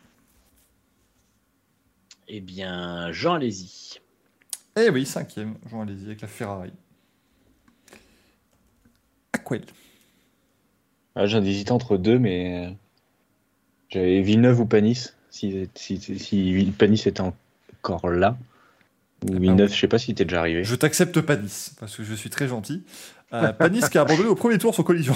Eh bien, Jean Alési. Eh oui, cinquième. Jean Alési avec la Ferrari. Aquel. Ah, j'en hésitais entre deux, mais euh, j'avais Villeneuve ou Panis. Si, si, si, si Panis était encore là. Ou ben Villeneuve, oui. je sais pas s'il était déjà arrivé. Je t'accepte Panis, parce que je suis très gentil. Euh, Panis qui a abandonné au premier tour sur collision.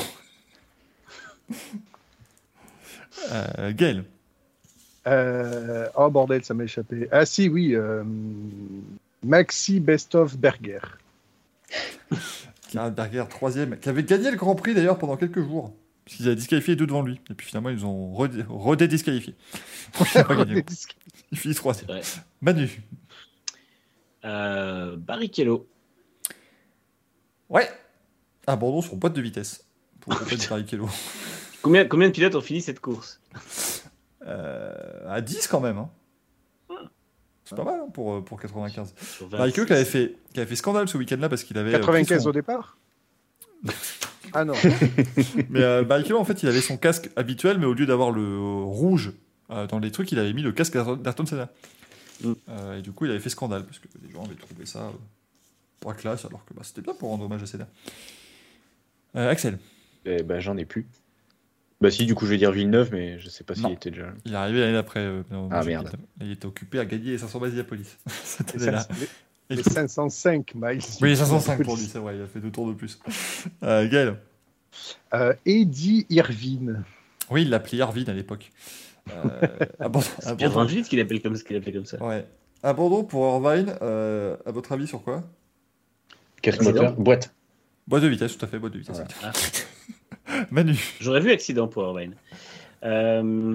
euh, Gaël. Euh, oh bordel, ça m'a échappé. Ah si, oui, euh, Maxi Bestov Berger. Karl Berger, troisième, qui avait gagné le Grand Prix d'ailleurs pendant quelques jours. Parce qu'ils avaient disqualifié deux devant lui. Et puis finalement, ils ont redé- redédisqualifié. Il n'a pas gagné. Il finit troisième. Ouais. Manu. Euh, Barrichello. Ouais. Abandon sur boîte de vitesse. Pour le de Barrichello. Combien, combien de pilotes ont fini cette course? Euh, à dix quand même. Hein. C'est pas mal hein, pour, pour quatre-vingt-quinze. Sur vingt-six. Barrichello qui avait, fait, qui avait fait scandale ce week-end-là parce qu'il avait. euh, pris quatre-vingt-quinze son- au départ. Ah non. Mais euh, Barrichello, en fait, il avait son casque habituel, mais au lieu d'avoir le euh, rouge euh, dans les trucs, il avait mis le casque d'Ayrton d'Ayrton Senna. Mm. Euh, et du coup, il avait fait scandale parce que les gens avaient trouvé ça euh, pas classe, alors que bah, c'était bien pour rendre hommage à Senna. Euh, Axel, Eh ben, j'en ai plus. Bah si, du coup, je vais dire Villeneuve, mais je sais pas s'il Non. était déjà là. il est arrivé l'année d'après. euh, dans- Ah, dans- merde. Il était occupé à gagner les cinq cents bases Diapolis. Cette Les, année-là. cinq- les- Et les du coup- cinq cent cinq miles. Oui, les cinq cent cinq pour lui, c'est vrai, il a fait deux tours de plus. Euh, Gaël. Euh, Eddie Irvine. Oui, il l'appelait Irvine à l'époque. Euh, abandon, C'est Pierre abandon- Van Vliet qu'il appelle comme, qu'il appelait comme ça. Ouais. Abandon pour Irvine, euh, à votre avis sur quoi? Casque Accident. moteur, boîte. Boîte de vitesse, tout à fait, boîte de vitesse. Voilà. Ah, Manu. j'aurais vu accident pour Irvine. Euh,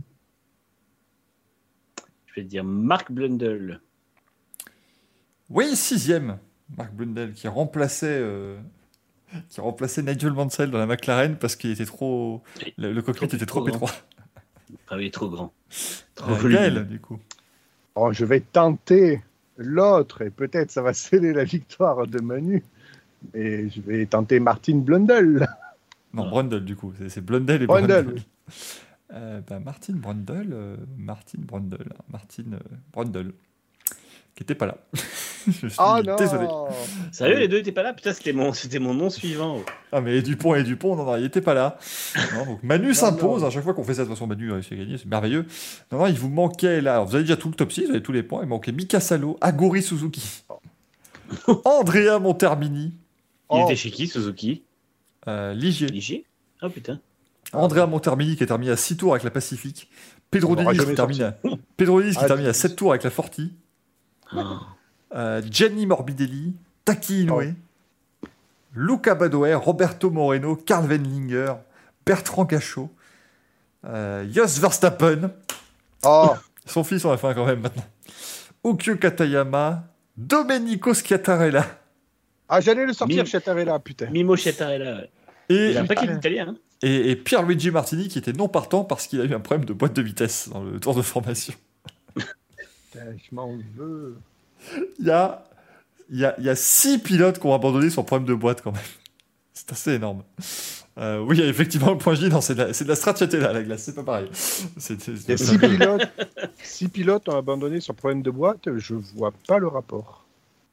je vais te dire Mark Blundell. Oui, sixième. Mark Blundell qui remplaçait, euh, qui remplaçait Nigel Mansell dans la McLaren parce qu'il était trop, le, le cockpit Trop- était trop trop étroit. Ah oui, trop grand. Trop Euh, volumineux. Gaël, du coup. Oh, je vais tenter l'autre et peut-être ça va sceller la victoire de Manu. Et je vais tenter Martin Blundell. Non, Ah. Brundle, du coup. C'est, c'est Blundell et Brundle. Brundle. Euh, bah, Martin Brundle, euh, Martin Brundle, Martin euh, Brundle, qui était pas là. Je suis Oh non désolé. Sérieux, les deux n'étaient pas là? Putain, c'était mon, c'était mon nom suivant. Ah mais Dupont et Dupont, non, non, il était pas là. Non, donc Manu s'impose, non. à chaque fois qu'on fait ça, de toute façon Manu a réussi à gagner, c'est merveilleux. Non, non, il vous manquait là, alors, vous avez déjà tout le top six, vous avez tous les points, il manquait Mika Salo, Aguri Suzuki, Andrea Montermini, Il Oh. était chez qui, Suzuki? euh, Ligier, Ligier? Oh putain. Andrea Montermini qui est terminé à six tours avec la Pacifique, Pedro On l'aura Denis qui jamais termine à, Pedro Denis qui Ah, termine à tu- sept tours avec la Forti, Oh. euh, Gianni Morbidelli, Taki Inoue, Luca Badoer, Roberto Moreno, Karl Wendlinger, Bertrand Gachot, euh, Jos Verstappen, Oh, son fils on a fait un quand même maintenant, Ukyo Katayama, Domenico Schiattarella, ah, j'allais le sortir, Mille- Chattarella, putain. Mimo Chettarella. Ouais. Et, Il a un paquet d'Italiens. Hein. et, et Pierluigi Martini qui était non partant parce qu'il a eu un problème de boîte de vitesse dans le tour de formation. Putain, je m'en veux. Il y a, il y, a, il y a six pilotes qui ont abandonné sur problème de boîte quand même. C'est assez énorme. Euh, oui, effectivement, le point J, non, c'est de la, c'est de la stracciatella, la glace, c'est pas pareil. C'est, c'est, Il y a six pilotes, six pilotes ont abandonné sur problème de boîte, je vois pas le rapport.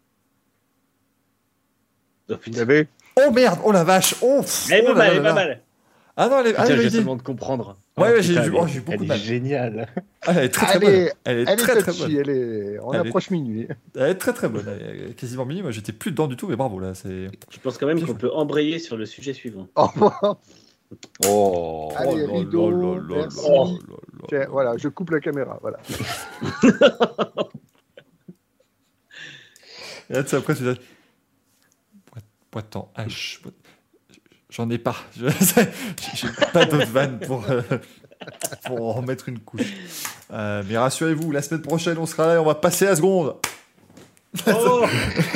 Oh, Vous putain. l'avez? Oh merde, oh la vache, oh, pff, Elle est oh pas là mal, là elle est là. pas mal. Ah non, elle est, ah, Putain, elle j'ai est- seulement de comprendre. Ouais, ouais, j'ai putain, vu- elle oh, est- j'ai beaucoup elle de est mal. géniale. Ah, elle est très très Elle bonne. est, Elle est elle très est très touchy, bonne. elle est... on Elle est- approche minuit. Elle est très très bonne. Elle est quasiment minuit. Moi, j'étais plus dedans du tout, mais bravo là. C'est. Je pense quand même Bien qu'on joué. peut embrayer sur le sujet suivant. Au revoir. Oh. Allez, là rideau, là là merci. là là là là. Tiens, voilà, je coupe la caméra. Voilà. Et là, tu sais, après, tu dis. Boîte, boîte en H. boîte- J'en ai pas. Je... J'ai pas d'autres vannes pour, euh, pour en mettre une couche. Euh, mais rassurez-vous, la semaine prochaine, on sera là et on va passer à seconde. Oh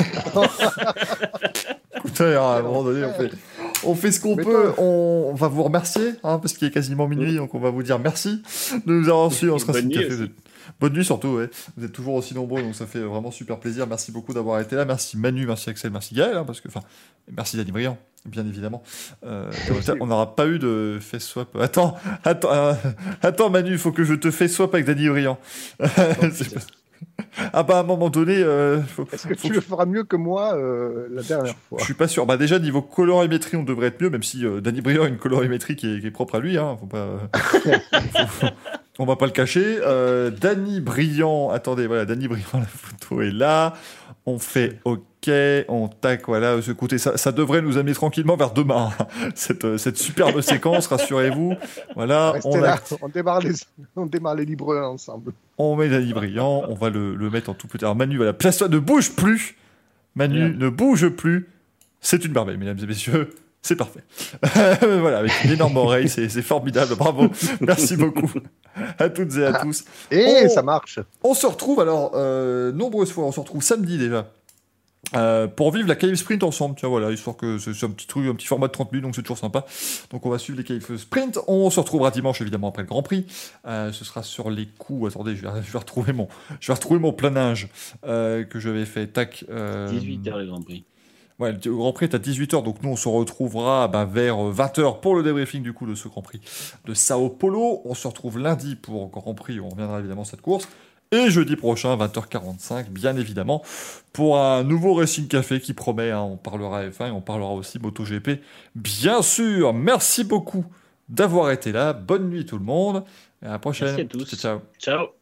Écoutez, à un moment donné, on fait, on fait ce qu'on Mais peut. toi- On, on va vous remercier, hein, parce qu'il est quasiment minuit, donc on va vous dire merci de nous avoir reçus. On sera Bonne si nuit café. aussi. Vous êtes- Bonne nuit surtout, ouais. Vous êtes toujours aussi nombreux, donc ça fait vraiment super plaisir. Merci beaucoup d'avoir été là. Merci Manu, merci Axel, merci Gaël, hein, parce que, enfin, merci Dany Briand, bien évidemment. Euh, on n'aura pas eu de face swap. Attends, attends, euh, attends Manu, il faut que je te face swap avec Dany Briand. C'est pas- Ah bah à un moment donné, euh, faut- Est-ce que faut tu le feras mieux que moi euh, la dernière fois? je suis pas sûr. Bah déjà niveau colorimétrie, on devrait être mieux, même si euh, Dany Briand a une colorimétrie qui est, qui est propre à lui. Hein, faut pas. faut- faut- on va pas le cacher. Euh, Dany Briand, attendez, voilà, Dany Briand, la photo est là. On fait OK, on tac, voilà, ce côté, ça, ça devrait nous amener tranquillement vers demain. cette, euh, cette superbe séquence, rassurez-vous. Voilà, Restez on, là, acti- on démarre les, on démarre les libres ensemble. on met Dany Briand, on va le, le mettre en tout petit. Alors Manu, voilà, place-toi, ne bouge plus. Manu, Merde. ne bouge plus. C'est une merveille, mesdames et messieurs. C'est parfait. Voilà, avec une énorme oreille, c'est, c'est formidable. Bravo. Merci beaucoup à toutes et à tous. Et Oh. ça marche. On se retrouve alors euh, nombreuses fois. On se retrouve samedi déjà. Euh, pour vivre la Cave Sprint ensemble, tiens voilà, histoire que c'est, c'est un petit truc, un petit format de trente minutes, donc c'est toujours sympa. Donc on va suivre les Cave Sprint. On se retrouvera dimanche évidemment après le Grand Prix. Euh, ce sera sur les coups. Attendez, je vais, je vais retrouver mon, je vais retrouver mon planage euh, que j'avais fait. Tac. Euh, dix-huit heures le Grand Prix. Ouais, le Grand Prix est à dix-huit heures, donc nous on se retrouvera bah, vers vingt heures pour le débriefing du coup de ce Grand Prix de Sao Paulo. On se retrouve lundi pour Grand Prix, on reviendra évidemment sur cette course. Et jeudi prochain, vingt heures quarante-cinq, bien évidemment, pour un nouveau Racing Café qui promet, hein, on parlera F un et on parlera aussi MotoGP. Bien sûr, merci beaucoup d'avoir été là, bonne nuit tout le monde, et à la prochaine. Merci à tous. Ciao, ciao. Ciao